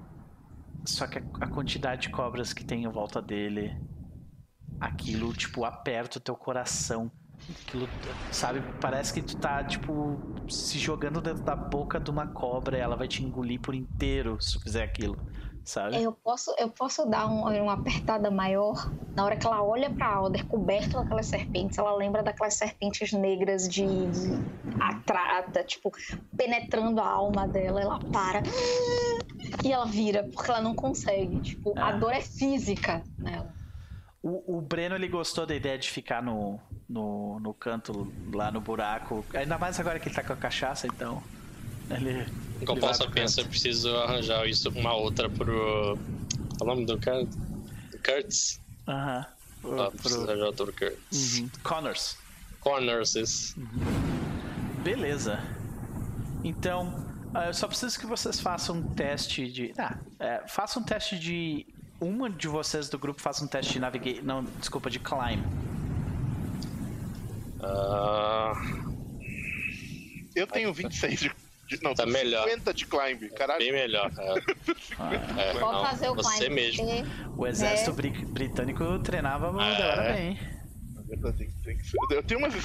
só que a, a quantidade de cobras que tem em volta dele, aquilo, tipo, aperta o teu coração. Aquilo, sabe, parece que tu tá, tipo, se jogando dentro da boca de uma cobra e ela vai te engolir por inteiro se tu fizer aquilo, sabe? Eu posso, eu posso dar um, uma apertada maior na hora que ela olha pra Alder coberto daquelas serpentes, ela lembra daquelas serpentes negras de, de atrata, tipo, penetrando a alma dela, ela para e ela vira, porque ela não consegue, tipo, ah. a dor é física nela. O, o Breno, ele gostou da ideia de ficar no, no, no canto, lá no buraco. Ainda mais agora que ele tá com a cachaça, então... Ele... Eu posso pensar, eu preciso arranjar isso uma outra pro... Qual é o nome do cara? Curtis? Aham. Uh-huh. Ah, preciso pro... arranjar outro Curtis. Uhum. Connors. Connors, isso. Uhum. Beleza. Então, eu só preciso que vocês façam um teste de... Ah, é, façam um teste de... Uma de vocês do grupo faça um teste de navigate... Não, desculpa, de climb. Uh... Eu tenho vinte e seis de... de não, tá melhor. cinquenta de climb, caralho. Bem melhor. É. Ah, é, Pode não, fazer o você climb. mesmo. O exército é. br- britânico treinava uma é. galera bem. Na verdade, tem, tem que ser... Eu tenho umas...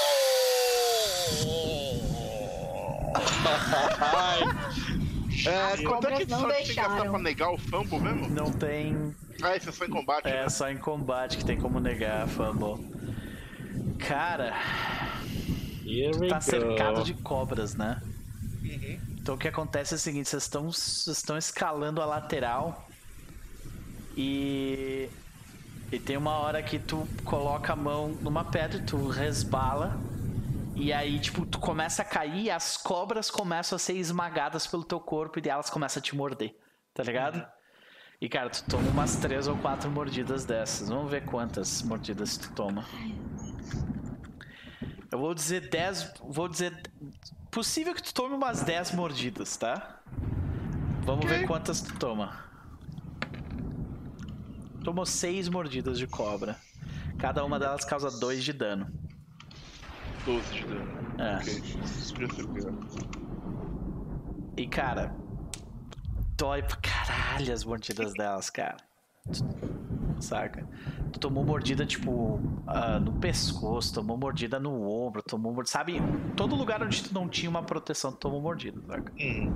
É, quanto é que só tem que gastar pra negar o fumble mesmo? Não tem... Ah, isso é só em combate, É né? só em combate que tem como negar a fumble. Cara... Here tá we cercado go. de cobras, né? Uhum. Então o que acontece é o seguinte, vocês estão, vocês estão escalando a lateral e... E tem uma hora que tu coloca a mão numa pedra e tu resbala. E aí, tipo, tu começa a cair e as cobras começam a ser esmagadas pelo teu corpo e elas começam a te morder, tá ligado? Uhum. E, cara, tu toma umas três ou quatro mordidas dessas. Vamos ver quantas mordidas tu toma. Eu vou dizer dez... Vou dizer... Possível que tu tome umas dez mordidas, tá? Vamos okay. ver quantas tu toma. Tomou seis mordidas de cobra. Cada uma delas causa dois de dano. doze de dano. É. Ok. E, cara... Dói pra caralho as mordidas delas, cara. Saca? Tu tomou mordida, tipo, uh, no pescoço, tomou mordida no ombro, tomou mordida... Sabe? Todo lugar onde tu não tinha uma proteção, tu tomou mordida, saca? Hum.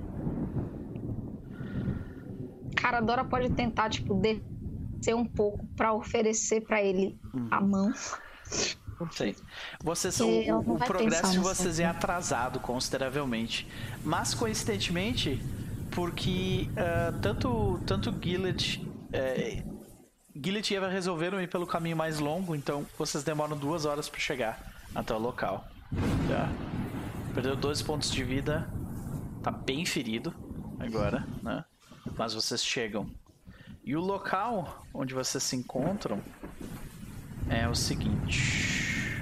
Cara, a Dora pode tentar, tipo, descer um pouco pra oferecer pra ele hum. a mão. Não sei. Vocês são, o, o progresso de vocês assim. é atrasado consideravelmente. Mas, coincidentemente, porque uh, tanto, tanto Gilead... Uh, Gillet e Eva resolveram ir pelo caminho mais longo, então vocês demoram duas horas para chegar até o local. Já perdeu doze pontos de vida, tá bem ferido agora, né? Mas vocês chegam. E o local onde vocês se encontram é o seguinte.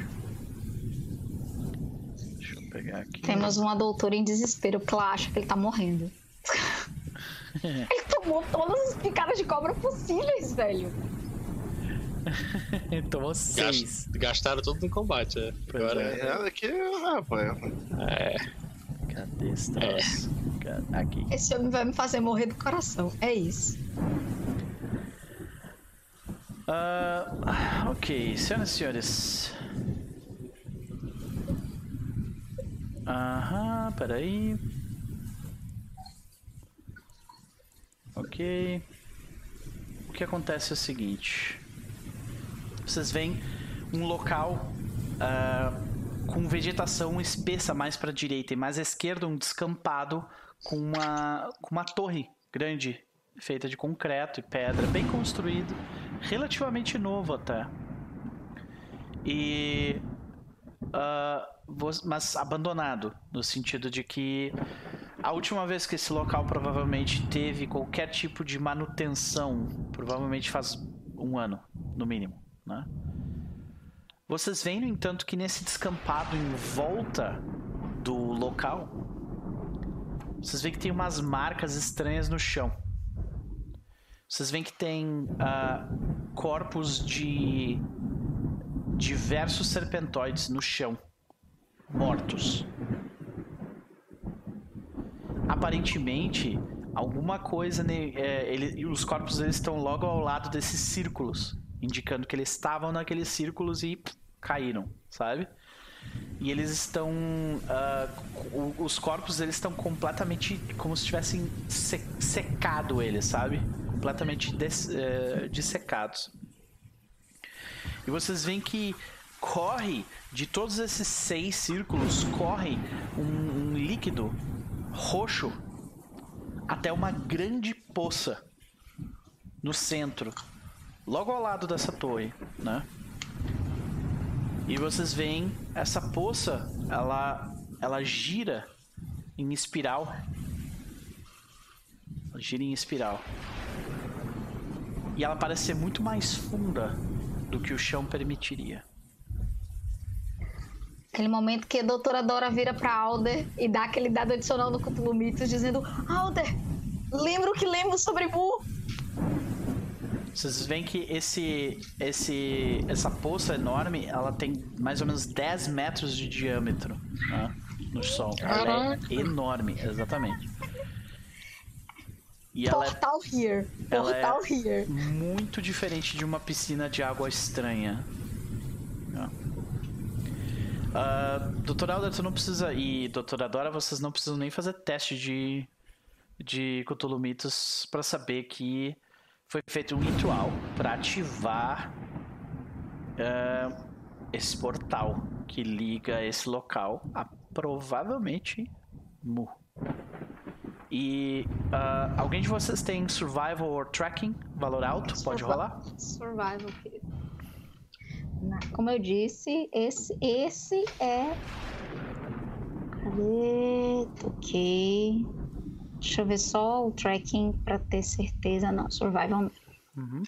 Deixa eu pegar aqui. Temos uma doutora em desespero que ela acha que ele tá morrendo. Ele tomou todas as picadas de cobra possíveis, velho. Tomou seis. Gastaram tudo no combate, é. Agora É, é que rapaz. é. Cadê esse troço? Cadê? Aqui. Esse homem vai me fazer morrer do coração. É isso. Uh, ok, senhoras e senhores. Aham, peraí. Ok. O que acontece é o seguinte. Vocês veem um local uh, com vegetação espessa mais para a direita e mais à esquerda um descampado com uma, com uma torre grande feita de concreto e pedra, bem construído, relativamente novo até. E uh, mas abandonado, no sentido de que a última vez que esse local provavelmente teve qualquer tipo de manutenção, provavelmente faz um ano, no mínimo, né? Vocês veem, no entanto, que nesse descampado em volta do local, vocês veem que tem umas marcas estranhas no chão. Vocês veem que tem uh, corpos de diversos serpentoides no chão, mortos. Aparentemente, alguma coisa... É, ele, os corpos eles estão logo ao lado desses círculos, indicando que eles estavam naqueles círculos e pff, caíram, sabe? E eles estão... Uh, os corpos eles estão completamente... como se tivessem se, secado eles, sabe? Completamente des, uh, dissecados. E vocês veem que corre, de todos esses seis círculos, corre um, um líquido roxo até uma grande poça no centro, logo ao lado dessa torre, né? E vocês veem essa poça, ela, ela gira em espiral, ela gira em espiral, e ela parece ser muito mais funda do que o chão permitiria. Aquele momento que a doutora Dora vira pra Alder e dá aquele dado adicional no Cthulhu Mythos, dizendo: Alder, lembra o que lembro sobre Mu? Vocês veem que esse, esse, essa poça enorme, ela tem mais ou menos dez metros de diâmetro, né, no Sol. Ela é enorme, exatamente. E Portal ela é, here. ela Portal é here. muito diferente de uma piscina de água estranha. Uh, doutor Alder, tu não precisa... E doutora Dora, vocês não precisam nem fazer teste de, de Cthulhu Mythos para saber que foi feito um ritual para ativar uh, esse portal que liga esse local a provavelmente Mu. E uh, alguém de vocês tem Survival or Tracking? Valor alto? Pode rolar? Survival, querido. Como eu disse, esse, esse é... Cadê? Ok. Deixa eu ver só o tracking pra ter certeza. Não, survival. Uhum.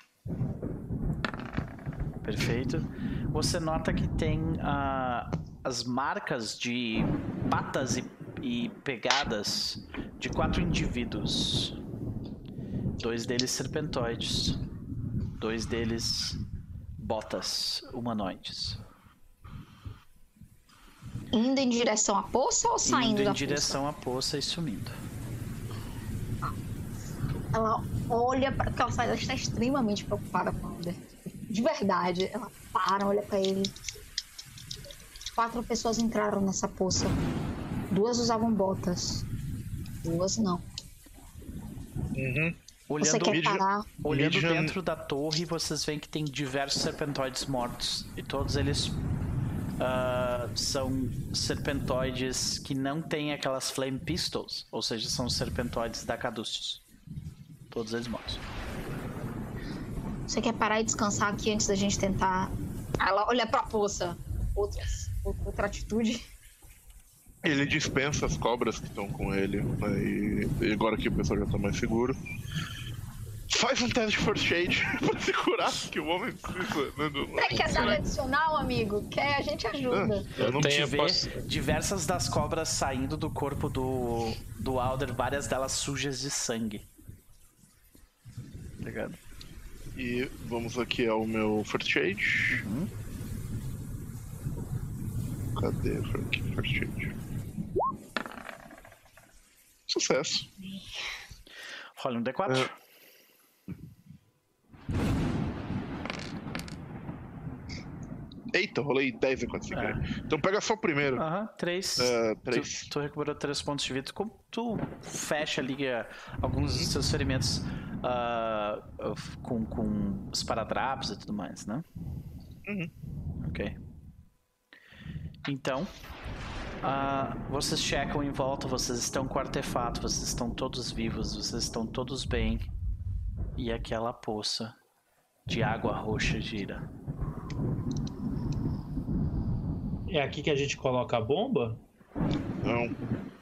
Perfeito. Você nota que tem uh, as marcas de patas e, e pegadas de quatro indivíduos. Dois deles serpentoides. Dois deles... botas humanoides. Indo em direção à poça ou saindo Indo da em direção poça? à poça e sumindo. Ela olha para... Ela ela está extremamente preocupada com o Alder. De verdade. Ela para, olha para ele. Quatro pessoas entraram nessa poça. Duas usavam botas. Duas não. Uhum. Olhando, Você quer parar? Olhando Midian... dentro da torre, vocês veem que tem diversos serpentoides mortos. E todos eles uh, são serpentoides que não têm aquelas flame pistols. Ou seja, são serpentoides da Caduceus. Todos eles mortos. Você quer parar e descansar aqui antes da gente tentar... Ela olha pra poça. Outras, outra atitude. Ele dispensa as cobras que estão com ele. Né, e, e agora que o pessoal já tá mais seguro. Faz um teste de first aid pra se curar, que o homem precisa. Né, do... Você quer dar um adicional, amigo? Quer? A gente ajuda. Ah, eu não Te tenho vê poss- diversas das cobras saindo do corpo do, do Alder, várias delas sujas de sangue. Obrigado. E vamos aqui ao meu first aid. Uhum. Cadê o first aid? Sucesso. Rola um D quatro. É. Eita, rolei dez enquanto sem querer. É. Então pega só o primeiro. Aham, três. É, três. Tu, tu recuperou três pontos de vida. Como tu fecha ali uh, alguns dos seus ferimentos uh, uh, com, com esparadrapos e tudo mais, né? Uhum. Ok. Então, uh, vocês checam em volta, vocês estão com o artefato, vocês estão todos vivos, vocês estão todos bem. E aquela poça de água roxa gira. É aqui que a gente coloca a bomba? Não.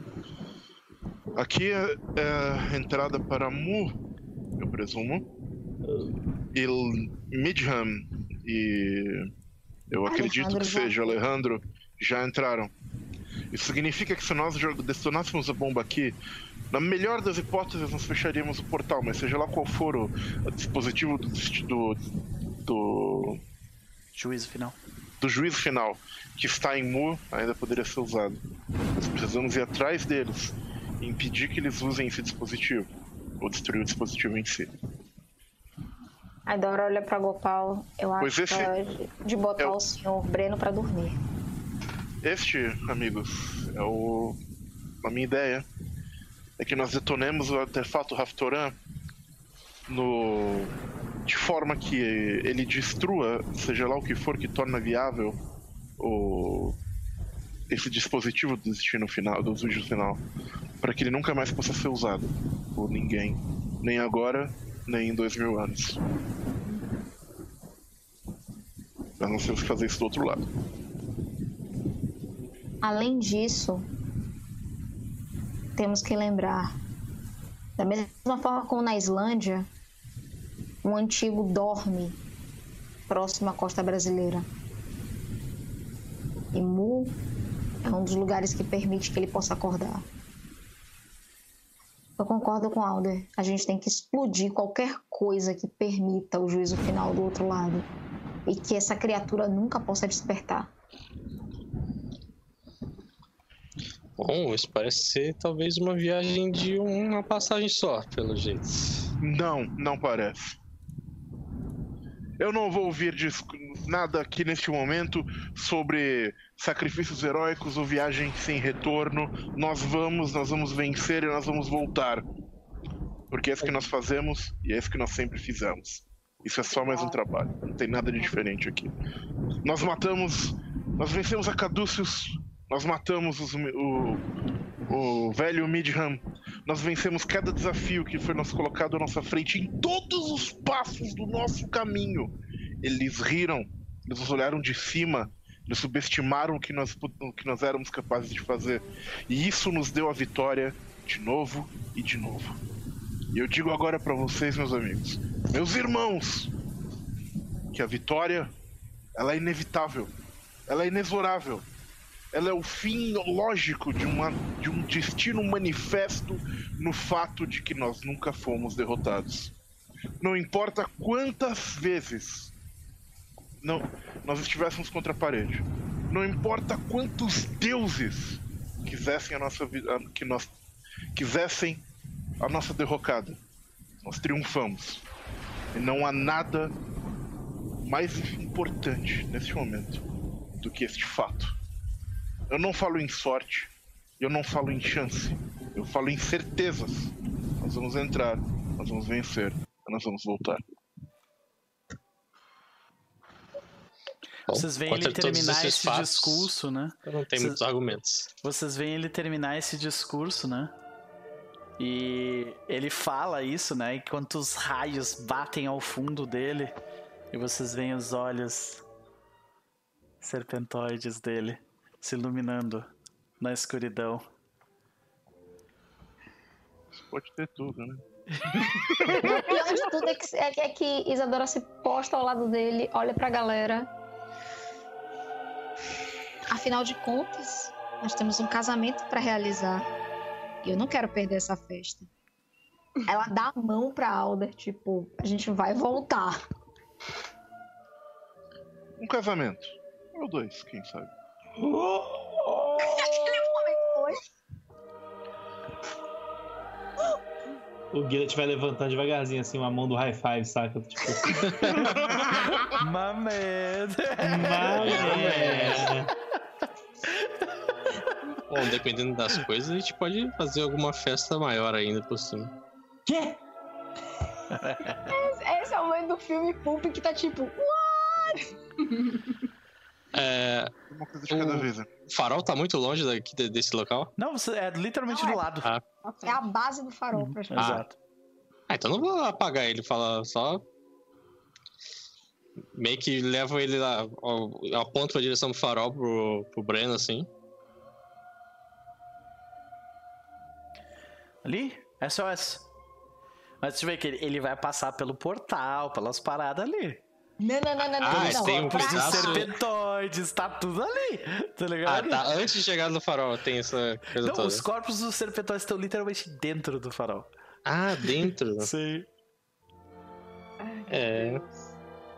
Aqui é, é a entrada para Mu, eu presumo. E Midham e eu acredito Alejandro que já. seja Alejandro já entraram. Isso significa que se nós detonássemos a bomba aqui, na melhor das hipóteses nós fecharíamos o portal, mas seja lá qual for o, o dispositivo do, do, do, Juízo final. do juízo final que está em Mu, ainda poderia ser usado. Nós precisamos ir atrás deles e impedir que eles usem esse dispositivo, ou destruir o dispositivo em si. A Dora olha pra Gopal. Eu acho Pois esse que é hora de botar é o- o senhor Breno pra dormir. Este, amigos, é o... a minha ideia é que nós detonemos o artefato Raftoran no... de forma que ele destrua, seja lá o que for que torna viável o... esse dispositivo do destino final, do uso final, para que ele nunca mais possa ser usado por ninguém, nem agora, nem em dois mil anos. Nós não temos que fazer isso do outro lado. Além disso, temos que lembrar, da mesma forma como na Islândia, um antigo dorme próximo à costa brasileira. E Mu é um dos lugares que permite que ele possa acordar. Eu concordo com Alder. A gente tem que explodir qualquer coisa que permita o juízo final do outro lado. E que essa criatura nunca possa despertar. Bom, isso parece ser talvez uma viagem de uma passagem só, pelo jeito. Não, não parece. Eu não vou ouvir disco- nada aqui neste momento sobre sacrifícios heróicos ou viagem sem retorno. Nós vamos, nós vamos vencer e nós vamos voltar. Porque é isso que nós fazemos e é isso que nós sempre fizemos. Isso é só mais um trabalho, não tem nada de diferente aqui. Nós matamos, nós vencemos a Caduceus, nós matamos os, o, o velho Midham, nós vencemos cada desafio que foi nos colocado à nossa frente em todos os passos do nosso caminho. Eles riram, eles nos olharam de cima, eles subestimaram o que nós, o que nós éramos capazes de fazer. E isso nos deu a vitória de novo e de novo. E eu digo agora para vocês, meus amigos, meus irmãos, que a vitória, ela é inevitável, ela é inexorável. Ela é o fim lógico de, uma, de um destino manifesto no fato de que nós nunca fomos derrotados. Não importa quantas vezes não, nós estivéssemos contra a parede, não importa quantos deuses quisessem a nossa vida, que nós quisessem a nossa derrocada, nós triunfamos. E não há nada mais importante neste momento do que este fato. Eu não falo em sorte, eu não falo em chance, eu falo em certezas. Nós vamos entrar, nós vamos vencer, nós vamos voltar. Bom, Vocês veem ele contra todos terminar esses esse fatos, discurso, né? Eu não tenho Vocês- muitos argumentos. Vocês veem ele terminar esse discurso, né? E ele fala isso, né? Enquanto os raios batem ao fundo dele e vocês veem os olhos serpentoides dele se iluminando na escuridão. Isso pode ter tudo, né? O pior de tudo é que, é que- é que Isadora se posta ao lado dele, olha pra galera. Afinal de contas, nós temos um casamento pra realizar. E eu não quero perder essa festa. Ela dá a mão pra Alder, tipo, a gente vai voltar. Um casamento. Ou dois, quem sabe. Aquele momento foi. O Guilherme vai levantando devagarzinho, assim, uma mão do high five, saca? Tipo, Mamed! Mamed. Bom, dependendo das coisas, a gente pode fazer alguma festa maior ainda por cima. Quê? Esse é o momento do filme Pulp que tá tipo, É, Uma coisa de cada O- vez, né? o farol tá muito longe daqui de- desse local? Não, você é literalmente Não, do é- lado. Ah, é a base do farol pra gente. Exato. Ah, então não vou apagar ele, falar só. Meio que levo ele lá, ó, eu aponto pra direção do farol pro, pro Breno, assim. Ali? S O S. Mas você vê que ele, ele vai passar pelo portal, pelas paradas ali. Não, não, não, não, não. Ah, não. tem um Pra- Os pedaço- serpentoides, tá tudo ali. Tá Ah, ligado? tá. Antes de chegar no farol, tem essa coisa Não, toda. os corpos dos serpentóides estão literalmente dentro do farol. Ah, dentro. Sim. Ai, É. meu Deus.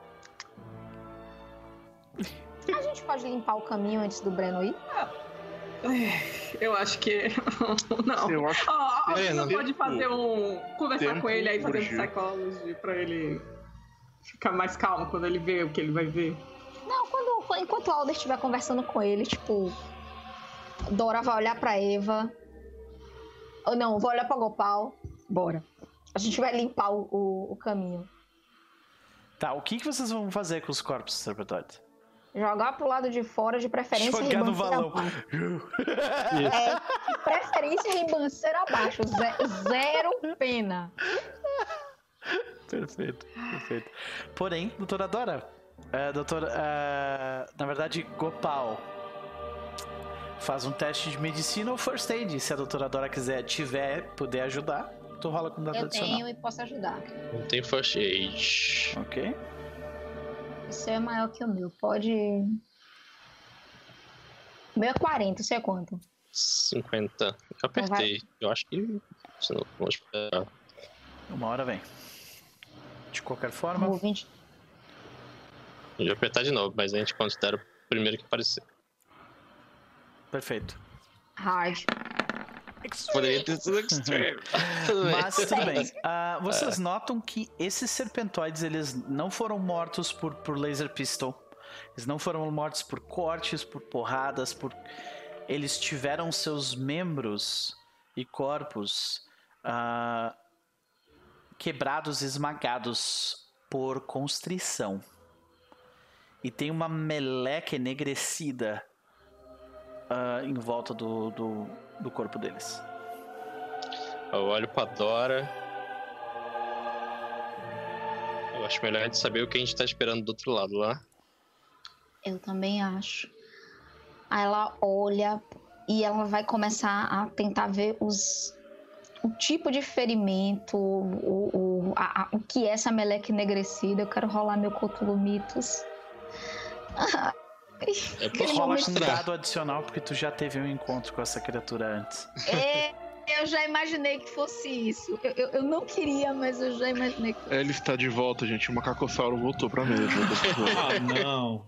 A gente pode limpar o caminho antes do Breno ir? Eu acho que. Não. Eu acho Ó, ó, É, você não não- pode fazer um. Conversar Tempo com ele aí, fazer um urgiu. psychology pra ele ficar mais calmo quando ele vê o que ele vai ver. Não, quando, enquanto o Alder estiver conversando com ele, tipo, Dora vai olhar pra Eva. Ou não, vou olhar pra Gopal. Bora. A gente vai limpar o, o, o caminho. Tá, o que, que vocês vão fazer com os corpos dos serpentóides? Jogar pro lado de fora, de preferência Jogar no ribanceira valão. abaixo. É, de preferência ribanceira abaixo. Ze- zero pena. Perfeito, perfeito. Porém, doutora Dora, é, doutora, é, na verdade, Gopal, faz um teste de medicina ou first aid. Se a doutora Dora quiser, tiver, puder ajudar, tu rola com dado Eu adicional. tenho e posso ajudar. Não tem first aid. Ok. O seu é maior que o meu. Pode. O meu é quarenta, o seu é quanto? cinquenta. Eu apertei. Eu acho que. Se não, vou esperar. Uma hora vem. De qualquer forma, O vinte. Eu ia apertar de novo, mas a gente considera o primeiro que aparecer. perfeito. Hard. Poderia ter sido extreme. Tudo bem. Mas tudo bem. Ah, vocês notam que esses serpentóides, eles não foram mortos por, por laser pistol. Eles não foram mortos por cortes, por porradas, por... Eles tiveram seus membros e corpos ah, quebrados, esmagados por constrição. E tem uma meleca enegrecida ah, em volta do, do, do corpo deles. Eu olho pra Dora. Eu acho melhor a gente saber o que a gente tá esperando do outro lado lá. Eu também acho. Aí ela olha e ela vai começar a tentar ver os, o tipo de ferimento, o, o, a, a, o que é essa meleca enegrecida. Eu quero rolar meu Cthulhu Mitos. É pra Aquele Rola momento- com um dado adicional porque tu já teve um encontro com essa criatura antes. É, eu já imaginei que fosse isso. Eu, eu, eu não queria, mas eu já imaginei que fosse. Ele está de volta, gente. O macacossauro voltou pra mesa. Ah, não.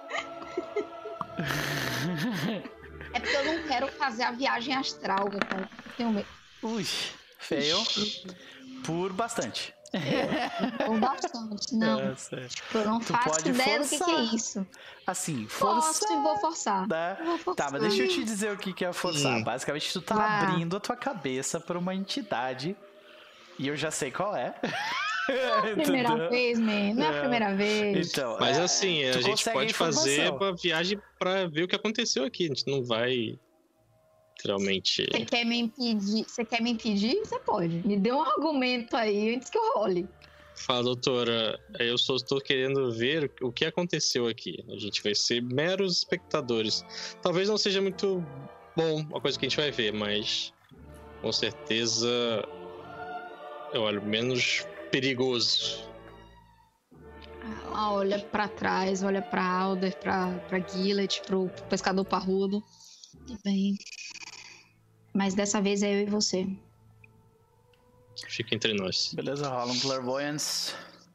É porque eu não quero fazer a viagem astral, cara. Tenho medo. Ui, feio. Por bastante. Ou bastante, não. É, sério. Tipo, eu não Tu faço pode ideia do que, que é forçar. isso. Assim, Posso força. e vou forçar. Né? Eu vou forçar. Tá, mas deixa eu te dizer o que que é forçar. Hum. Basicamente, tu tá Vá. abrindo a tua cabeça pra uma entidade. E eu já sei qual é. Primeira Entendeu? vez, man. Não é a É. primeira vez. Então, Mas é, assim, a tu gente consegue pode a informação. fazer uma viagem pra ver o que aconteceu aqui. A gente não vai. Literalmente. Você quer me impedir? Você quer me impedir? Você pode. Me dê um argumento aí antes que eu role. Fala, doutora, eu só estou querendo ver o que aconteceu aqui. A gente vai ser meros espectadores. Talvez não seja muito bom a coisa que a gente vai ver, mas com certeza eu olho menos perigoso. Ela olha pra trás, olha pra Alder, pra, pra Gillet, pro, pro pescador parrudo. Tudo bem. Mas dessa vez é eu e você. Fica entre nós. Beleza, rola um Clairvoyance.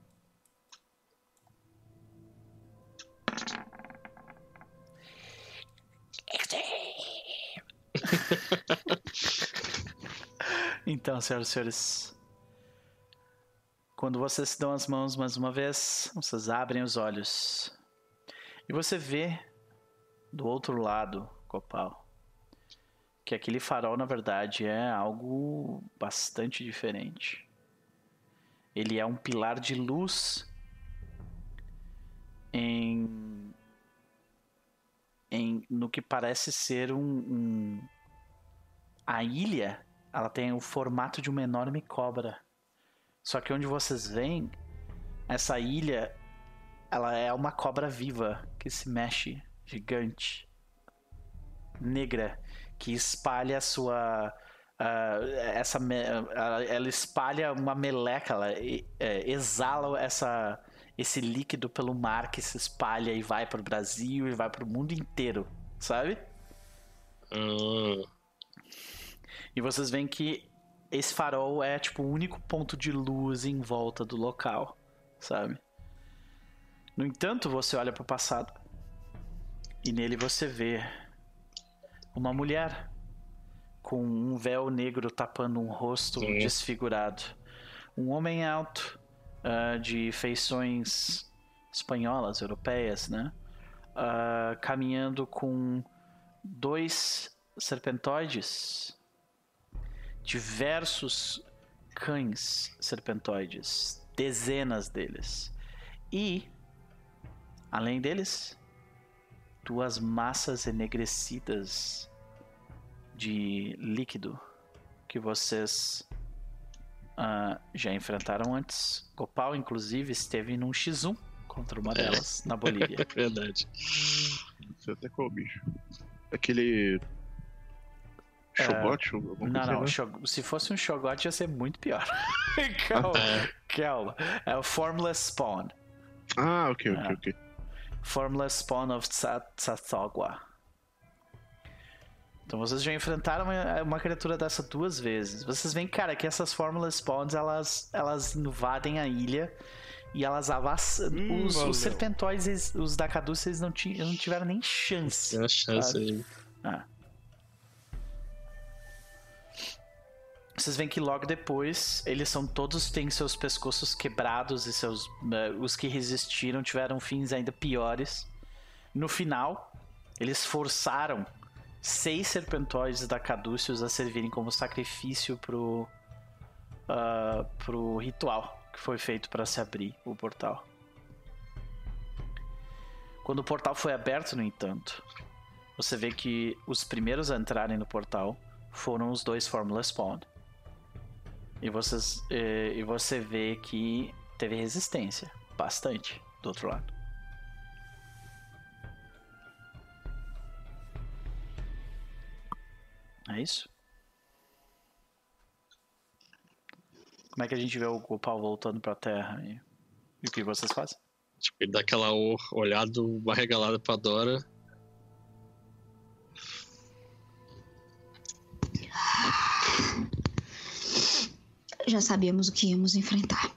Então, senhoras e senhores, quando vocês se dão as mãos mais uma vez, vocês abrem os olhos e você vê do outro lado, Copal, que aquele farol na verdade é algo bastante diferente. Ele é um pilar de luz em, em no que parece ser um, um a ilha. Ela tem o formato de uma enorme cobra. Só que onde vocês veem, essa ilha, ela é uma cobra viva que se mexe, gigante, negra, que espalha a sua... Uh, essa, ela, ela espalha uma meleca, ela é, exala essa, esse líquido pelo mar que se espalha e vai para o Brasil e vai para o mundo inteiro, sabe? Hum... E vocês veem que esse farol é tipo o único ponto de luz em volta do local, sabe? No entanto, você olha para o passado e nele você vê uma mulher com um véu negro tapando um rosto Sim. desfigurado. Um homem alto, uh, de feições espanholas, europeias, né? Uh, caminhando com dois serpentoides, diversos cães serpentoides, dezenas deles. E, além deles, duas massas enegrecidas de líquido que vocês uh, já enfrentaram antes. Gopal, inclusive, esteve num xis um contra uma delas, é. na Bolívia. Verdade. Você até qual bicho? Aquele... Shogot? Uh, não, não. Assim, né? Se fosse um Shogot ia ser muito pior. calma, calma. É o Formless Spawn. Ah, ok, ok, é. ok. Formless Spawn of Tsathoggua. Então vocês já enfrentaram uma, uma criatura dessa duas vezes. Vocês veem, cara, que essas Formless Spawns, elas, elas invadem a ilha e elas avassam. Hum, os, os serpentóides, os da Caduceus, eles não, ti, não tiveram nem chance. Tem a chance aí. Ah. Vocês veem que logo depois, eles são todos, têm seus pescoços quebrados e seus, uh, os que resistiram tiveram fins ainda piores. No final, eles forçaram seis serpentóides da Caduceus a servirem como sacrifício pro, uh, pro ritual que foi feito para se abrir o portal. Quando o portal foi aberto, no entanto, você vê que os primeiros a entrarem no portal foram os dois Formless Spawn. E, vocês, e, e você vê que teve resistência, bastante, do outro lado. É isso? Como é que a gente vê o Gopal voltando pra terra e, e o que vocês fazem? Tipo, ele dá aquela olhada arregalada pra Dora. Já sabíamos o que íamos enfrentar.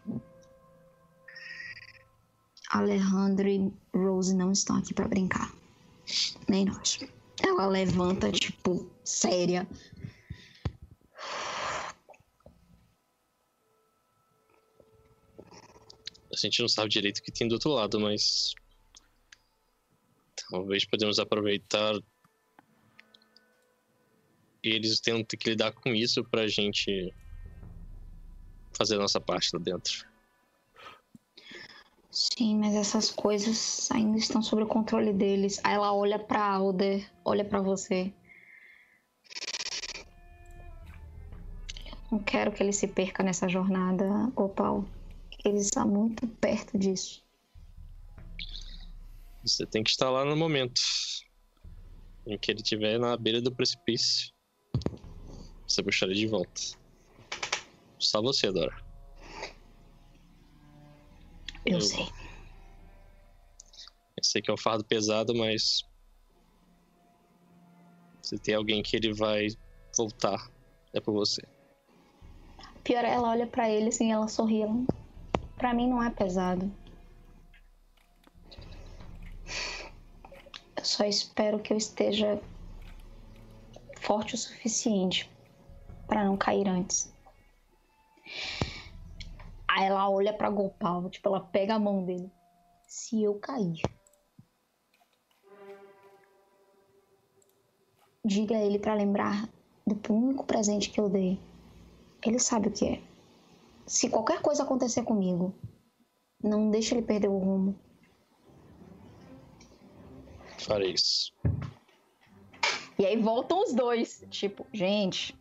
Alejandro e Rose não estão aqui pra brincar. Nem nós. Ela levanta, tipo, séria. A gente não sabe direito o que tem do outro lado, mas... talvez podemos aproveitar... e eles tentam ter que lidar com isso pra gente... fazer a nossa parte lá dentro. Sim, mas essas coisas ainda estão sob o controle deles. Aí ela olha pra Alder, olha pra você. Não quero que ele se perca nessa jornada, Gopal. Ele está muito perto disso. Você tem que estar lá no momento em que ele estiver na beira do precipício. Você puxar ele de volta. Só você, Dora. Eu, Eu sei. Eu sei que é um fardo pesado, mas... se tem alguém que ele vai voltar, é por você. Pior, ela olha pra ele assim, ela sorri. Ela... Pra mim não é pesado. Eu só espero que eu esteja forte o suficiente pra não cair antes. Aí ela olha pra Gopal, tipo, ela pega a mão dele. Se eu cair, diga a ele pra lembrar do único presente que eu dei. Ele sabe o que é. Se qualquer coisa acontecer comigo, não deixe ele perder o rumo. Farei isso. E aí voltam os dois. Tipo, gente,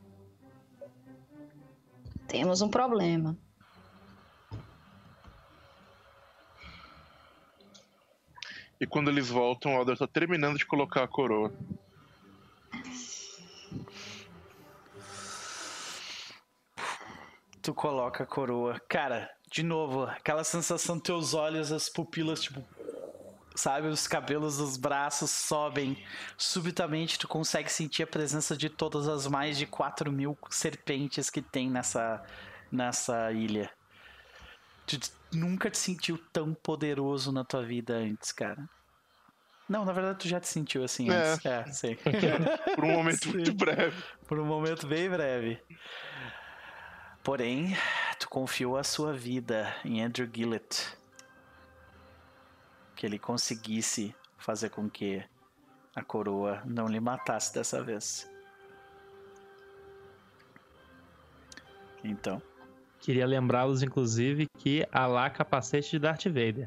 temos um problema. E quando eles voltam, o Alder tá terminando de colocar a coroa. Tu coloca a coroa. Cara, de novo, aquela sensação dos teus olhos, as pupilas, tipo... sabe, os cabelos dos braços sobem. Subitamente tu consegue sentir a presença de todas as mais de quatro mil serpentes que tem nessa, nessa ilha. Tu nunca te sentiu tão poderoso na tua vida antes, cara. Não, na verdade tu já te sentiu assim É. antes. É, sim. Por um momento Sim. muito breve. Por um momento bem breve. Porém, tu confiou a sua vida em Andrew Gillett. Que ele conseguisse fazer com que a coroa não lhe matasse dessa vez. Então, Queria lembrá-los, inclusive, que Alá capacete de Darth Vader.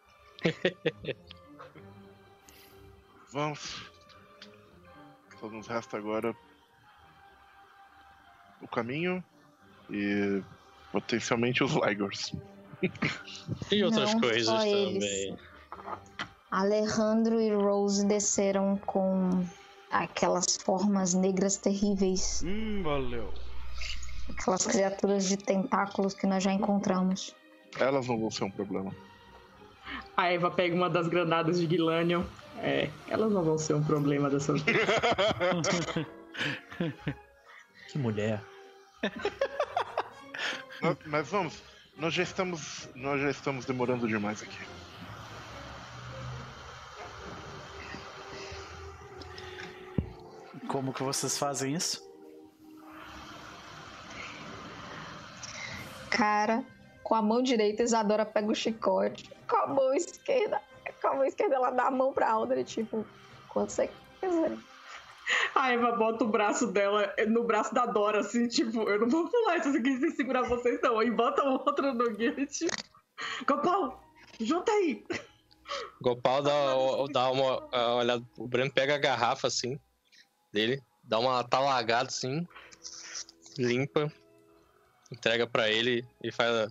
Vamos. Só nos resta agora o caminho e potencialmente os Ligors. E outras Não coisas só também. eles. Alejandro e Rose desceram com aquelas formas negras terríveis. hum, valeu. Aquelas criaturas de tentáculos que nós já encontramos. Elas não vão ser um problema. A Eva pega uma das granadas de Gilanion. É, elas não vão ser um problema dessa vez. Que mulher. Nós- mas vamos, nós já estamos, nós já estamos demorando demais aqui. Como que vocês fazem isso? Cara, com a mão direita, Isadora pega o chicote. Com a mão esquerda, com a mão esquerda, ela dá a mão pra Aldrin, tipo, quando você quiser. A Eva bota o braço dela no braço da Dora, assim, tipo, eu não vou pular se vocês quiserem segurar vocês, não. E bota o outro no guia, tipo, Gopal, junta aí. Gopal dá, dá uma a olhada. O Breno pega a garrafa assim dele, dá uma talagada assim, limpa, entrega pra ele e faz a...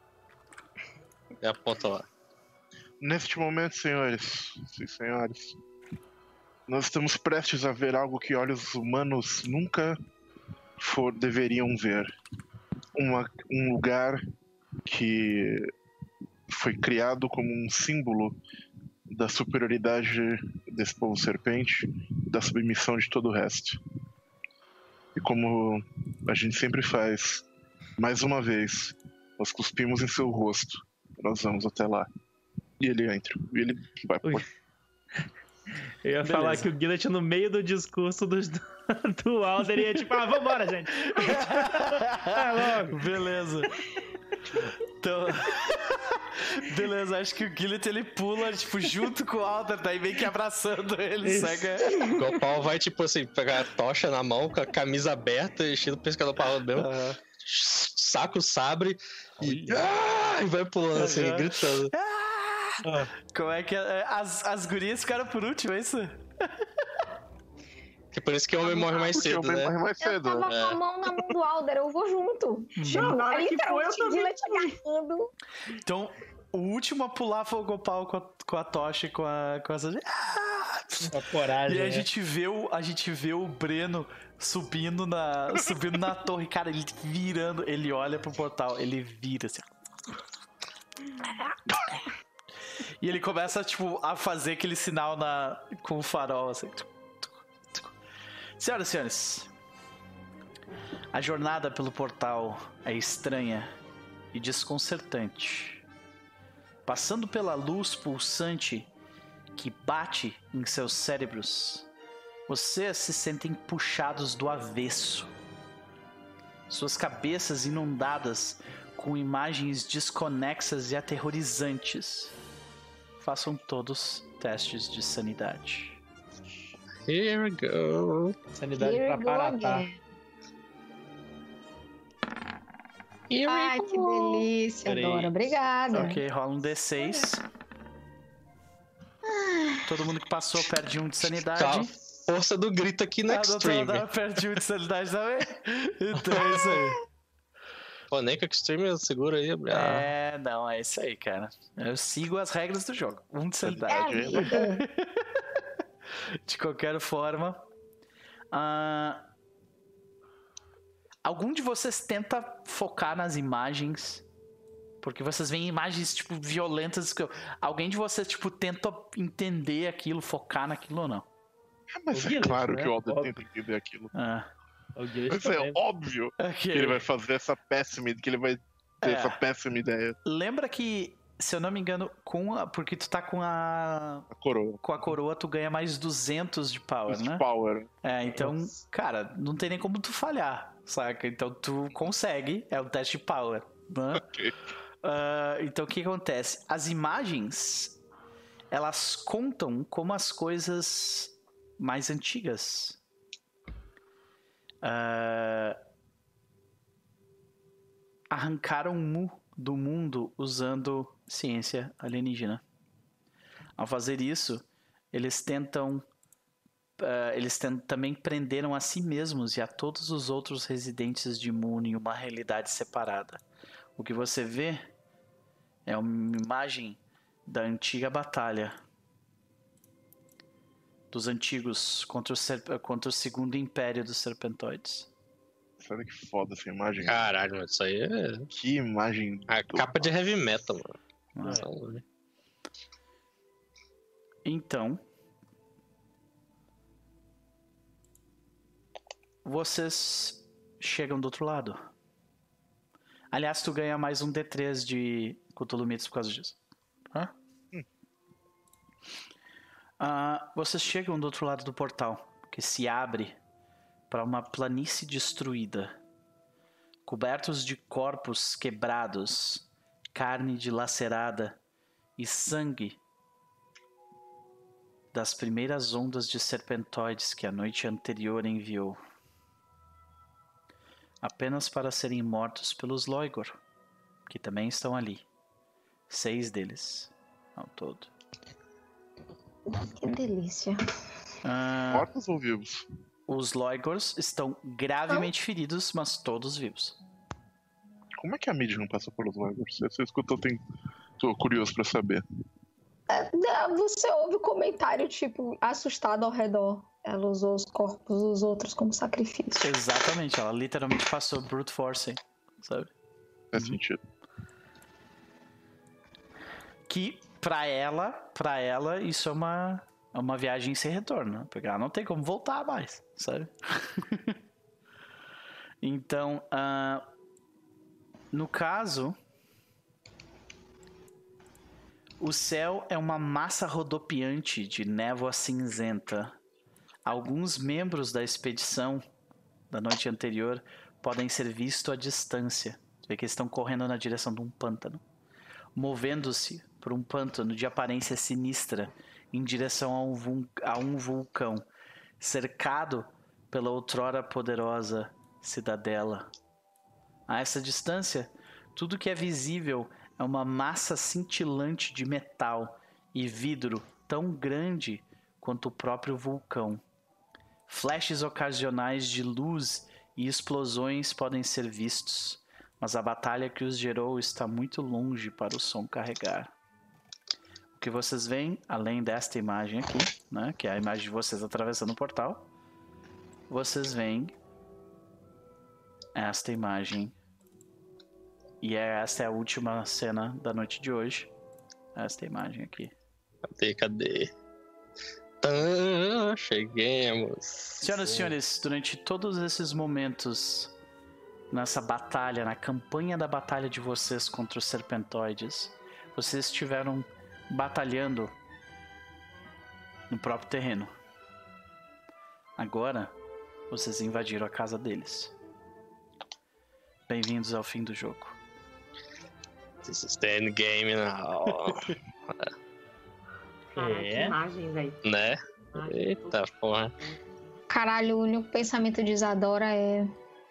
e aponta lá. Neste momento, senhores e senhores, nós estamos prestes a ver algo que olhos humanos nunca for, deveriam ver. Uma, um lugar que foi criado como um símbolo da superioridade desse povo serpente, da submissão de todo o resto. E como a gente sempre faz, mais uma vez, nós cuspimos em seu rosto. Nós vamos até lá. E ele entra. E ele vai. Ui. Eu ia Beleza. falar que o Gillett, no meio do discurso do, do Alder, ia tipo, ah, vambora, gente. Vai logo. Beleza. Então... Beleza, acho que o Gillett ele pula, tipo, junto com o Alder, daí meio que abraçando ele, Isso. saca? Gopal vai, tipo assim, pegar a tocha na mão, com a camisa aberta, estilo pescador parado mesmo, Aham. saca o sabre e, Olha. ah, e vai pulando assim, Aham. gritando. Como é que é? As, as gurias ficaram por último, é isso? Que por isso que o homem morre mais Porque cedo, o homem né? morre mais Eu cedo. tava É. com a mão na mão do Alder, eu vou junto. Não, na hora É que foi, eu literalmente também. Gillet agarrando. Então, o último a pular fogo pau com a, com a tocha e com a. Com essa... A coragem. E aí a né? gente vê o, a gente vê o Breno subindo na, subindo na torre, cara, ele virando, ele olha pro portal, ele vira assim. E ele começa, tipo, a fazer aquele sinal na, com o farol, assim. Senhoras e senhores, a jornada pelo portal é estranha e desconcertante. Passando pela luz pulsante que bate em seus cérebros, vocês se sentem puxados do avesso. Suas cabeças inundadas com imagens desconexas e aterrorizantes. Façam todos testes de sanidade. Here we go. Sanidade Here pra we go Paratá. again. Here we Ai, que go. delícia, Três. Dora. Obrigada. Ok, rola um D seis. Todo mundo que passou perde um de sanidade. Tá. Força do grito aqui no A doutora Extreme. Dora perde um de sanidade também. Então é isso aí. Pô, nem que o Extreme eu seguro aí. Ah. É, não, é isso aí, cara. Eu sigo as regras do jogo. Um de É a sanidade. vida. De qualquer forma. ah, algum de vocês tenta focar nas imagens? Porque vocês veem imagens, tipo, violentas. que eu- Alguém de vocês, tipo, tenta entender aquilo, focar naquilo ou não? Ah, mas O é Guilherme, claro né? que o Alder Óbvio. tenta entender aquilo. Ah, O Gillet Mas também. é óbvio ok. que ele vai fazer essa péssima, que ele vai ter É. essa péssima ideia. Lembra que, se eu não me engano, com a, porque tu tá com a A coroa. com a coroa, tu ganha mais duzentos de power, Esse né? power. É, então, Nossa. cara, não tem nem como tu falhar, saca? Então tu consegue, é o teste de power, né? Ok. Ah, então o que acontece? As imagens, elas contam como as coisas mais antigas ah, arrancaram mu do mundo usando ciência alienígena. Ao fazer isso, eles tentam ah, eles ten- também prenderam a si mesmos e a todos os outros residentes de Moon em uma realidade separada. O que você vê é uma imagem da antiga batalha dos antigos contra o, Serp- contra o segundo império dos Serpentoides. Olha que foda essa imagem. Caralho, mano, isso aí é Que imagem. a do- capa de heavy metal, mano. Ah. Então, Então, vocês chegam do outro lado. Aliás, tu ganha mais um D três de Cthulhu Mythos por causa disso. Hã? Ah, vocês chegam do outro lado do portal, que se abre para uma planície destruída, cobertos de corpos quebrados, carne dilacerada e sangue das primeiras ondas de serpentoides que a noite anterior enviou, apenas para serem mortos pelos Loigor, que também estão ali. Seis deles, ao todo. Que delícia. Ah, Mortos ou vivos? os Loigors estão gravemente feridos, mas todos vivos. Como é que a mídia não passa pelos Lagos? Você escutou, tem... tô curioso pra saber. É, você ouve o comentário, tipo, assustado ao redor. Ela usou os corpos dos outros como sacrifício. Exatamente, ela literalmente passou brute forcing, sabe? Faz sentido. Que pra ela, pra ela isso é uma é uma viagem sem retorno, né? Porque ela não tem como voltar mais, sabe? Então, ah, no caso, o céu é uma massa rodopiante de névoa cinzenta. Alguns membros da expedição da noite anterior podem ser vistos à distância. Você vê que eles estão correndo na direção de um pântano, movendo-se por um pântano de aparência sinistra em direção a um, vul- a um vulcão, cercado pela outrora poderosa cidadela. A essa distância, tudo que é visível é uma massa cintilante de metal e vidro tão grande quanto o próprio vulcão, Flashes ocasionais de luz e explosões podem ser vistos, mas a batalha que os gerou está muito longe para o som carregar. O que vocês veem, além desta imagem aqui, né, que é a imagem de vocês atravessando o portal, vocês veem esta imagem. E esta é a última cena da noite de hoje. Esta imagem aqui. Cadê, cadê? Ah, cheguemos. Senhoras e senhores, durante todos esses momentos, nessa batalha, na campanha da batalha de vocês contra os serpentoides, vocês estiveram batalhando no próprio terreno. Agora, vocês invadiram a casa deles. Bem-vindos ao fim do jogo. This is the end game now. Caraca, que É. imagem, velho. Né? Eita porra. Caralho, o único pensamento de Isadora é...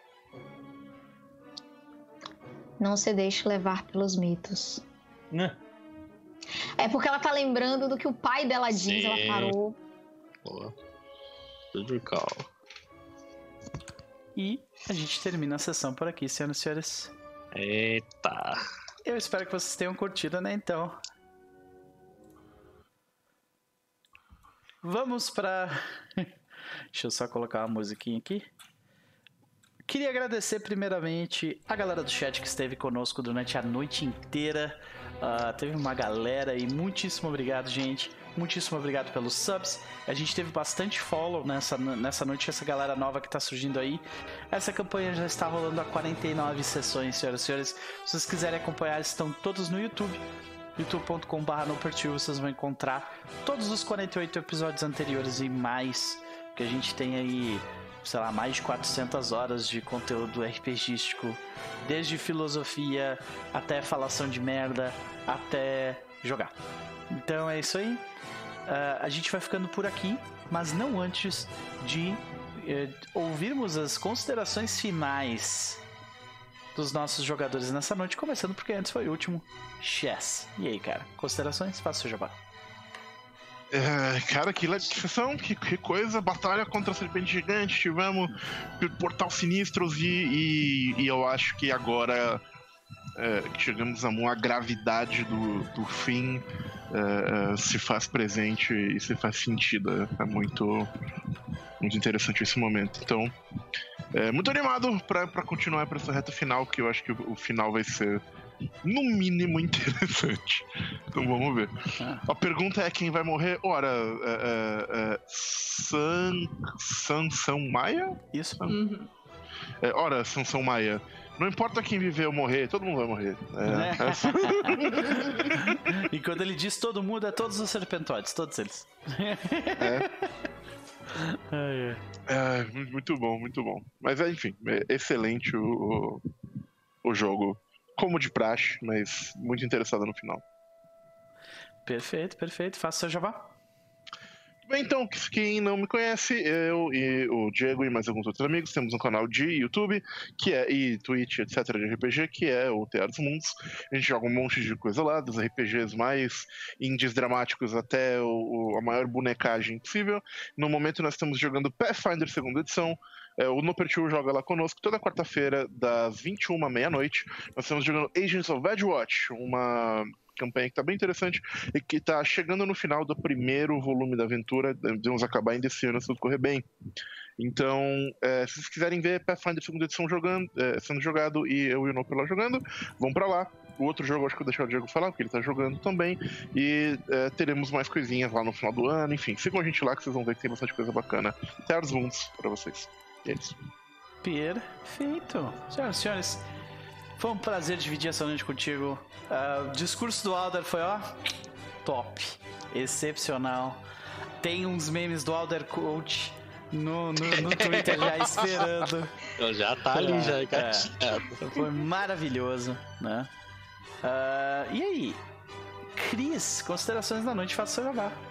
Não se deixe levar pelos mitos. Né? É porque ela tá lembrando do que o pai dela diz, Sim. ela parou. Boa. Tudo de calma. E a gente termina a sessão por aqui, senhoras e senhores. Eita. Eu espero que vocês tenham curtido, né, então. Vamos pra... Deixa eu só colocar uma musiquinha aqui. Queria agradecer primeiramente a galera do chat que esteve conosco durante a noite inteira. Uh, teve uma galera e muitíssimo obrigado, gente. Muitíssimo obrigado pelos subs. A gente teve bastante follow nessa, nessa noite, essa galera nova que tá surgindo aí. Essa campanha já está rolando há quarenta e nove sessões, senhoras e senhores. Se vocês quiserem acompanhar, estão todos no YouTube. youtube ponto com barra nopertil, vocês vão encontrar todos os quarenta e oito episódios anteriores e mais. Que a gente tem aí, sei lá, mais de quatrocentas horas de conteúdo RPGístico. Desde filosofia, até falação de merda, até jogar. Então é isso aí. Uh, a gente vai ficando por aqui, mas não antes de uh, ouvirmos as considerações finais dos nossos jogadores nessa noite, começando porque antes foi o último, Chess. E aí, cara, considerações? Faça o seu jabá. É, cara, que sessão, que, que coisa, batalha contra a serpente gigante, tivemos portal sinistros e, e, e eu acho que agora é, que chegamos a uma gravidade do, do fim é, se faz presente e se faz sentido. É muito, muito interessante esse momento. Então, é, muito animado pra, pra continuar pra essa reta final, porque eu acho que o, o final vai ser no mínimo interessante. Então vamos ver. Ah. A pergunta é quem vai morrer. Ora, é, é, é, San, Sansão Maia? Isso. Uhum. É, ora, Sansão Maia. Não importa quem viver ou morrer, todo mundo vai morrer. É, Né? é, E quando ele diz todo mundo, é todos os serpentoides, todos eles. é, Ai, ai. é, muito bom, muito bom. Mas é, enfim, é excelente o, o, o jogo. Como de praxe, mas muito interessado no final. Perfeito, perfeito. Faça o seu jabá. Bem, então, quem não me conhece, eu e o Diego e mais alguns outros amigos temos um canal de YouTube que é, e Twitch, etcétera, de R P G, que é o Teatro dos Mundos. A gente joga um monte de coisa lá, dos R P Gs mais indies dramáticos até o, a maior bonecagem possível. No momento nós estamos jogando Pathfinder segunda edição. É, o Nopertil joga lá conosco toda quarta-feira, das vinte e uma à meia-noite. Nós estamos jogando Agents of Edgewatch, uma campanha que está bem interessante e que está chegando no final do primeiro volume da aventura. Devemos acabar ainda esse ano, se tudo correr bem. Então, é, se vocês quiserem ver Pathfinder segunda edição jogando, é, sendo jogado e eu e o Noper lá jogando, vão para lá. O outro jogo, acho que eu vou deixar o Diego falar, porque ele está jogando também. E é, teremos mais coisinhas lá no final do ano. Enfim, sigam a gente lá que vocês vão ver que tem bastante coisa bacana. Terra dos Mundos para vocês. E é isso. Perfeito. Senhoras e senhores, foi um prazer dividir essa noite contigo. Uh, o discurso do Alder foi, ó, top. Excepcional. Tem uns memes do Alder Coach no, no, no Twitter já esperando. Eu já tá ali, É, já, é. cara. Foi maravilhoso, né? Uh, e aí? Cris, considerações da noite, faça o seu jabá.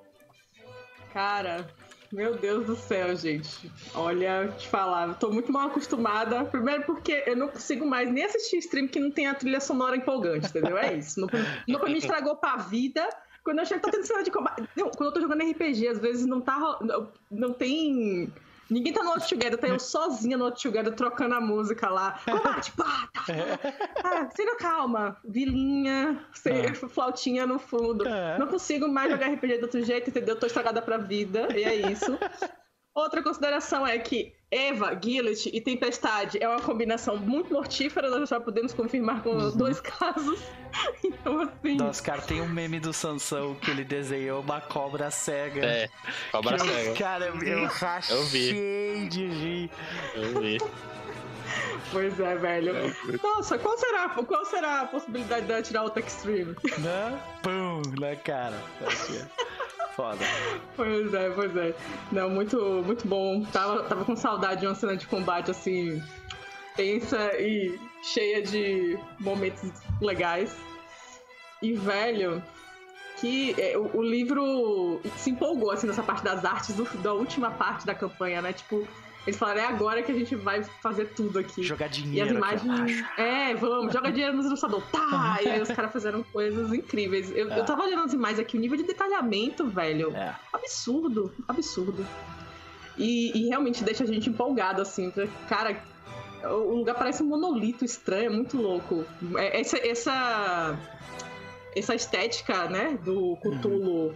Cara, meu Deus do céu, gente. Olha, te falar, eu tô muito mal acostumada. Primeiro porque eu não consigo mais nem assistir stream que não tem a trilha sonora empolgante, entendeu? É isso. Não, não me estragou pra vida Quando eu chego, tá tendo cena de combate. Não, quando eu tô jogando R P G, às vezes não tá. Não, não tem. Ninguém tá no Out Together, tá eu sozinha no Out Together trocando a música lá. Combate, pá, tá. Ah, sendo calma, vilinha, sem, ah. flautinha no fundo. Ah. Não consigo mais jogar R P G de outro jeito, entendeu? Tô estragada pra vida, e é isso. Outra consideração é que Eva, Gillet e Tempestade é uma combinação muito mortífera, nós já podemos confirmar com uhum. dois casos. Então, assim... Nossa, cara, tem um meme do Sansão que ele desenhou uma cobra cega. É, cobra eu, cega. Cara, eu rachei eu vi. de rir. Eu vi. Pois é, velho. Nossa, qual será, qual será a possibilidade de tirar outra Extreme? Né? Pum, na cara. Foda. Pois é, pois é. Não, muito, muito bom. Tava, tava com saudade de uma cena de combate, assim, tensa e cheia de momentos legais. E, velho, que é, o, o livro se empolgou, assim, nessa parte das artes do, da última parte da campanha, né? Tipo, eles falaram, é agora que a gente vai fazer tudo aqui. Jogar dinheiro. E as imagens. É, vamos, joga dinheiro nos ilustradores. Tá! E aí os caras fizeram coisas incríveis. Eu, é. eu tava olhando as imagens aqui, o nível de detalhamento, velho. É. Absurdo, absurdo. E, e realmente deixa a gente empolgado, assim. Cara, o lugar parece um monolito estranho, é muito louco. Essa, essa, essa estética, né, do Cthulhu. Uhum.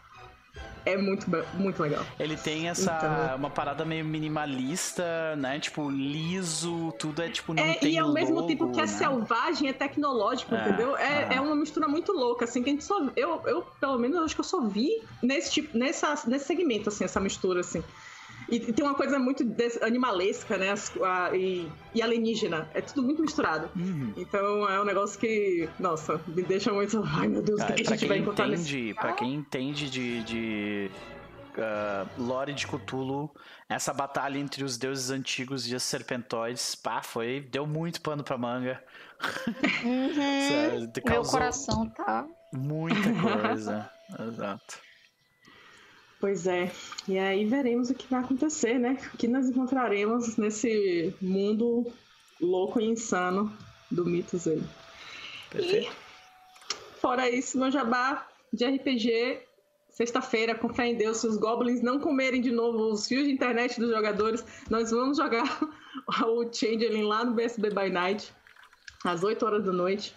É muito, muito legal. Ele tem essa, então... uma parada meio minimalista, né? Tipo, liso, tudo é tipo, não é, tem e ao logo, mesmo tempo que é né? selvagem, é tecnológico, é, entendeu? É, é. é uma mistura muito louca, assim, que a gente só... Eu, eu pelo menos, acho que eu só vi nesse tipo, nessa, nesse segmento, assim, essa mistura, assim. E, e tem uma coisa muito animalesca, né? A, e, e alienígena. É tudo muito misturado. Uhum. Então é um negócio que, nossa, me deixa muito... Ai, meu Deus, o ah, que, que a gente vai encontrar entende, nesse... Pra quem entende de... de... Uh, lore de Cthulhu, essa batalha entre os deuses antigos e os serpentoides, pá, foi, deu muito pano pra manga. Uhum. Meu coração tá... Muita coisa. Exato. Pois é, e aí veremos o que vai acontecer, né? O que nós encontraremos nesse mundo louco e insano do Mitos aí. Perfeito. E, fora isso, meu jabá de R P G, sexta-feira, com fé em Deus, se os goblins não comerem de novo os fios de internet dos jogadores, nós vamos jogar o Changeling lá no B S B by Night, às oito horas da noite.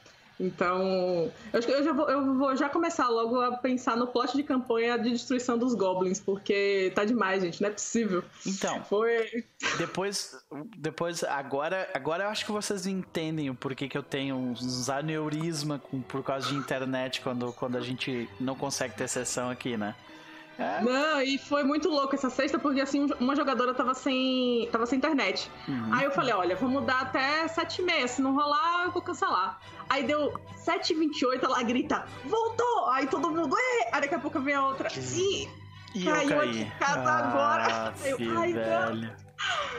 Então, eu acho que eu já vou, eu vou já começar logo a pensar no plot de campanha de destruição dos goblins, porque tá demais, gente, não é possível. Então, foi depois, depois agora, agora eu acho que vocês entendem o porquê que eu tenho uns aneurisma com, por causa de internet quando, quando a gente não consegue ter sessão aqui, né? É. Não, e foi muito louco essa sexta, porque assim, uma jogadora tava sem, tava sem internet. Uhum. Aí eu falei, olha, vou mudar até sete e meia, se não rolar, eu vou cancelar. Aí deu sete e vinte e oito, ela grita, voltou! Aí todo mundo, é! Aí daqui a pouco vem a outra, e, e caiu eu aqui em casa ah, agora. Eu, ai, velho. Não.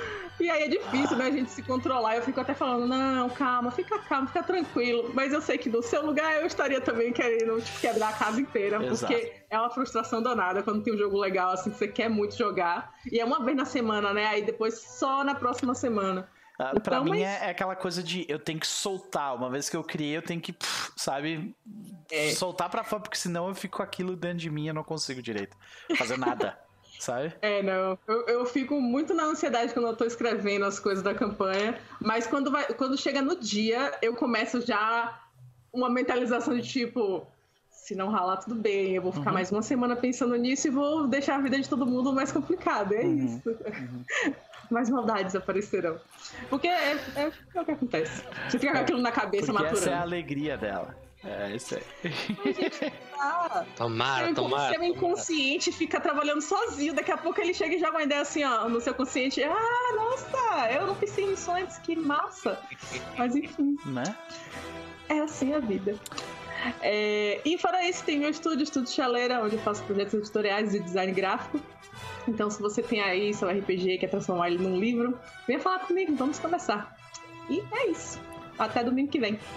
E aí é difícil, né, a gente se controlar. Eu fico até falando, não, calma, fica calmo, fica tranquilo. Mas eu sei que no seu lugar eu estaria também querendo tipo, quebrar a casa inteira. Exato. Porque é uma frustração danada quando tem um jogo legal, assim, que você quer muito jogar. E é uma vez na semana, né? Aí depois só na próxima semana. Ah, então, pra mim mas... é aquela coisa de eu tenho que soltar. Uma vez que eu criei, eu tenho que, pff, sabe, é. soltar pra fora, porque senão eu fico com aquilo dentro de mim e eu não consigo direito fazer nada. Sabe? É, não. Eu, eu fico muito na ansiedade quando eu tô escrevendo as coisas da campanha, mas quando, vai, quando chega no dia, eu começo já uma mentalização de tipo, se não ralar, tudo bem, eu vou ficar uhum. mais uma semana pensando nisso e vou deixar a vida de todo mundo mais complicada. É uhum. isso. Uhum. Mais maldades aparecerão. Porque é, é, é o que acontece. Você fica com aquilo na cabeça Porque maturando. Essa é a alegria dela. É isso aí. Mas, gente, tá. Tomara, seu tomara. Seu inconsciente tomara. Fica trabalhando sozinho. Daqui a pouco ele chega e joga uma ideia assim, ó, no seu consciente. Ah, nossa, eu não pensei nisso antes, que massa. Mas enfim. Né? É assim a vida. É, e fora isso, tem meu estúdio, Estúdio Chaleira, onde eu faço projetos editoriais de design gráfico. Então, se você tem aí seu R P G e quer transformar ele num livro, venha falar comigo, vamos conversar. E é isso. Até domingo que vem.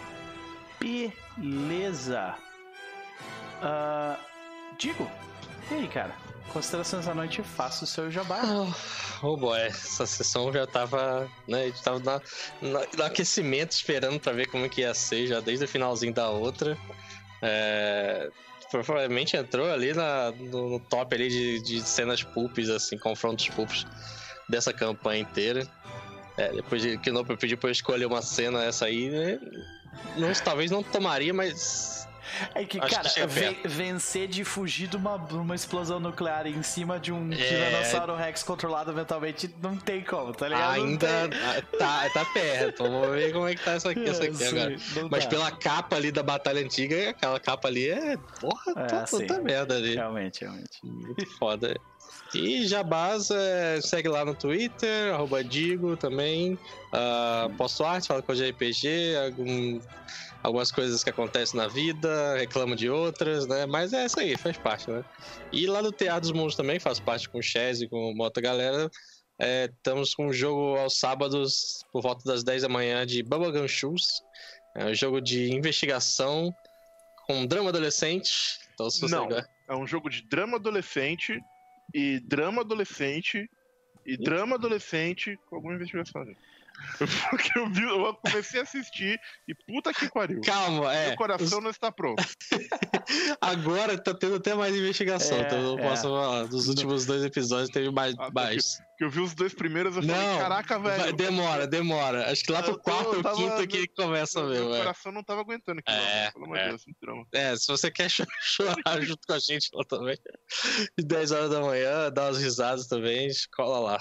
Beleza. Uh, Digo, e aí, cara? Considerações da noite, faça o seu jabá. Oh, oh boy, essa sessão já tava, né, a gente tava na, na, no aquecimento esperando pra ver como é que ia ser, já desde o finalzinho da outra. É, provavelmente entrou ali na, no, no top ali de, de cenas pulps, assim, confrontos pulps dessa campanha inteira. É, depois de que não pediu pra eu escolher uma cena, essa aí, né? Não, talvez não tomaria, mas. É que, Acho cara, que ven- vencer de fugir de uma, de uma explosão nuclear em cima de um é... Tiranossauro Rex controlado mentalmente não tem como, tá ligado? Ainda tá, tá perto. Vamos ver como é que tá essa aqui, essa aqui agora. Mas dá. Pela capa ali da batalha antiga, aquela capa ali é. Porra, é, puta merda ali. Realmente, realmente. Muito foda. E Jabás, é, segue lá no Twitter, arroba Digo também. Uh, posto arte, fala com o R P G, algum, algumas coisas que acontecem na vida, reclamo de outras, né? Mas é isso aí, faz parte, né? E lá no Teatro dos Mundos também, faz parte com o Chaz e com uma outra galera. É, estamos com um jogo aos sábados, por volta das dez da manhã, de Bubblegum Shoes. É um jogo de investigação com drama adolescente. Então, se você Não, ligar... é um jogo de drama adolescente e drama adolescente e drama adolescente com alguma investigação. Porque eu, vi, eu comecei a assistir e puta que pariu. Calma, é. Meu coração os... não está pronto. Agora tá tendo até mais investigação. É, então eu não é. posso falar. Dos últimos dois episódios teve mais. Ah, mais. Que eu vi os dois primeiros eu não, falei, caraca, velho. Demora, demora. Acho que lá pro quarto ou quinto que começa mesmo. Meu coração não tava aguentando aqui, é, não, pelo amor de Deus, drama. É, se você quer chorar junto com a gente lá também, de dez horas da manhã, dá umas risadas também, cola lá.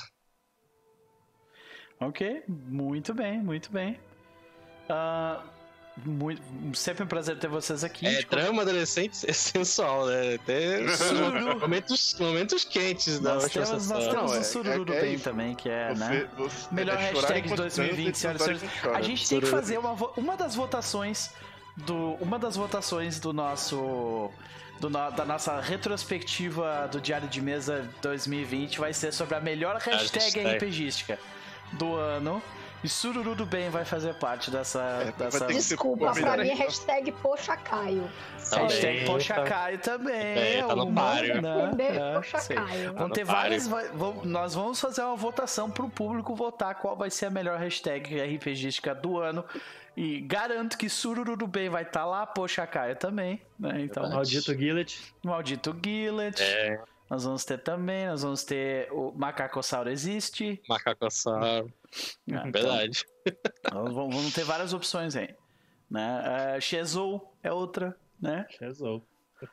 Ok, muito bem, muito bem. Uh, muito, sempre um prazer ter vocês aqui. É, drama adolescente é sensual, né? Tem momentos, momentos quentes da Nós temos, nós temos o Sururu é, é, bem é também, que é, você, né? Você, melhor é hashtag de dois mil e vinte, senhoras e senhores. A gente tem que fazer uma, uma das votações do. Uma das votações do nosso. Do no, da nossa retrospectiva do Diário de Mesa dois mil e vinte vai ser sobre a melhor hashtag RPGística do ano. E Sururu do Bem vai fazer parte dessa... É, dessa... Desculpa, pra mim é hashtag Poxa Caio. Hashtag Poxa Caio também. É, tá no páreo. Né? É, Poxa Caio. Vão ter várias... Nós vamos fazer uma votação pro público votar qual vai ser a melhor hashtag RPGística do ano. E garanto que Sururu do Bem vai estar tá lá, Poxa Caio também. Né? Então, Maldito Gillet. Maldito Gillet. É. Nós vamos ter também, nós vamos ter o Macacossauro Existe. Macacossauro. Ah, verdade. Então, vamos, vamos ter várias opções aí. Né? Uh, Shezou é outra, né? Shezou.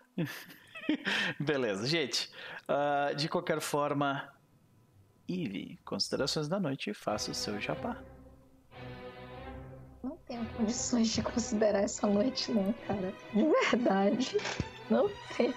Beleza, gente. Uh, de qualquer forma, Eve, considerações da noite, faça o seu jabá. Não tenho condições de considerar essa noite, não, cara. De verdade. Não tenho.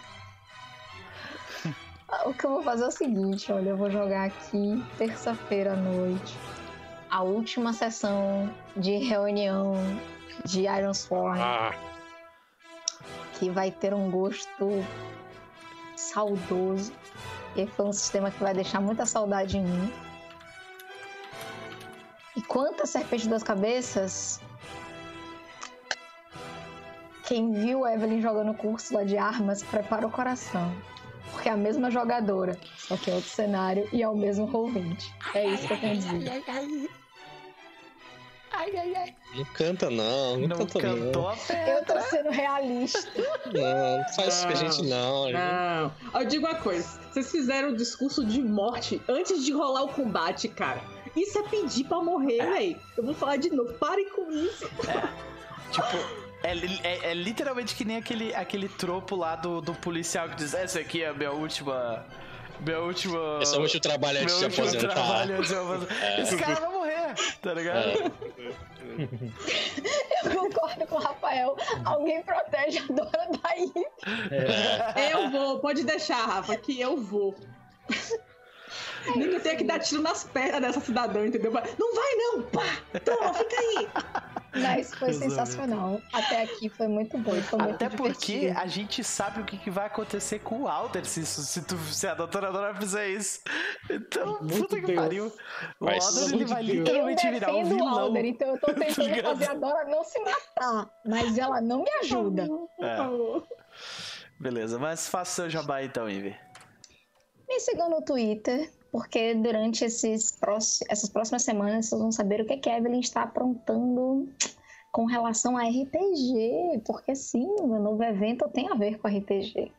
O que eu vou fazer é o seguinte, olha, eu vou jogar aqui terça-feira à noite a última sessão de reunião de Ironsworn, ah. que vai ter um gosto saudoso, e foi um sistema que vai deixar muita saudade em mim. E quanto a Serpente das Cabeças, quem viu a Evelyn jogando curso lá de armas, prepara o coração. Porque é a mesma jogadora, só que é outro cenário e é o mesmo roll vinte. É isso que eu tenho a dizer. Ai, ai, ai, ai, ai. Não canta não, não, não canta cantou não. A pedra. Eu tô sendo realista. Não, não faz isso com a gente não. Não, eu digo uma coisa. Vocês fizeram o discurso de morte antes de rolar o combate, cara. Isso é pedir pra morrer, é. Véi. Eu vou falar de novo, parem com isso. É. Tipo... É, é, é literalmente que nem aquele, aquele tropo lá do, do policial que diz: essa aqui é a minha última. Minha última. Esse é o último trabalho antes de aposentar. Trabalho antes de aposentar. É. Esse cara vai morrer, tá ligado? É. Eu concordo com o Rafael. Alguém protege a Dora daí. É. Eu vou, pode deixar, Rafa, que eu vou. É nem que eu tenha que dar tiro nas pernas dessa cidadã, entendeu? Não vai não, pá! Toma, fica aí! Mas foi sensacional. Até aqui foi muito bom. Foi muito Até divertido. Porque a gente sabe o que, que vai acontecer com o Alder se, se, tu, se a doutora Dora fizer isso. Então, muito puta que Deus. Pariu. O Mas, Alder ele vai literalmente eu virar um vilão. O Alder, então eu tô tentando fazer a Dora não se matar. Mas ela não me ajuda. É. Beleza, mas faça o seu jabá então, Ivy. Me sigam no Twitter. Porque durante esses próximos, essas próximas semanas vocês vão saber o que a Evelyn está aprontando com relação a R P G, porque sim, o meu novo evento tem a ver com R P G.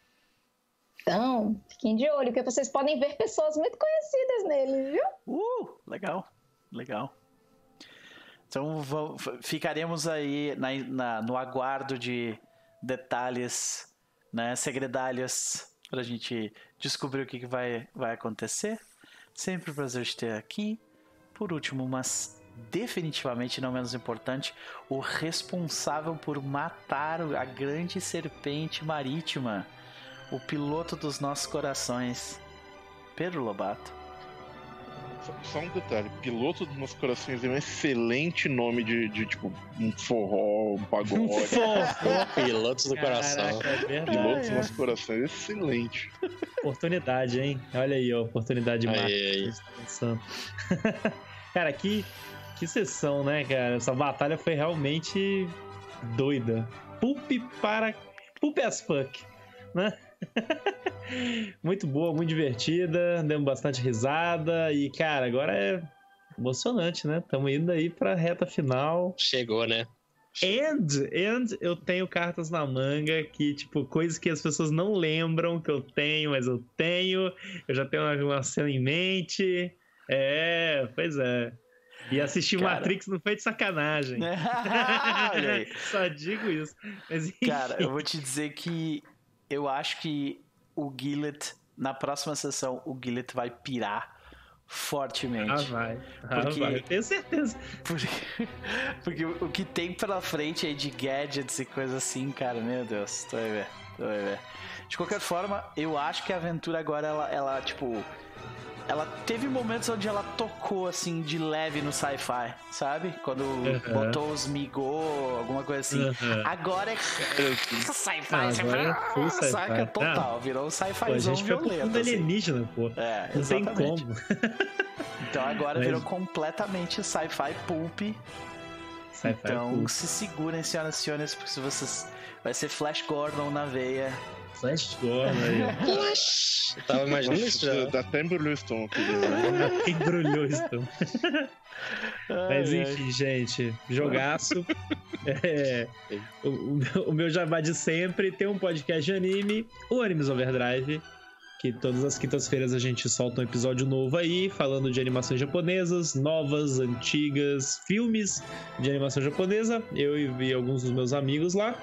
Então, fiquem de olho, porque vocês podem ver pessoas muito conhecidas nele, viu? Uh, legal, legal. Então vamos, ficaremos aí na, na, no aguardo de detalhes, né, segredalhas, pra gente descobrir o que, que vai, vai acontecer. Sempre um prazer te ter aqui. Por último, mas definitivamente não menos importante, o responsável por matar a grande serpente marítima, o piloto dos nossos corações, Pedro Lobato. Só, só um detalhe, piloto dos nossos corações é um excelente nome de, de tipo, um forró, um pagode. Um forró. Pilotos do coração. Caraca, é verdade. Piloto dos nossos corações, excelente. Oportunidade, hein? Olha aí, ó, oportunidade de marca. Aí, aí. Que a gente tá pensando. Cara, que, que sessão, né, cara? Essa batalha foi realmente doida. Pulp para... Pulp as fuck, né? Muito boa, muito divertida, demos bastante risada e, cara, agora é emocionante, né? Estamos indo aí pra reta final. Chegou, né? And, and eu tenho cartas na manga que, tipo, coisas que as pessoas não lembram que eu tenho, mas eu tenho. Eu já tenho uma, uma cena em mente. É, pois é. E assistir Cara... Matrix não foi de sacanagem. Olha aí. Só digo isso. Mas, enfim. Cara, eu vou te dizer que eu acho que o Gillet, na próxima sessão, o Gillet vai pirar fortemente. Ah, vai. Ah, Porque... vai. Eu tenho certeza. Porque... Porque o que tem pela frente aí de gadgets e coisas assim, cara, meu Deus, tu vai ver, tu vai ver. De qualquer forma, eu acho que a aventura agora, ela, ela tipo... Ela teve momentos onde ela tocou, assim, de leve no sci-fi, sabe? Quando Uhum. botou os Migô, alguma coisa assim. Uhum. Agora é sci-fi, Ah, sci-fi, agora é full sci-fi. saca? Total, Ah, virou um Pô, a sci-fizão gente foi pro violento, mundo assim. alienígena, pô. É, Não tem exatamente. como. Então agora Mas- virou completamente sci-fi pulp. Sci-fi Então cool. se segurem, senhoras e senhores, porque se vocês... Vai ser Flash Gordon na veia. Flash Gordon aí, ó. Eu tava imaginando isso já. Dá até embrulhou o estômago. Embrulhou isso. Então. Mas Ai, ai. enfim, gente, jogaço. É, o, o meu, o meu jabá de sempre tem um podcast de anime, o Animes Overdrive, que todas as quintas-feiras a gente solta um episódio novo aí, falando de animações japonesas, novas, antigas, filmes de animação japonesa, eu e, e alguns dos meus amigos lá.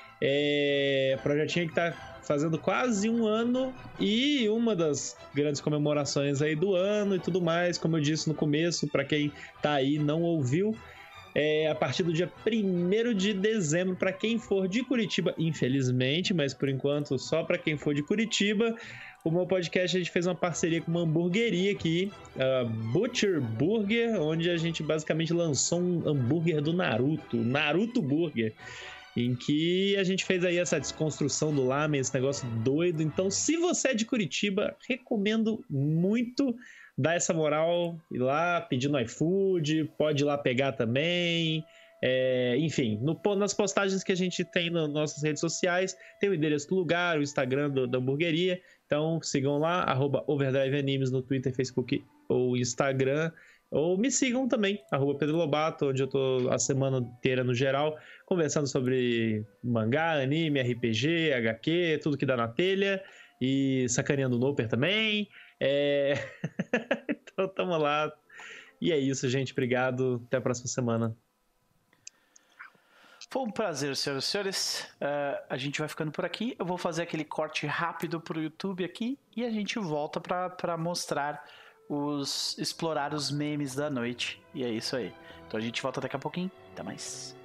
É, projetinho que tá fazendo quase um ano e uma das grandes comemorações aí do ano e tudo mais, como eu disse no começo, para quem tá aí e não ouviu, é a partir do dia primeiro de dezembro, para quem for de Curitiba, infelizmente, mas por enquanto só para quem for de Curitiba, o meu podcast a gente fez uma parceria com uma hamburgueria aqui, a Butcher Burger, onde a gente basicamente lançou um hambúrguer do Naruto, Naruto Burger, em que a gente fez aí essa desconstrução do lamen, esse negócio doido. Então, se você é de Curitiba, recomendo muito dar essa moral, ir lá, pedir no iFood, pode ir lá pegar também. É, enfim, no, nas postagens que a gente tem nas nossas redes sociais, tem o endereço do lugar, o Instagram do, da hamburgueria. Então, sigam lá, arroba Overdrive Animes no Twitter, Facebook ou Instagram. Ou me sigam também, arroba Pedro Lobato, onde eu tô a semana inteira no geral, conversando sobre mangá, anime, R P G, H Q, tudo que dá na telha, e sacaneando o Noper também. É... então tamo lá. E é isso, gente. Obrigado. Até a próxima semana. Foi um prazer, senhoras e senhores. Uh, a gente vai ficando por aqui. Eu vou fazer aquele corte rápido pro YouTube aqui e a gente volta pra, pra mostrar os explorar os memes da noite. E é isso aí. Então a gente volta daqui a pouquinho. Até mais.